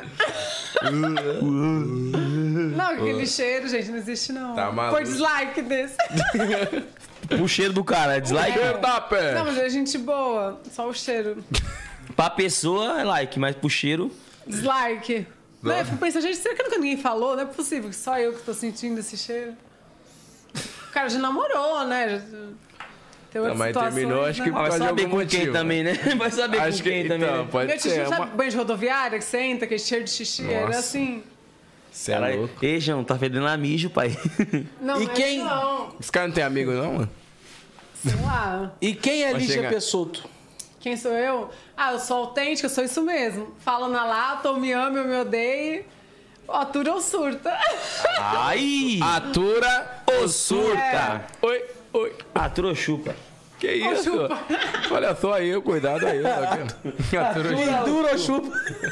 Não, aquele cheiro, gente, não existe não. Tá maluco. Por dislike desse. O cheiro do cara, dislike. Tá, pé. Não, mas é gente boa. Só o cheiro. Pra pessoa é like, mas pro cheiro. Dislike. Não, eu fico pensando, gente, será que nunca ninguém falou? Não é possível que só eu que tô sentindo esse cheiro. O cara já namorou, né? Já... Tem outras Não, mas situações, terminou, acho né? que Ah, vai por causa de saber algum com quem motivo. também, né? Vai saber Acho com que quem também. então, né? pode Meu tio, ser. sabe Uma... banho de rodoviária que senta, aquele cheiro de xixi? Era Nossa. assim. Você é Caralho, louco. ei, João, tá fedendo a mijo, pai. Não, E mas quem- não. Esse cara não tem amigo, não, mano? Sei lá. E quem é Vai Lígia chegar. Pessotto? Quem sou eu? Ah, eu sou autêntica, eu sou isso mesmo. Falo na lata, ou me ama, ou me odeie. Atura ou surta. Ai! Atura ou surta? Oi, oi. A trouxupa. Que isso? chupa. Olha só aí, cuidado aí. ó. Atura ou surta? Dura ou chupa?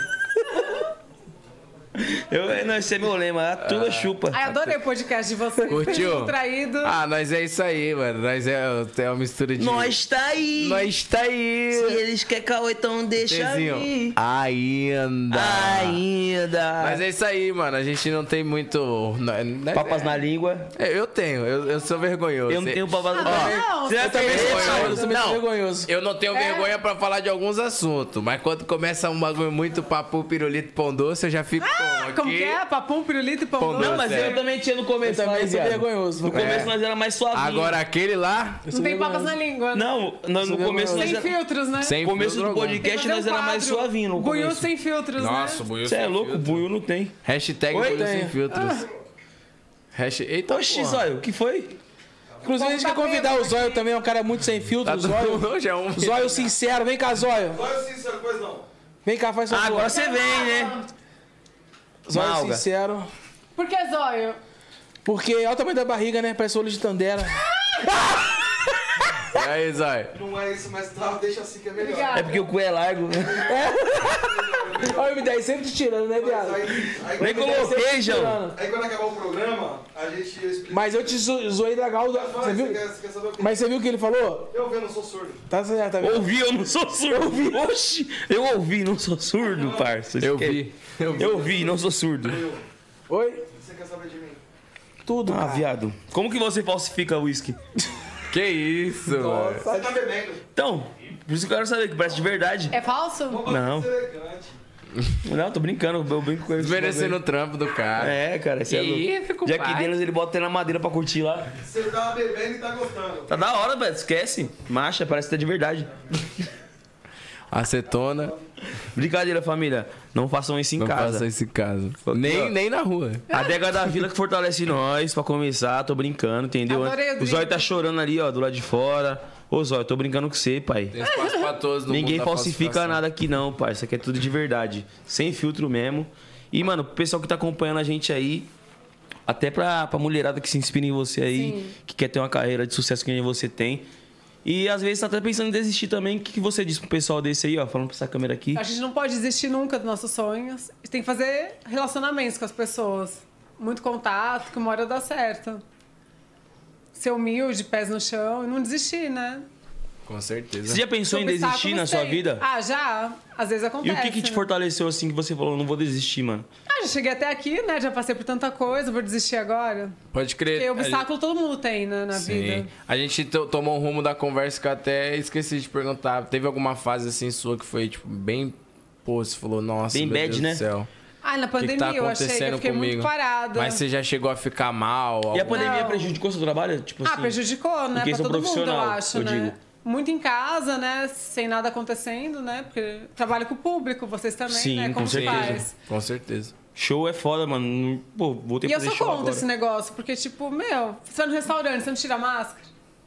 Eu, não, esse é meu lema, a tua chupa. Ai, adorei o podcast de vocês. Curtiu? Traído. Ah, nós é isso aí, mano. Nós é, é uma mistura de... Nós tá aí. Nós tá aí. Se eles querem caô, então deixa Tezinho. aí. Ainda. Ainda. Mas é isso aí, mano. A gente não tem muito... nós- nós Papas é- na língua. É, Eu tenho. Eu, eu sou vergonhoso. Eu não Cê- tenho papas na Ah, língua. não, Você já você tem também vergonha? Eu também sou Não. vergonhoso. Eu não tenho vergonha pra falar de alguns assuntos, mas quando começa um bagulho muito papo, pirulito, pão doce, eu já fico como aqui. Como que é? Papum, pirulito e pão Pão doce? Não, mas É. eu também tinha no começo. Eu também mas, sou viado, vergonhoso. No começo É. nós era mais suavinho. Agora aquele lá, Não tem papas na língua. né? Não, no, no começo nós Sem era... filtros, né? sem No começo filtro do algum. podcast Tem que nós fazer um era mais quadro. suavinho no Buiu começo. sem filtros, Nossa, né? buiu Você é sem louco? filtro. Buiu não tem. Hashtag Oi? buiu sem Tenho. filtros. Hashtag... Eita, Oxi, porra. Zóio, o que foi? Inclusive, a gente quer Tá convidar vendo o Zóio também, é um cara muito sem filtro. Tá O todo Zóio, mundo já é um... Zóio sincero. Vem cá, Zóio. Agora sim, senhor, pois não. Vem cá, faz sua Ah, favor. agora você vem, né? Zóio Malga. sincero. Por que zóio? Porque olha o tamanho da barriga, né? Parece olho de Tandera. E aí, Zói? Não é isso, mas tá, deixa assim que é melhor. É porque o cu é largo. Olha o M dez sempre te tirando, né, viado? Nem coloquei, João. Aí quando acabar o programa, a gente explica. Mas eu te zo- zoei legal. do- Você viu? Você quer, você quer saber o que? Mas você viu o que ele falou? Eu vi, eu não sou surdo. Tá certo, tá vendo? Ouvi, eu não sou surdo. Oxi, eu ouvi, não sou surdo, parça. Eu vi. Eu vi, eu vi não sou surdo. Oi? Você quer saber de mim? Tudo, Ah, cara. viado. Como que você falsifica uísque? Que isso, mano. Você tá bebendo. Então, por isso que eu quero saber, que parece de verdade. É falso? Não. Não, tô brincando, eu brinco com ele. Desmerecendo o trampo do cara. É, cara, esse é louco. Isso, compadre. Jack Daniels, ele bota até na madeira pra curtir lá. Você tava bebendo e tá gostando. Tá da hora, velho, esquece. Marcha, parece que tá de verdade. Acetona. Brincadeira, família. Não façam isso em Não casa. faça isso em casa. Aqui, Nem, ó. nem na rua. A adega da vila que fortalece nós, pra começar, tô brincando, entendeu? Adorei o O drink. Zóio tá chorando ali, ó, do lado de fora. Ô, Zóio, tô brincando com você, pai. Tem espaço pra todos no Ninguém mundo da falsifica falsificação. nada aqui não, pai. Isso aqui é tudo de verdade. Sem filtro mesmo. E, mano, o pessoal que tá acompanhando a gente aí, até pra, pra mulherada que se inspira em você aí, Sim. que quer ter uma carreira de sucesso que nem você tem. E às vezes tá até pensando em desistir também. O que, que você diz pro pessoal desse aí, ó? Falando pra essa câmera aqui. A gente não pode desistir nunca dos nossos sonhos. A gente tem que fazer relacionamentos com as pessoas. Muito contato, que uma hora dá certo. Ser humilde, pés no chão e não desistir, né? Com certeza. Você já pensou em Obstáculos desistir na sua tem. vida? Ah, já. Às vezes E acontece. o que, que te fortaleceu assim que você falou, não vou desistir, mano? Ah, já cheguei até aqui, né? Já passei por tanta coisa, vou desistir agora. Pode crer. Porque obstáculo todo mundo tem, né, na Sim. vida. A gente to- tomou um rumo da conversa que eu até esqueci de perguntar. Teve alguma fase assim sua que foi, tipo, bem. Pô, você falou, nossa, Bem meu bad, Deus né? do céu. Ah, na O que, que pandemia tá eu achei que acontecendo eu fiquei comigo? muito parada. Mas você já chegou a ficar mal? E a algum- pandemia Não. prejudicou seu trabalho? Tipo Ah, assim, prejudicou, né? em Pra questão todo mundo, eu profissional, acho, eu né? digo. Muito em casa, né? Sem nada acontecendo, né? Porque trabalho com o público, vocês também, Sim, né? com Como se certeza. faz. Com certeza. Show é foda, mano. Pô, vou ter E que eu fazer sou show contra agora. esse negócio, porque, tipo, meu, você vai no restaurante, você não tira a máscara?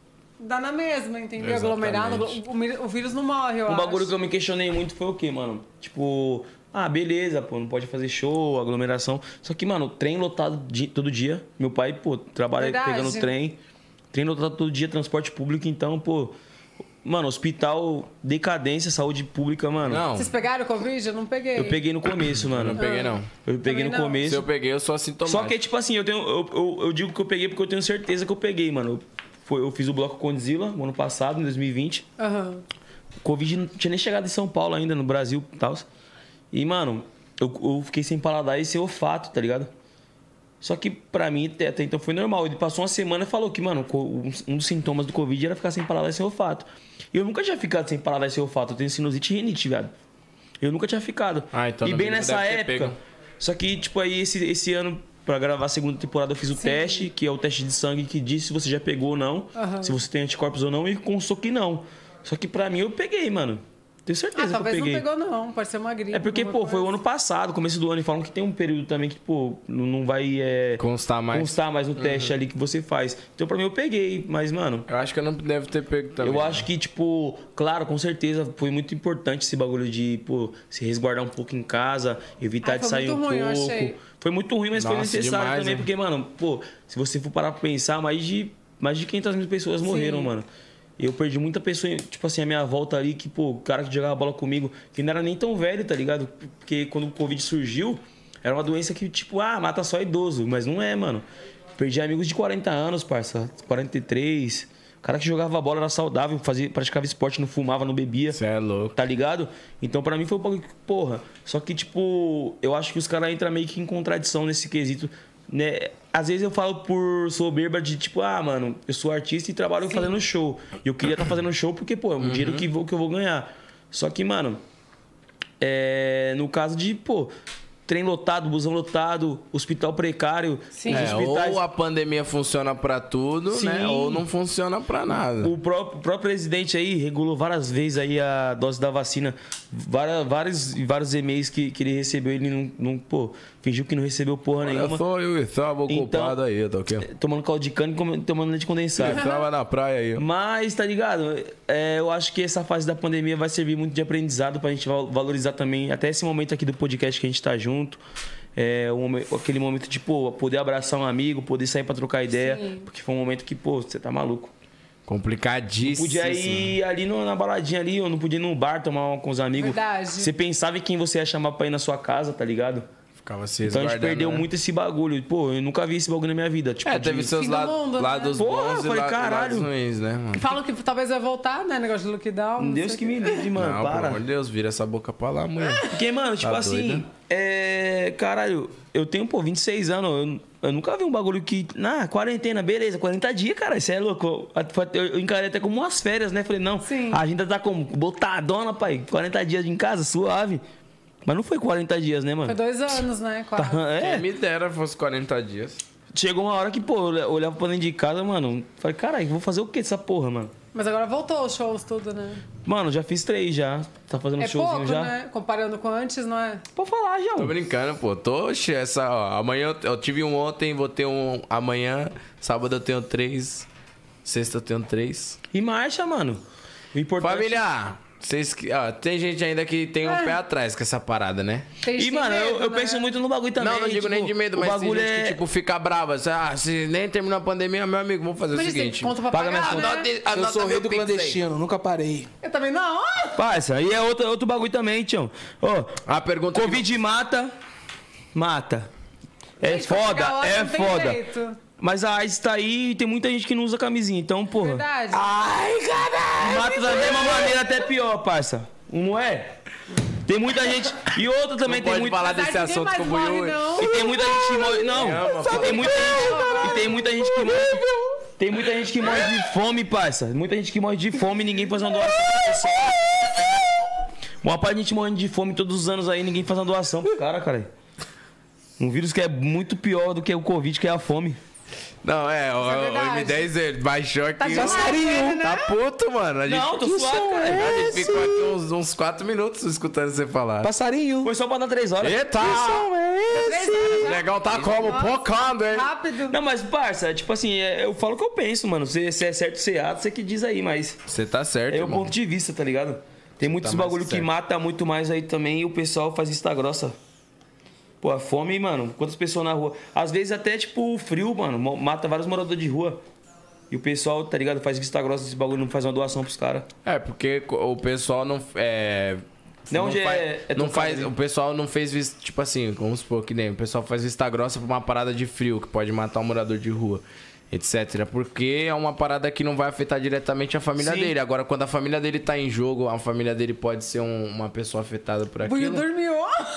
Dá na mesma, entendeu? Exatamente. Aglomerado, o, o vírus não morre, eu Um acho. bagulho que eu me questionei muito foi o quê, mano? Tipo, ah, beleza, pô, não pode fazer show, aglomeração. Só que, mano, trem lotado di- todo dia. Meu pai, pô, trabalha Verdade. pegando trem. Trem lotado todo dia, transporte público, então, pô. Mano, hospital, decadência, saúde pública, mano. Não, Vocês pegaram o Covid? Eu não peguei. Eu peguei no começo, mano. não peguei não. Eu peguei Também no não. começo. Se eu peguei, eu sou assintomático. Só que, tipo assim, eu, tenho, eu, eu, eu digo que eu peguei porque eu tenho certeza que eu peguei, mano. Eu, foi, eu fiz o bloco Condzilla no ano passado, em dois mil e vinte. Aham. O Covid não tinha nem chegado em São Paulo ainda, no Brasil e tal. E, mano, eu, eu fiquei sem paladar e sem olfato, tá ligado? Só que pra mim, até, até então foi normal. Ele passou uma semana e falou que, mano, co- um, um dos sintomas do Covid era ficar sem paladar e sem olfato. E eu nunca tinha ficado sem paladar e sem olfato. Eu tenho sinusite e rinite, viado. Eu nunca tinha ficado. Ah, então e no bem mínimo nessa deve ter época. pego. Só que, tipo, aí esse, esse ano, pra gravar a segunda temporada, eu fiz o teste, que é o teste de sangue que diz se você já pegou ou não, Aham. se você tem anticorpos ou não, e constou que não. Só que pra mim eu peguei, mano. Tenho certeza Ah, que eu talvez não peguei. pegou, não. Pode ser uma gripe. É porque, alguma pô, foi o coisa. ano passado, começo do ano, e falam que tem um período também que, pô, não não vai é, Constar mais. constar mais no teste ali que você faz. Então, pra mim, eu peguei, mas, mano, Eu acho que eu não deve ter pego também. eu acho que, tipo, claro, com certeza, foi muito importante esse bagulho de, pô, se resguardar um pouco em casa, evitar Ah, de foi sair muito um ruim, eu pouco. achei. Foi muito ruim, mas foi Nossa, necessário demais, também, hein? porque, mano, pô, se você for parar pra pensar, mais de, mais de quinhentas mil pessoas morreram, Sim. mano. Eu perdi muita pessoa, tipo assim, a minha volta ali, que, pô, o cara que jogava bola comigo, que não era nem tão velho, tá ligado? Porque quando o Covid surgiu, era uma doença que, tipo, ah, mata só idoso. Mas não é, mano. Perdi amigos de quarenta anos, parça, quarenta e três. O cara que jogava bola era saudável, fazia, praticava esporte, não fumava, não bebia. Você é louco. Tá ligado? Então, pra mim, foi um bagulho que, porra. Só que, tipo, eu acho que os caras entram meio que em contradição nesse quesito, né? Às vezes eu falo por soberba de, tipo, ah, mano, eu sou artista e trabalho fazendo show. E eu queria estar fazendo show porque, pô, é um dinheiro que, vou, que eu vou ganhar. Só que, mano, é, no caso de, pô, trem lotado, busão lotado, hospital precário, Sim. os É, hospitais... ou a pandemia funciona pra tudo, Sim. né? Ou não funciona pra nada. O próprio, o próprio presidente aí regulou várias vezes aí a dose da vacina. Várias, vários, vários e-mails que, que ele recebeu, ele não, não, pô, fingiu que não recebeu porra nenhuma. só eu estava ocupado aí, tá ok? Tomando caldo de cana e come- tomando leite condensado. Estava na praia aí. Mas, tá ligado? É, eu acho que essa fase da pandemia vai servir muito de aprendizado pra gente val- valorizar também, até esse momento aqui do podcast que a gente tá junto. É, um momen- aquele momento de, pô, poder abraçar um amigo, poder sair pra trocar ideia. Sim. Porque foi um momento que, pô, você tá maluco. Complicadíssimo. Podia ir ali no- na baladinha ali, ou não podia ir no bar tomar uma com os amigos. Verdade. Você pensava em quem você ia chamar pra ir na sua casa, tá ligado? Ficava se Então a gente resguardando, perdeu né? muito esse bagulho. Pô, eu nunca vi esse bagulho na minha vida. Tipo, É, teve de- seus Fim do la- mundo, né? lados Porra, bons eu e falei, la- caralho. lados ruins, né, mano? Falam que talvez vai voltar, né? Negócio de lockdown. não Deus sei que o me livre, mano. Não, pelo para. amor de Deus, vira essa boca pra lá, mulher. Porque, mano, tipo Tá assim, doida? é. Caralho, eu tenho, pô, vinte e seis anos. Eu, eu nunca vi um bagulho que. Na quarentena, beleza, quarenta dias, cara, isso é louco. Eu, eu encarei até como umas férias, né? Falei, não, Sim. a agenda tá como? Botadona, pai. quarenta dias em casa, suave. Mas não foi quarenta dias, né, mano? Foi dois anos, né? Quase. É. Quem me dera fosse quarenta dias. Chegou uma hora que, pô, eu olhava pra dentro de casa, mano. Falei, caralho, vou fazer o que dessa porra, mano? Mas agora voltou os shows, tudo, né? Mano, já fiz três já. Tá fazendo É showzinho pouco, já? né? Comparando com antes, não é? Pode falar, já. Tô brincando, pô. Tô, oxe, essa, ó, amanhã eu, eu tive um ontem, vou ter um amanhã. Sábado eu tenho três. Sexta eu tenho três. E marcha, mano. O importante... Família, vocês que. Ó, tem gente ainda que tem um É. pé atrás com essa parada, né? Tem E, gente mano, eu, medo, eu né? penso muito no bagulho também. não, não digo tipo, nem de medo, o mas tem bagulho gente é... que, tipo, fica brava. Assim, ah, se nem terminou a pandemia, meu amigo, vamos fazer Mas o eles têm seguinte. conta pra paga minha pagar, conta. né? Anote- Eu anota sou rei meu do Pix aí. clandestino, nunca parei. Eu também não. Ah! Parça, e é outro, outro bagulho também, tião. Ó, A pergunta que- Covid mata, mata. É Gente, pra foda, pegar lá é não tem foda. jeito. Mas a AIDS tá aí e tem muita gente que não usa camisinha, então, porra. Verdade. Ai, caralho! Mata da mesma maneira, até pior, parça. Não é? Tem muita gente. E outra também Não tem pode muito. falar Mas desse aí ninguém assunto mais com o morre, Buiú. não. E tem muita gente que morre. Não, Ama, e tem muita gente. E tem muita gente que morre. Tem muita gente que morre de fome, parça. Muita gente que morre de fome e ninguém faz uma doação pro pessoal. Uma parte de gente morrendo de fome todos os anos aí, ninguém faz uma doação pro cara, cara. Um vírus que é muito pior do que o Covid, que é a fome. Não, é, o, é o verdade. M dez ele baixou aqui. Tá de passarinho, Tá puto, mano. A gente, Não, tô suave, cara. a gente ficou aqui uns, uns quatro minutos escutando você falar. Passarinho. Foi só pra dar três horas. Eita! Três horas já. Legal tá como? Pocando, hein? Rápido. Não, mas, parça, tipo assim, é- eu falo o que eu penso, mano. Se, se é certo, se é errado, você que diz aí, mas Você tá certo, é o irmão. ponto de vista, tá ligado? Tem muitos tá mais bagulho que certo. mata muito mais aí também e o pessoal faz vista grossa. Pô, a fome, mano, quantas pessoas na rua. Às vezes até, tipo, o frio, mano, mo- mata vários moradores de rua. E o pessoal, tá ligado, faz vista grossa desse bagulho, não faz uma doação pros caras. É, porque co- o pessoal não. É, Não, onde faz, é- é não tocado faz. ali. O pessoal não fez vista. Tipo assim, vamos supor que nem. O pessoal faz vista grossa pra uma parada de frio que pode matar um morador de rua, etcétera. Porque é uma parada que não vai afetar diretamente a família Sim. dele. Agora, quando a família dele tá em jogo, a família dele pode ser um- uma pessoa afetada por Buiu aquilo. dormiu.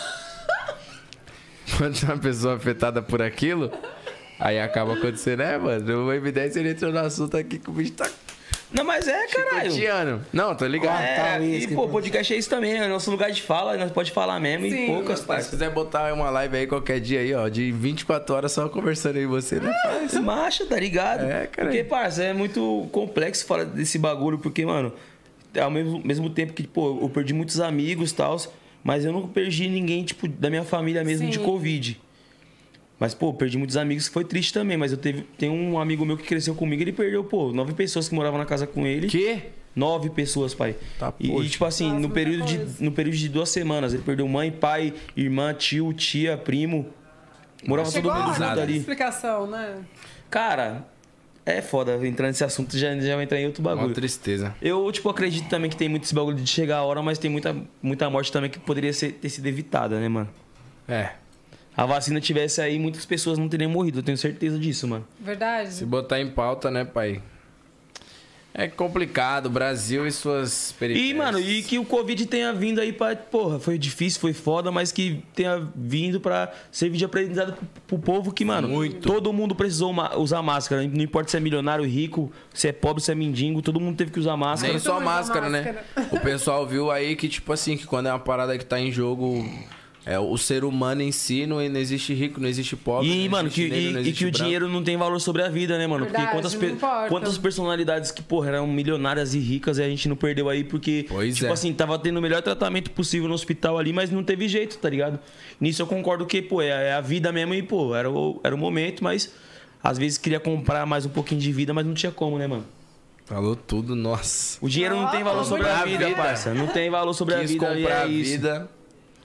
Quando uma pessoa afetada por aquilo, aí acaba acontecendo, né, mano? O M dez ele entrou no assunto aqui que o bicho tá Não, mas é, caralho. chicoteando. Não, tô ligado. É, tá, e, uísque, pô, pô. podcast é isso também, é nosso lugar de fala, nós pode falar mesmo Sim. e poucas, Se parça. quiser botar uma live aí qualquer dia aí, ó, de vinte e quatro horas só conversando aí você, né? Esse macho, tá ligado? É, cara. Porque, parça, é muito complexo falar desse bagulho, porque, mano, ao mesmo, mesmo tempo que, pô, eu perdi muitos amigos e tal, mas eu não perdi ninguém, tipo, da minha família mesmo Sim. de Covid. Mas, pô, perdi muitos amigos que foi triste também, mas eu teve, tem um amigo meu que cresceu comigo, ele perdeu, pô, nove pessoas que moravam na casa com ele. Que? Nove pessoas, pai. Tá, e, poxa. e, tipo assim, Nossa, no, muita período de, coisa. no período de duas semanas, ele perdeu mãe, pai, irmã, tio, tia, primo. Morava Chegou todo a mundo hora junto da ali. explicação, né? Cara, é foda entrar nesse assunto, já, já vai entrar em outro Uma bagulho. tristeza. Eu, tipo, acredito também que tem muito esse bagulho de chegar a hora, mas tem muita, muita morte também que poderia ser, ter sido evitada, né, mano? É. A vacina tivesse aí, muitas pessoas não teriam morrido, eu tenho certeza disso, mano. Verdade. Se botar em pauta, né, pai? É complicado, Brasil e suas periferias. E, mano, e que o Covid tenha vindo aí pra. Porra, foi difícil, foi foda, mas que tenha vindo pra servir de aprendizado pro, pro povo que, mano, todo mundo precisou ma- usar máscara. Não importa se é milionário, rico, se é pobre, se é mendigo, todo mundo teve que usar máscara. Nem só Todo mundo máscara, usa né? O pessoal viu aí que, tipo assim, que quando é uma parada que tá em jogo, é o ser humano em si, não, não existe rico, não existe pobre. E, não mano, existe que, negro, e- não e, existe que o branco. dinheiro não tem valor sobre a vida, né, mano? Verdade, porque quantas, não pe- importa. quantas personalidades que, porra, eram milionárias e ricas e a gente não perdeu aí porque, Pois tipo é. assim, tava tendo o melhor tratamento possível no hospital ali, mas não teve jeito, tá ligado? Nisso eu concordo que, pô, é, é a vida mesmo e, pô, era o, era o momento, mas às vezes queria comprar mais um pouquinho de vida, mas não tinha como, né, mano? Falou tudo, nossa. O dinheiro não tem valor sobre a comprar a vida, vida. parça. Não tem valor sobre a Quis vida e comprar é a isso. vida.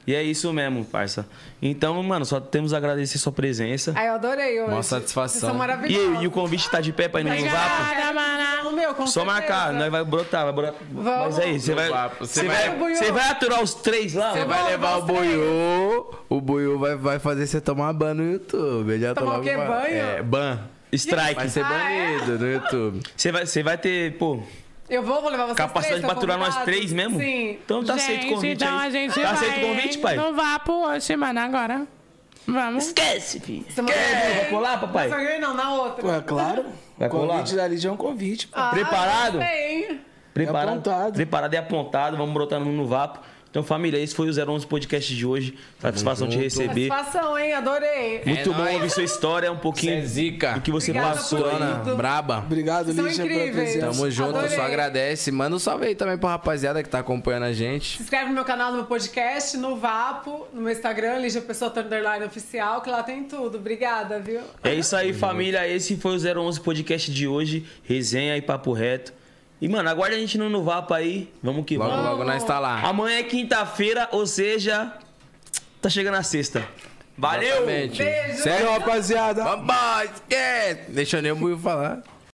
E é isso mesmo, parça. Então, mano, só temos a agradecer sua presença. Ai, eu adorei hoje. Uma satisfação. Vocês são E, maravilhosos. e o convite tá de pé pra ir no Vapo? Obrigada, mana. Meu, com Só certeza. marcar, nós vai brotar, vai brotar. Vamos. Mas aí, você No vai, Vapo. você Você vai, vai- você vai aturar os três lá? Você mano? vai Vamos, levar o vamos três. Buiú, o Buiú vai, vai fazer você tomar ban no YouTube. Ele já Tomar tomou o quê? ban. Banho? É, ban. Strike. Vai ser Ah, é? banido no YouTube. Você vai, você vai ter, pô, Eu vou, vou levar vocês capacidade três, pra são aturar nós convidados? três mesmo? Sim. Então tá aceito o Gente, convite então aí. a gente Tá vai aceito o convite, pai? no Vapo hoje, mano, agora. Vamos. Esquece, filho. Semana que Vai vem. colar, papai? Semana que vem não, na outra. Pô, é claro. Vai o colar? convite da Lídia é um convite, pô. Ah, Preparado? Tem. Preparado? É apontado. Preparado e apontado. Vamos brotar no, no Vapo. Então, família, esse foi o zero onze Podcast de hoje. Satisfação te receber. Satisfação, hein? Adorei. Muito É bom nóis. ouvir sua história, um pouquinho Cê é zica. do que você Obrigada passou por aí. tudo. Braba. Obrigado, São Lídia, pela incríveis. presença. Tamo junto, Adorei. só agradece. Manda um salve aí também pra rapaziada que tá acompanhando a gente. Se inscreve no meu canal, no meu podcast, no Vapo, no meu Instagram, Lígia Pessoa Underline Oficial, que lá tem tudo. Obrigada, viu? É isso aí, família. Esse foi o zero onze Podcast de hoje. Resenha e papo reto. E, mano, aguarda a gente no, no Vapo aí. Vamos que Logo, vamos. logo nós tá lá. Amanhã é quinta-feira, ou seja, tá chegando a sexta. Valeu! Exatamente. Beijo. Sério, Rapaziada. Vambora, esquece. Deixa nem o Buiú falar.